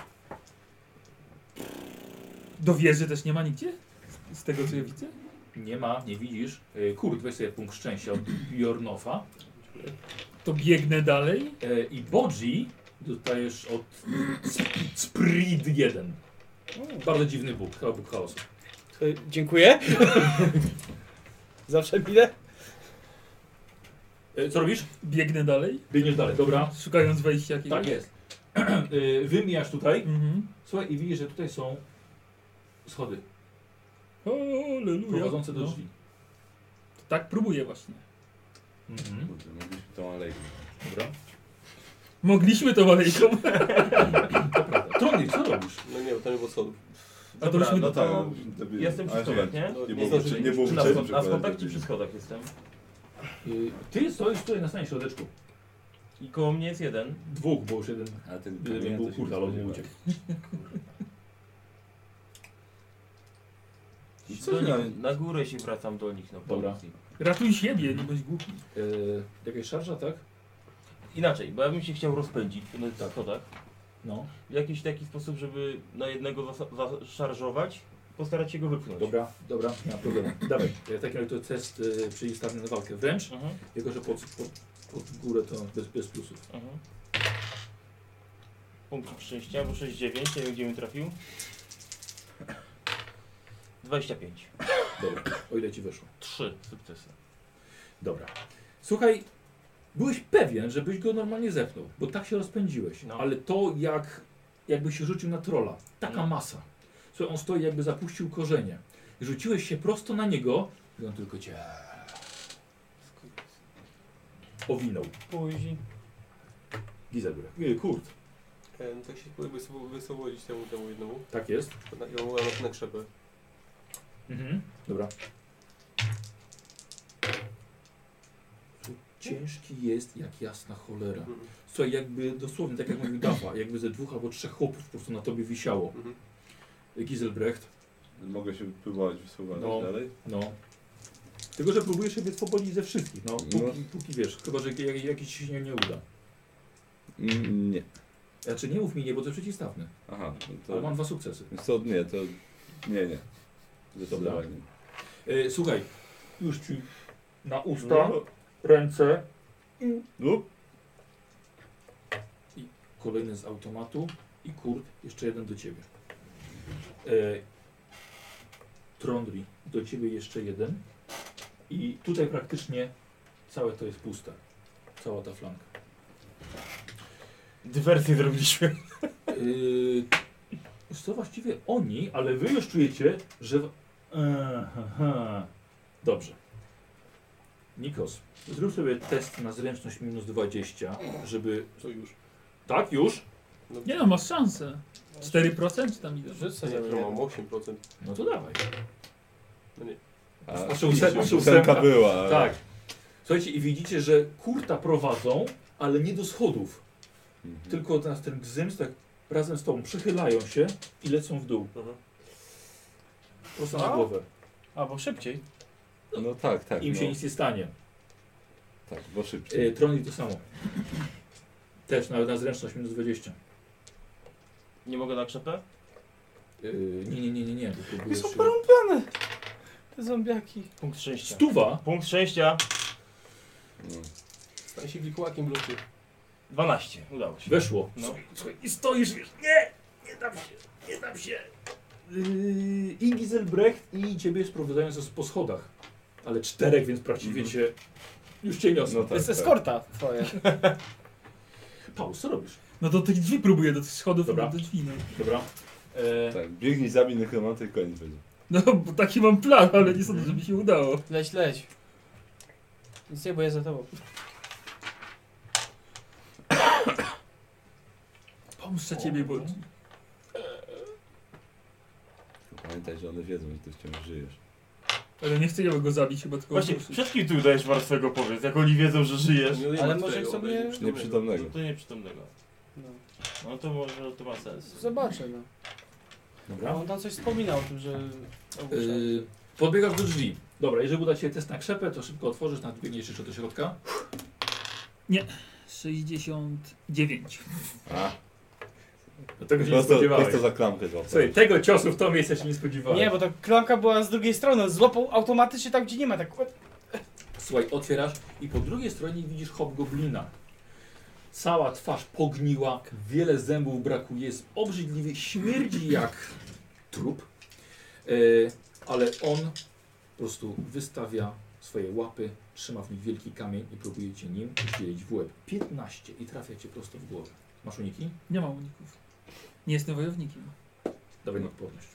Do wieży też nie ma nigdzie? Z tego co ja widzę? Nie ma, nie widzisz. Kurt, weź sobie punkt szczęścia od Bjornofa. To biegnę dalej. I Bodzi dostajesz od Sprid 1. Bardzo dziwny bóg, chyba bóg chaosu. Dziękuję. Zawsze mile. Co robisz? Biegnę dalej, Biegniesz dalej, dobra. szukając wejścia jakiegoś. Tak jest. Wymijasz tutaj. Mhm. Słuchaj, i widzisz, że tutaj są schody Halleluja. prowadzące do No. drzwi. Tak próbuję właśnie. Mhm. Kurde, mogliśmy tą alejkę. Dobra. Mogliśmy to alejką. Trudniej, co robisz? No nie, to nie było schodów. A to Dobra, byśmy no do... to Gdyby- jestem przy ale schodach, nie? No, Nie nie było, zdążyli. nie było Czy na, wcześniej, na że schodach będę czy przy wiedział. schodach jestem? Ty stoisz tutaj na stanie środeczku. I koło mnie jest jeden. Dwóch, bo już jeden A ten był kamień to się kurde, nie ale on spodziewa. uciekł. I co Do się nich, na górę się wracam do nich, no Dobra. pomóc im. Ratuj siebie, nie bądź głupi. Jakaś szarża, tak? Inaczej, bo ja bym się chciał rozpędzić na schodach. No. W jakiś taki sposób, żeby na jednego zaszarżować, postarać się go wypchnąć. Dobra, nie ma problemu. Dawaj, w takim razie to jest test przeciwstawny na walkę wręcz. Mhm. Jako, że pod górę to bez plusów. Mhm. Punkt szczęścia, bo 6,9, nie wiem gdzie mi trafił. 25. Dobra, o ile ci weszło. 3 sukcesy. Dobra. Słuchaj, byłeś pewien, żebyś go normalnie zepnął, bo tak się rozpędziłeś. No. Ale to jakby się rzucił na trolla. Taka No. masa. Słuchaj, on stoi jakby zapuścił korzenie. I rzuciłeś się prosto na niego i on tylko cię owinął. Później. Gizelbrecht. Kurt. Tak się próbuję wyswobodzić temu jednemu. Tak jest. Ja mu na krzepę. Mhm. Dobra. Ciężki jest jak jasna cholera. Mhm. Słuchaj, jakby dosłownie, tak jak mówił Dafa, jakby ze 2 albo 3 chłopów po prostu na tobie wisiało. Mhm. Gizelbrecht, Mogę się próbować wysłuchać No. dalej? no. Tylko, że próbujesz się wyswobodzić ze wszystkich, no. No. Póki wiesz, chyba, że jakiś ci się nie uda. Nie. Znaczy, nie mów mi nie, bo to jest przeciwstawny. Aha, no Ale mam to... 2 sukcesy. Więc to nie, to... Nie. Zdecydowanie. Słuchaj, już ci na usta, No. ręce, No. kolejny z automatu i Kurt, jeszcze jeden do ciebie. Trondri, do ciebie jeszcze jeden. I tutaj praktycznie całe to jest puste. Cała ta flanka. Dywersję zrobiliśmy. Wiesz co, właściwie oni, ale wy już czujecie, że... Aha. Dobrze. Nikos, zrób sobie test na zręczność minus 20, żeby... To już. Tak, już? Nie no, masz szansę. 4% czy tam ile? Rzuć Nie, sobie to mam 8%. No to dawaj. No nie. A, Znaczy ósemka ósemka była. ale- Tak. Słuchajcie, i widzicie, że Kurta prowadzą, ale nie do schodów. Mhm. Tylko ten gzyms tak razem z tobą przechylają się i lecą w dół. Mhm. Prosto na A? głowę. Albo szybciej. No tak. Im no. się nic nie stanie. Tak, bo szybciej. Troni to samo. Też na zręczność minus 20. Nie mogę na krzepę? Nie. bo próbujesz Są się- porąbione. Te zombiaki. Punkt szczęścia. Stuwa! Punkt szczęścia. No. Stań się wilkołakiem w locie. 12. Udało się. Weszło. No. Słuchaj, i stoisz, wiesz, nie dam się. I Giselbrecht i ciebie sprowadzają po schodach. Ale 4, więc prawie cię już cię niosą. No tak. To jest eskorta twoja. Paul, co robisz? No to tych drzwi próbuję, do tych schodów Dobra. do drzwi, no. Dobra. Tak, biegnij, zabij nekromantę i koniec będzie. No, bo taki mam plan, ale nie sądzę, że mi się udało. Leć. Nic nie, bo ja za tobą. Pomszczę ciebie, bo... Pamiętaj, że one wiedzą, że ty wciąż żyjesz. Ale nie chcę go zabić chyba, tylko Właśnie, okruszyć. przed kim ty udajesz martwego powiedz, jak oni wiedzą, że żyjesz? Nie Ale ma może tego, sobie- będzie Nieprzytomnego. No to nieprzytomnego. No. No to może to ma sens. Zobaczę, no. Dobra. On tam coś wspominał o tym, że... Podbiegasz do drzwi. Dobra, jeżeli uda ci się test na krzepę, to szybko otworzysz, biegniesz jeszcze do środka. 69. A, Tego się nie spodziewałeś. prosto za klamkę złapał. Słuchaj, tego ciosu w to miejsce się nie spodziewałeś. Nie, bo ta klamka była z drugiej strony. Złapał automatycznie tam, gdzie nie ma. Tak... Słuchaj, otwierasz i po drugiej stronie widzisz hobgoblina. Cała twarz pogniła, wiele zębów brakuje, jest obrzydliwy, śmierdzi jak trup, ale on po prostu wystawia swoje łapy, trzyma w nich wielki kamień i próbujecie nim udzielić w łeb. 15 i trafiacie prosto w głowę. Masz uniki? Nie mam uników. Nie jestem wojownikiem. Dawaj na odporność.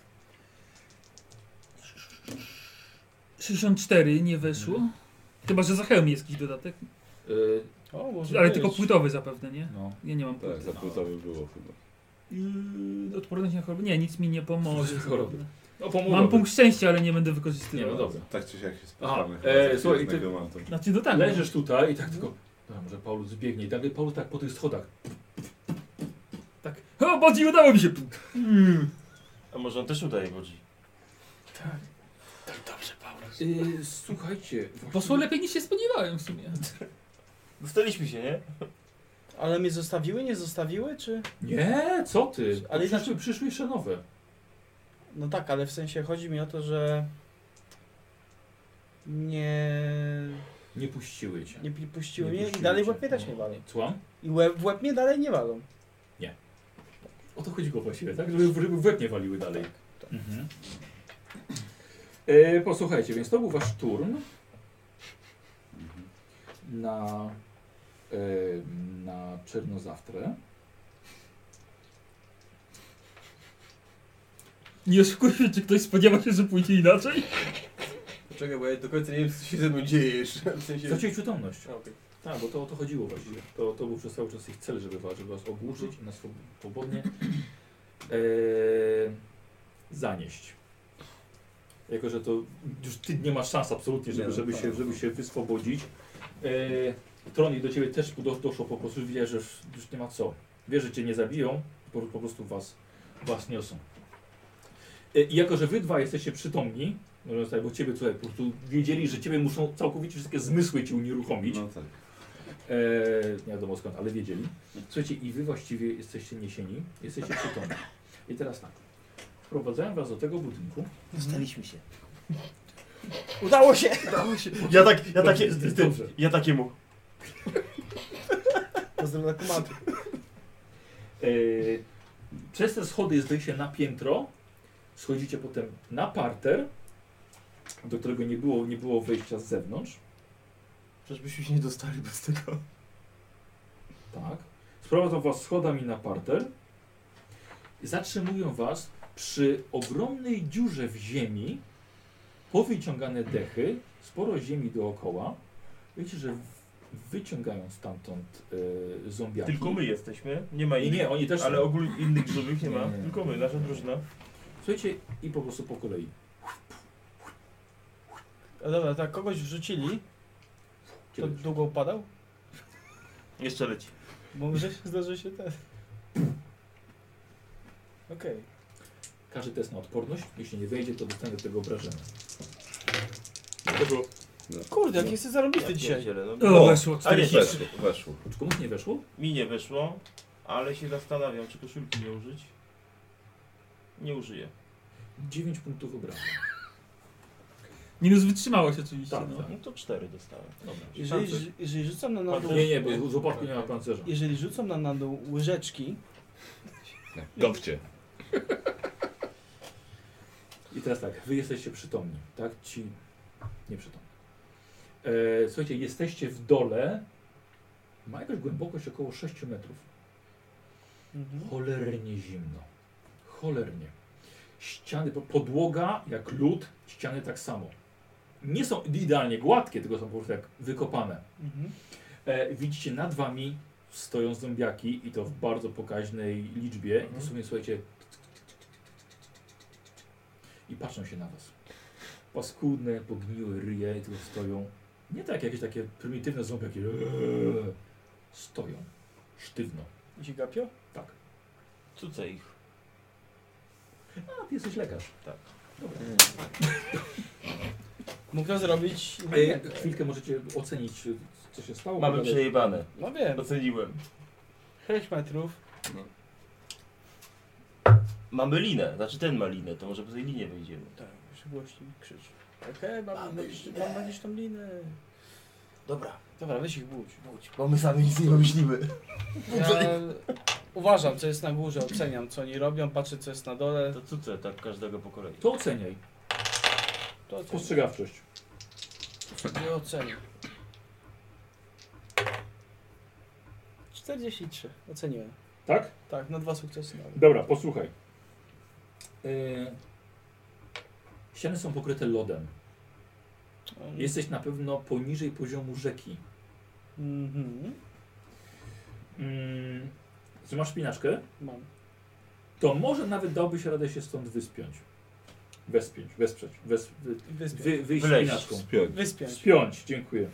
64 nie weszło. Chyba, że za hełm jest jakiś dodatek. O, może Ale być. tylko płytowy zapewne, nie? No. Ja nie mam Tak, płyty. za płytowy było chyba. Odporność na choroby? Nie, nic mi nie pomoże. Choroby. No, pomogę. Mam punkt szczęścia, ale nie będę Nie, wykorzystywał. no dobra. Tak czy siak się Aha, spotkamy. słuchaj, ty- Znaczy, no tak. Leżysz tutaj i tak tylko... Dobra, może Paulus zbiegnie. I tak Paulus tak po tych schodach. Tak. O, Bodzi, udało mi się. A może on też udaje Bodzi? Dobrze, Paulus. Słuchajcie... Poszło lepiej niż się spodziewałem w sumie. Dostaliśmy się, nie? Ale mnie zostawiły, nie zostawiły, czy? Nie, co ty? Ale Ale inaczej- przyszły jeszcze nowe. No tak, ale w sensie chodzi mi o to, że Nie puściły cię. nie puściły Nie mnie i puściły dalej w cię. łeb mnie też nie walą. Słucham? I w łeb mnie dalej nie walą. O to chodziło właściwie, tak? Żeby w łeb nie waliły dalej. Mhm. Posłuchajcie, więc to był wasz turn na Czernozawtrę. Nie oszukuj się, czy ktoś spodziewa się, że pójdzie inaczej? Poczekaj, bo ja do końca nie wiem, co się ze mną dzieje jeszcze. W sensie... Straciłeś przytomność. A, okej. Tak, bo to o to chodziło właściwie. To był przez cały czas ich cel, żeby was ogłuszyć i nas swobodnie zanieść. Jako, że to już ty nie masz szans absolutnie, żeby się wyswobodzić. Troni do ciebie też doszło po prostu, wiesz, że już nie ma co. Wiesz, że cię nie zabiją, po prostu was niosą. I jako, że wy dwa jesteście przytomni, bo ciebie tutaj po prostu wiedzieli, że ciebie muszą całkowicie wszystkie zmysły ci unieruchomić. No tak. Nie wiadomo skąd, ale wiedzieli. Słuchajcie, i wy właściwie jesteście niesieni, jesteście przytomni. I teraz tak. Wprowadzają was do tego budynku. Dostaliśmy się. Udało się! Ja takiemu. Pozdrow na komatu. Przez te schody jest wejście na piętro. Schodzicie potem na parter, do którego nie było wejścia z zewnątrz. Przecież byśmy się nie dostali bez tego. Tak. Sprowadzą was schodami na parter. I zatrzymują was przy ogromnej dziurze w ziemi. Powyciągane dechy, sporo ziemi dookoła. Wiecie, że wyciągają stamtąd zombiaki. Tylko my jesteśmy, nie ma Nie, innych. nie, oni też Ale są. ogólnie innych grzywych nie ma, Nie. tylko my, nasza drużyna. Słuchajcie, i po prostu po kolei. A dobra, tak kogoś wrzucili, to Ciebie. długo upadał? Jeszcze leci. Bo może się zdarzy się ten. Okej. Każdy test na odporność. Jeśli nie wejdzie, to dostanę tego obrażenia. To było... Kurde, jak jesteś zarobisty dzisiaj. pierdzielę, no. O, weszło. A nie, 40. Weszło. Czy komuś nie weszło? mi nie wyszło, ale się zastanawiam, czy koszulki nie użyć. Nie użyję. 9 punktów obrażeń. Minus wytrzymałość oczywiście. Tak, No. tak. No to 4 dostałem. Dobra. Jeżeli rzucam na dół, Nie, bo z upadku nie ma pancerza. jeżeli rzucam na dół łyżeczki, Gąbcie. I teraz tak, wy jesteście przytomni, tak? Ci nieprzytomni. Słuchajcie, jesteście w dole. Ma jakaś głębokość około 6 metrów. Cholernie zimno. Cholernie. Ściany, podłoga jak lód, ściany tak samo. Nie są idealnie gładkie, tylko są po prostu jak wykopane. Widzicie, nad wami stoją zombiaki i to w bardzo pokaźnej liczbie. I dosłownie, słuchajcie, i patrzą się na was. Paskudne, pogniłe ryje, tylko stoją. Nie tak jakieś takie prymitywne zombiaki. Stoją. Sztywno. i się gapią? Tak. Cucę ich. A, ty jesteś lekarz. Tak. Dobra. Mógł to zrobić. Chwilkę możecie ocenić, co się stało. Mamy pogadać. przejebane. No wiem, Oceniłem. 6 metrów. Mamy linę, znaczy ten ma linę, to może po tej linie wejdziemy. Tak, jeszcze głośniej krzycz. Okej, mam magiczną linę. Dobra, Dobra, weź ich budź. bo my sami nic nie wymyślimy. Ja uważam, co jest na górze, oceniam, co oni robią, patrzę, co jest na dole. To cucę tak każdego po kolei. To oceniaj. To oceniam. Spostrzegawczość. Nie ocenię. 43. Oceniłem. Tak? Tak, na 2 sukcesy nawet. Dobra, posłuchaj. Ściany są pokryte lodem. Jesteś na pewno poniżej poziomu rzeki. Mhm. Czy masz spinaczkę? Mam. To może nawet dałby się radę się stąd wyspiąć. Wesprzeć. Wyjść Wleźć. spinaczką. Spiąć. Wyspiąć. Spiąć, dziękuję.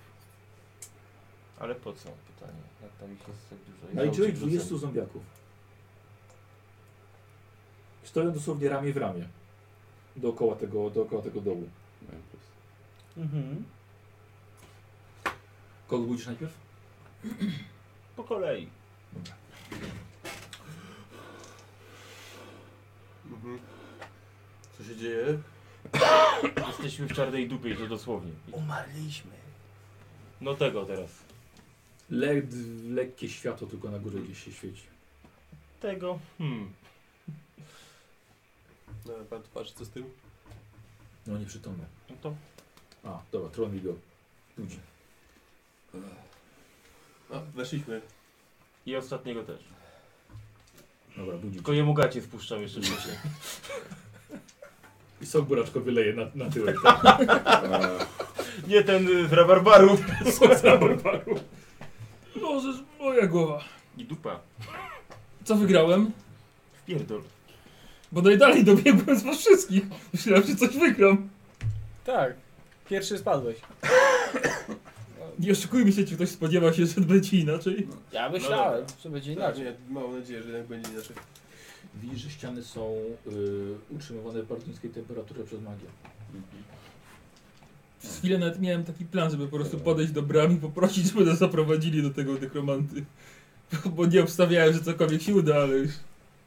Ale po co? Pytanie. Jak tam ich jest tak dużo? Naliczyłeś 20 zombiaków. Stoją dosłownie ramię w ramię. Dookoła tego dołu. Mhm. Kogo budzisz najpierw? Po kolei. Mhm. Co się dzieje? Jesteśmy w czarnej dupie i to dosłownie. Umarliśmy. No tego teraz. Lekkie światło tylko na górze gdzieś się świeci. Tego. No, patrz co z tym? No nieprzytomne. No to. A, dobra, Tron mi go budzi. A, weszliśmy. I ostatniego też. Dobra, budzi. Tylko jemu gacie wpuszczam jeszcze wcześniej. I sok buraczko wyleje na tyłek. Nie ten z rabarbaru. Sok z rabarbaru. Możesz, moja głowa. I dupa. Co wygrałem? Pierdol. Bo najdalej dobiegłem z was wszystkich. Myślałem, że coś wygram. Tak. Pierwszy spadłeś. Nie oszukujmy się, czy ktoś spodziewał się, że będzie inaczej. Ja myślałem, że będzie Tak, inaczej. nie, mam nadzieję, że jednak będzie inaczej. Widzisz, że ściany są utrzymywane w bardzo niskiej temperaturze przez magię. Przez chwilę nawet miałem taki plan, żeby po prostu podejść do bram i poprosić, żeby nas zaprowadzili do tego nekromanty. Bo nie obstawiałem, że cokolwiek się uda, ale już...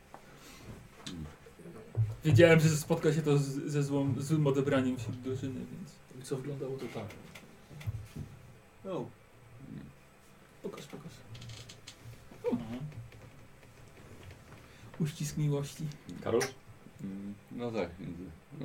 Wiedziałem, że spotka się to ze złym odebraniem wśród drużyny, więc... I co wyglądało to tak. O, Pokaż. Uścisk miłości. Karol? No tak, widzę. No.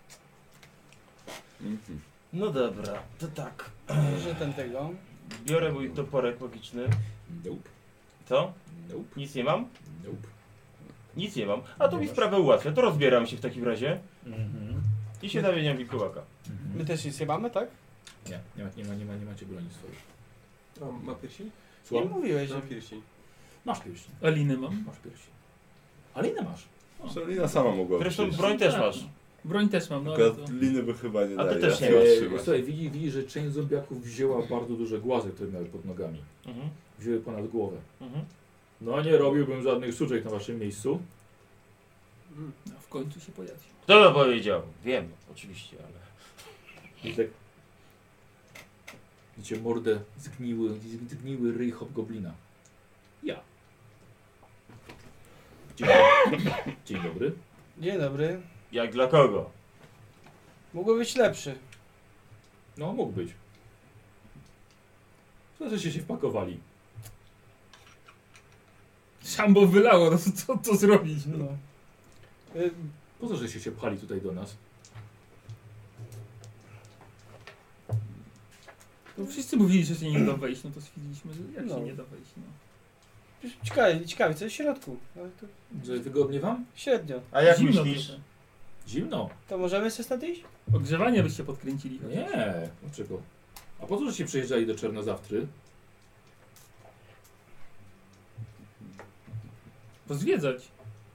Mhm. No dobra, to tak. Że ten tego. Biorę mój toporek magiczny. Nope. Co? Nope. Nic nie mam? Nope. Nic nie mam. A to mi sprawę ułatwia. To rozbieram się w takim razie i się zamieniam w wilkołaka. My też nic nie mamy, tak? Nie macie broni swojej. a ma pierścień? Nie Słucham? mówiłeś, że... Mam pierścień. Masz pierścień. Alinę mam. Masz pierścień. Ale inne masz. Szalina sama mogła Zresztą przyjść. broń też masz. Broń też mam, no ale Tylko to... liny by chyba nie A ty dali. też nie ja wiesz. trzymać. Słuchaj, widzi, że część zombiaków wzięła bardzo duże głazy, które miały pod nogami. Mhm. Wzięły ponad głowę. Mhm. No nie robiłbym żadnych sztuczek na waszym miejscu. No, w końcu się pojawił. Kto to powiedział? Wiem, oczywiście, ale... I tak... Widzicie mordę, zgniły ryj hobgoblina. Ja. Dzień dobry. Dzień dobry. Dzień dobry. Jak dla kogo? Mógłby być lepszy. No, mógł być. Co, żeście się wpakowali? Szambo wylało, no co zrobić? No. No. Y, Po co, żeście się pchali tutaj do nas? No wszyscy mówili, że się nie da wejść, no to stwierdziliśmy, że jak No. się nie da wejść, no. ciekawe, co jest w środku. Ale to Że wygodnie wam? średnio. A jak Zimno myślisz? trochę. Zimno. To możemy sobie stąd iść? Ogrzewanie byście podkręcili chociaż. Nie. Dlaczego? A po co, żeście przyjeżdżali do Czernozawtry? Pozwiedzać.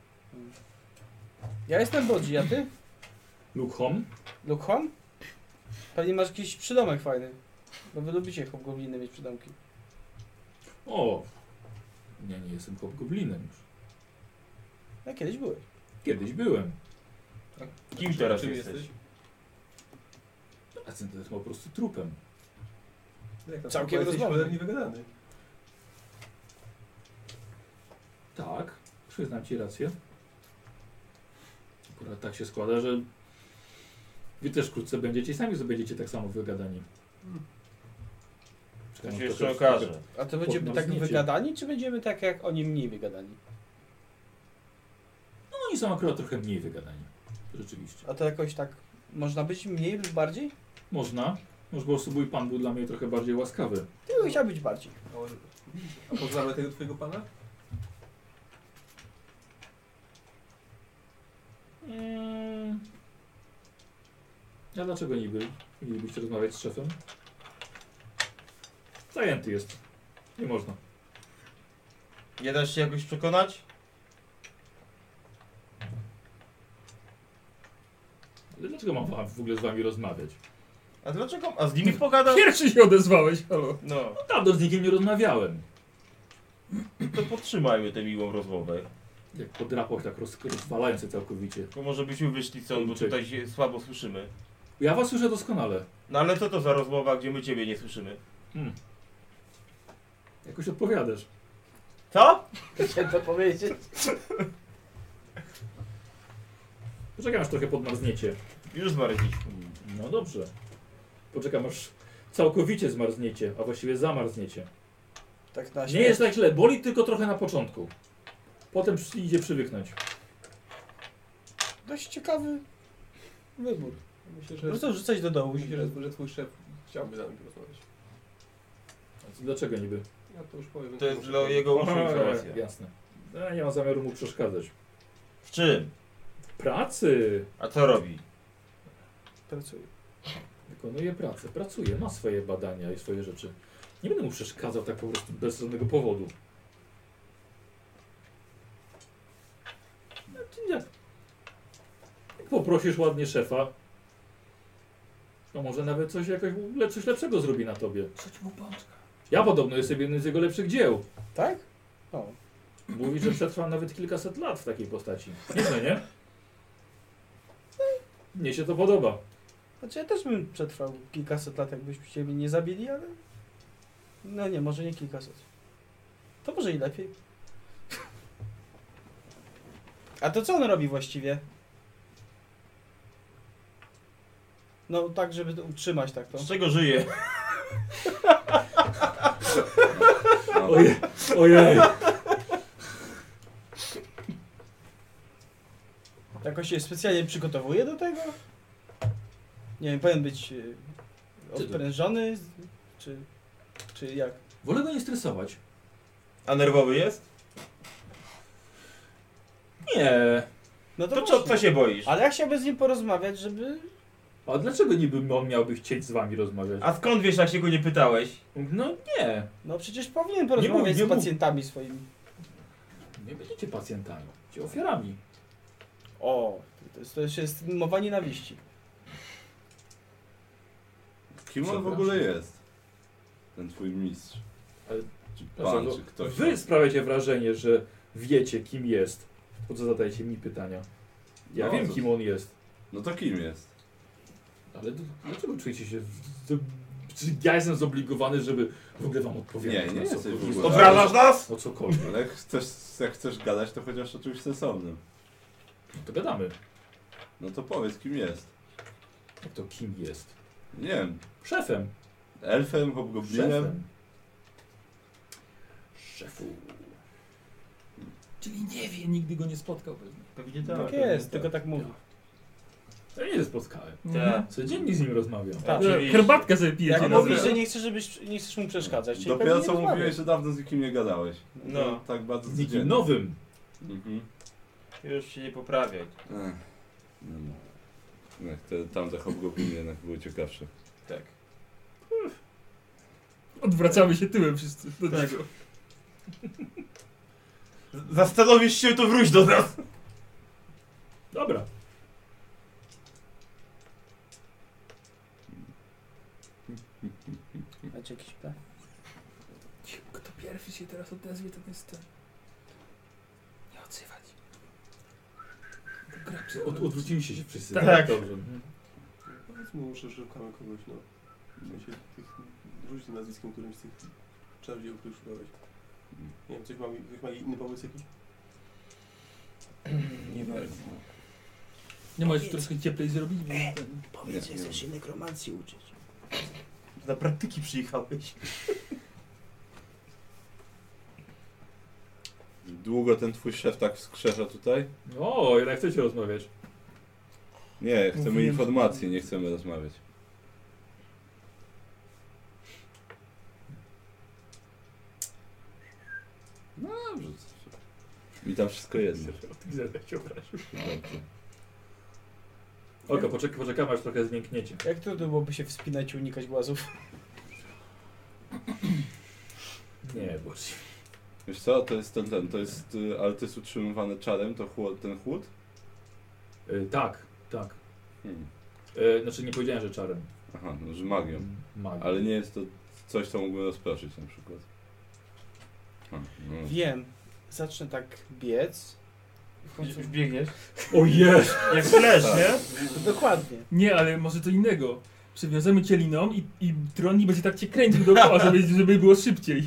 Ja jestem Bodzi, a ty? Lukhom? Luke Home? Pewnie masz jakiś przydomek fajny. Bo wy lubicie hobgobliny mieć przydomki. O! Ja nie jestem hobgoblinem już. Ja kiedyś byłeś. Kiedyś byłem. Kim teraz Czym jesteś? A ten to jest po prostu trupem. Jak Całkiem jesteś rozmowny. cholernie wygadany. Tak, przyznam ci rację. Akurat tak się składa, że wy też wkrótce będziecie sami będziecie tak samo wygadani. To Czekam, się jeszcze trochę- okaże. A to będziemy tak Podmarzniecie. wygadani, czy będziemy tak jak oni mniej wygadani? No oni są akurat trochę mniej wygadani. Rzeczywiście. A to jakoś tak można być mniej lub bardziej? Można. Może po prostu mój pan był dla mnie trochę bardziej łaskawy. Ty bym chciał być bardziej. A poznamy tego twojego pana? A dlaczego niby? Mielibyście rozmawiać z szefem? Zajęty jest. Nie można. Nie dasz się jakoś przekonać? Ale dlaczego mam w ogóle z wami rozmawiać? A dlaczego? A z nimi pogadał? Pierwszy się odezwałeś, halo. No, Dawno z nikim nie rozmawiałem. to podtrzymajmy tę miłą rozmowę. Jak po drapach tak rozwalając się całkowicie. Tylko może byśmy wyszli stąd, bo tutaj się słabo słyszymy. Ja was słyszę doskonale. No ale co to za rozmowa, gdzie my ciebie nie słyszymy? Jakoś odpowiadasz. Co? Chciałem to powiedzieć. Poczekam aż trochę podmarzniecie. Już zmarzliśmy. No dobrze. Poczekam aż całkowicie zmarzniecie, a właściwie zamarzniecie. Tak na Nie jest tak źle, boli tylko trochę na początku. Potem idzie przywyknąć. Dość ciekawy wybór. Myślę, Po że, prostu rzucać do dołu. że twój szef chciałby z nami porozmawiać. Dlaczego niby? Ja to już powiem. To jest dla jego uszu informacja. Jasne. Ja nie mam zamiaru mu przeszkadzać. W czym? W pracy! A co robi? Pracuję. Wykonuje pracę, pracuje, ma swoje badania i swoje rzeczy. Nie będę mu przeszkadzał tak po prostu bez żadnego powodu. Znaczy, jak poprosisz ładnie szefa, to może nawet coś lepszego zrobi na tobie. Rzuć mu pączka. Ja podobno jestem jednym z jego lepszych dzieł. Tak? O. Mówi, że przetrwa nawet kilkaset lat w takiej postaci. Nieźle, nie? Mnie się to podoba. Znaczy ja też bym przetrwał kilkaset lat, jakbyśmy ciebie nie zabili, ale... No nie, może nie kilkaset. To może i lepiej. A to co on robi właściwie? No tak, żeby to utrzymać tak to. Z czego żyje? No, Ojej, ojej. Jakoś się specjalnie przygotowuje do tego? Nie wiem, powinien być odprężony, czy jak? Wolę go nie stresować. A nerwowy jest? Nie. No To właśnie. co się boisz? Ale ja chciałbym z nim porozmawiać, żeby... A dlaczego niby on miałby chcieć z wami rozmawiać? A skąd wiesz, jak się go nie pytałeś? No nie. No przecież powinien porozmawiać nie z mów. pacjentami swoimi. Nie będziecie pacjentami, będziecie ofiarami. O, to już jest mowa nienawiści. kim on w ogóle jest? Ten twój mistrz. Ale- Czy Dlaczego? pan, czy ktoś. Wy sprawiacie wrażenie, że wiecie kim jest. Po co zadajecie mi pytania? Ja No, wiem to- kim on jest. No to kim jest? Ale dlaczego czujecie się... Czy ja jestem zobligowany, żeby w ogóle wam odpowiadać Nie, nie na jesteś w cokolwiek? ogóle. Obrażasz nas? O cokolwiek. Ale jak chcesz gadać, to chociaż o czymś sensownym. To gadamy. No to powiedz, kim jest. Jak to kim jest? Nie wiem, Szefem. elfem, hobgoblinem? Szefem. Szefu. Czyli nie wie, nigdy go nie spotkał pewnie. Pewnie Tak jest, tylko tak mówi. Ja nie się spotkałem. Tak. Codziennie z nim rozmawiam. Tak. Oczywiście. Herbatkę sobie pijecie. Jak na mówisz, zero. że nie chcesz mu przeszkadzać, czyli Dopiero pewnie co nie rozmawia. mówiłeś, że dawno z nikim nie gadałeś. No. Tak bardzo Z nikim codziennie. nowym. Mhm. Już się nie poprawiaj. Ech, no. Tamte hobgobliny jednak były ciekawsze. Tak. Odwracamy się tyłem wszyscy do Tak. niego. Zastanowisz się, to wróć do nas. Dobra. Macie jakiś plan? Kto pierwszy się teraz odezwie, to jest ten. Nie odzywać. Gra przy Odwróciliście się wszyscy. Tak. Dobrze. Powiedz mu, że szukamy kogoś, no. W sensie tych, rzuć tym nazwiskiem którymś z tych czarodziejów, których szukałeś. Nie wiem, ktoś ma inny pomysł jakiś? Nie bardzo. Nie możesz troszkę cieplej zrobić, bo ten... Powiedz, Nie, że nie. chcesz się nekromancji uczyć. Na praktyki przyjechałeś. Długo ten twój szef tak skrzesza tutaj? O, jednak chcecie rozmawiać. Nie, chcemy Mówiłem, informacji, nie chcemy rozmawiać. Mi tam wszystko jest. O tych zębach się obraził. Dobrze. Oka, poczekamy aż trochę zmiękniecie. Jak trudno byłoby się wspinać i unikać głazów? Nie, Boże. Wiesz co, to jest to jest, ale to jest utrzymywane czarem, to ten chłód? Tak. Hmm. Znaczy nie powiedziałem, że czarem. Aha, no, że magią. Magią. Ale nie jest to coś, co mógłbym rozproszyć na przykład. No. Wiem. Zacznę tak biec. W końcu... Już biegniesz? O jest! Jak Flash, nie? Dokładnie. Nie, ale może to innego. Przywiążemy cię liną i Troni będzie tak cię kręcił dookoła, żeby było szybciej.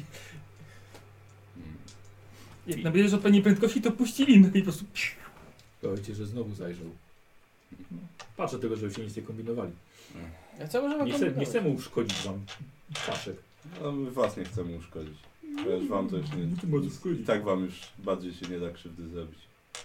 Jak nabierzesz odpowiedniej prędkości, to puści linę i po prostu... Powiedzcie, że znowu zajrzał. Patrzę tego, żebyście nic nie kombinowali. A co możemy Nie kombinować? chcemy uszkodzić wam czaszek. No, my was nie chcemy uszkodzić. Ponieważ wam to już nie... No to może szkodzić. I tak wam już bardziej się nie da krzywdy zrobić.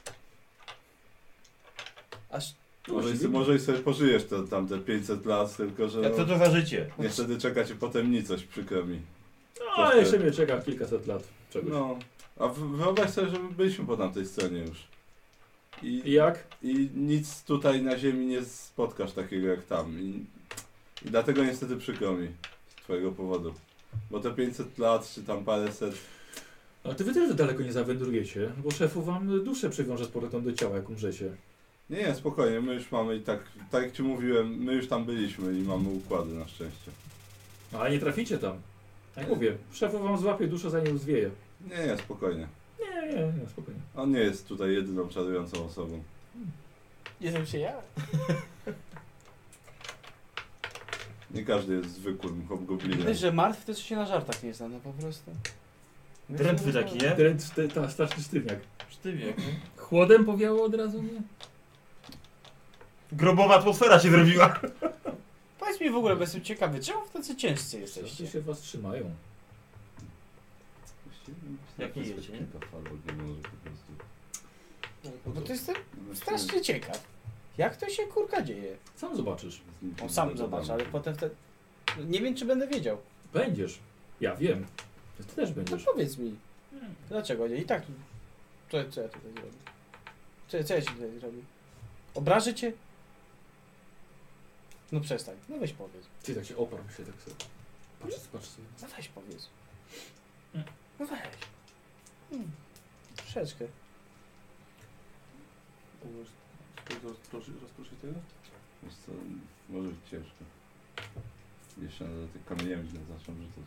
Aż... Może i sobie pożyjesz tamte 500 lat, tylko że... Jak to za życie? Niestety czeka cię potem nicość, przykro mi. No, jeszcze mnie czeka kilkaset lat czegoś. No, a wyobraź sobie, że my byliśmy po tamtej stronie już. I jak? I nic tutaj na ziemi nie spotkasz takiego jak tam. I dlatego niestety przykro mi z twojego powodu. Bo te 500 lat, czy tam paręset... Ale to wy też daleko nie zawędrujecie, bo szefu wam duszę przywiąże z powrotem do ciała, jak umrzecie. Nie, spokojnie, my już mamy i tak jak ci mówiłem, my już tam byliśmy i mamy układy na szczęście. Ale nie traficie tam. Jak mówię, szefu wam złapie duszę, zanim zwieje. Nie, spokojnie. Nie, spokojnie. On nie jest tutaj jedyną czarującą osobą. Jestem się ja. Nie każdy jest zwykłym hobgoblinem. Wiesz, że martwy to się na żartach nie zna, no po prostu. Drętwy taki, nie? Straszny sztywniak. Sztywniak, nie? Chłodem powiało od razu, nie? Grobowa atmosfera się zrobiła. Powiedz mi w ogóle, bo jestem ciekawy, czemu tacy ciężcy Wszyscy jesteście? się was trzymają. Jak nie jecie, nie? Nie może po prostu. Bo to jestem strasznie ciekaw. Jak to się kurka dzieje? Sam zobaczysz. On sam zobaczy, ale potem wtedy... Nie wiem, czy będę wiedział. Będziesz. Ja wiem. Ty też To będziesz. powiedz mi. Dlaczego nie? I tak tu... Co ja tutaj zrobię? Co ja ci tutaj zrobię? Obrażę cię? No przestań. No weź powiedz. Ty tak się oparł się tak sobie. Patrz sobie. No weź powiedz. No weź. Troszeczkę. Rozproszyć tego? Wiesz co, może być ciężko. Jeszcze na tych kamieniami źle zaczął rzucać.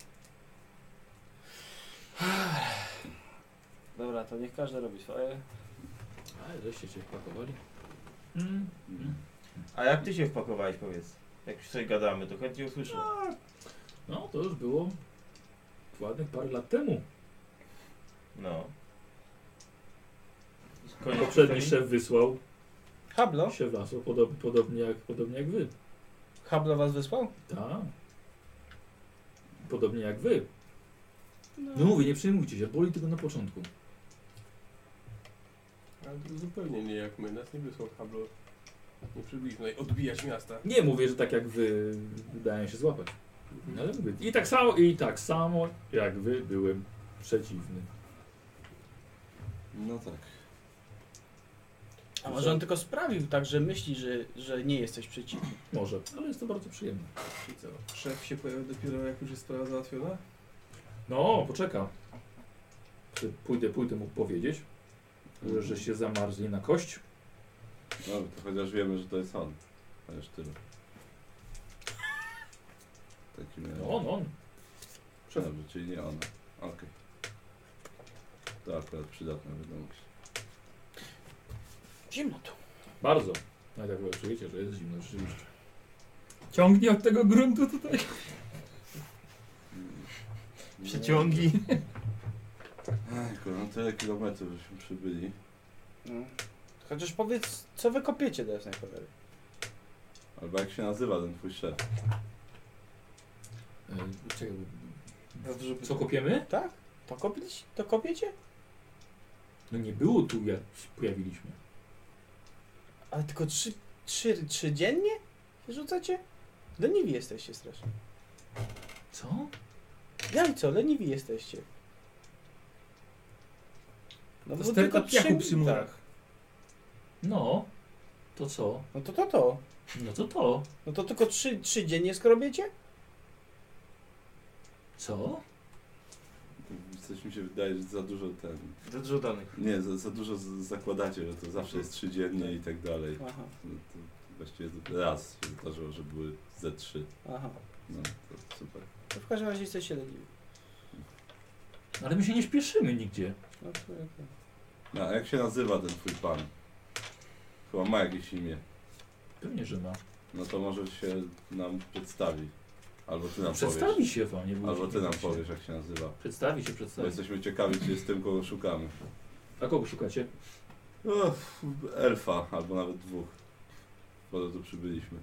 Dobra, to niech każdy robi swoje. Ale żeście się wpakowali. A jak ty się wpakowałeś, powiedz? Jak już sobie gadamy, to chętnie usłyszę. No, to już było ładnych parę lat temu. No. Koniec Poprzedni historii? szef wysłał Hablo? się w lasu, podobnie jak wy. Hablo was wysłał? Tak. Podobnie jak wy. No mówię, nie przejmujcie się, boli tylko na początku. Ale to zupełnie nie jak my. Nas nie wysłał Hablo. Nie przybyliśmy tutaj odbijać miasta. Nie mówię, że tak jak wy wydają się złapać. Ale mówię, i tak samo jak wy byłem przeciwny. No tak. A może on tylko sprawił tak, że myśli, że nie jesteś przeciwny. Może, ale jest to bardzo przyjemne. I co? Szef się pojawił dopiero jak już jest sprawa załatwiona? No, poczekam. Pójdę mu powiedzieć, że się zamarzli na kość. No to chociaż wiemy, że to jest on. Chociaż tyle. Takim No on. Dobrze, czyli nie ona. Okej. To akurat przydatna wiadomość. Zimno tu. Bardzo. No i tak wy czujecie, że jest zimno rzeczywiście. Ciągnie od tego gruntu tutaj. Przeciągi. Ejku, no tyle kilometrów żeśmy przybyli. No. Chociaż powiedz, co wy kopiecie do jasnej cholery. Albo jak się nazywa ten twój szef. Czekaj, Za dużo co kopiemy? Tak? To kopiecie? No nie było tu, jak się pojawiliśmy. Ale tylko trzy dziennie? Rzucacie? Leniwi jesteście strasznie. Co? Jak co? Leniwi jesteście. No To bo sterta tylko piachu 3 przy murach. tak. No, to co? No to. No to to. No to tylko 3 dziennie skrobiecie? Co? Coś mi się wydaje, że za dużo Za dużo danych. Nie, za dużo zakładacie, że to zawsze jest 3 dziennie i tak dalej. Aha, No, to właściwie raz się zdarzyło, że były ze 3. aha. No, to super. To w każdym razie jesteście leniwi. Ale my się nie śpieszymy nigdzie. No, to okej. No, a jak się nazywa ten twój pan? Chyba ma jakieś imię. Pewnie, że ma. No to może się nam przedstawi. Albo ty nam Przedstawi powiesz. się wam, nie Albo ty nam się. powiesz, jak się nazywa. Przedstawi się, Bo przedstawi. jesteśmy ciekawi, czy jest tym, kogo szukamy. A kogo szukacie? Elfa, albo nawet 2. Po to tu przybyliśmy.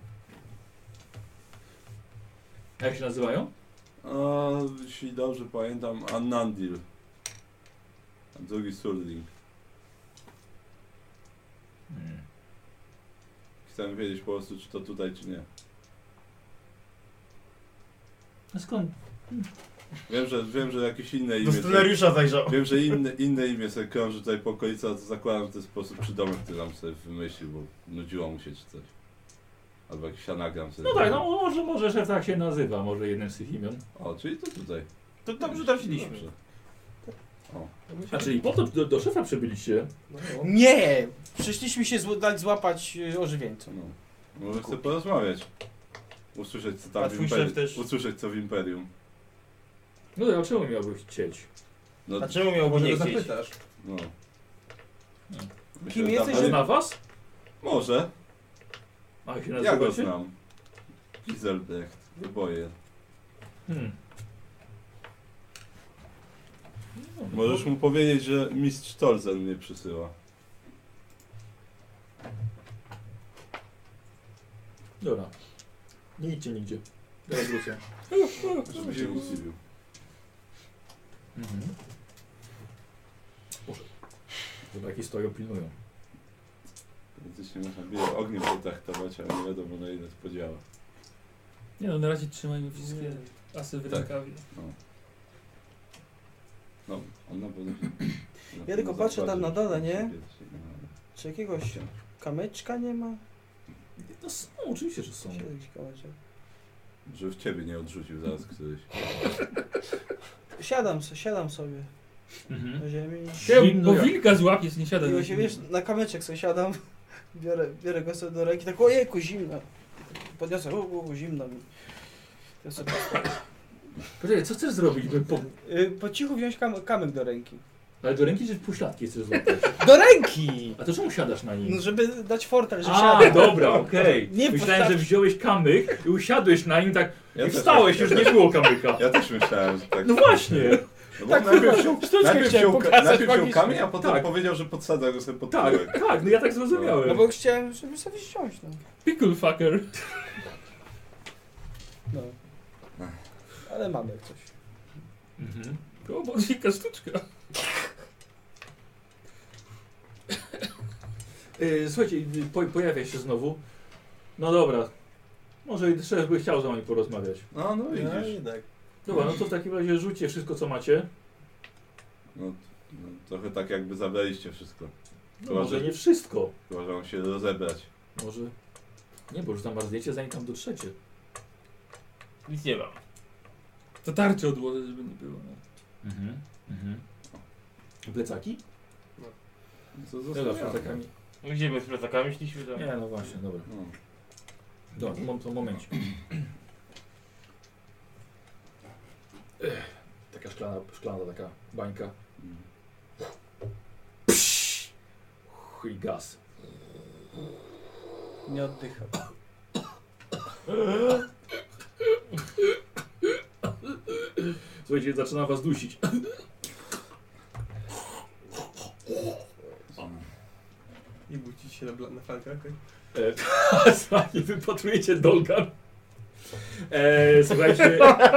A jak się nazywają? A, jeśli dobrze pamiętam, Annandil. A drugi Surling. Chcemy wiedzieć po prostu, czy to tutaj, czy nie. A skąd? Wiem, że jakieś inne Do imię. scenariusza zajrzał. Wiem, że inne imię sobie krąży tutaj po okolicy, a to zakładam, że to jest po prostu przydomek, który nam sobie wymyślił, bo nudziło mu się czy coś. Albo jakiś anagram sobie. No tak, no może szef tak się nazywa, może jednym z tych imion. O, czyli to tutaj. To dobrze trafiliśmy. Dobrze. O, A czyli po to do szefa przybyliście? Nie! Przyszliśmy się dać złapać ożywieńcom. no. Może chcę porozmawiać. Usłyszeć co tam A w twój Imperium. szef też- Usłyszeć co w Imperium. No to a czemu miałbyś chcieć? No, A czemu miałby Może nie go chcieć? zapytasz. no. No. Myślę, Kim że jesteś, tam- Ale na was? Może. A jak się Ja go nazywacie? znam. Giselbrecht. Wyboje. No, Możesz mu powiedzieć, że mistrz Tolzen mnie przysyła. Dobra. Nie idźcie nigdzie. Teraz wrócę. Żeby się nie zdziwił. Proszę. Chłopaki stoją, pilnują. Więc nie można było ogniem potraktować, ale nie wiadomo na ile to podziała. Nie no, na razie trzymajmy wszystkie asy w Tak. rękawie. No, on na pewno... Ja tylko patrzę tam na dole, nie? No, Czy jakiegoś kamyczka nie ma? No są, oczywiście, że są. Gdzie jakiś kamyczek? Żeby w ciebie nie odrzucił zaraz któryś. Siadam sobie na ziemi. Zimno Bo jak- wilka złapiesz, nie siada. I na właśnie, ziemi. wiesz, na kamyczek sobie siadam, biorę go sobie do ręki, tak ojejku, zimno. Podniosę, zimno mi. Ja sobie Poczekaj, co chcesz zrobić? po cichu wziąć kamyk do ręki. Ale do ręki czy pośladki chcesz złapać? Do ręki! A to czemu siadasz na nim? No żeby dać fortel, że A, siadam. dobra, okej. Nie Myślałem, że postaw- wziąłeś kamyk i usiadłeś na nim tak Ja i też wstałeś, tak- już nie było kamyka. Ja też myślałem, że tak... No właśnie. No bo Tak, najpierw wziął, sztuczkę najpierw chciałem wziął, pokazać najpierw wziął magicznie. kamień, a potem Tak. powiedział, że podsadza go sobie pod Tak, tyłek. tak, no ja tak zrozumiałem. No bo chciałem, żeby sobie wziąć, no. Pickle fucker. no. Ale mamy jak coś. Mhm. O, bo wilka sztuczka. Słuchajcie, pojawia się znowu. No dobra. Może szef by chciał z wami porozmawiać. No Ja widzisz. jednak. Dobra, no to w takim razie rzućcie wszystko co macie. No, trochę tak jakby zabraliście wszystko. No, może nie wszystko. Chyba, że mam się rozebrać. Może... Nie, bo już zamarzniecie zanim tam dotrzecie. Nic nie mam. To tarczę odłożę, żeby nie było. No. Mhm. Plecaki? Co Dobra, z zostawiamy? plecakami. Gdzie my z plecakami szliśmy? To... Nie, no właśnie, dobra. No. Dobra, to momencie. Taka szklana taka bańka. Mm. I gaz. Nie oddycham. Słuchajcie, zaczyna was dusić. I budzić się na falkach. Słuchajcie, wypatrujecie Dolgan. Słuchajcie.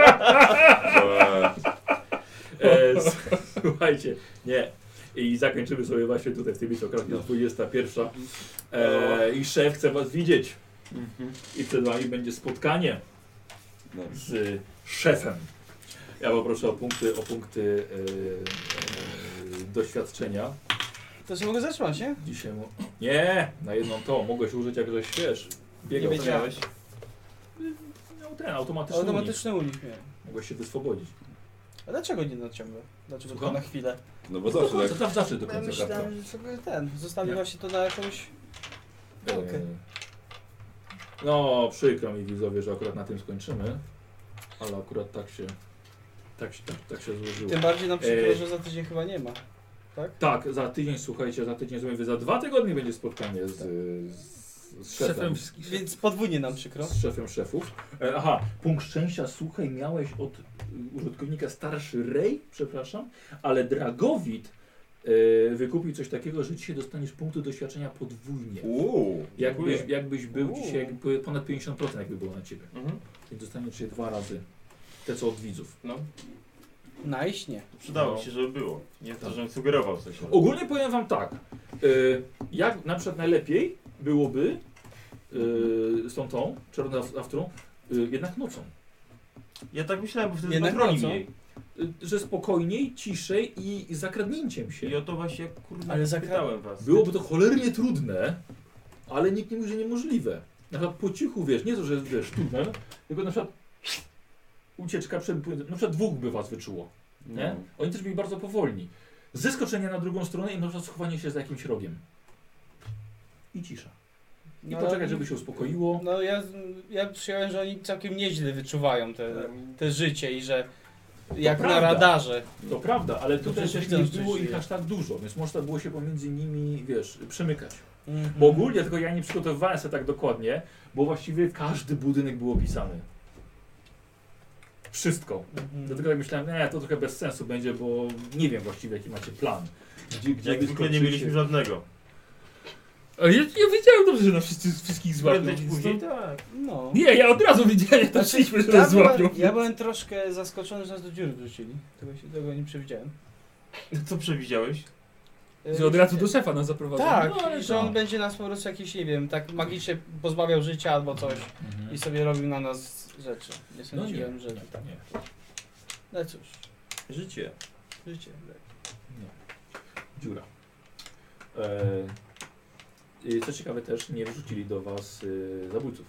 Słuchajcie, nie. I zakończymy sobie właśnie tutaj w tej miejscu, akurat jest 21. I szef chce was widzieć. I przed wami będzie spotkanie Dobrze. z szefem. Ja poproszę o punkty doświadczenia. To się mogę zatrzymać, nie? Dzisiaj nie, na jedną to. Mogłeś użyć jak żeś, wiesz, biegał. Nie wiedziałem. miałeś. No ten, automatyczny unik. Automatyczny unik miałem. Mogłeś się wyswobodzić. A dlaczego nie naciągę? Dlaczego Słucham? tylko na chwilę? No bo Do zawsze końca, tak. zawsze do Ja końca karta. myślałem, że sobie zostawi Nie. właśnie to na jakąś... Okej. No, przykro mi widzowie, że akurat na tym skończymy. Ale akurat tak się złożyło. Tym bardziej nam przykro, że za tydzień chyba nie ma. Tak, za tydzień, słuchajcie, za 2 tygodnie będzie spotkanie z szefem. wszystkich. Więc podwójnie nam przykro. Z szefem szefów. Aha, punkt szczęścia, słuchaj, miałeś od użytkownika starszy Rej, przepraszam, ale Dragowit wykupił coś takiego, że dzisiaj dostaniesz punkty doświadczenia podwójnie. Jakbyś był dzisiaj jakby ponad 50% jakby było na ciebie. Więc dostaniesz dzisiaj 2 razy te co od widzów. No, Nice, nie. przydało ci się, żeby było. Nie to, żebym sugerował coś. Ogólnie powiem wam tak, jak na przykład najlepiej byłoby z tą czarną aftrą, jednak nocą. Ja tak myślałem, bo wtedy Jednak patroni nocą? mniej. Że spokojniej, ciszej i zakradnięciem się. I o to właśnie, kurde, Ale pytałem was. Byłoby to cholernie trudne, ale nikt nie mówi, że niemożliwe. Na przykład po cichu, wiesz, nie to, że wiesz, szturmem, tylko na przykład ucieczka przed, na przykład 2 by was wyczuło, nie? No. Oni też byli bardzo powolni. Zeskoczenie na drugą stronę i na przykład schowanie się za jakimś rogiem. I cisza. I No, poczekać, żeby się uspokoiło. No ja przyjąłem, że oni całkiem nieźle wyczuwają te życie i że jak na prawda. radarze. To prawda, ale No tutaj przecież też widzą, nie było że ich żyje. aż tak dużo, więc można było się pomiędzy nimi, wiesz, przemykać. Mhm. Bo ogólnie, tylko ja nie przygotowywałem sobie tak dokładnie, bo właściwie każdy budynek był opisany. Wszystko. Mhm. Dlatego tak myślałem, nie, to trochę bez sensu będzie, bo nie wiem właściwie jaki macie plan. Gdzie Jak zwykle nie mieliśmy żadnego. Ale ja wiedziałem dobrze, że na wszystkich złapią. Prędzej czy więc później to- tak. No. Nie, ja od razu wiedziałem, jak to Znaczy, szliśmy, że nas złapią. Ja byłem troszkę zaskoczony, że nas do dziury wrzucili. Tego nie przewidziałem. Co przewidziałeś? Że od razu do szefa nas zaprowadzą. Tak, no, ale że to- on będzie nas po prostu jakiś, nie wiem, tak magicznie pozbawiał życia albo coś i sobie robił na nas rzeczy. Nie sądziłem, że tak. Nie. No cóż, Życie. życie. Tak. Dziura. Co ciekawe też, nie wrzucili do was zabójców.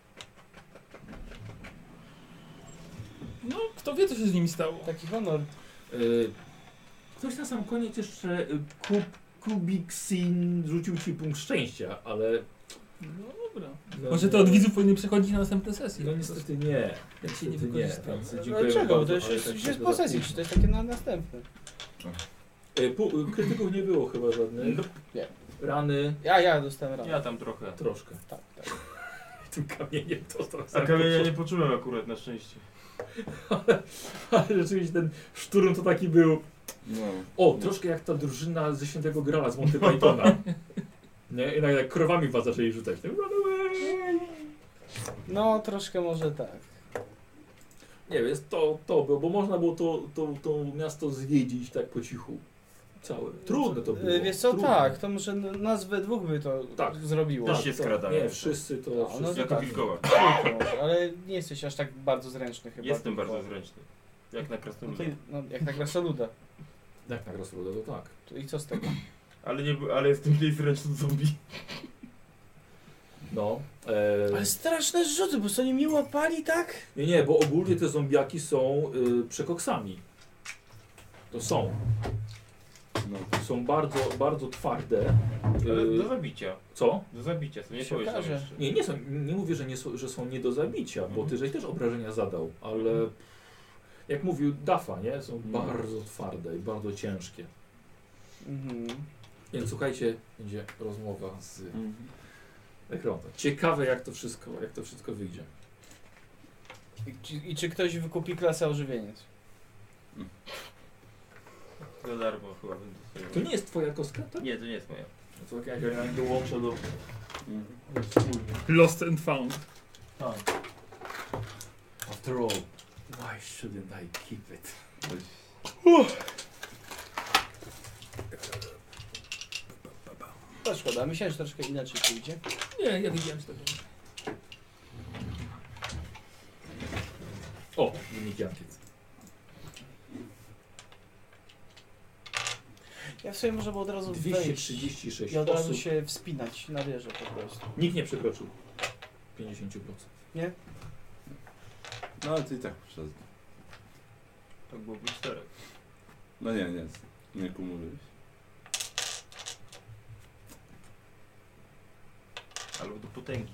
No, kto wie, co się z nimi stało. Taki honor. Ktoś na sam koniec jeszcze Kubiksin rzucił ci punkt szczęścia, ale No dobra. no, Może to od widzów powinny przechodzić na następne sesje. no niestety nie. Jak się nie Niestety wykorzysta. Więc No dziękujemy dlaczego? bardzo, To już ale jest, tak już się jest za po sesji, późno. czy to jest takie na następne? Krytyków nie było chyba żadnych. Nie. Rany Ja dostałem radę. Ja tam trochę. troszkę. Tak. Tym kamieniem to A kamienia nie poczułem akurat, na szczęście. Ale rzeczywiście ten szturm to taki był. No. O, troszkę jak ta drużyna ze Świętego Grala z Monty Pythona. Nie? I jak krowami was zaczęli rzucać. Run away! No, troszkę może tak. Nie wiem, to było, bo można było to miasto zwiedzić tak po cichu. Całe. Trudne to było. Wiesz co, trudne. tak, to może nas we dwóch by to Tak. zrobiło. Też się skradają. Nie, wszyscy to. No, wszyscy. no to Jako tak. wilkołak. Tylko może, ale nie jesteś aż tak bardzo zręczny chyba. Jestem tylko- bardzo zręczny. Jak na No, krasnoludzie. to, no, jak na krasnoluda. Jak na Grosrodę, to tak. To i co z tego? Ale jestem mniej zręczny od zombie. No. Ale straszne rzuty, bo co oni mnie łapali, tak? Nie, bo ogólnie te zombiaki są przekoksami. To są. No. Są bardzo, bardzo twarde. Ale Y, do zabicia. Co? Do zabicia, to nie Się powiesz nam okaże. jeszcze. Nie są, nie mówię, że są nie do zabicia, bo ty żeś też obrażenia zadał, ale jak mówił Dafa, nie? Są No. bardzo twarde i bardzo ciężkie. Mhm. Więc słuchajcie, będzie rozmowa z Ekronem. Ciekawe jak to wszystko wyjdzie. I czy ktoś wykupi klasę ożywieniec? Za darmo chyba będę To sobie. nie jest twoja kostka, tak? Nie, to nie jest moja. To jak ja dołączę do... Lost and found. Tak. After all, why shouldn't I keep it? To szkoda, myślałem, że troszkę inaczej pójdzie. Nie, ja widziałem, że to będzie. O, wyniki ankiet. Ja w sumie możemy od razu wejść 236 i od razu osób. się wspinać na wieżę po prostu. Nikt nie przekroczył 50%. No ale to i tak przez... To byłoby 4. No nie, nie kumulujesz. Albo do potęgi.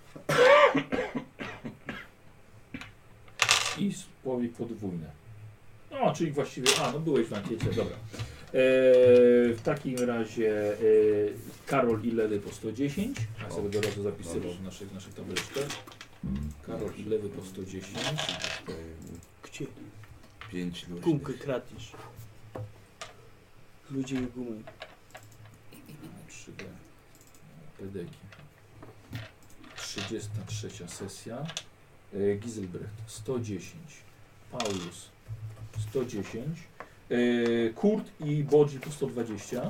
I słowik podwójne. No, czyli właściwie, no byłeś w ankiecie, dobra. W takim razie Karol i Lewy po 110. Ja sobie do razu zapisywał w naszych tabeleczkach. Karol i Lewy po 110. Gdzie? 5 ludzi. Gumkę kratisz. Ludzie i gumy. 3D. Pedeki. 33 sesja. Giselbrecht 110. Paulus 110. Kurt i Bodzi po 120.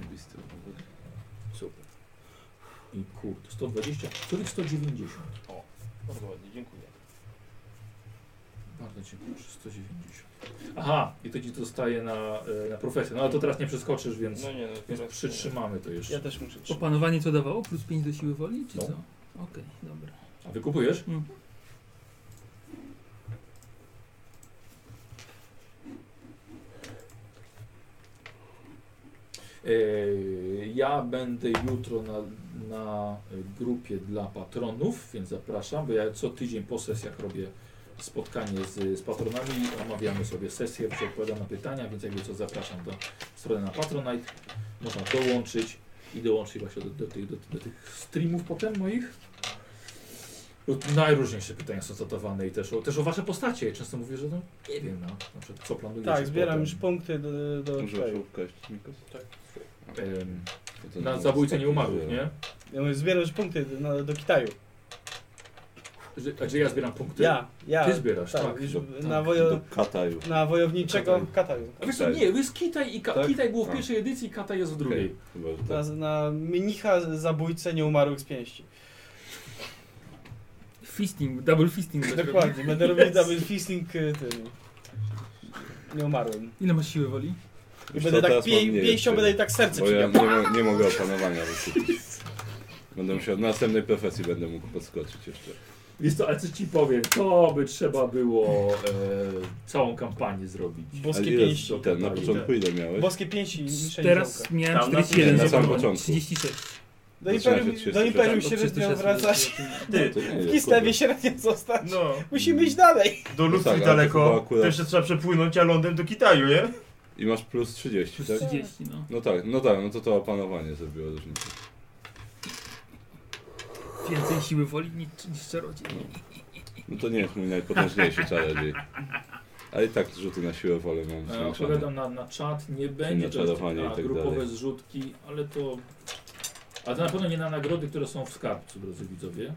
Super. I Kurt 120. Których 190. Bardzo ładnie, dziękuję. Bardzo dziękuję, 190. Aha, i to ci zostaje na profesję. No ale to teraz nie przeskoczysz, więc, No nie, no więc teraz przytrzymamy to jeszcze. Ja też muszę trzymać. Opanowanie co dawało? Plus 5 do siły woli, czy No. co? Okej, dobra. A wykupujesz? Ja będę jutro na grupie dla patronów, więc zapraszam, bo ja co tydzień po sesjach robię spotkanie z patronami, omawiamy sobie sesję, gdzie odpowiadam na pytania, więc jakby co zapraszam do strony na Patronite, można dołączyć i dołączyć właśnie do tych streamów potem moich. Najróżniejsze pytania są zadawane i też o wasze postacie. Ja często mówię, że no nie wiem, na przykład co planujecie. Tak, zbieram potem. już punkty do Może tej. szybkość, Nikos? Tak. Na zabójcę nieumarłych, nie? Ja mówię, zbieram już punkty do Kitaju. Że ja zbieram punkty? Ja. Ty zbierasz, tak. Już tak. Do Kataju. na wojowniczego Kataju. A wiesz co, nie, jest Kitaj i Tak? Kitaj było w A. pierwszej edycji, Kataj jest w drugiej. Okej, chyba, że tak. Na mnicha zabójcę nieumarłych z pięści. Fisting, double fisting. Dokładnie, będę robił double fisting tym nieumarłym. Ile masz siły woli? I Wiesz będę co, tak teraz mam mniej pięścią jeszcze, będę i tak serce Bo ja przybiał. nie mogę opanowania wykupić. Będę musiał, na następnej profesji będę mógł podskoczyć jeszcze. Wiesz co, ale coś ci powiem, to by trzeba było całą kampanię zrobić. Boskie Ale ile pięści. ten, na początku ile miałeś? Boskie pięści. Teraz miałem Tam na 41, na samym zobaczyłem. początku. 36. Do Zaczyna Imperium, się do Imperium 36. średnio wracać. Ty, To nie W jest, Kislewie średnio zostać. no. Musimy iść dalej. Do Lucji tak, ale to chyba daleko, akurat- to jeszcze trzeba przepłynąć, a lądem do Kitaju, nie? I masz plus 30, Plus tak? 30, no. No tak, no to opanowanie zrobiło różnicę. Więcej siły woli niż czarodziej. No to nie jest mój najpotężniejszy czarodziej. Ale i tak rzuty na siłę wolę mam zwiększone. Odpowiadam na czat, nie będzie to czarowanie jest, i tak grupowe dalej. zrzutki, ale to... Ale to na pewno nie na nagrody, które są w skarbcu, drodzy widzowie.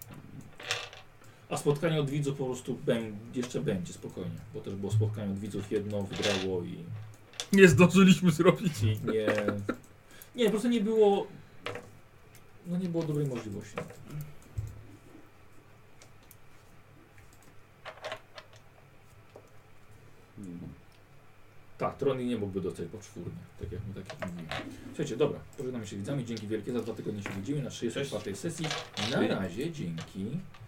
A spotkanie od widzów po prostu jeszcze będzie spokojnie, bo też było spotkanie od widzów, jedno wygrało i Nie zdążyliśmy zrobić. nie, po prostu nie było, no nie było dobrej możliwości. Tak, Trony nie mógłby dostać poczwórnie, tak jak mówiłem. Słuchajcie, dobra, pożegnamy się widzami, dzięki wielkie, za 2 tygodnie się widzimy na 34. sesji. Na razie, dzięki.